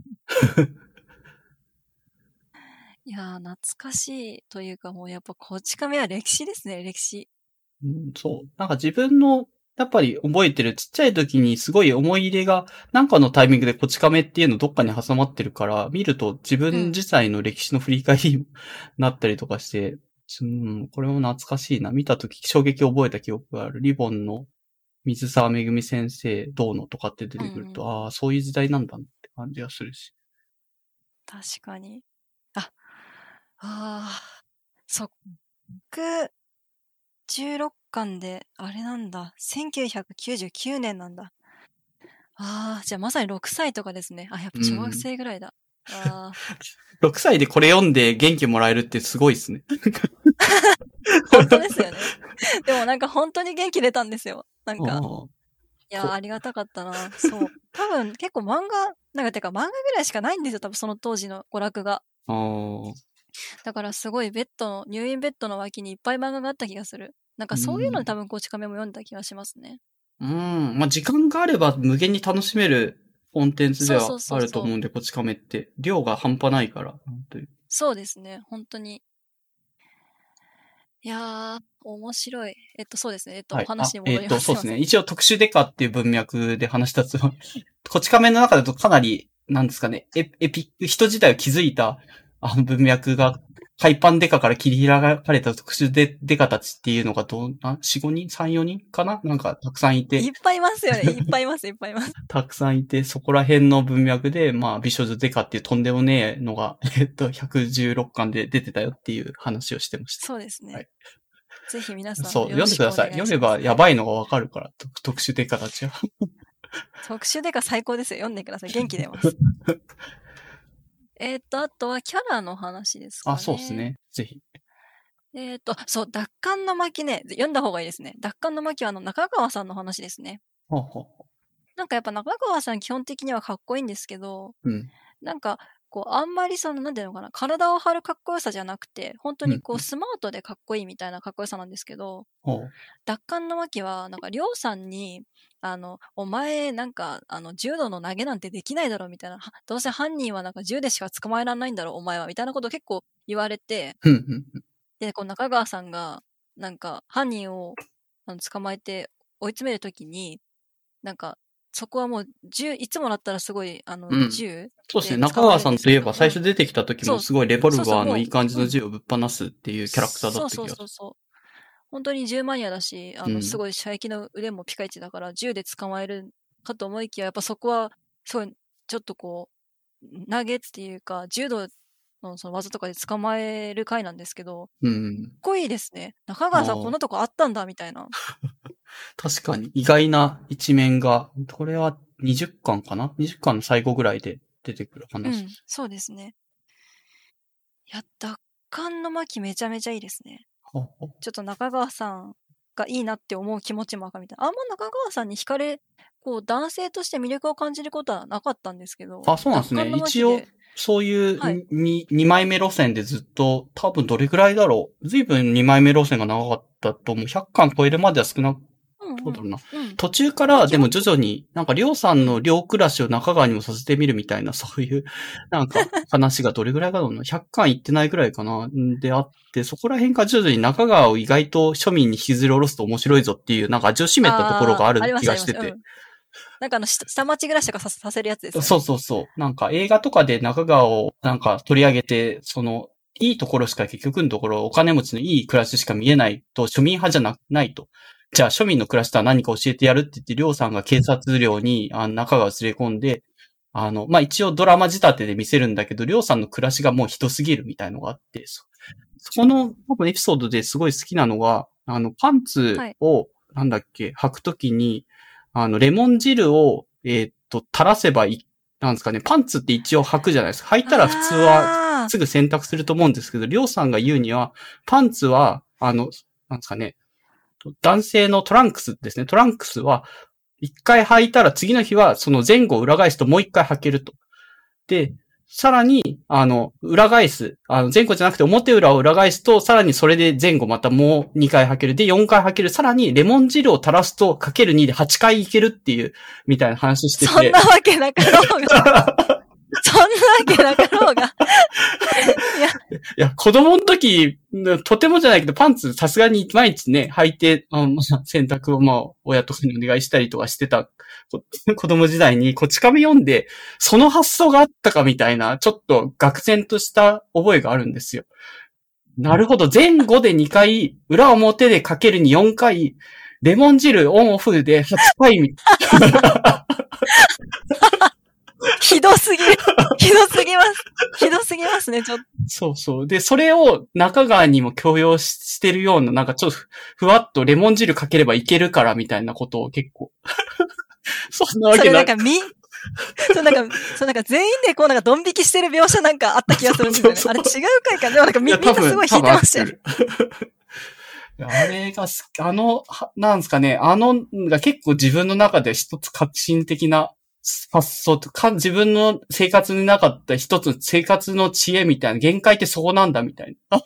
いやー、懐かしいというか、もうやっぱこち亀は歴史ですね、歴史。 そう。なんか自分の、やっぱり覚えてるちっちゃい時にすごい思い入れが、なんかのタイミングでこち亀っていうのどっかに挟まってるから、見ると自分自体の歴史の振り返りになったりとかして、これも懐かしいな。見た時衝撃を覚えた記憶がある。リボンの水沢めぐみ先生どうのとかって出てくると、そういう時代なんだって感じがするし。 確かに。16巻で、あれなんだ。1999年なんだ。じゃあまさに6歳とかですね。やっぱ小学生ぐらいだ。 6歳でこれ読んで元気もらえるってすごいですね。 本当ですよね。でもなんか本当に元気出たんですよ。なんか。いや、ありがたかったな。そう。多分結構漫画ぐらいしかないんですよ。多分その当時の娯楽が。だからすごい入院ベッドの脇にいっぱい漫画があった気がする。なんかそういうので多分こち亀も読んだ気がしますね。 まあ、時間があれば無限に楽しめるコンテンツではあると思うんで、こち亀って。量が半端ないから。 そうですね、本当に。いやー、面白い。そうですね。お話に戻ります。 そうですね。一応特殊デカっていう文脈で話したつもり。こち亀の中だとかなり、なんですかね、エピック、人自体を築いた、文脈が、海パンデカから切り開かれた特殊デカたちっていうのが4、5人 ?3、4人かななんかたくさんいて。 いっぱいいますよね。いっぱいいます。 たくさんいて、そこら辺の文脈で、まあ、美少女デカっていうとんでもねえのが、116巻で出てたよっていう話をしてました。 そうですね。はい、ぜひ皆さん、 そう、読んでください。読めばやばいのがわかるから、特殊デカたちは。 特殊デカ最高ですよ。読んでください。元気出ます。あとはキャラの話ですかね。 そうですね。ぜひ。 そう、奪還の巻ね。読んだ方がいいですね。奪還の巻は中川さんの話ですね。なんかやっぱ中川さん基本的にはかっこいいんですけど、なんか、あんまりなんていうのかな、体を張るかっこよさじゃなくて、本当にスマートでかっこいいみたいなかっこよさなんですけど、奪還の巻は、なんか、りょうさんに、お前、なんか、柔道の投げなんてできないだろ、みたいな。どうせ犯人はなんか銃でしか捕まえられないんだろ、お前は、みたいなことを結構言われて、で、中川さんが、なんか、犯人を捕まえて追い詰めるときに、なんか、そこはもういつもだったらすごい、銃そうですね。中川さんといえば最初出てきた時もすごいレボルバーのいい感じの銃をぶっ放すっていうキャラクターだった気がする。 そう。本当に銃マニアだし、すごい射撃の腕もピカイチだから銃で捕まえるかと思いきや、やっぱそこは、すごい、ちょっと投げっていうか、柔道のその技とかで捕まえる回なんですけど、 うん。 かっこいいですね。中川さんこんなとこあったんだ、みたいな。 確かに意外な一面が、これは20巻かな ?20 巻の最後ぐらいで出てくる話。 そうですね。いや、奪還の巻めちゃめちゃいいですね。ちょっと中川さんがいいなって思う気持ちもわかるみたいな。あんま中川さんに惹かれ、男性として魅力を感じることはなかったんですけど。 そうなんですね。一応、そういう2枚目路線でずっと、多分どれぐらいだろう。随分2枚目路線が長かったと思う。100巻超えるまでは少なく、どうだろうな。途中からでも徐々に、なんかりょうさんの寮暮らしを中川にもさせてみるみたいな、そういう、なんか話がどれぐらいかだろうな。100巻いってないぐらいかな。であって、そこら辺から徐々に中川を意外と庶民に引きずり下ろすと面白いぞっていう、なんか味を占めたところがある気がしてて。 なんか下町暮らしとかさせるやつですよね。 そうそうそう。なんか映画とかで中川をなんか取り上げて、いいところしか結局のところお金持ちのいい暮らししか見えないと庶民派じゃないと。じゃあ庶民の暮らしとは何か教えてやるって言って、りょうさんが警察寮に中川を連れ込んで、一応ドラマ仕立てで見せるんだけど、りょうさんの暮らしがもうひどすぎるみたいのがあって、そこの多分エピソードですごい好きなのが、パンツを、履くときに、レモン汁を、垂らせばいい、なんですかね、パンツって一応履くじゃないですか。履いたら普通はすぐ洗濯すると思うんですけど、りょうさんが言うには、パンツは、なんですかね、男性のトランクスですね。トランクスは、一回履いたら次の日はその前後を裏返すともう一回履けると。で、さらに、裏返す。前後じゃなくて表裏を裏返すと、さらにそれで前後またもう2回履ける。で、4回履ける。さらに、レモン汁を垂らすと、かける2で8回いけるっていう、みたいな話してて。 そんなわけなかろうが。そんなわけなかろうが。 いや、子供の時、とてもじゃないけど、パンツさすがに毎日ね、履いて、洗濯を親とかにお願いしたりとかしてた子供時代に、こち亀読んで、その発想があったかみたいな、ちょっと愕然とした覚えがあるんですよ。なるほど。前後で2回、裏表でかけるに4回、レモン汁オンオフで8回みたいな。 ひどすぎる。ひどすぎます。ひどすぎますね、ちょっと。 そうそう。で、それを中川にも強要してるような、なんかちょっとふわっとレモン汁かければいけるからみたいなことを結構。そんなわけなく。 なんか全員でこうなんかドン引きしてる描写なんかあった気がするんですよね。あれ違う回かでもなんかみんなすごい引いてましたよ。 あれがなんですかね、が結構自分の中で一つ革新的な発想とか、自分の生活になかった一つ生活の知恵みたいな、限界ってそこなんだみたいな。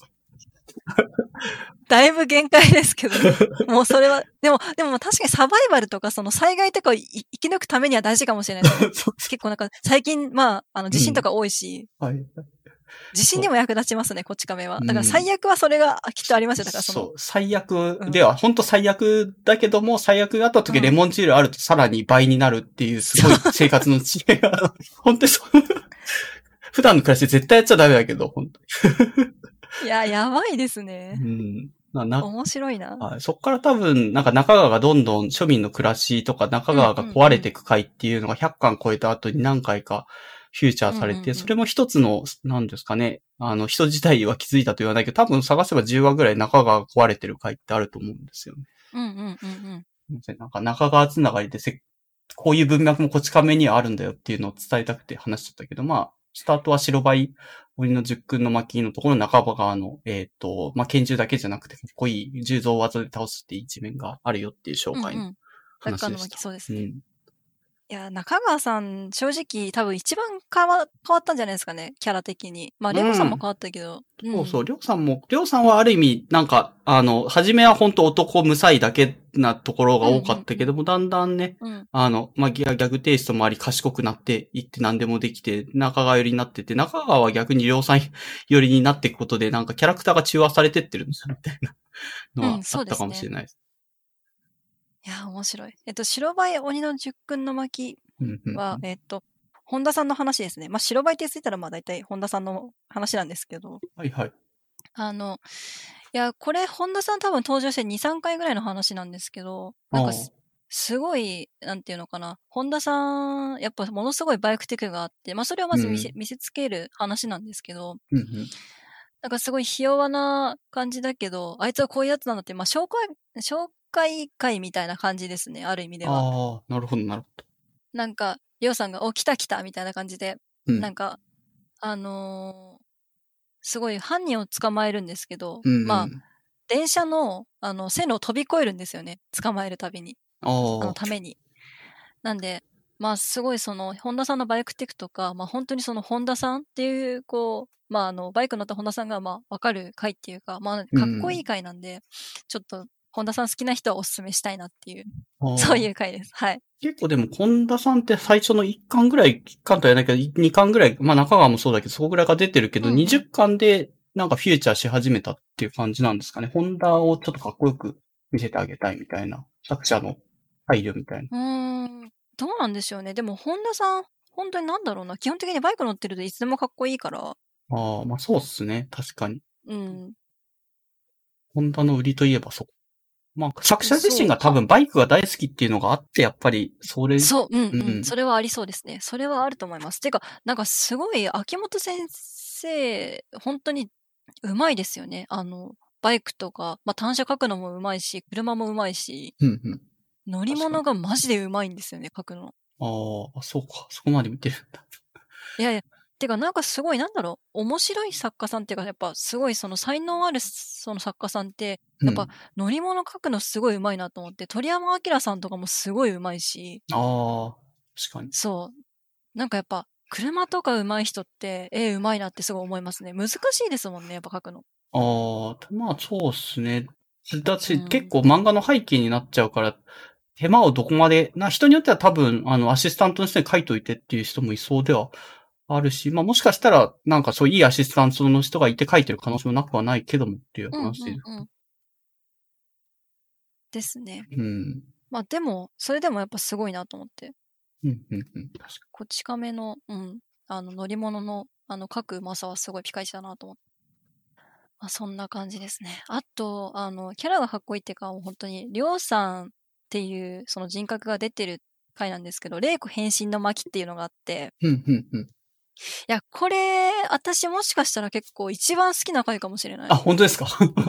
だいぶ限界ですけど、もうそれは、でも確かにサバイバルとかその災害とかを生き抜くためには大事かもしれないですね。結構なんか最近、地震とか多いし、はい。地震にも役立ちますね、こち亀は。だから最悪はそれがきっとありますよ。だからそう、最悪では、本当最悪だけども、最悪があった時レモン汁あるとさらに倍になるっていうすごい生活の知恵が、本当にそう。普段の暮らしで絶対やっちゃダメだけど、本当に。 いや、やばいですね。面白いな。 そっから多分、なんか中川がどんどん庶民の暮らしとか中川が壊れていく回っていうのが100巻超えた後に何回かフューチャーされて、それも一つの、なんですかね、人自体は気づいたと言わないけど、多分探せば10話ぐらい中川が壊れてる回ってあると思うんですよね。なんか中川つながりでこういう文脈もこち亀にはあるんだよっていうのを伝えたくて話しちゃったけど、スタートは白バイ、鬼の十君の巻のところの中川の、拳銃だけじゃなくて、かっこいい銃造技で倒すっていう一面があるよっていう紹介の話でした。 中川の巻、そうですね。いや、中川さん、正直、多分一番変わったんじゃないですかね、キャラ的に。りょうさんも変わったけど。 そうそう、りょうさんはある意味、なんか、初めは本当男無才だけなところが多かったけども、だんだんね、ギャグテイストもあり賢くなっていって何でもできて、中川寄りになってて、中川は逆にりょうさん寄りになっていくことで、なんかキャラクターが中和されてってるんだみたいなのはあったかもしれないです。 いや、面白い。白バイ鬼の十君の巻は、本田さんの話ですね。白バイってついたら大体本田さんの話なんですけど。 はいはい。 いや、これ本田さん多分登場して2、3回ぐらいの話なんですけど、なんかすごい、なんていうのかな。本田さん、やっぱものすごいバイクテクがあって、それをまず見せつける話なんですけど、なんかすごいひ弱な感じだけど、あいつはこういうやつなんだって、紹介会みたいな感じですね、ある意味では。 ああ、なるほど、なるほど。 なんか、りょうさんが、来た来たみたいな感じで、なんか、すごい犯人を捕まえるんですけど、電車の、線路を飛び越えるんですよね。捕まえるたびに。ために。なんで、すごい本田さんのバイクテクとか、本当に本田さんっていう、バイク乗った本田さんが、わかる回っていうか、かっこいい回なんで、ちょっと、本田さん好きな人はおすすめしたいなっていう、そういう回です。はい。 結構でも、本田さんって最初の1巻ぐらい、1巻とは言わないけど、2巻ぐらい、中川もそうだけど、そこぐらいが出てるけど、20巻でなんかフューチャーし始めたっていう感じなんですかね。本田をちょっとかっこよく見せてあげたいみたいな、作者の配慮みたいな。 どうなんでしょうね。でも、本田さん、本当になんだろうな。基本的にバイク乗ってるといつでもかっこいいから。 そうっすね。確かに。 うん。 本田の売りといえばそう。作者自身が多分バイクが大好きっていうのがあって、やっぱり、 そう、それはありそうですね。それはあると思います。てか、なんかすごい、秋元先生、本当にうまいですよね。バイクとか、単車書くのもうまいし、車もうまいし、乗り物がマジでうまいんですよね、書くの。 そうか。そこまで見てるんだ。 いやいや、てかなんかすごい、面白い作家さんっていうか、やっぱすごい才能ある作家さんって、やっぱ乗り物書くのすごいうまいなと思って、鳥山明さんとかもすごいうまいし。 確かに。 そう。なんかやっぱ、車とか上手い人って、上手いなってすごい思いますね。難しいですもんね、やっぱ書くの。 そうっすね。だし、結構漫画の背景になっちゃうから、手間をどこまで、人によっては多分、アシスタントの人に書いといてっていう人もいそうではあるし、もしかしたら、なんかそういいアシスタントの人がいて書いてる可能性もなくはないけどもっていう話です。 ですね。 うん。 でも、それでもやっぱすごいなと思って。 確かに。 こち亀の、乗り物の、書くうまさはすごいピカイチだなと思って。そんな感じですね。あと、キャラがかっこいいっていうか、本当に、りょうさんっていう、その人格が出てる回なんですけど、玲子変身の巻っていうのがあって、いや、これ、私もしかしたら結構一番好きな回かもしれない。 本当ですか？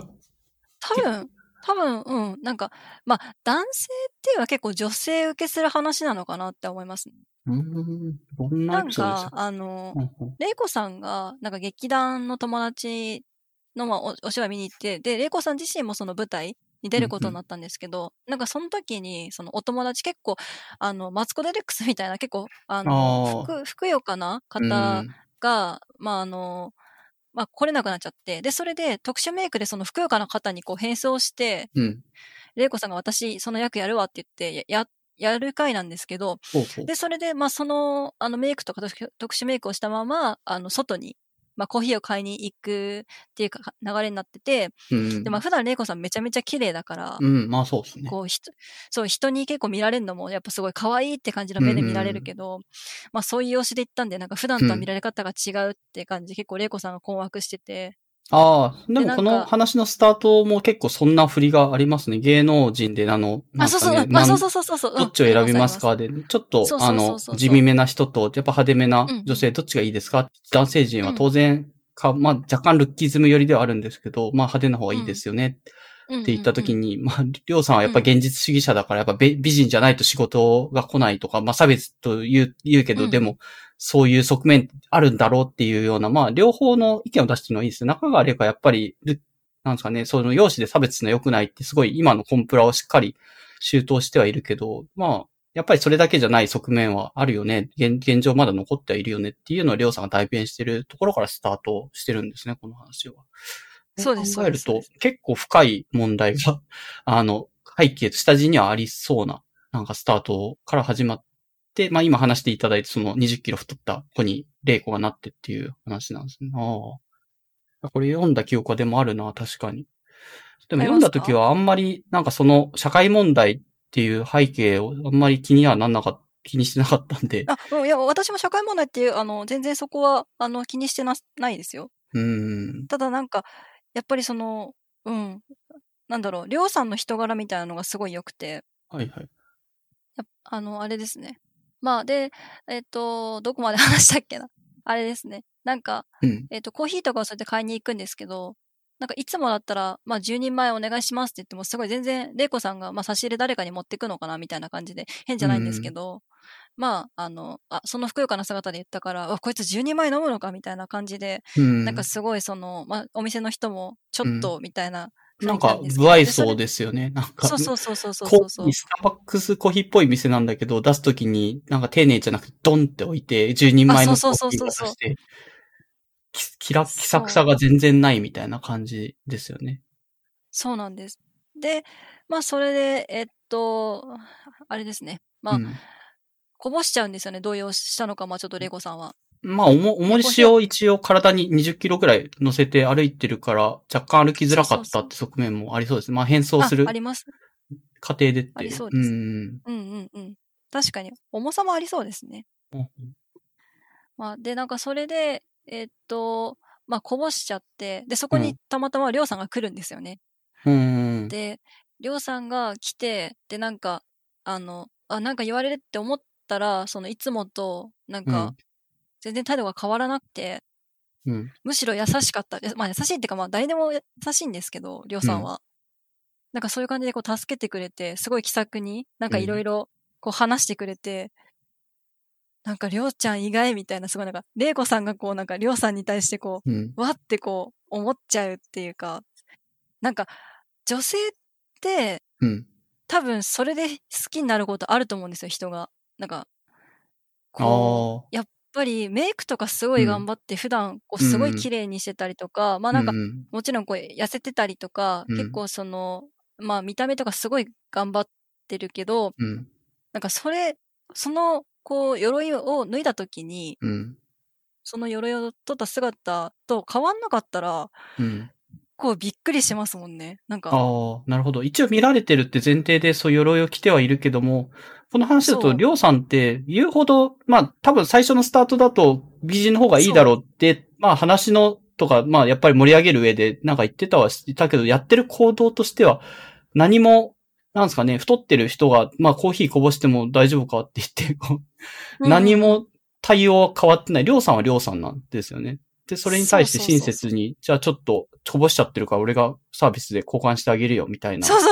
多分、なんか、男性っていうのは結構女性受けする話なのかなって思いますね。 どんなエピソードですか？ 玲子さんが、なんか劇団の友達の、お芝居見に行って、で、玲子さん自身もその舞台に出ることになったんですけど、なんかその時に、そのお友達結構、マツコデレックスみたいな結構、ふくよかな方が、来れなくなっちゃって、で、それで特殊メイクでそのふくよかな方にこう変装して、玲子さんが私、その役やるわって言って、やる回なんですけど、で、それで、その、メイクとか特殊メイクをしたまま、外に、コーヒーを買いに行くっていう流れになってて、で、普段玲子さんめちゃめちゃ綺麗だから、 そうですね。 こう、そう、人に結構見られるのも、やっぱすごい可愛いって感じの目で見られるけど、そういう様子で行ったんで、なんか普段とは見られ方が違うって感じで、結構玲子さんが困惑してて、 でもこの話のスタートも結構そんな振りがありますね。芸能人でそう。 どっちを選びますかで、ちょっと、地味めな人と、やっぱ派手めな女性、どっちがいいですか？男性陣は当然若干ルッキズム寄りではあるんですけど、派手な方がいいですよね。って言った時に、りょうさんはやっぱ現実主義者だから、やっぱ美人じゃないと仕事が来ないとか、差別と言うけど、でも、そういう側面あるんだろうっていうような、両方の意見を出してるのはいいですね。中川玲香やっぱり、なんですかね、その容姿で差別するの良くないってすごい今のコンプラをしっかり周到してはいるけど、やっぱりそれだけじゃない側面はあるよね。現状まだ残ってはいるよねっていうのをりょうさんが代弁してるところからスタートしてるんですね、この話は。そう考えると、結構深い問題が、背景と下地にはありそうな、なんかスタートから始まって、今話していただいて、その20キロ太った子に玲子がなってっていう話なんですね。これ読んだ記憶はでもあるな、確かに。でも読んだ時はあんまり、なんかその社会問題っていう背景をあんまり気にしてなかったんで。 いや、私も社会問題っていう、全然そこは、気にしてないですよ。ただなんか、やっぱりなんだろう、りょうさんの人柄みたいなのがすごい良くて。 はいはい。 あれですね。まあ、で、どこまで話したっけな。あれですね。なんか、コーヒーとかをそうやって買いに行くんですけど、なんかいつもだったら、まあ10人前お願いしますって言っても、すごい全然、玲子さんが、まあ差し入れ誰かに持ってくのかなみたいな感じで、変じゃないんですけど、まあ、そのふくよかな姿で言ったから、こいつ10人前飲むのかみたいな感じで、なんかすごいまあ、お店の人も、ちょっと、みたいな雰囲気なんですけど。 不愛想ですよね。なんか、 そう。 スターバックスコーヒーっぽい店なんだけど、出すときになんか丁寧じゃなくてドンって置いて、10人前のコーヒーを出して、気さくさが全然ないみたいな感じですよね。 そうなんです。で、まあそれで、あれですね。まあ、こぼしちゃうんですよね。動揺したのか、まあちょっとレゴさんは。 まあ、重りしを一応体に20キロぐらい乗せて歩いてるから、若干歩きづらかったって側面もありそうです。まあ、変装する。 あります。 過程でって。 ありそうです。確かに、重さもありそうですね。まあ、で、なんかそれで、まあ、こぼしちゃって、で、そこにたまたまりょうさんが来るんですよね。で、りょうさんが来て、で、なんか、なんか言われるって思ったら、いつもと、なんか、全然態度が変わらなくて、むしろ優しかった。まあ優しいっていうか、まあ誰でも優しいんですけど、りょうさんは。なんかそういう感じでこう助けてくれて、すごい気さくに、なんかいろいろこう話してくれて、なんかりょうちゃん意外みたいな、すごいなんか、れいこさんがこうなんかりょうさんに対してこう、わってこう思っちゃうっていうか、なんか女性って、多分それで好きになることあると思うんですよ、人が。なんか、こう、やっぱりメイクとかすごい頑張って普段こうすごい綺麗にしてたりとか、まあなんかもちろんこう痩せてたりとか、結構まあ見た目とかすごい頑張ってるけど、なんかそのこう鎧を脱いだ時に、その鎧を取った姿と変わんなかったら、こうびっくりしますもんね。なんか。 なるほど。一応見られてるって前提でそう鎧を着てはいるけども、この話だと、りょうさんって言うほど、まあ多分最初のスタートだと美人の方がいいだろうって、まあ話のとか、まあやっぱり盛り上げる上でなんか言ってたはしたけど、やってる行動としては何も、なんですかね、太ってる人が、まあコーヒーこぼしても大丈夫かって言って、何も対応は変わってない。りょうさんはりょうさんなんですよね。で、それに対して親切に、じゃあちょっとこぼしちゃってるから俺がサービスで交換してあげるよ、みたいな。 そう。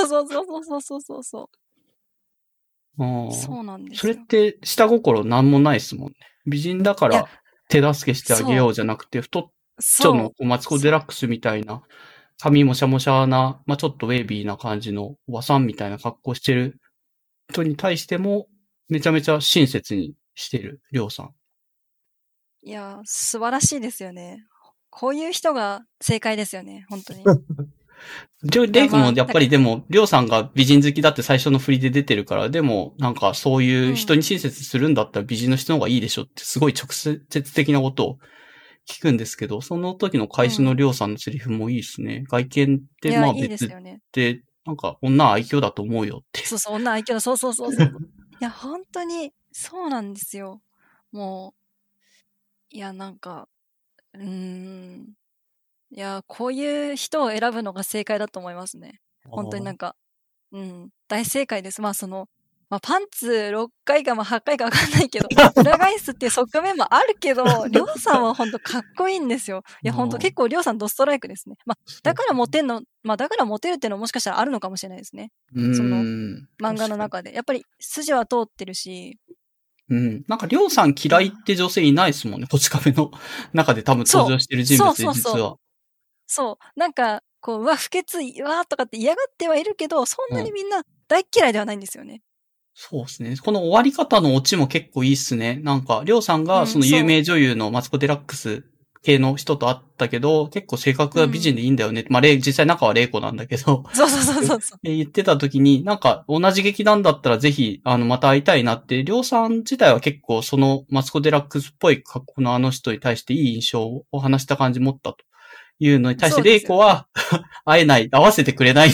そうなんですよ。それって下心なんもないですもんね。美人だから手助けしてあげようじゃなくて、太っちょのマツコデラックスみたいな、髪もしゃもしゃな、まあ、ちょっとウェービーな感じのおばさんみたいな格好してる人に対しても、めちゃめちゃ親切にしてる、りょうさん。 いや、素晴らしいですよね。こういう人が正解ですよね、本当に。 レイコもやっぱりでも、りょうさんが美人好きだって最初の振りで出てるから、でも、なんかそういう人に親切するんだったら美人の人の方がいいでしょってすごい直接的なことを聞くんですけど、その時の開始のりょうさんのセリフもいいですね。外見ってまあ別で、なんか女愛嬌だと思うよって。 そう、女愛嬌だ。そう。いや、本当に、そうなんですよ。もう、いや、なんか、いや、こういう人を選ぶのが正解だと思いますね。本当になんか、大正解です。まあ、パンツ6回か8回かわかんないけど、裏返すっていう側面もあるけど、りょうさんは本当かっこいいんですよ。いや、本当結構りょうさんドストライクですね。まあ、だからモテるっていうのももしかしたらあるのかもしれないですね。その、漫画の中で。やっぱり筋は通ってるし。 なんかりょうさん嫌いって女性いないですもんね。こち亀の中で多分登場してる人物で実は。 そう。なんか、こう、不潔、とかって嫌がってはいるけど、そんなにみんな大嫌いではないんですよね。 そうですね。この終わり方のオチも結構いいっすね。なんか、りょうさんがその有名女優のマツコ・デラックス系の人と会ったけど、結構性格が美人でいいんだよね。まあ、実際中は玲子なんだけど。 そう。 言ってた時に、なんか同じ劇団だったらぜひ、また会いたいなって、りょうさん自体は結構そのマツコ・デラックスっぽい格好のあの人に対していい印象を話した感じ持ったというのに対して、玲子は会わせてくれないって。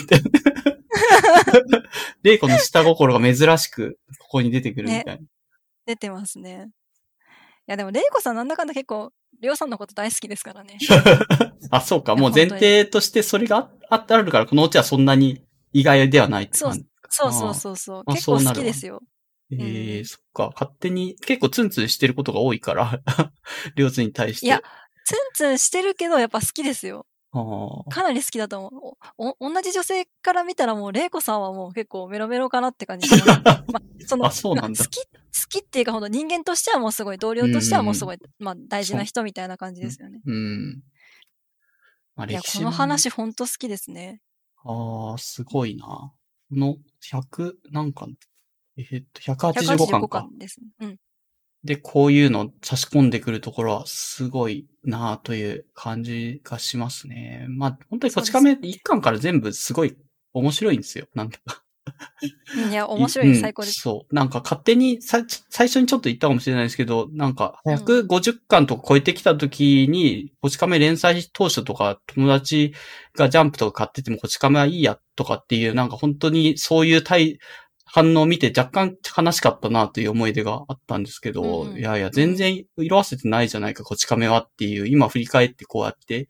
レイコの下心が珍しく、ここに出てくるみたいな。 出てますね。いや、でも、レイコさんなんだかんだ結構、りょうさんのこと大好きですからね。 あ、そうか。もう前提としてそれがあるから、このうちはそんなに意外ではないって感じ。 そう。結構好きですよ。 そっか。勝手に結構ツンツンしてることが多いから、両津に対して。 いや、ツンツンしてるけど、やっぱ好きですよ。 あかなり好きだと思う。同じ女性から見たらもう、玲子さんはもう結構メロメロかなって感じしますね。まあ、 そうなんだ。 好きっていうか、ほんと人間としてはもうすごい、同僚としてはもうすごい、大事な人みたいな感じですよね。 まあ、 いや、こ歴史もね。 の話ほんと好きですね。 すごいな。この100、なんか、185 185 巻か。 巻ですね。うん。 で、こういうの差し込んでくるところはすごいなという感じがしますね。まあ、本当にこち亀1巻から全部すごい面白いんですよ。なんとか。 いや、面白いです。最高です。 そう。なんか勝手に最初にちょっと言ったかもしれないですけど、なんか150巻とか超えてきた時に、こち亀連載当初とか友達がジャンプとか買っててもこち亀はいいやとかっていう、なんか本当にそういう反応を見て若干悲しかったなという思い出があったんですけど、いやいや、全然色あせてないじゃないか、こち亀はっていう、今振り返ってこうやって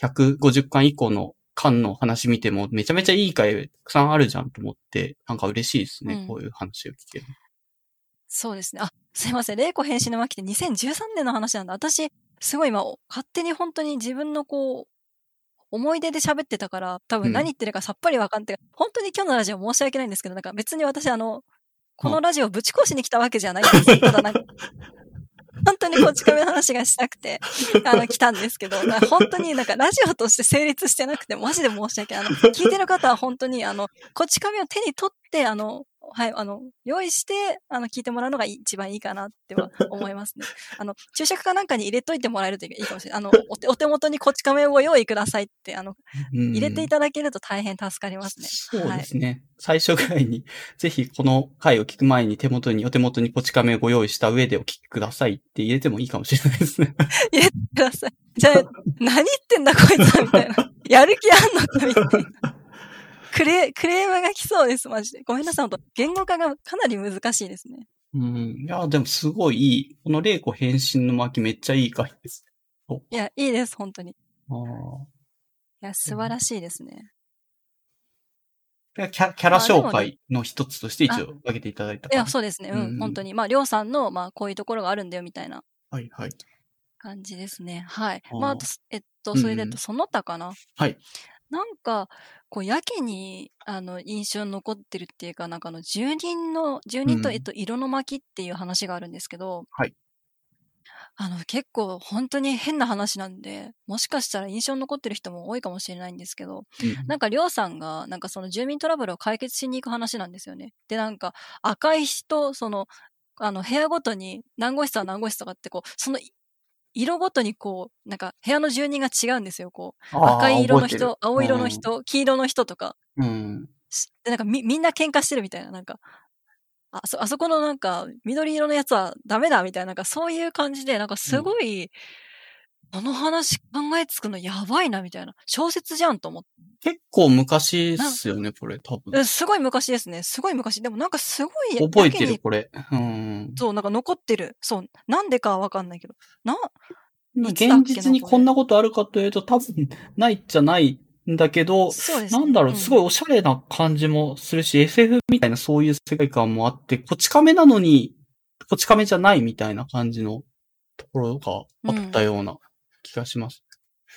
150巻以降の巻の話見てもめちゃめちゃいい回たくさんあるじゃんと思って、なんか嬉しいですね、こういう話を聞ける。 そうですね。あ、すいません。玲子変身の巻って2013年の話なんだ。私、すごい今、勝手に本当に自分の思い出で喋ってたから、多分何言ってるかさっぱりわかんない。本当に今日のラジオ申し訳ないんですけど、なんか別に私このラジオぶち壊しに来たわけじゃないんです。ただなんか、本当にこち亀の話がしたくて、来たんですけど、本当になんかラジオとして成立してなくて、マジで申し訳ない。聞いてる方は本当に、こち亀を手に取って、はい、用意して、聞いてもらうのが一番いいかなっては思いますね。注釈かなんかに入れといてもらえるといいかもしれない。お手元にこち亀をご用意くださいって、入れていただけると大変助かりますね。 そうですね。はい、最初ぐらいに、ぜひこの回を聞く前にお手元にこち亀をご用意した上でお聞きくださいって入れてもいいかもしれないですね。 入れてください。じゃあ、何言ってんだこいつはみたいな。やる気あんのかみたいな。クレームが来そうです、マジで。ごめんなさい、本当言語化がかなり難しいですね。 いや、でもすごいいい。この玲子変身の巻めっちゃいい回です。 いや、いいです、本当に。いや、 素晴らしいですね。 キャラ紹介の一つとして一応挙げていただいたかいや、そうですね。本当に。りょうさんの、こういうところがあるんだよ、みたいな。 はい、はい。 感じですね。はい。あと、それでその他かな。 はい。 なんか、やけに、印象に残ってるっていうか、なんか住人と、色の巻っていう話があるんですけど、 はい。 結構本当に変な話なんで、もしかしたら印象に残ってる人も多いかもしれないんですけど、なんかりょうさんが、なんかその住民トラブルを解決しに行く話なんですよね。で、なんか赤い人、部屋ごとに何号室は何号室とかってその色ごとになんか部屋の住人が違うんですよ。赤い色の人、青色の人、黄色の人とか。で、なんかみんな喧嘩してるみたいな、なんか、あそこのなんか、緑色のやつはダメだみたいな、なんかそういう感じで、なんかすごい、この話考えつくのやばいなみたいな。小説じゃんと思って。 結構昔っすよね、これ、多分。 すごい昔ですね。すごい昔。でもなんかすごい、 覚えてる、これ。 そう、なんか残ってる。そう、なんでかはわかんないけど。 現実にこんなことあるかというと多分ないじゃないんだけど、 そうですね、 なんだろう、すごいおしゃれな感じもするし、SF みたいなそういう世界観もあって、こち亀なのに、こち亀じゃないみたいな感じのところがあったような気がします。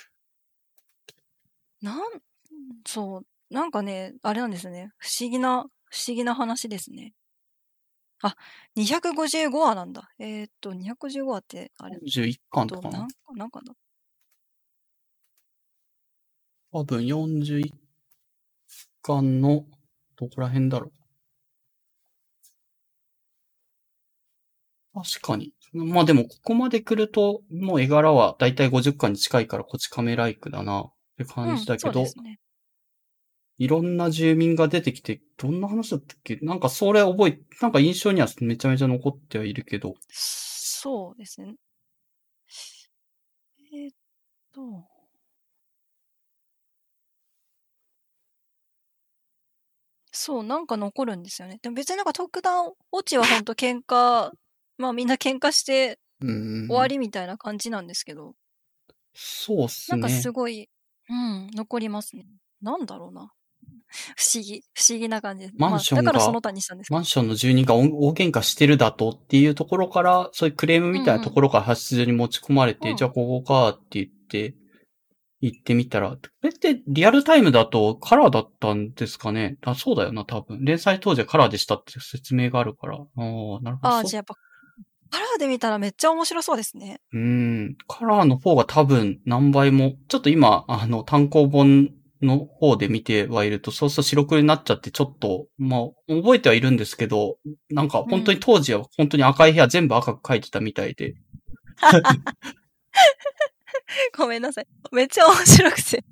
そう、なんかね、あれなんですね。不思議な話ですね。あ、255話なんだ。255話って、あれ 41巻とかな。 なんかだ。 多分41巻の、どこら辺だろう。確かに。まあでも、ここまで来ると、もう絵柄はだいたい50巻に近いからこち亀ライクだなって感じだけど、ね、いろんな住民が出てきて、どんな話だったっけ？なんかそれなんか印象にはめちゃめちゃ残ってはいるけど。 そうですね。そう、なんか残るんですよね。でも別になんか特段、オチはほんと喧嘩、まあみんな喧嘩して終わりみたいな感じなんですけど。 そうっすね。 なんかすごい、残りますね。なんだろうな。 不思議な感じです。 マンションが、 だからその他にしたんですマンションの住人が大喧嘩してるだとっていうところから、そういうクレームみたいなところから発出所に持ち込まれて、じゃあここかって言って、行ってみたら、これってリアルタイムだとカラーだったんですかね。そうだよな、多分。連載当時はカラーでしたって説明があるから。なるほど。 じゃあやっぱ、カラーで見たらめっちゃ面白そうですね。 カラーの方が多分何倍も、ちょっと今、単行本の方で見てはいると、そうそう白黒になっちゃってちょっと、覚えてはいるんですけど、なんか本当に当時は本当に赤い部屋全部赤く描いてたみたいで。 ごめんなさい。めっちゃ面白くて。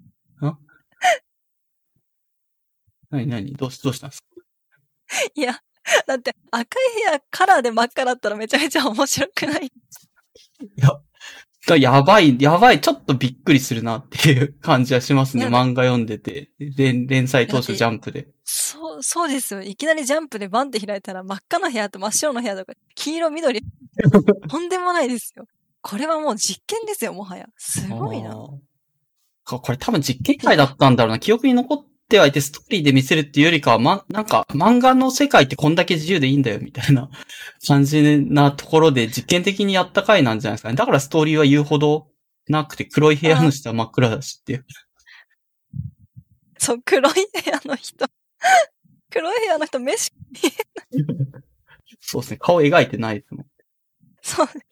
何どうしたんですか？ いや、だって赤い部屋カラーで真っ赤だったらめちゃめちゃ面白くない？いや、やばい、ちょっとびっくりするなっていう感じはしますね。漫画読んでて。連載当初ジャンプで。 そうですよ。いきなりジャンプでバンって開いたら真っ赤な部屋と真っ白の部屋とか、黄色、緑。とんでもないですよ。これはもう実験ですよ、もはや。すごいな。 これ多分実験会だったんだろうな。記憶に残ってはいてストーリーで見せるっていうよりかは、なんか漫画の世界ってこんだけ自由でいいんだよみたいな感じなところで実験的にやった回なんじゃないですかね。だからストーリーは言うほどなくて黒い部屋の下は真っ暗だしっていう。 そう、黒い部屋の人。黒い部屋の人、目しか見えない。 そうですね。顔描いてないですもん。 そうです。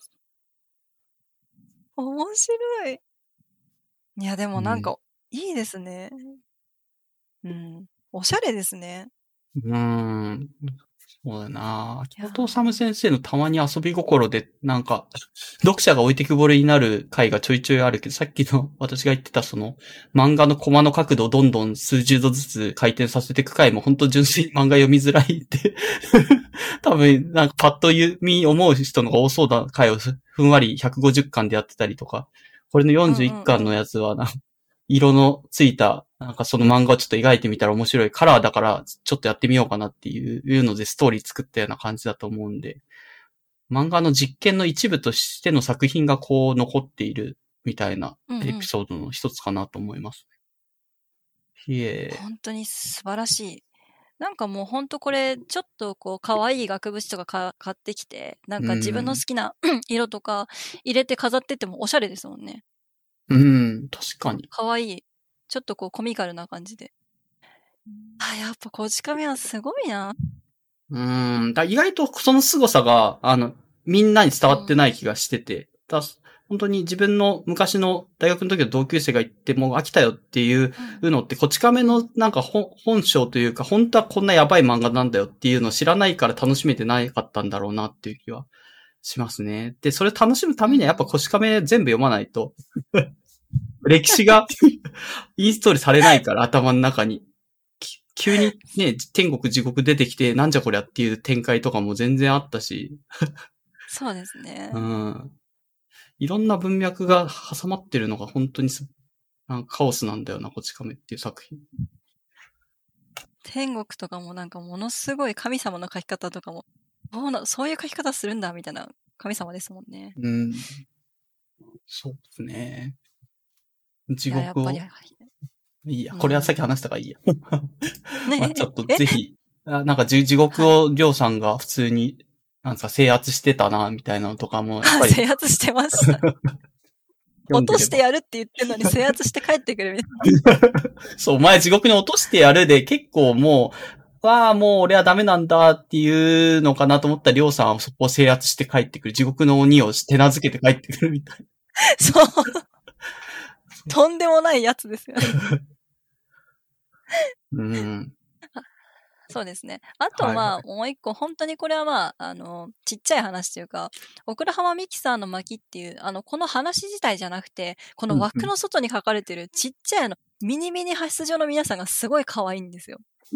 面白い。いや、でもなんか、いいですね。おしゃれですね。 そうだなぁ。京都治先生のたまに遊び心で、なんか、読者が置いてくぼりになる回がちょいちょいあるけど、さっきの私が言ってたその、漫画のコマの角度をどんどん数十度ずつ回転させていく回も本当純粋に漫画読みづらいって多分、なんかパッと思う人のが多そうな回をふんわり150巻でやってたりとか、これの41巻のやつは色のついた、なんかその漫画をちょっと描いてみたら面白いカラーだからちょっとやってみようかなっていうのでストーリー作ったような感じだと思うんで、漫画の実験の一部としての作品がこう残っているみたいなエピソードの一つかなと思います。 本当に素晴らしい。なんかもうほんとこれ、ちょっとこう、可愛い額縁とか買ってきて、なんか自分の好きな色とか入れて飾っててもおしゃれですもんね。 確かに。 可愛い。ちょっとこう、コミカルな感じで。やっぱこち亀はすごいな。 意外とその凄さが、みんなに伝わってない気がしてて、本当に自分の昔の大学の時の同級生が言ってもう飽きたよっていうのって、こち亀のなんか本性というか、本当はこんなやばい漫画なんだよっていうのを知らないから楽しめてなかったんだろうなっていう気はしますね。で、それ楽しむためにはやっぱこち亀全部読まないと、歴史がインストールされないから頭の中に。急にね、天国地獄出てきて、なんじゃこりゃっていう展開とかも全然あったし。 そうですね。 いろんな文脈が挟まってるのが本当になんかカオスなんだよな、こち亀っていう作品。 天国とかもなんかものすごい神様の書き方とかも、そういう書き方するんだみたいな神様ですもんね。 そうですね。地獄を。 やっぱりいいや、これはさっき話したからいいや。 ねちょっとぜひ、なんか地獄をりょうさんが普通に、なんか制圧してたな、みたいなのとかも、やっぱり。 制圧してました。落としてやるって言ってんのに制圧して帰ってくるみたいな。 そう、お前地獄に落としてやるで結構もう俺はダメなんだっていうのかなと思ったりょうさんはそこを制圧して帰ってくる。地獄の鬼を手なずけて帰ってくるみたいな。 そう。とんでもないやつですよね。そうですね。あともう一個、本当にこれはちっちゃい話というか、オクラハマミキサーの巻っていう、この話自体じゃなくて、この枠の外に書かれてるちっちゃいミニミニ発出場の皆さんがすごい可愛いんですよ。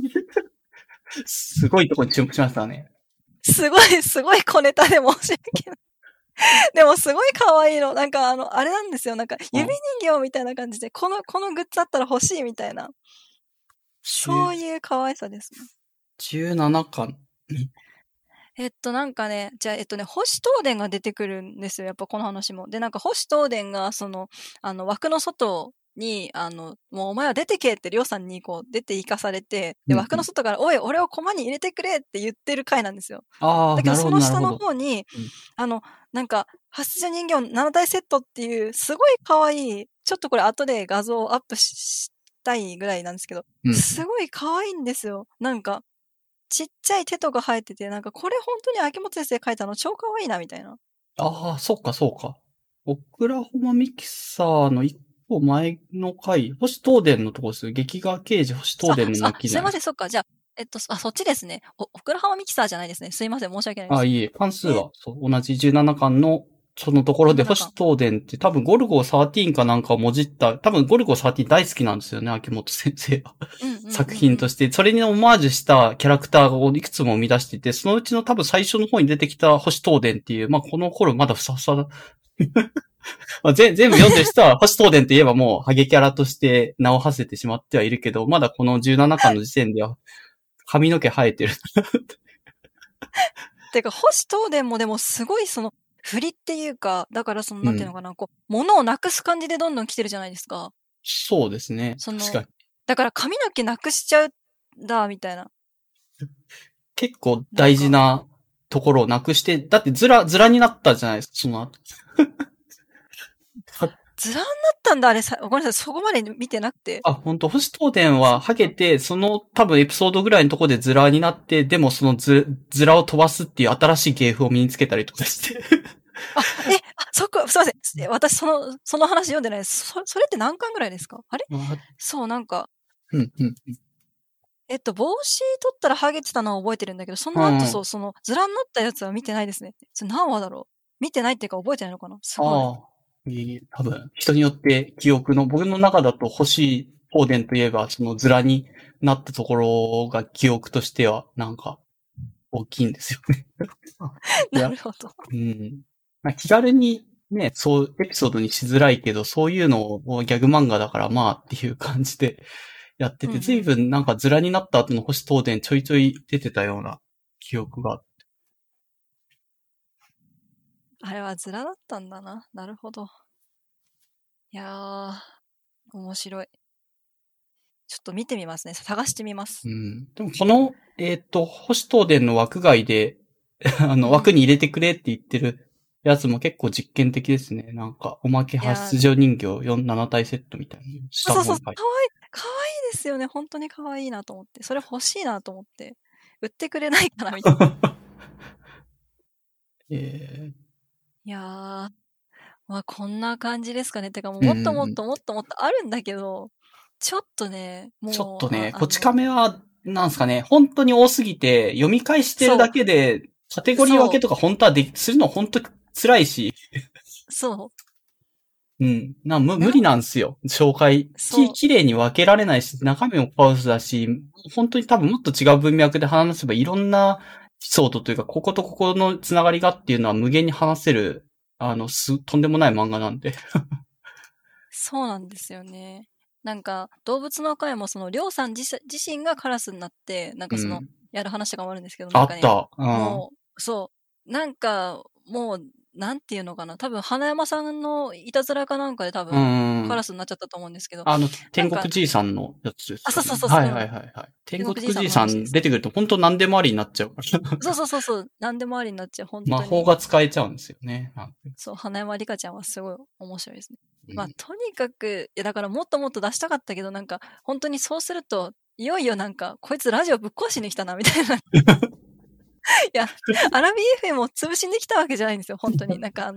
すごいとこに注目しましたね。 すごい小ネタで申し訳ない。でもすごい可愛いの。なんかあれなんですよ。なんか指人形みたいな感じで、このグッズあったら欲しいみたいな。そういう可愛さですね。 17巻。 なんかね、じゃあ、星東電が出てくるんですよ。やっぱこの話も。で、なんか星東電が、枠の外に、もうお前は出てけってりょうさんにこう出て行かされて、で、枠の外から、おい、俺を駒に入れてくれって言ってる回なんですよ。 ああ、 だけど、 なるほど、 その下のなるほど。 方に、 うんなんか、発出人形7体セットっていう、すごい可愛い、ちょっとこれ後で画像をアップしたいぐらいなんですけど、 うん。 すごい可愛いんですよ。なんか、ちっちゃい手とか生えてて、なんかこれ本当に秋元先生描いたの超可愛いな、みたいな。 ああ、そうか、そうか。オクラホマミキサーの一個前の回、星東電のとこですよ。劇画刑事星東電の巻じゃないですか。 すいません、そっか。じゃあ、そっちですね。オクラハマミキサーじゃないですね。すいません、申し訳ないです。 あ、いえ、関数は、そう、同じ17巻の、そのところで、 17 星巻。 東電って多分ゴルゴ13かなんかをもじった、多分ゴルゴ13大好きなんですよね、秋元先生は。作品として、それにオマージュしたキャラクターをいくつも生み出していて、そのうちの多分最初の方に出てきた星東電っていう、まあこの頃まだふさふさだ。まあ、全部読んでる人は星東電といえばもうハゲキャラとして名を馳せてしまってはいるけど、まだこの17巻の時点では髪の毛生えてる。 てか、星東電もでもすごいその、振りっていうか、だからその、なんていうのかな、こう、物をなくす感じでどんどん来てるじゃないですか。 そうですね。確かに。 だから髪の毛なくしちゃうんだ、みたいな。 結構大事なところをなくして、だってズラになったじゃないですか、その後。 ズラになったんだ、あれごめんなさい、そこまで見てなくて。 本当星東電はハゲて、その多分エピソードぐらいのところでズラになって、でもそのズラを飛ばすっていう新しい芸風を身につけたりとかして。 そっか、すいません。私、その話読んでないです。それって何巻ぐらいですか？あれそう、なんか、帽子取ったらハゲてたのは覚えてるんだけど、その後、そう、その、ズラになったやつは見てないですね。それ何話だろう？見てないっていうか覚えてないのかな？すごい。 多分、人によって記憶の、僕の中だと星東電といえば、そのズラになったところが記憶としては、なんか、大きいんですよね。 なるほど。 まあ、気軽にね、そうエピソードにしづらいけど、そういうのをギャグ漫画だからまあっていう感じでやってて、随分なんかズラになった後の星東電ちょいちょい出てたような記憶があって。 あれはズラだったんだな。なるほど。いやー、面白い。ちょっと見てみますね。探してみます。 でもこの、星東電の枠外で、枠に入れてくれって言ってるやつも結構実験的ですね。なんか、おまけ発出場人形7体セットみたいな。 そう。かわいいですよね。本当にかわいいなと思って。それ欲しいなと思って。売ってくれないかなみたいな。いやー、まあこんな感じですかね。てかもっともっとあるんだけど、ちょっとね、もう。 ちょっとね、こち亀は、なんすかね、本当に多すぎて、読み返してるだけで、カテゴリー分けとか本当はするの本当辛いし。 そう。 無理なんですよ。紹介。綺麗に分けられないし、中身もカオスだし、本当に多分もっと違う文脈で話せばいろんなエピソードというか、こことここのつながりがっていうのは無限に話せる、とんでもない漫画なんで。 そうなんですよね。なんか、動物の会もその、りょうさん自身がカラスになって、なんかその、やる話とかもあるんですけど、なんかね、もう、そう、なんか、もう、なんていうのかな。多分、花山さんのいたずらかなんかで多分、カラスになっちゃったと思うんですけど。 天国じいさんのやつですか、ね。 そう。 はい。天国じいさん出てくると本当何でもありになっちゃうから。 そう。何でもありになっちゃう。本当に。 魔法が使えちゃうんですよね。 そう、花山里香ちゃんはすごい面白いですね。まあ、とにかく、いや、だからもっともっと出したかったけど、なんか、本当にそうすると、いよいよなんか、こいつラジオぶっ壊しに来たな、みたいな。いや、アラビー FM を潰しに来たわけじゃないんですよ、本当に。なんか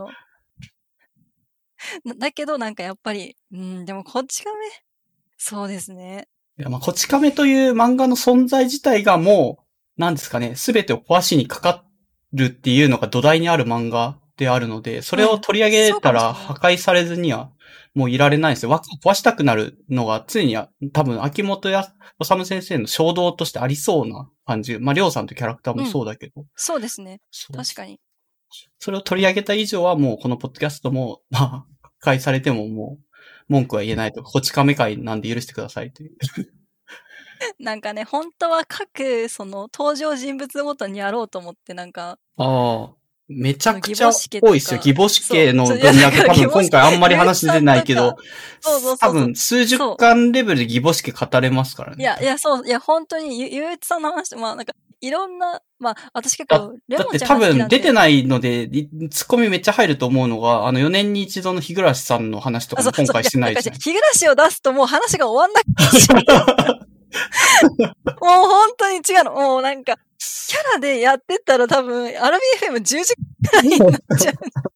だけどなんかやっぱり、でもこっち亀、そうですね。 いや、まあ、こち亀という漫画の存在自体がもう、なんですかね、すべてを壊しにかかるっていうのが土台にある漫画であるので、それを取り上げたら破壊されずにはもういられないんですよ。枠を壊したくなるのが常に多分秋元治先生の衝動としてありそうな感じ。まあ、りょうさんとキャラクターもそうだけど。 そうですね。確かに。 それを取り上げた以上はもうこのポッドキャストも、まあ、破壊されてももう文句は言えないとか、こち亀会なんで許してくださいという。 なんかね、本当は各、その、登場人物ごとにやろうと思って、なんか、 めちゃくちゃ多いですよ。義母子家の文脈多分今回あんまり話出てないけど、多分数十巻レベルで義母子家語れますからね。 いや、本当に、ゆういちさんの話、まあなんか、いろんな、まあ私結構、 レモンちゃんが好きなんで。だって多分出てないので、ツッコミめっちゃ入ると思うのが、4年に一度の日暮さんの話とかも今回してないじゃん。 日暮を出すともう話が終わんなくなっちゃう。もう本当に違うの。もうなんか、キャラでやってたら多分、アラビ FM10 時くらいになっちゃう。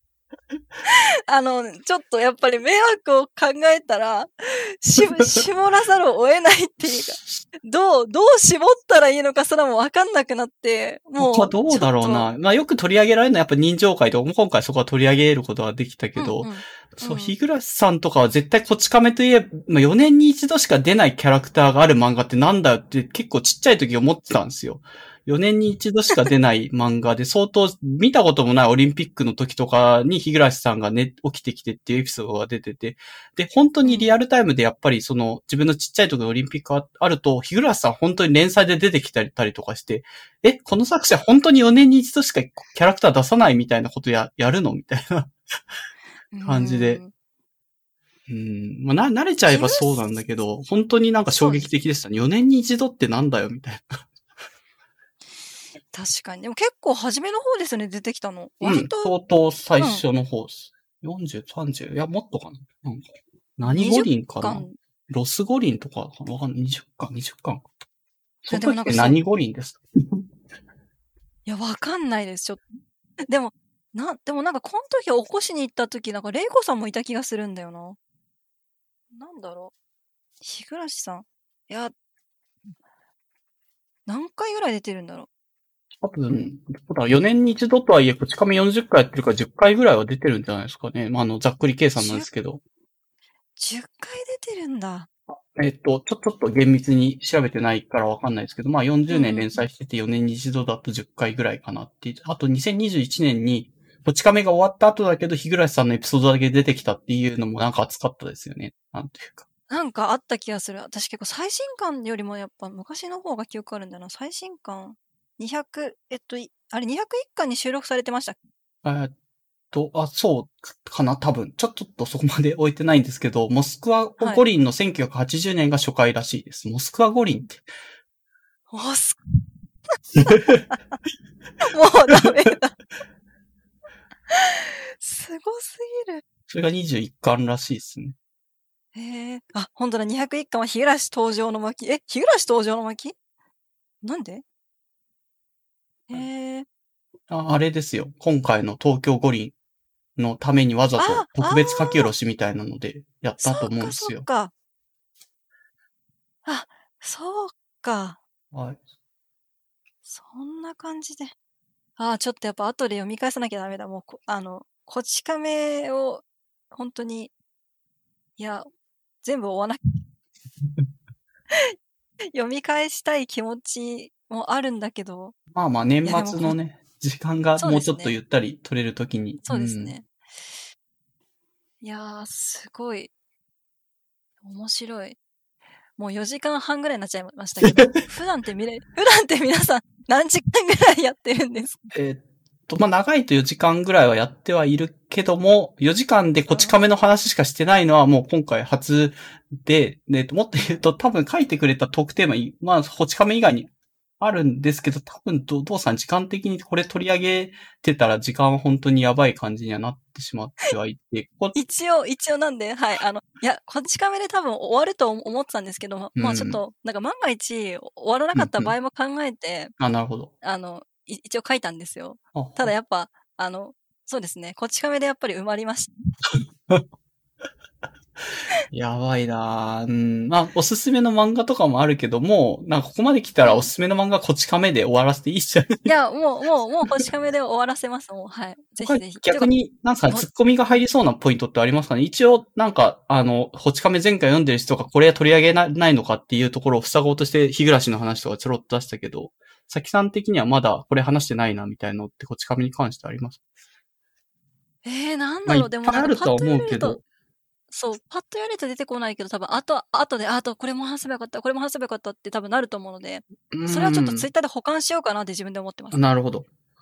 ちょっとやっぱり迷惑を考えたら、絞らざるを得ないっていうか、どう絞ったらいいのかすらもわかんなくなって、もう。 どうだろうな。まあよく取り上げられるのはやっぱ人情会とかも今回そこは取り上げることができたけど、そう、日暮さんとかは絶対こち亀といえば、まあ4年に一度しか出ないキャラクターがある漫画ってなんだよって結構ちっちゃい時思ってたんですよ。4年に一度しか出ない漫画で相当見たこともないオリンピックの時とかに日暮さんがね、起きてきてっていうエピソードが出てて、で、本当にリアルタイムでやっぱりその自分のちっちゃい時のオリンピックあると、日暮さん本当に連載で出てきたりとかして、この作者本当に4年に一度しかキャラクター出さないみたいなことやるのみたいな感じで。まあ、慣れちゃえばそうなんだけど、本当になんか衝撃的でしたね。4年に一度ってなんだよみたいな。 確かに。でも結構初めの方ですよね、出てきたの。割と。 相当最初の方です。40、30、いや、もっとかな。なんか何五輪かなロス五輪とかわかんない。20巻。その時って何五輪ですかいや、わかんないです。でもなんかこの時起こしに行った時、なんかレイコさんもいた気がするんだよな。なんだろう。日暮さん。いや、何回ぐらい出てるんだろう。 多分、4年に一度とはいえ、こち亀40回やってるから10回ぐらいは出てるんじゃないですかね。まあ、ざっくり計算なんですけど。 10回出てるんだ。 ちょっと厳密に調べてないからわかんないですけど、まあ40年連載してて4年に一度だと10回ぐらいかなっていう。あと2021年に、こち亀が終わった後だけど、日暮さんのエピソードだけ出てきたっていうのもなんか熱かったですよね。なんていうか。 なんかあった気がする。私結構最新刊よりもやっぱ昔の方が記憶あるんだな。最新刊200、あれ201巻に収録されてました。 そうかな多分。ちょっとそこまで置いてないんですけど、モスクワ五輪の1980年が初回らしいです。モスクワ五輪って。 もうダメだ。すごすぎる。 それが21巻らしいですね。 あ、ほんとだ、201巻は日暮登場の巻。日暮登場の巻なんであれですよ。今回の東京五輪のためにわざと特別書き下ろしみたいなのでやったと思うんですよ。 そうか。あ、そうか。 はい。 そんな感じで。ちょっとやっぱ後で読み返さなきゃダメだ。もう、こち亀を、本当に、いや、全部追わなきゃ。読み返したい気持ちもあるんだけど。 まあ年末のね、時間がもうちょっとゆったり取れるときに。 そうですね。いやー、すごい。面白い。もう4時間半ぐらいになっちゃいましたけど、普段って皆さん何時間ぐらいやってるんですか？ まあ、長いと4時間ぐらいはやってはいるけども、4時間でこち亀の話しかしてないのはもう今回初で、もっと言うと多分書いてくれたトークテーマ、まあ、こち亀以外にあるんですけど、多分、どうさん時間的にこれ取り上げてたら時間は本当にやばい感じにはなってしまってはいて。 一応なんで、はい。いや、こち亀で多分終わると思ってたんですけど、まあちょっと、なんか万が一終わらなかった場合も考えて、 なるほど。 一応書いたんですよ。ただやっぱ、そうですね。こち亀でやっぱり埋まりました。 やばいなぁ。まあ、おすすめの漫画とかもあるけども、なんかここまで来たらおすすめの漫画こち亀で終わらせていいじゃん。いや、もうこち亀で終わらせます。もう、はい。ぜひぜひ。 逆に、なんかツッコミが入りそうなポイントってありますかね？一応、なんか、こち亀前回読んでる人がこれは取り上げないのかっていうところを塞ごうとして、日暮の話とかちょろっと出したけど、さきさん的にはまだこれ話してないなみたいなのってこち亀に関してあります？ なんだろう、でもなんかあるとは思うけど。 そう、パッとやると出てこないけど、多分、あとで、これも話せばよかった、これも話せばよかったって多分なると思うので、それはちょっとツイッターで保管しようかなって自分で思ってます。 なるほど。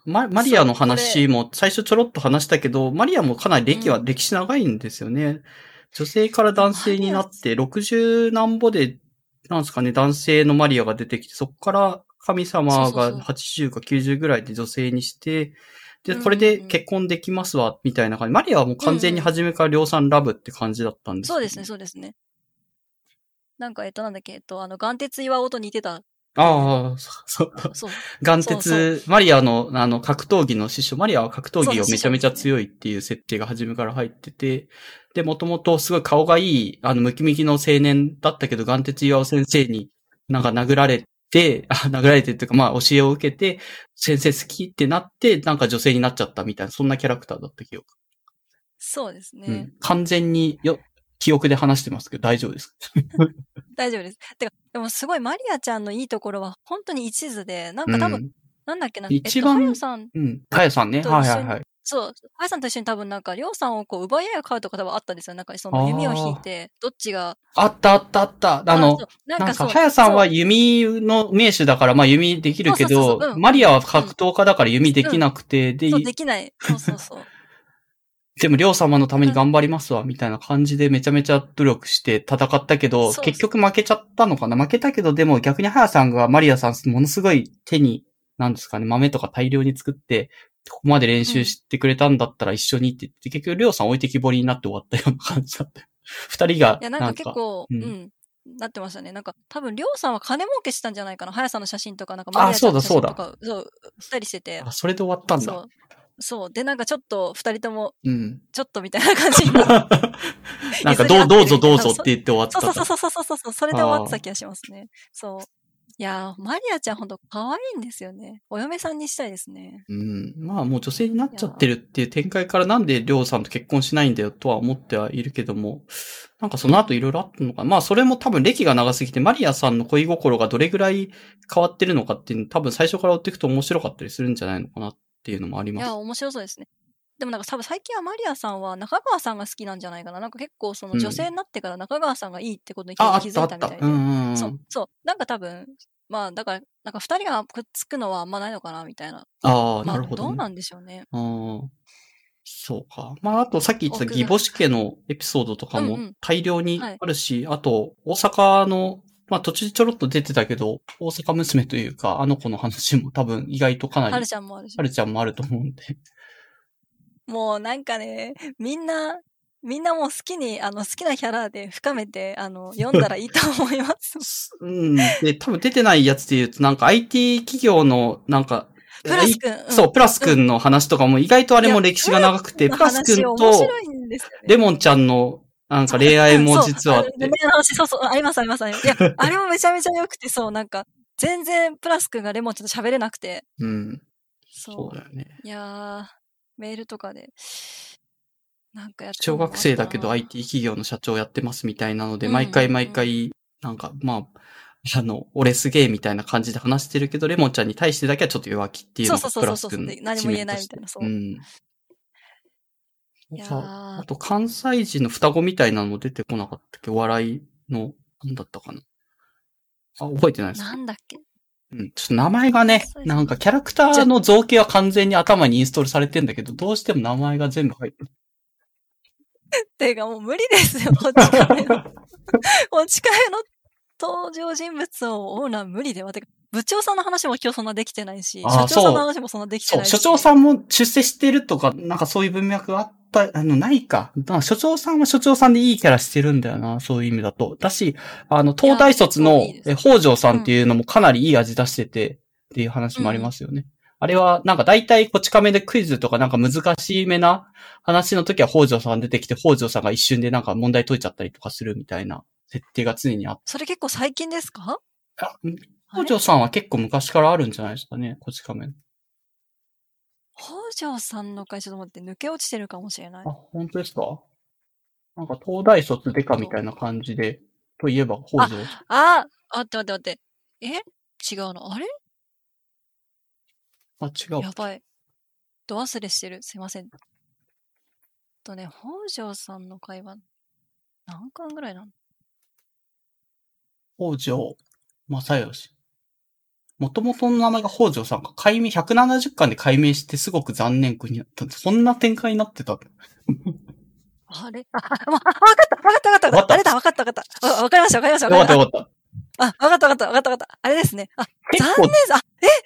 マリアの話も最初ちょろっと話したけど、マリアもかなり歴史長いんですよね。女性から男性になって、60何歩で、なんですかね、男性のマリアが出てきて、そこから神様が80か90ぐらいで女性にして、で、これで結婚できますわ、みたいな感じ。マリアはもう完全に初めから量産ラブって感じだったんですけど、 そうですね、そうですね。なんか、なんだっけ、眼鉄岩尾と似てた。 ああ、そう。眼鉄、マリアの、格闘技の師匠、マリアは格闘技をめちゃめちゃ強いっていう設定が初めから入ってて、で、もともとすごい顔がいい、ムキムキの青年だったけど、眼鉄岩尾先生になんか殴られてっていうか、まあ、教えを受けて、先生好きってなって、なんか女性になっちゃったみたいな、そんなキャラクターだった記憶。 そうですね。 うん。完全に記憶で話してますけど、大丈夫ですか？ 大丈夫です。てか、でもすごいマリアちゃんのいいところは本当に一途で、なんか多分、なんだっけな、 一番、 はやさん。 はやさんね。はいはいはい。 そう、はやさんと一緒に多分なんか、りょうさんをこう、奪い合いを買うとか多分あったんですよ。なんかその弓を引いて、どっちが。 あった。なんか、はやさんは弓の名手だから、まあ弓できるけど、マリアは格闘家だから弓できなくて、 そう、できない。そう。 でも、りょう様のために頑張りますわ、みたいな感じでめちゃめちゃ努力して戦ったけど、結局負けちゃったのかな？負けたけど、でも逆にはやさんがマリアさんものすごい手に、なんですかね、豆とか大量に作って、ここまで練習してくれたんだったら一緒にって言って、結局りょうさん置いてきぼりになって終わったような感じだった。二人が。 いや、なんか結構、なってましたね。なんか、多分、りょうさんは金儲けしたんじゃないかな。はやさんの写真とか、なんか、マリアちゃんの写真とか、したりしてて。 それで終わったんだ。 そう。で、なんかちょっと、二人とも、ちょっとみたいな感じになんか、どうぞって言って終わった。 そう。それで終わってた気がしますね。そう。いやー、マリアちゃんほんと可愛いんですよね。お嫁さんにしたいですね。 まあもう女性になっちゃってるっていう展開からなんでりょうさんと結婚しないんだよとは思ってはいるけども、なんかその後いろいろあったのかな。まあそれも多分歴が長すぎてマリアさんの恋心がどれぐらい変わってるのかっていうの多分最初から追っていくと面白かったりするんじゃないのかなっていうのもあります。 いや、面白そうですね。でもなんか多分最近はマリアさんは中川さんが好きなんじゃないかな。なんか結構その女性になってから中川さんがいいってことに気づいたみたいで。そう。なんか多分、まあだから、なんか二人がくっつくのはあんまないのかなみたいな。 なるほど、 どうなんでしょうね。 そうか。まああとさっき言ってた義母子家のエピソードとかも大量にあるし、あと大阪のまあ途中ちょろっと出てたけど、大阪娘というか、あの子の話も多分意外とかなり。 はるちゃんもあるし。 はるちゃんもあると思うんで。 もうなんかね、みんなもう好きなキャラで深めて、読んだらいいと思います。 で、多分出てないやつで言うと、なんか IT 企業の、なんか、 プラスくん。 そう、プラスくんの話とかも意外とあれも歴史が長くて、プラスくんと、レモンちゃんの、なんか恋愛も実はあって。 恋愛の話、そう、あります。いや、あれもめちゃめちゃ良くて、そう、なんか、全然プラスくんがレモンちゃんと喋れなくて。 そうだよね。 いやー、メールとかで、なんかやって小学生だけど IT 企業の社長やってますみたいなので、毎回、なんか、まあ、俺すげえみたいな感じで話してるけど、レモンちゃんに対してだけはちょっと弱気っていうのがプラスくんの何も言えないみたいな、そう。 あと、関西人の双子みたいなの出てこなかったっけ？お笑いの、なんだったかな？覚えてないですか？ なんだっけ？ ちょっと名前がね、なんかキャラクターの造形は完全に頭にインストールされてんだけど、どうしても名前が全部入ってる。 てかもう無理ですよ、こっち亀の。こっち亀の登場人物を追うのは無理では。てか、部長さんの話も今日そんなできてないし、所長さんの話もそんなできてないし。 所長さんも出世してるとか、なんかそういう文脈があった、ないか。所長さんは所長さんでいいキャラしてるんだよな、そういう意味だと。だし、東大卒の北条さんっていうのもかなりいい味出してて、っていう話もありますよね。あれは、なんか大体こち亀でクイズとかなんか難しめな話の時は北条さん出てきて、北条さんが一瞬でなんか問題解いちゃったりとかするみたいな設定が常にあって。 それ結構最近ですか？ 北条さんは結構昔からあるんじゃないですかね、こち亀。 北条さんの回ちょっと待って、抜け落ちてるかもしれない。 本当ですか？なんか東大卒デカみたいな感じで、といえば北条。 待って。違うの？あれ？ 違う。 やばい。ど忘れしてる。すいません。北条さんの回は何巻ぐらいなの？ 北条正義。 元々の名前が北条さんが改名、170巻で改名してすごく残念になったんです。そんな展開になってた。 あれわかったわかった。あれだ、わかった。わかりました。 よかったよかった。 わかった。あれですね。残念さ。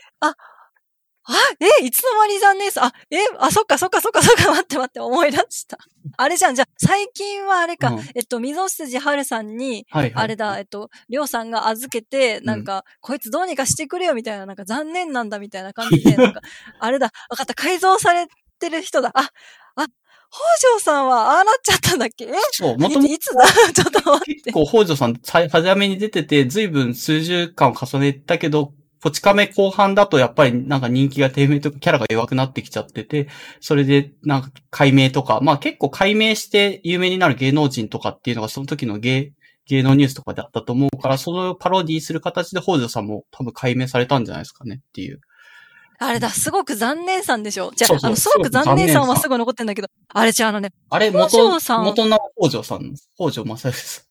いつの間に残念さ。そっか、待って、思い出した。あれじゃあ最近はあれか、溝筋春さんに、あれだ、りょうさんが預けて、なんか、こいつどうにかしてくれよ、みたいな、なんか残念なんだ、みたいな感じで、なんか、あれだ、わかった、改造されてる人だ。北条さんはああなっちゃったんだっけそう、元々 いつだちょっと待って。 結構北条さん、初めに出てて、随分数十巻を重ねたけど、こち亀後半だとやっぱりなんか人気が低迷とかキャラが弱くなってきちゃってて、それでなんか改名とか、まあ結構改名して有名になる芸能人とかっていうのがその時の芸能ニュースとかであったと思うから、それをパロディする形で北条さんも多分改名されたんじゃないですかねっていう。 あれだ、すごく残念さんでしょ。じゃあ、すごく残念さんはすぐ残ってんだけど、あれじゃああれ、元の北条さん、北条正義さん。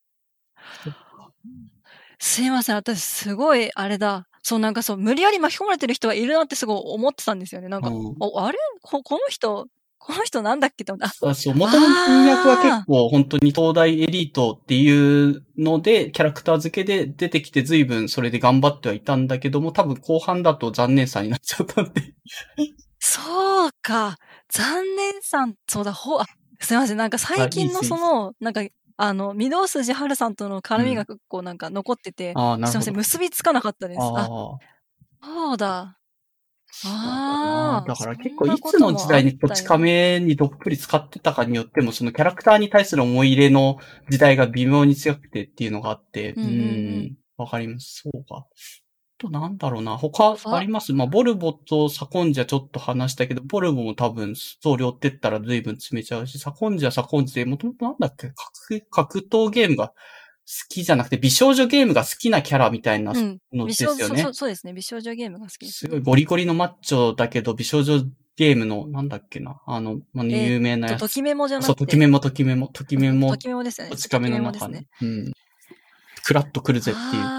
すいません、私すごい、あれだ。なんか無理やり巻き込まれてる人がいるなってすごい思ってたんですよね。なんか、あれこの人なんだっけって思った。 そう、元の文脈は結構本当に東大エリートっていうので、キャラクター付けで出てきて随分それで頑張ってはいたんだけども、多分後半だと残念さになっちゃったんで。 そうか。残念さん、そうだ、すいません、なんか最近のなんか、御堂筋春さんとの絡みが結構なんか残ってて、すいません、結びつかなかったです。そうだ。 だから結構いつの時代にこち亀にどっぷり使ってたかによっても、そのキャラクターに対する思い入れの時代が微妙に強くてっていうのがあって、わかります。そうか。となんだろうな。他あります？まあ、ボルボとサコンジャちょっと話したけど、ボルボも多分、総量ってったら随分詰めちゃうし、サコンジャで、もともとなんだっけ、格闘ゲームが好きじゃなくて、美少女ゲームが好きなキャラみたいなのですよね。 そうですね。美少女ゲームが好きです、 ね。すごいゴリゴリのマッチョだけど、美少女ゲームの、なんだっけな。有名なやつ。 ときメモじゃなくて。 そう、ときメモ。ときメモですね。 こち亀の中に。クラッと来るぜっていう。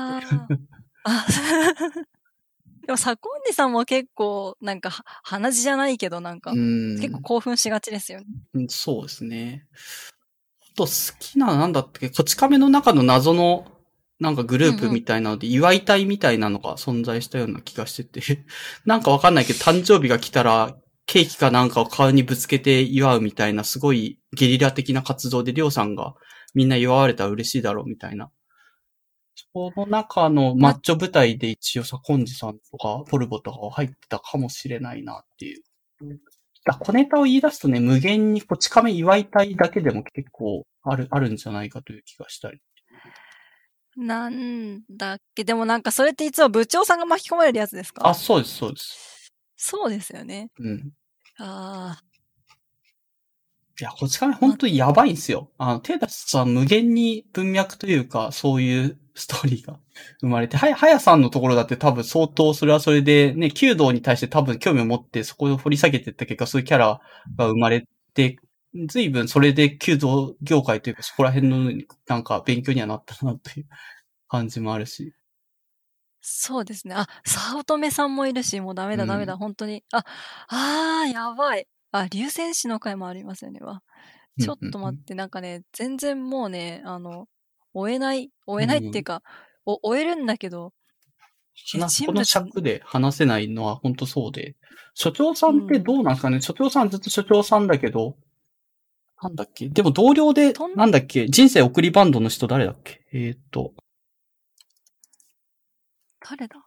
でも、サコンディさんも結構、なんか、鼻血じゃないけど、なんか、結構興奮しがちですよね。 そうですね。好きななんだったっけ、こち亀の中の謎の、なんかグループみたいなので、祝い隊みたいなのが存在したような気がしてて、なんかわかんないけど、誕生日が来たら、ケーキかなんかを顔にぶつけて祝うみたいな、すごいゲリラ的な活動で、りょうさんがみんな祝われたら嬉しいだろうみたいな。その中のマッチョ部隊で一応サコンジさんとか、ポルボとかは入ってたかもしれないなっていう。小ネタを言い出すとね、無限にこち亀祝いたいだけでも結構あるんじゃないかという気がしたり。 なんだっけ、でもなんかそれっていつも部長さんが巻き込まれるやつですか？ そうです、そうです。 そうですよね。 いや、こち亀本当にやばいんですよ。手出すと無限に文脈というか、そういうストーリーが生まれて、はやさんのところだって多分相当それはそれでね、弓道に対して多分興味を持ってそこを掘り下げていった結果、そういうキャラが生まれて、随分それで弓道業界というかそこら辺のなんか勉強にはなったなという感じもあるし。 そうですね。早乙女さんもいるし、もうダメだ、本当に。やばい。竜戦士の回もありますよね。ちょっと待って、なんかね、全然もうね、追えないっていうか、追えるんだけど、 この尺で話せないのは本当そうで。所長さんってどうなんですかね、所長さんずっと所長さんだけど、なんだっけ、でも同僚で、なんだっけ、人生送りバンドの人誰だっけ、 誰だ？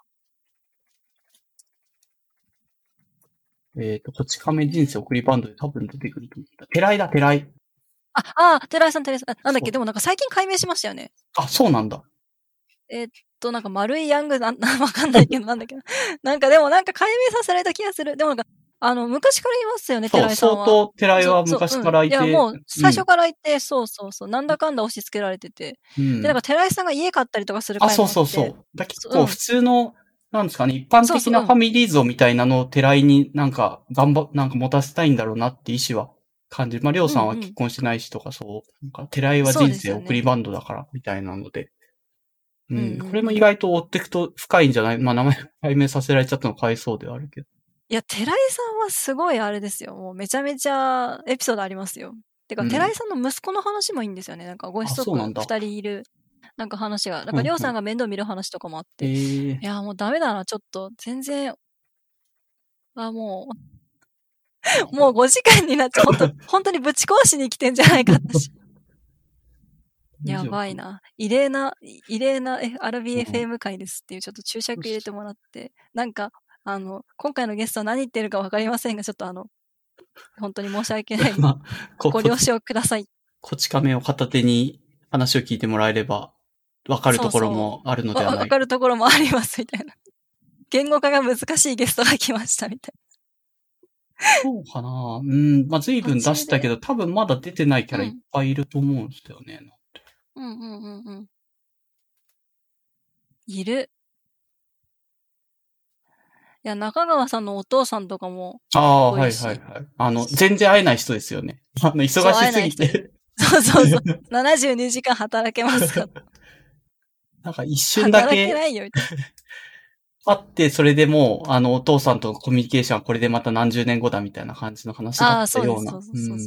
こち亀人生送りバンドで多分出てくると思った。寺井。 寺井さん。なんだっけ、でもなんか最近解明しましたよね。 そうなんだ。 なんか丸いヤングわかんないけど、なんだっけなんかでもなんか解明させられた気がする。でもなんか、昔からいますよね、寺井さんは。 相当寺井は昔からいて。 いや、もう、最初からいて、そう。なんだかんだ押し付けられてて。で、なんか寺井さんが家買ったりとかする回もあって。 そう。だ結構普通の、なんですかね、一般的なファミリー像みたいなのを寺井になんかなんか持たせたいんだろうなって意思は感じる。まあ、りょうさんは結婚してないしとかなんか寺井は人生送りバンドだからみたいなので。 これも意外と追っていくと深いんじゃない？まあ名前解明させられちゃったのかわいそうではあるけど。 いや、寺井さんはすごいあれですよ。もうめちゃめちゃエピソードありますよ。てか、寺井さんの息子の話もいいんですよね。なんかご子息2人いる、なんか話が。なんかりょうさんが面倒見る話とかもあって。いや、もうダメだな、ちょっと。全然、もう5時間になっちゃう。本当にぶち壊しに来てんじゃないか、私。やばいな。異例な RBFM 会ですっていうちょっと注釈入れてもらって、なんか、今回のゲストは何言ってるかわかりませんが、ちょっと本当に申し訳ない。ご了承ください。 こち亀を片手に話を聞いてもらえれば、わかるところもあるのではないか。 わかるところもあります、みたいな。言語化が難しいゲストが来ました、みたいな。そうかな。まあ、随分出したけど、多分まだ出てないキャラいっぱいいると思うんですよね。 いる。いや、中川さんのお父さんとかも。 はい。全然会えない人ですよね。忙しすぎて。 そう。72時間働けますかなんか一瞬だけ。 働けないよ、みたいな。 会って、それでもう、お父さんとのコミュニケーションはこれでまた何十年後だみたいな感じの話だったような。 そう。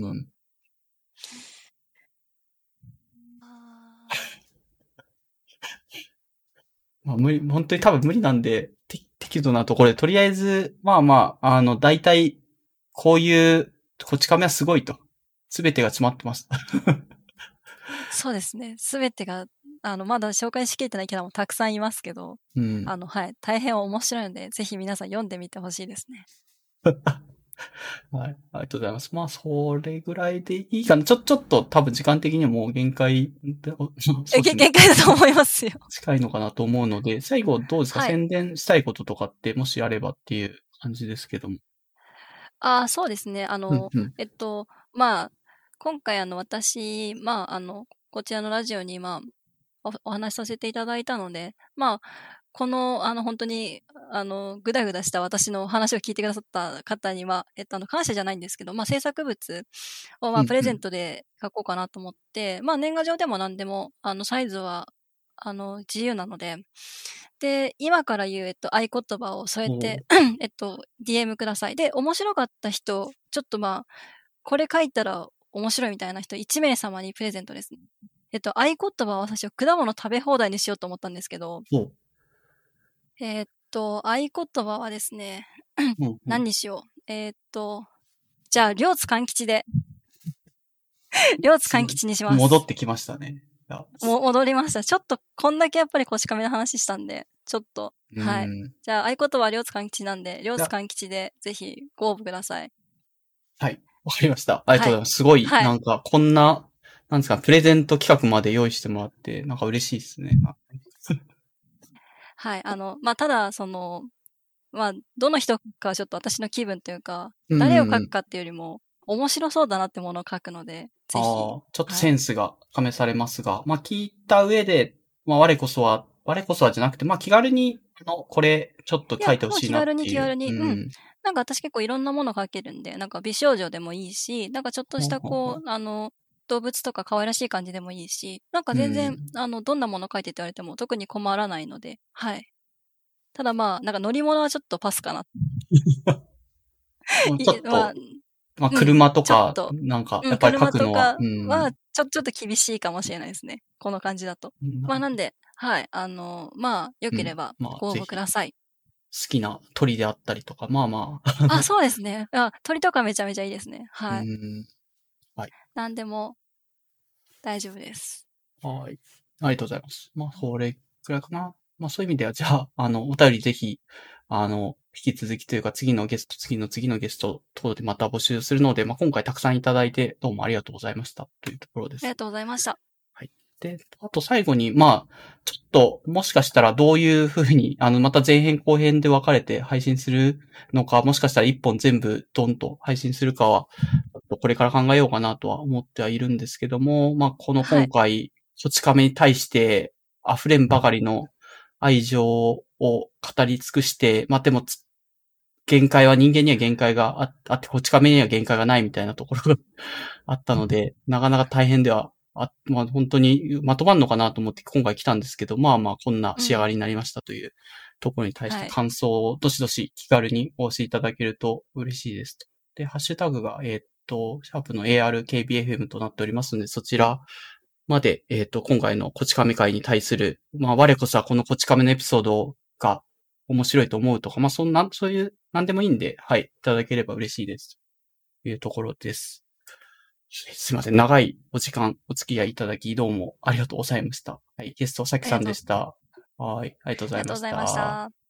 まあ、本当に多分無理なんで、適度なところで、とりあえず、大体、こういう、こち亀はすごいと。すべてが詰まってます。 そうですね。すべてが、まだ紹介しきれてないキャラもたくさんいますけど、はい。大変面白いので、ぜひ皆さん読んでみてほしいですね。 はい。ありがとうございます。まあ、それぐらいでいいかな。ちょっと多分時間的にはもう限界、 限界だと思いますよ。 近いのかなと思うので、最後どうですか、宣伝したいこととかってもしあればっていう感じですけども。 そうですね。今回私、こちらのラジオに、お話しさせていただいたので、この、本当に、ぐだぐだした私の話を聞いてくださった方には、感謝じゃないんですけど、制作物を、プレゼントで書こうかなと思って、年賀状でも何でも、サイズは、自由なので、で、今から言う、合言葉を添えて、DM ください。で、面白かった人、ちょっとこれ書いたら面白いみたいな人1名様にプレゼントですね。合言葉は私は果物食べ放題にしようと思ったんですけど、合言葉はですね、何にしよう。じゃあ、両津勘吉で。両津勘吉にします。 戻ってきましたね。 戻りました。ちょっと、こんだけやっぱりこち亀の話したんで、ちょっと、はい。じゃあ、合言葉は両津勘吉なんで、両津勘吉でぜひご応募ください。 はい。わかりました。ありがとうございます。すごい、なんか、こんな、なんですか、プレゼント企画まで用意してもらって、なんか嬉しいですね。 はい。ただ、どの人かちょっと私の気分というか、誰を書くかっていうよりも、面白そうだなってものを書くので、ぜひ。ちょっとセンスが試されますが、聞いた上で、我こそはじゃなくて、気軽に、これ、ちょっと書いてほしいなっていう。 気軽に。なんか私結構いろんなもの書けるんで、なんか美少女でもいいし、なんかちょっとした動物とか可愛らしい感じでもいいし、なんか全然、どんなもの書いてって言われても特に困らないので、はい。ただなんか乗り物はちょっとパスかな。 ちょっと、車とか、なんか、やっぱり書くのは。 車とかは、ちょっと厳しいかもしれないですね。この感じだと。なんで、はい。良ければご応募ください。 好きな鳥であったりとか、 そうですね。鳥とかめちゃめちゃいいですね。はい。 はい。 なんでも、大丈夫です。 はい。ありがとうございます。それくらいかな。そういう意味では、じゃあ、お便りぜひ、引き続きというか、次のゲスト等でまた募集するので、今回たくさんいただいて、どうもありがとうございましたというところです。 ありがとうございました。 はい。で、あと最後に、ちょっと、もしかしたらどういうふうに、また前編後編で分かれて配信するのか、もしかしたら一本全部ドンと配信するかは、ちょっとこれから考えようかなとは思ってはいるんですけども、この今回、こち亀に対して溢れんばかりの愛情を語り尽くして、でも人間には限界があって、こち亀には限界がないみたいなところがあったので、なかなか大変ではまあ本当にまとまんのかなと思って今回来たんですけど、まあまあこんな仕上がりになりましたというところに対して感想をどしどし気軽にお教えいただけると嬉しいですと。で、ハッシュタグが、シャープの ARKBFM となっておりますので、そちらまで、今回のこち亀会に対する、まあ我こそはこのこち亀のエピソードが面白いと思うとか、まあそういう、なんでもいいんで、はい、いただければ嬉しいです。というところです。すいません。長いお時間お付き合いいただき、どうもありがとうございました。はい。ゲスト、さきさんでした。はい。ありがとうございました。